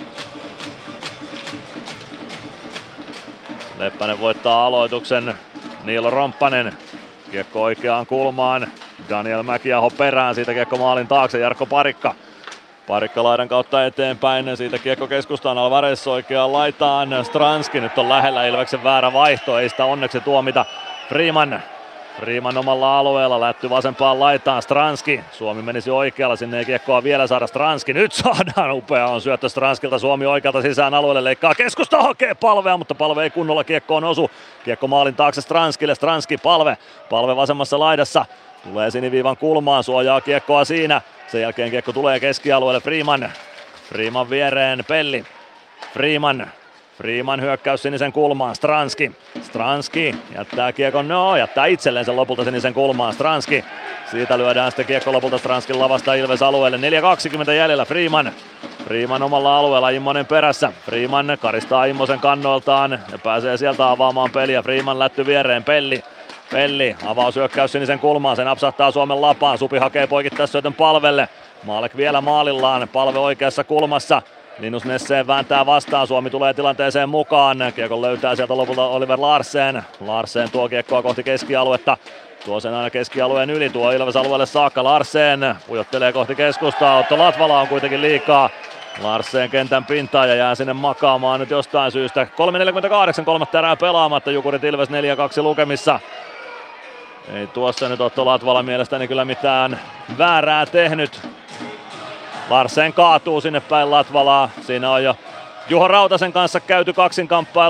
Leppänen voittaa aloituksen. Niilo Romppanen. Kiekko oikeaan kulmaan. Daniel Mäkiaho perään. Siitä kiekko maalin taakse. Jarkko Parikka. Parikka laidan kautta eteenpäin. Siitä kiekko keskustaan. Alvarez oikeaan laitaan. Stranski nyt on lähellä. Ilveksen väärä vaihto. Ei sitä onneksi tuomita. Freeman omalla alueella, lätty vasempaan laitaan, Stranski. Suomi menisi oikealla, sinne ei kiekkoa vielä saada. Stranski, nyt saadaan, upea on syöttö Stranskilta. Suomi oikealta sisään alueelle, leikkaa keskusta, hakee Palvea, mutta Palve ei kunnolla kiekkoon osu. Kiekko maalin taakse Stranskille, Stranski, Palve vasemmassa laidassa. Tulee siniviivan kulmaan, suojaa kiekkoa siinä. Sen jälkeen kiekko tulee keskialueelle, Freeman viereen, Pelli. Freeman hyökkäys sinisen kulmaan, Stranski jättää kiekon, jättää itselleen sen lopulta sinisen kulmaan, Stranski. Siitä lyödään sitten kiekko lopulta Stranskin lavasta Ilves alueelle, 4.20 jäljellä, Freeman omalla alueella, Immonen perässä. Freeman karistaa Immosen kannoiltaan ja pääsee sieltä avaamaan peliä, Freeman lätty viereen, Pelli, avaushyökkäys sinisen kulmaan, se napsahtaa Suomen lapaan, Supi hakee poikittaisyötön Palvelle. Maalek vielä maalillaan, Palve oikeassa kulmassa. Linus Nesseen vääntää vastaan, Suomi tulee tilanteeseen mukaan. Kiekon löytää sieltä lopulta Oliver Larsen tuo kiekkoa kohti keskialuetta. Tuo sen aina keskialueen yli, tuo Ilves alueelle saakka. Larsen pujottelee kohti keskustaa, Otto Latvala on kuitenkin liikaa. Larsen kentän pintaan ja jää sinne makaamaan nyt jostain syystä. 3.48, kolmatta erää pelaamatta, Jukurit Ilves 4-2 lukemissa. Ei tuossa nyt Otto Latvala mielestäni kyllä mitään väärää tehnyt. Larsen kaatuu sinne päin Latvalaa. Siinä on jo Juho Rautasen kanssa käyty kaksinkamppailu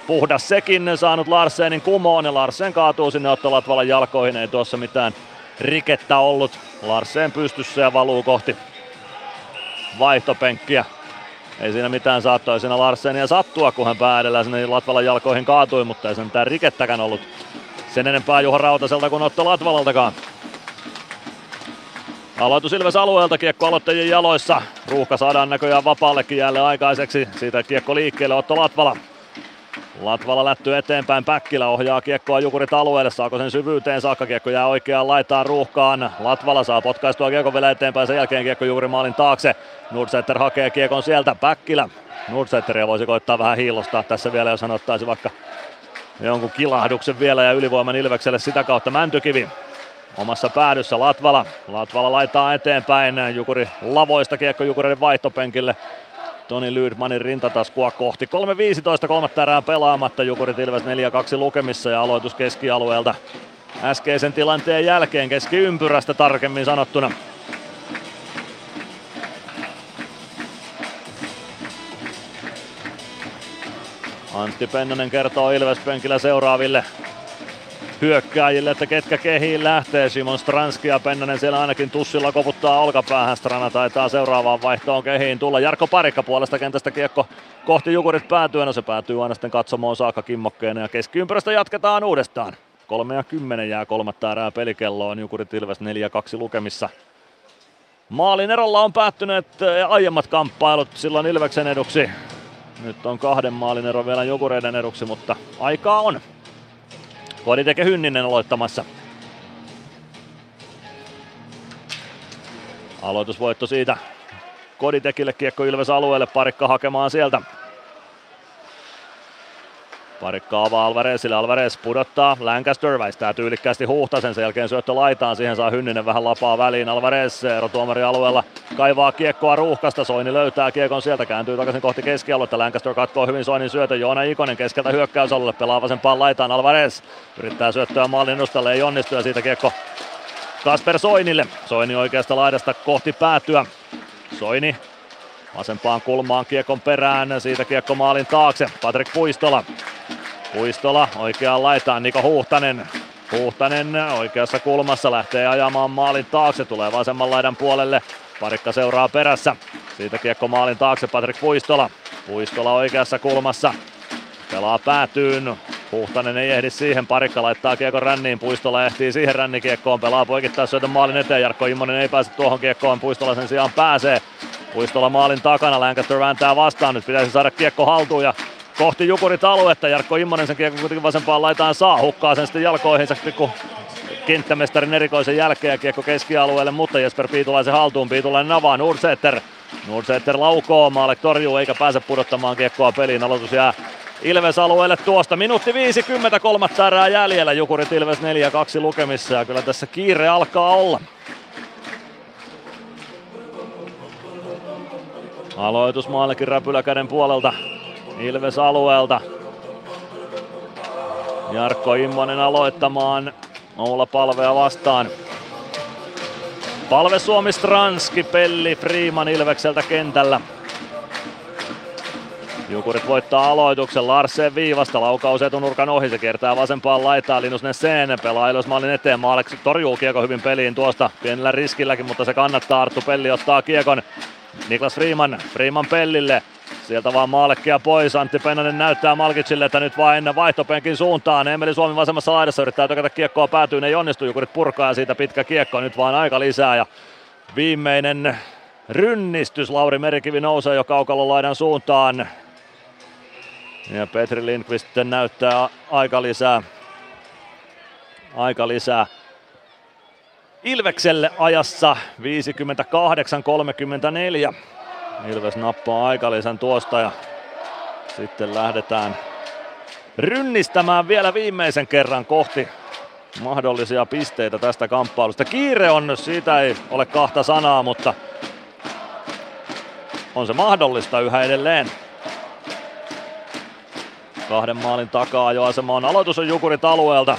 Puhdas sekin saanut Larsenin kumoon ja Larsen kaatuu sinne Otto Latvalan jalkoihin. Ei tuossa mitään rikettä ollut. Larsen pystyssä ja valuu kohti vaihtopenkkiä. Ei siinä mitään, saattoi siinä Larsenia sattua, kun hän pää edellä sinne Latvalan jalkoihin kaatui, mutta ei siinä mitään rikettäkään ollut sen enempää Juha Rautaselta kuin Otto Latvalaltakaan. Aloitus Ilves alueelta, kiekko aloittajien jaloissa. Ruuhka saadaan näköjään vapaallekin jälleen aikaiseksi. Siitä kiekko liikkeelle, Otto Latvala. Latvala lättyy eteenpäin, Päkkilä ohjaa kiekkoa Jukurit alueelle, saako sen syvyyteen saakka, kiekko jää oikeaan laitaan ruuhkaan. Latvala saa potkaistua kiekon vielä eteenpäin, sen jälkeen kiekko Jukuri maalin taakse. Nordsetter hakee kiekon sieltä, Päkkilä. Nordsetteria voisi koittaa vähän hiillostaa tässä vielä, jos hän ottaisi vaikka jonkun kilahduksen vielä ja ylivoiman Ilvekselle sitä kautta. Mäntykivi omassa päädyssä, Latvala. Latvala laittaa eteenpäin, Jukuri lavoista kiekko Jukureiden vaihtopenkille. Toni Lydmanin rintataskua kohti. 3.15, kolmatta erää pelaamatta. Jukurit Ilves 4-2 lukemissa ja aloitus keskialueelta äskeisen tilanteen jälkeen, keskiympyrästä tarkemmin sanottuna. Antti Pennanen kertoo Ilves-penkillä seuraaville hyökkääjille, että ketkä kehiin lähtee. Simon Stranski ja Pennanen siellä ainakin tussilla koputtaa olkapäähän. Strana taitaa seuraavaan vaihtoon kehiin tulla. Jarkko Parikka puolesta kentästä kiekko kohti Jukurit päätyy. No se päätyy aina sitten katsomoon saakka kimmokkeena ja keskiympyrästä jatketaan uudestaan. 3:10 jää kolmatta erää pelikelloon. Jukurit Ilves 4-2 lukemissa. Maalin erolla on päättyneet aiemmat kamppailut silloin Ilveksen eduksi. Nyt on 2 maalin ero vielä Jukureiden eduksi, mutta aikaa on. Koditeke Hynninen aloittamassa. Aloitusvoitto siitä Koditekille, kiekko Ilves alueelle, Parikka hakemaan sieltä. Parikka avaa Alvarezille, Alvarez pudottaa, Lancaster väistää tyylikkäästi Huhtasen, sen jälkeen syöttö laitaan, siihen saa Hynninen vähän lapaa väliin, Alvarez erotuomari alueella kaivaa kiekkoa Ruuhkasta, Soini löytää kiekon sieltä, kääntyy takaisin kohti keskialuetta, Lancaster katkoo hyvin Soinin syötön, Joona Ikonen keskeltä hyökkäysalueelle, pelaa vasempaan laitaan, Alvarez yrittää syöttöä maalin edustalle, ei onnistu ja siitä kiekko Kasper Soinille, Soini oikeasta laidasta kohti päätyä, Soini vasempaan kulmaan kiekon perään, siitä kiekko maalin taakse, Patrik Puistola. Puistola oikeaan laitaan, Niko Huhtanen. Huhtanen oikeassa kulmassa lähtee ajamaan maalin taakse, tulee vasemman laidan puolelle. Parikka seuraa perässä. Siitä kiekko maalin taakse, Patrik Puistola. Puistola oikeassa kulmassa. Pelaa päätyyn. Huhtanen ei ehdi siihen, Parikka laittaa kiekon ränniin, Puistola ehtii siihen rännikiekkoon, pelaa poikittaa syötön maalin eteen, Jarkko Immonen ei pääse tuohon kiekkoon, Puistola sen sijaan pääsee. Puistola maalin takana, Lancaster vääntää vastaan, nyt pitäisi saada kiekko haltuun ja kohti Jukurit aluetta, Jarkko Immonen sen kiekko kuitenkin vasempaan laitaan saa, hukkaa sen sitten jalkoihinsa pikku kenttämestarin erikoisen jälkeen ja kiekko keskialueelle, mutta Jesper Piitulaisen haltuun, Piitulainen avaa, Nordsetter laukoo, Maalek torjuu eikä pääse pudottamaan kiekkoa peliin, aloitus jää Ilves alueelle tuosta, minuutti 50, kolmatta erää jäljellä, Jukurit Ilves 4-2 lukemissa ja kyllä tässä kiire alkaa olla. Aloitus Maalekin räpyläkäden puolelta, Ilves alueelta. Jarkko Immonen aloittamaan Oula Palvea vastaan. Palve, Suomi, Stranski, Pelli, Freeman Ilvekseltä kentällä. Jukurit voittaa aloituksen, Larsen viivasta, laukaus etunurkan ohi, se kiertää vasempaan laitaan, Linus Nesseen pelaa Ilves maalin eteen, Maalek torjuu kiekko hyvin peliin tuosta pienellä riskilläkin, mutta se kannattaa, Arttu Pelli ottaa kiekon. Niklas Freeman Pellille, sieltä vaan Maalekkia pois, Antti Pennanen näyttää Malkicille, että nyt vain vaihtopenkin suuntaan, Emeli Suomi vasemmassa laidassa yrittää tökätä kiekkoa päätyyn, ei onnistu, Jukurit purkaa siitä pitkä kiekko, nyt vaan aika lisää ja viimeinen rynnistys, Lauri Merikivi nousee jo kaukalon laidan suuntaan ja Petri Lindqvist näyttää aika lisää. Ilvekselle ajassa 58-34. Ilves nappaa aikalisän tuosta ja sitten lähdetään rynnistämään vielä viimeisen kerran kohti mahdollisia pisteitä tästä kamppailusta. Kiire on, siitä ei ole kahta sanaa, mutta on se mahdollista yhä edelleen. 2 maalin takaa jo asema on. Aloitus on Jukurit alueelta.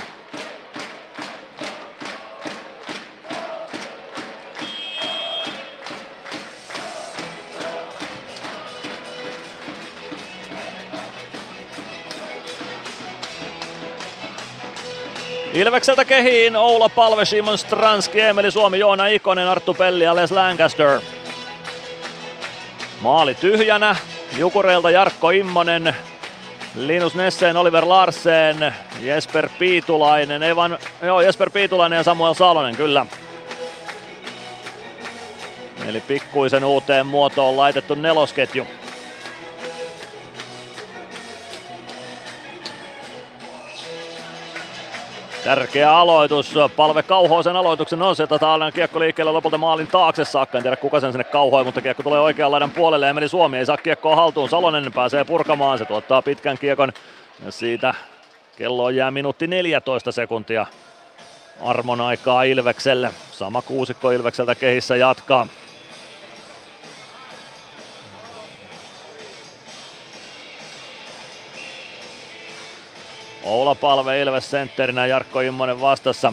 Ilvekseltä kehiin Oula Palve, Simon Stranski, Emeli Suomi, Joona Ikonen, Arttu Pelli ja Les Lancaster. Maali tyhjänä. Jukureilta Jarkko Immonen, Linus Nesseen, Oliver Larsen, Jesper Piitulainen, Jesper Piitulainen ja Samuel Salonen, kyllä. Eli pikkuisen uuteen muotoon laitettu nelosketju. Tärkeä aloitus. Palve kauhoo sen aloituksen. On sieltä täällä kiekko liikkeelle lopulta maalin taakse saakka. En tiedä kuka sen sinne kauhoi, mutta kiekko tulee oikean laidan puolelle. Emeli Suomi ei saa kiekkoa haltuun. Salonen pääsee purkamaan. Se tuottaa pitkän kiekon. Ja siitä kelloon jää minuutti 14 sekuntia armon aikaa Ilvekselle. Sama kuusikko Ilvekseltä kehissä jatkaa. Oula Palve Ilves sentterinä, Jarkko Immonen vastassa.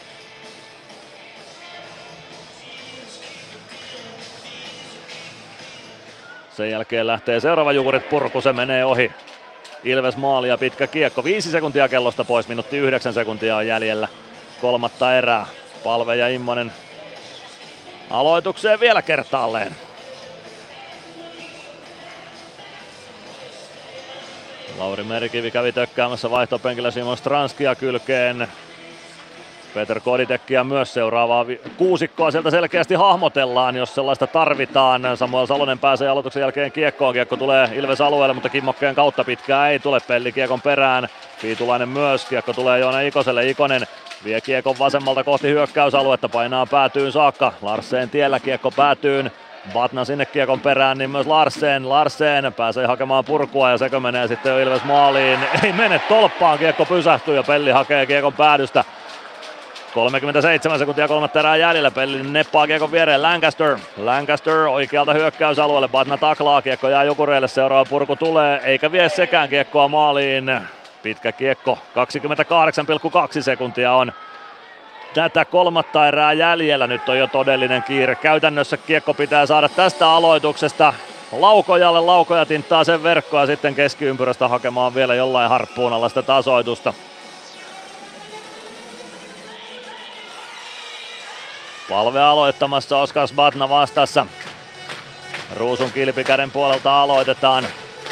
Sen jälkeen lähtee seuraava Jukurit purku, se menee ohi. Ilves maali ja pitkä kiekko, 5 sekuntia kellosta pois, minuutti 9 sekuntia on jäljellä kolmatta erää. Palve ja Immonen aloitukseen vielä kertaalleen. Lauri Merikivi kävi tökkäämässä vaihtopenkillä Simon Stranskia kylkeen. Peter Koditekkiä myös seuraavaa kuusikkoa sieltä selkeästi hahmotellaan, jos sellaista tarvitaan. Samuel Salonen pääsee aloituksen jälkeen kiekkoon. Kiekko tulee Ilves alueelle, mutta kimmokkeen kautta pitkään ei tule. Pelli kiekon perään. Piitulainen myös. Kiekko tulee Joona Ikoselle. Ikonen vie kiekon vasemmalta kohti hyökkäysaluetta. Painaa päätyyn saakka. Larsen tiellä kiekko päätyyn. Batna sinne kiekon perään, niin myös Larsen pääsee hakemaan purkua ja sekö menee sitten jo Ilves maaliin. Ei mene tolppaan, kiekko pysähtyy ja Pelli hakee kiekon päädystä. 37 sekuntia kolmatta erää jäljellä, Pelli neppaa kiekon viereen, Lancaster oikealta hyökkäysalueelle, Batna taklaa, kiekko jää Jukureille, seuraava purku tulee, eikä vie sekään kiekkoa maaliin. Pitkä kiekko, 28,2 sekuntia on tätä kolmatta erää jäljellä, nyt on jo todellinen kiire. Käytännössä kiekko pitää saada tästä aloituksesta Laukojalle, Laukoja tinttaa sen verkkoa sitten keskiympyrästä hakemaan vielä jollain harppuun alla sitä tasoitusta. Palve aloittamassa, Oskars Batna vastassa. Ruusun kilpikäden puolelta aloitetaan.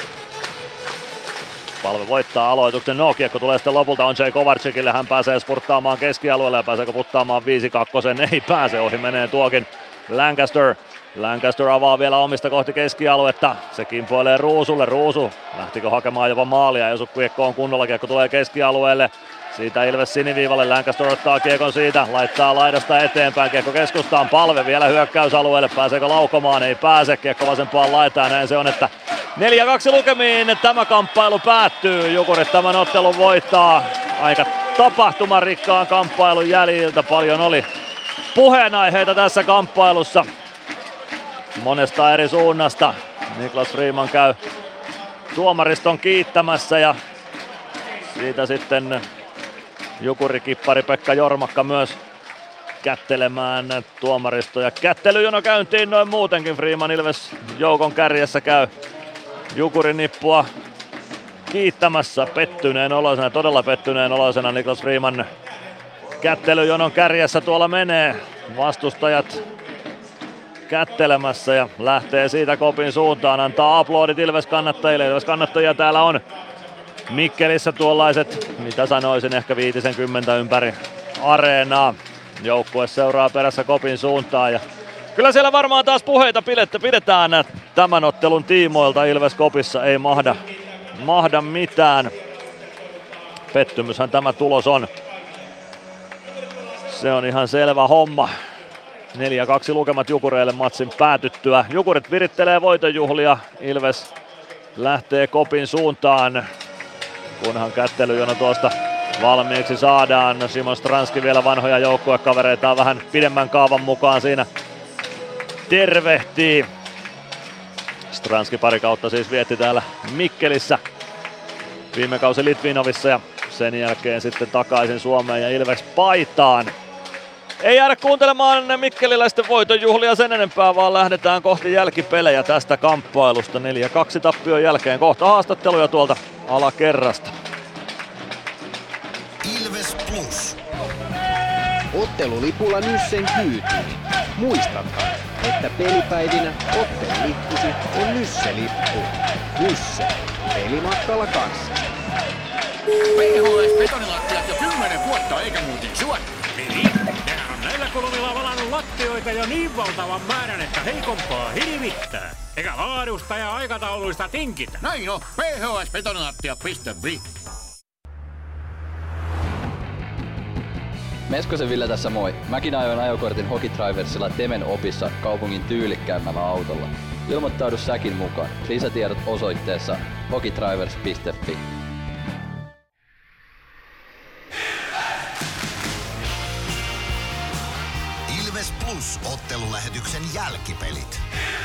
Palve voittaa aloituksen, kiekko tulee sitten lopulta on Jay Kovarčikille, hän pääsee spurttaamaan keskialueelle ja pääseekö puttaamaan 5-2, ei pääse, ohi menee tuokin Lancaster avaa vielä omista kohti keskialuetta, se kimpoilee Ruusulle, Ruusu lähtikö hakemaan jopa maalia, jos kiekko on kunnolla, kiekko tulee keskialueelle. Siitä Ilves siniviivalle, Lancaster ottaa kiekon siitä, laittaa laidasta eteenpäin, kiekko keskustaan, Palve vielä hyökkäysalueelle, pääseekö laukomaan, ei pääse, kiekko vasempaan laitaan, näin se on, että 4-2 lukemiin tämä kamppailu päättyy, Jukurit tämän ottelun voittaa, aika tapahtumarikkaan kamppailun jäljiltä, paljon oli puheenaiheita tässä kamppailussa, monesta eri suunnasta, Niklas Freeman käy tuomariston kiittämässä ja siitä sitten Jukuri-kippari Pekka Jormakka myös kättelemään tuomaristoja. Kättelyjono käyntiin noin muutenkin. Freeman Ilves joukon kärjessä käy Jukurin nippua kiittämässä pettyneen oloisena, todella pettyneen oloisena. Niklas Freeman kättelyjonon kärjessä tuolla menee. Vastustajat kättelemässä ja lähtee siitä kopin suuntaan. Antaa aplodit Ilves-kannattajille. Ilves-kannattajia täällä on Mikkelissä tuollaiset, mitä sanoisin, ehkä 50 ympäri areenaa. Joukkue seuraa perässä kopin suuntaan ja kyllä siellä varmaan taas puheita pidetään tämän ottelun tiimoilta. Ilves kopissa ei mahda mitään. Pettymyshän tämä tulos on. Se on ihan selvä homma. 4-2 lukemat Jukureille matsin päätyttyä. Jukurit virittelee voitonjuhlia. Ilves lähtee kopin suuntaan. Kunhan kättelyjono tuosta valmiiksi saadaan. Simon Stranski vielä vanhoja joukkuekavereitaan vähän pidemmän kaavan mukaan siinä tervehtii. Stranski pari kautta siis vietti täällä Mikkelissä. Viime kausi Litvinovissa ja sen jälkeen sitten takaisin Suomeen ja Ilves paitaan. Ei jäädä kuuntelemaan mikkeliläisten voitonjuhlia sen enempää, vaan lähdetään kohti jälkipelejä tästä kamppailusta. 4-2 tappion jälkeen kohta haastatteluja tuolta alakerrasta. Ilves Plus. ottelulipulla Nyssen kyytiin. Muistathan, että pelipäivinä ottelulippusi on Nysse-lippu. Nysse. Pelimatkalla kanssasi. PHS-betonilattiat jo 10 vuotta eikä muuten suotta. Niin, nehän on näillä kolmilla valannut lattioita jo niin valtavan määrän, että heikompaa hirvittää. Eikä laadusta ja aikatauluista tinkitä. Näin on, phsbetonilattia.fi. Meskosen Ville tässä moi. Mäkin ajoin ajokortin Hokitriversilla Temen opissa kaupungin tyylikkäämmällä autolla. Ilmoittaudu säkin mukaan. Lisätiedot osoitteessa hokitrivers.fi. Ilves Plus -ottelulähetyksen jälkipelit.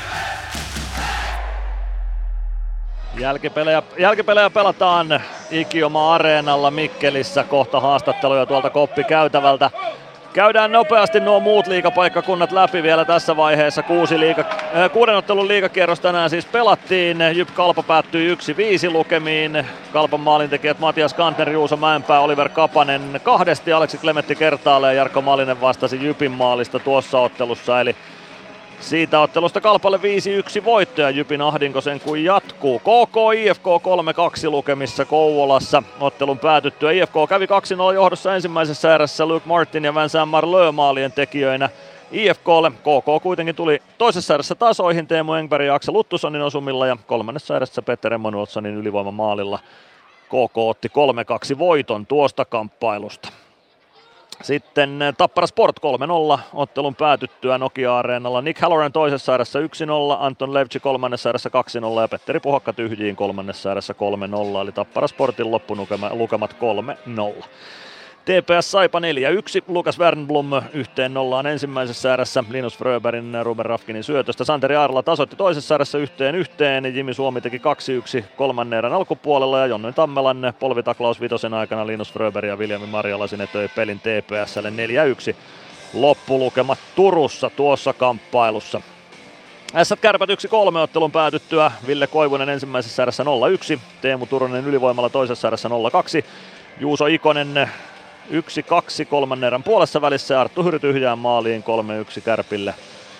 Jälkipelejä pelataan Ikioma-areenalla Mikkelissä. Kohta haastatteluja tuolta koppikäytävältä. Käydään nopeasti nuo muut liigapaikkakunnat läpi vielä tässä vaiheessa. 6 ottelun liigakierros tänään siis pelattiin. Jyp Kalpa päättyi 1-5 lukemiin. Kalpan maalintekijät Matias Kantner, Juuso Mäenpää, Oliver Kapanen kahdesti. Aleksi Klementti kertaalle ja Jarkko Malinen vastasi Jypin maalista tuossa ottelussa. Eli siitä ottelusta Kalpalle 5-1 voitto ja Jypin ahdinko sen kuin jatkuu. KK IFK 3-2 lukemissa Kouvolassa ottelun päätyttyä. IFK kävi 2-0 johdossa ensimmäisessä erässä Luke Martin ja Vincent Marleux maalien tekijöinä IFKlle. KK kuitenkin tuli toisessa erässä tasoihin Teemu Engberg ja Axel Luttussonin osumilla ja kolmannessa erässä Peter Emanuelssonin ylivoimamaalilla. KK otti 3-2 voiton tuosta kamppailusta. Sitten Tappara Sport 3-0 ottelun päätyttyä Nokia-areenalla. Nick Halloran toisessa erässä 1-0, Anton Levci kolmannessa erässä 2-0 ja Petteri Puhakka tyhjiin kolmannessa erässä 3-0. Eli Tappara Sportin loppulukemat 3-0. TPS Saipa 4-1, Lukas Wernblom 1-0 ensimmäisessä erässä Linus Fröbergin Ruben Rafkinin syötöstä. Santeri Aarla tasoitti toisessa erässä 1-1, Jimmy Suomi teki 2-1 kolmannen erän alkupuolella ja Jonny Tammelan polvitaklaus vitosen aikana Linus Fröberg ja Viljami Marjala sinne töi pelin TPS:lle 4-1. Loppulukemat Turussa tuossa kamppailussa. Ässät Kärpät 1-3 ottelun päätyttyä, Ville Koivunen ensimmäisessä erässä 0-1, Teemu Turunen ylivoimalla toisessa erässä 0-2, Juuso Ikonen 1-2 kolmannen erän puolessa välissä ja Arttu Hyry tyhjään maaliin 3-1 Kärpille.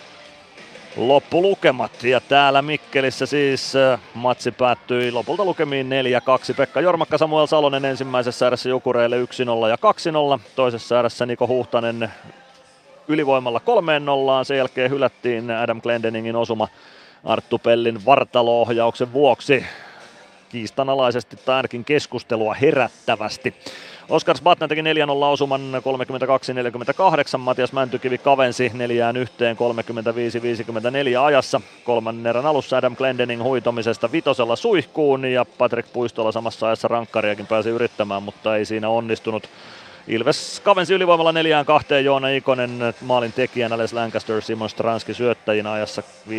Loppulukemat ja täällä Mikkelissä siis matsi päättyi lopulta lukemiin 4-2. Pekka Jormakka, Samuel Salonen ensimmäisessä erässä Jukureille 1-0 ja 2-0. Toisessa erässä Niko Huhtanen ylivoimalla 3-0. Sen jälkeen hylättiin Adam Glendeningin osuma Arttu Pellin vartalo-ohjauksen vuoksi. Kiistanalaisesti tai ainakin keskustelua herättävästi. Oskar Sbatnen teki 4-0 osuman 32-48, Matias Mäntykivi kavensi 4-1 35-54 ajassa. Kolmannen erän alussa Adam Glendening huitomisesta vitosella suihkuun ja Patrick Puistola samassa ajassa rankkariakin pääsi yrittämään, mutta ei siinä onnistunut. Ilves kavensi ylivoimalla 4-2, Joona Ikonen maalin tekijänä, Les Lancaster, Simon Stranski syöttäjinä ajassa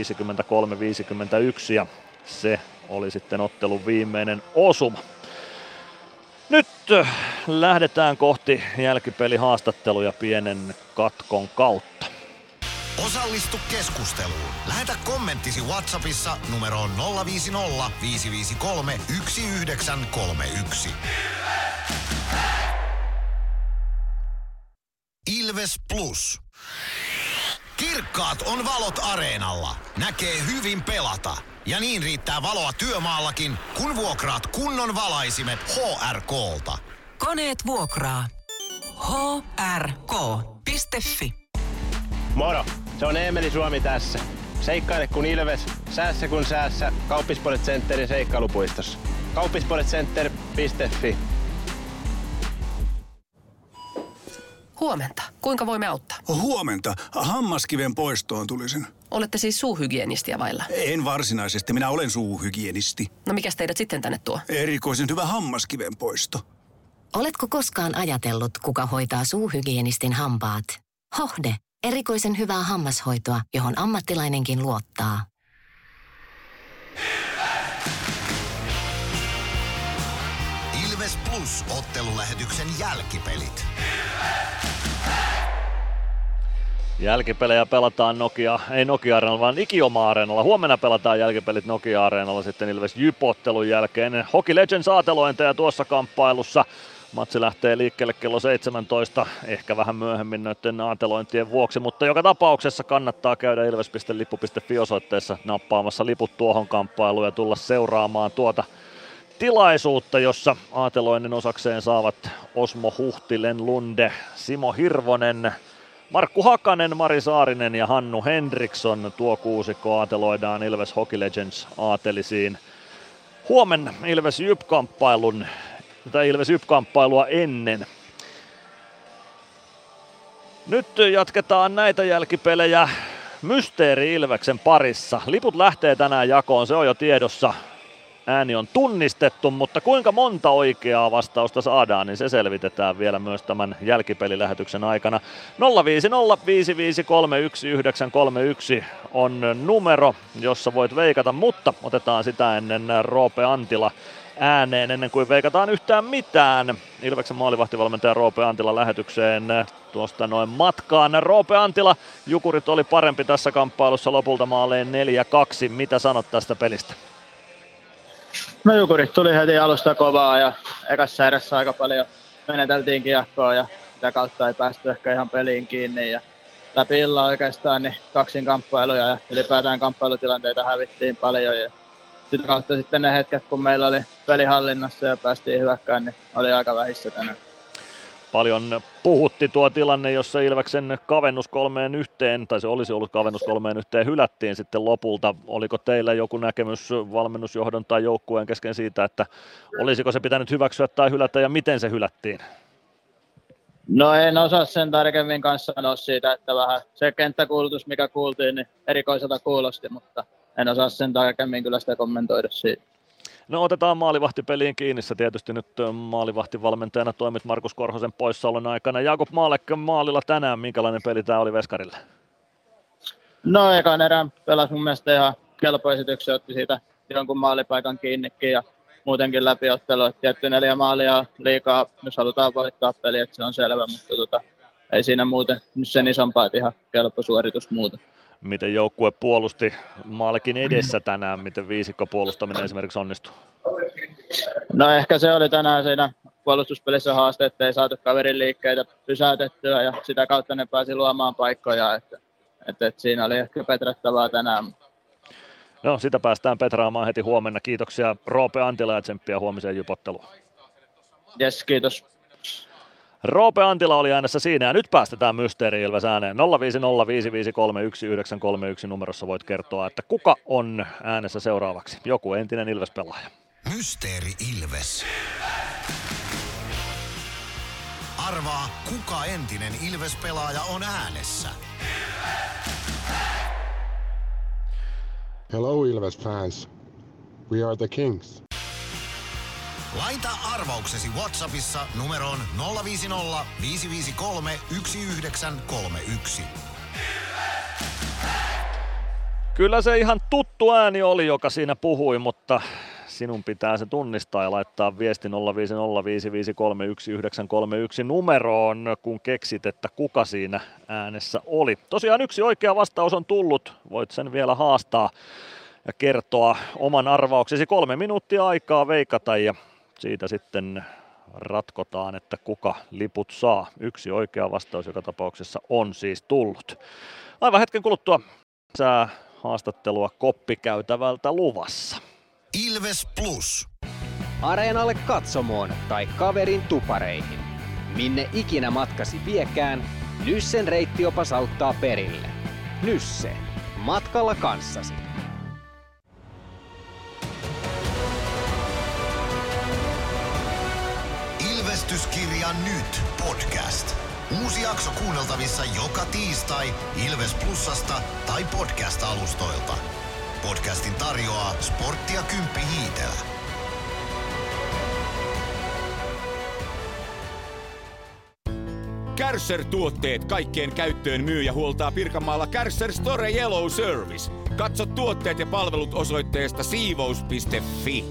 53-51 ja se oli sitten ottelun viimeinen osuma. Nyt lähdetään kohti jälkipelihaastatteluja pienen katkon kautta. Osallistu keskusteluun. Lähetä kommenttisi WhatsAppissa numeroon 050 553 1931. Ilves Plus. Kirkkaat on valot areenalla. Näkee hyvin pelata. Ja niin riittää valoa työmaallakin, kun vuokraat kunnon valaisimet HRK:lta. Koneet vuokraa. hrk.fi. Moro, se on Eemeli Suomi tässä. Seikkaile kun Ilves, säässä kun säässä. Kauppisports Centerin seikkailupuistossa. Kauppisportscenter.fi. Huomenta. Kuinka voimme auttaa? Huomenta. Hammaskiven poistoon tulisin. Olette siis suuhygienistiä vailla? En varsinaisesti. Minä olen suuhygienisti. No mikäs teidät sitten tänne tuo? Erikoisen hyvä hammaskiven poisto. Oletko koskaan ajatellut, kuka hoitaa suuhygienistin hampaat? Hohde. Erikoisen hyvää hammashoitoa, johon ammattilainenkin luottaa. Ilves Plus -ottelulähetyksen jälkipelit. Jälkipelejä pelataan Nokia-areenalla, vaan Ikioma-areenalla. Huomenna pelataan jälkipelit Nokia-areenalla sitten Ilves Jyp-ottelun jälkeen. Hockey Legends -aatelointeja tuossa kamppailussa. Matsi lähtee liikkeelle kello 17, ehkä vähän myöhemmin noiden aatelointien vuoksi, mutta joka tapauksessa kannattaa käydä ilves.lippu.fi osoitteessa nappaamassa liput tuohon kamppailuun ja tulla seuraamaan tuota tilaisuutta, jossa aateloinnin osakseen saavat Osmo Huhtilen Lunde, Simo Hirvonen, Markku Hakanen, Mari Saarinen ja Hannu Henriksson. Tuo kuusikko aateloidaan Ilves Hockey Legends aatelisiin huomenna Ilves Jyp-kamppailua ennen. Nyt jatketaan näitä jälkipelejä Mysteeri Ilveksen parissa. Liput lähtee tänään jakoon, se on jo tiedossa. Ääni on tunnistettu, mutta kuinka monta oikeaa vastausta saadaan, niin se selvitetään vielä myös tämän jälkipelilähetyksen aikana. 0505531 on numero, jossa voit veikata, mutta otetaan sitä ennen Roope Antila ääneen ennen kuin veikataan yhtään mitään. Ilveksen maalivahtivalmentaja Roope Antila lähetykseen tuosta noin matkaan. Roope Antila, Jukurit oli parempi tässä kamppailussa lopulta maaleen 4-2. Mitä sanot tästä pelistä? No Jukurit tuli heti alusta kovaa ja ekassa erässä aika paljon meneteltiin kiekkoa ja sitä kautta ei päästy ehkä ihan peliin kiinni. Ja läpi illan oikeastaan niin kaksinkamppailuja ja ylipäätään kamppailutilanteita hävittiin paljon. Ja sitä kautta sitten ne hetket, kun meillä oli pelihallinnassa ja päästiin hyökkään, niin oli aika vähissä tänään. Paljon puhutti tuo tilanne, jossa Ilveksen kavennus 3-1, tai se olisi ollut kavennus 3-1, hylättiin sitten lopulta. Oliko teillä joku näkemys valmennusjohdon tai joukkueen kesken siitä, että olisiko se pitänyt hyväksyä tai hylätä ja miten se hylättiin? No en osaa sen tarkemmin kanssa sanoa siitä, että vähän se kenttäkuulutus, mikä kuultiin, niin erikoiselta kuulosti, mutta en osaa sen tarkemmin kyllä sitä kommentoida siitä. No otetaan maalivahtipeliin kiinni. Sä tietysti nyt maalivahtivalmentajana toimit Markus Korhosen poissaolon aikana. Jakob Maalekkä maalilla tänään. Minkälainen peli tää oli Veskarille? No ekan erään pelasi mun mielestä ihan kelpo esityksiä, otti siitä jonkun maalipaikan kiinnikin ja muutenkin läpiottelu. Tietty 4 maalia liikaa, jos halutaan voittaa peli, että se on selvä, mutta ei siinä muuten nyt sen isompaa, ihan kelpo suoritus muuta. Miten joukkue puolusti Maalekin edessä tänään, miten viisikko puolustaminen esimerkiksi onnistui? No ehkä se oli tänään siinä puolustuspelissä haaste, että ei saatu kaverin liikkeitä pysäytettyä ja sitä kautta ne pääsi luomaan paikkoja, että siinä oli ehkä petrattavaa tänään. No sitä päästään petraamaan heti huomenna. Kiitoksia Roope Antila ja tsemppiä huomiseen Jyp-otteluun. Jes, kiitos. Roope Antila oli äänessä siinä ja nyt päästetään Mysteeri Ilves ääneen. 0505531 numerossa voit kertoa, että kuka on äänessä seuraavaksi. Joku entinen Ilves-pelaaja. Mysteeri Ilves. Arvaa, kuka entinen Ilves-pelaaja on äänessä. Hello Ilves fans. We are the Kings. Laita arvauksesi WhatsAppissa numeroon 050 553 1931. Kyllä se ihan tuttu ääni oli, joka siinä puhui, mutta sinun pitää se tunnistaa ja laittaa viesti 05055311931 numeroon, kun keksit, että kuka siinä äänessä oli. Tosiaan yksi oikea vastaus on tullut, voit sen vielä haastaa ja kertoa oman arvauksesi. 3 minuuttia aikaa veikata ja siitä sitten ratkotaan, että kuka liput saa. Yksi oikea vastaus joka tapauksessa on siis tullut. Aivan hetken kuluttua sää haastattelua koppikäytävältä luvassa. Ilves Plus. Areenalle, katsomoon tai kaverin tupareihin. Minne ikinä matkasi viekään, Nyssen reittiopas auttaa perille. Nysse. Matkalla kanssasi. Ilvestyskirja nyt podcast. Uusi jakso kuunneltavissa joka tiistai Ilves Plusasta tai podcast-alustoilta. Podcastin tarjoaa Sporttia Kymppi Hiitelä. Kärcher-tuotteet kaikkeen käyttöön myy ja huoltaa Pirkanmaalla Kärcher Store Yellow Service. Katso tuotteet ja palvelut osoitteesta siivous.fi.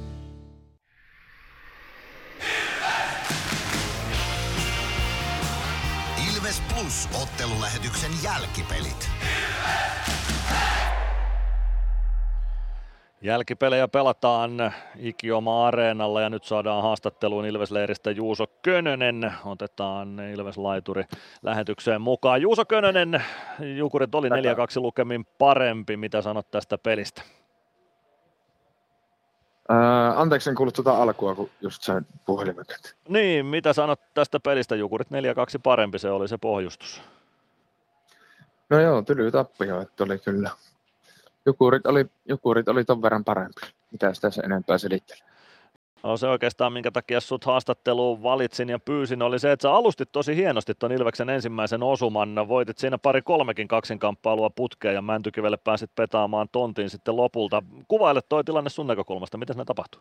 Ilves Plus -ottelulähetyksen jälkipelit. Jälkipelejä pelataan Ikioma-areenalla ja nyt saadaan haastatteluun Ilves-leiristä Juuso Könönen. Otetaan Ilves-laituri lähetykseen mukaan. Juuso Könönen, Jukurit oli 4-2 lukemin parempi. Mitä sanot tästä pelistä? Anteeksi, en kuullut tuota alkua, kun just sain puhelimen. Niin, mitä sanot tästä pelistä? Jukurit 4-2 parempi, se oli se pohjustus. No joo, tyly tappio, että oli kyllä. Jukurit oli ton verran parempi. Mitä sitä se enempää selittelee? No se oikeastaan, minkä takia sut haastatteluun valitsin ja pyysin, oli se, että sä alustit tosi hienosti ton Ilveksen ensimmäisen osuman. Voitit siinä 2-3 kaksinkamppailua putkeen ja Mäntykivelle pääsit petaamaan tontiin sitten lopulta. Kuvaile toi tilanne sun näkökulmasta, miten se tapahtui?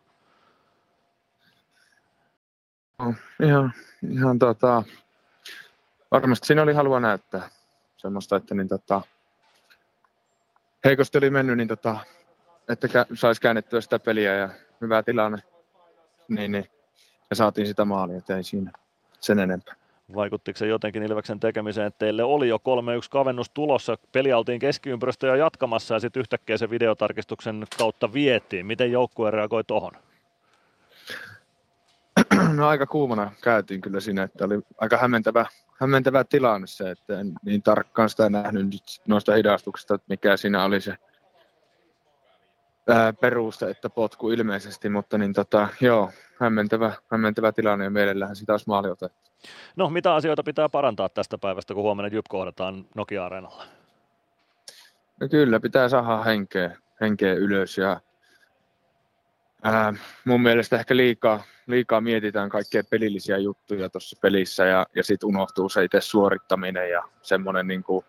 No, ihan varmasti siinä oli halua näyttää semmoista, että heikosti oli mennyt, että saisi käännettyä sitä peliä ja hyvä tilanne. Niin, ja saatiin sitä maalia, että ei siinä sen enempää. Vaikuttiko se jotenkin Ilveksen tekemiseen, että teille oli jo 3-1 kavennus tulossa, peli oltiin keskiympäristö jo jatkamassa ja sitten yhtäkkiä se videotarkistuksen kautta vietiin. Miten joukkue reagoi tohon? No aika kuumana käytiin kyllä siinä, että oli aika hämmentävä tilanne se, että en niin tarkkaan sitä nähnyt noista hidastuksista, että mikä siinä oli se peruste, että potku ilmeisesti, mutta joo, hämmentävä tilanne ja mielellähän sitä olisi maali otettu. No, mitä asioita pitää parantaa tästä päivästä, kun huomenna Jyp kohdataan Nokia-areenalla? No kyllä, pitää saada henkeä ylös ja mun mielestä ehkä liikaa mietitään kaikkea pelillisiä juttuja tuossa pelissä ja sitten unohtuu se itse suorittaminen ja semmoinen niinku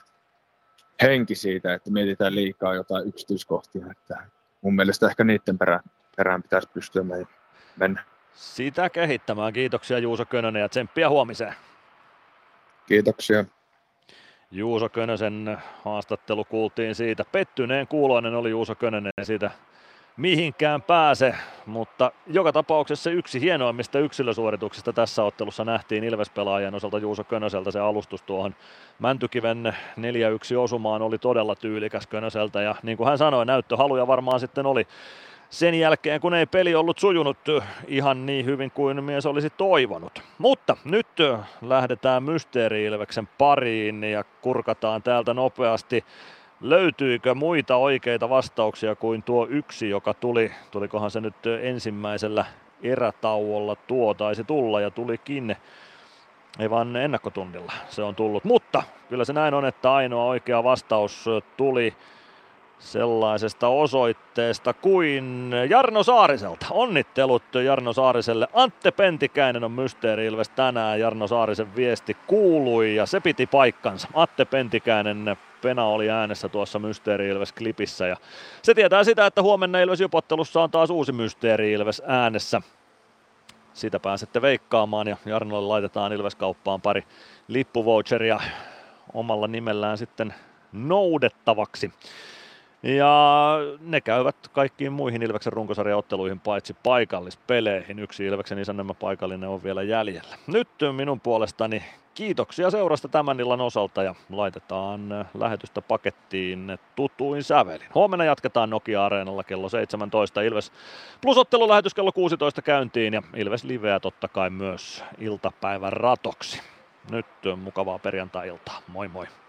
henki siitä, että mietitään liikaa jotain yksityiskohtia. Että mun mielestä ehkä niiden perään pitäisi pystyä mennä. Sitä kehittämään. Kiitoksia Juuso Könönen ja tsemppiä huomiseen. Kiitoksia. Juuso Könösen haastattelu kuultiin siitä. Pettyneen kuuloinen oli Juuso Könönen siitä mihinkään pääse, mutta joka tapauksessa yksi hienoimmista yksilösuorituksista tässä ottelussa nähtiin Ilves-pelaajien osalta Juuso Könöseltä. Se alustus tuohon Mäntykiven 4-1 osumaan oli todella tyylikäs Könöseltä ja niin kuin hän sanoi, näyttöhaluja varmaan sitten oli sen jälkeen, kun ei peli ollut sujunut ihan niin hyvin kuin mies olisi toivonut. Mutta nyt lähdetään Mysteeri-Ilveksen pariin ja kurkataan täältä nopeasti. Löytyykö muita oikeita vastauksia kuin tuo yksi, joka tulikohan se nyt ensimmäisellä erätauolla taisi tulla ja tulikin, ei vaan ennakkotunnilla se on tullut, mutta kyllä se näin on, että ainoa oikea vastaus tuli sellaisesta osoitteesta kuin Jarno Saariselta. Onnittelut Jarno Saariselle. Antte Pentikäinen on Mysteeri-Ilves tänään. Jarno Saarisen viesti kuului ja se piti paikkansa. Atte Pentikäinen Pena oli äänessä tuossa Mysteeri-Ilves-klipissä ja se tietää sitä, että huomenna Ilves-Jyp-ottelussa on taas uusi Mysteeri-Ilves äänessä. Sitä pääsette veikkaamaan ja Jarnolle laitetaan Ilves-kauppaan pari lippuvoucheria omalla nimellään sitten noudettavaksi. Ja ne käyvät kaikkiin muihin Ilveksen runkosarjaotteluihin paitsi paikallispeleihin. Yksi Ilveksen isännämä paikallinen on vielä jäljellä. Nyt minun puolestani kiitoksia seurasta tämän illan osalta ja laitetaan lähetystä pakettiin tutuin sävelin. Huomenna jatketaan Nokia-areenalla kello 17. Ilves Plus-ottelulähetys kello 16 käyntiin ja Ilves Liveä totta kai myös iltapäivän ratoksi. Nyt mukavaa perjantai-iltaa. Moi moi!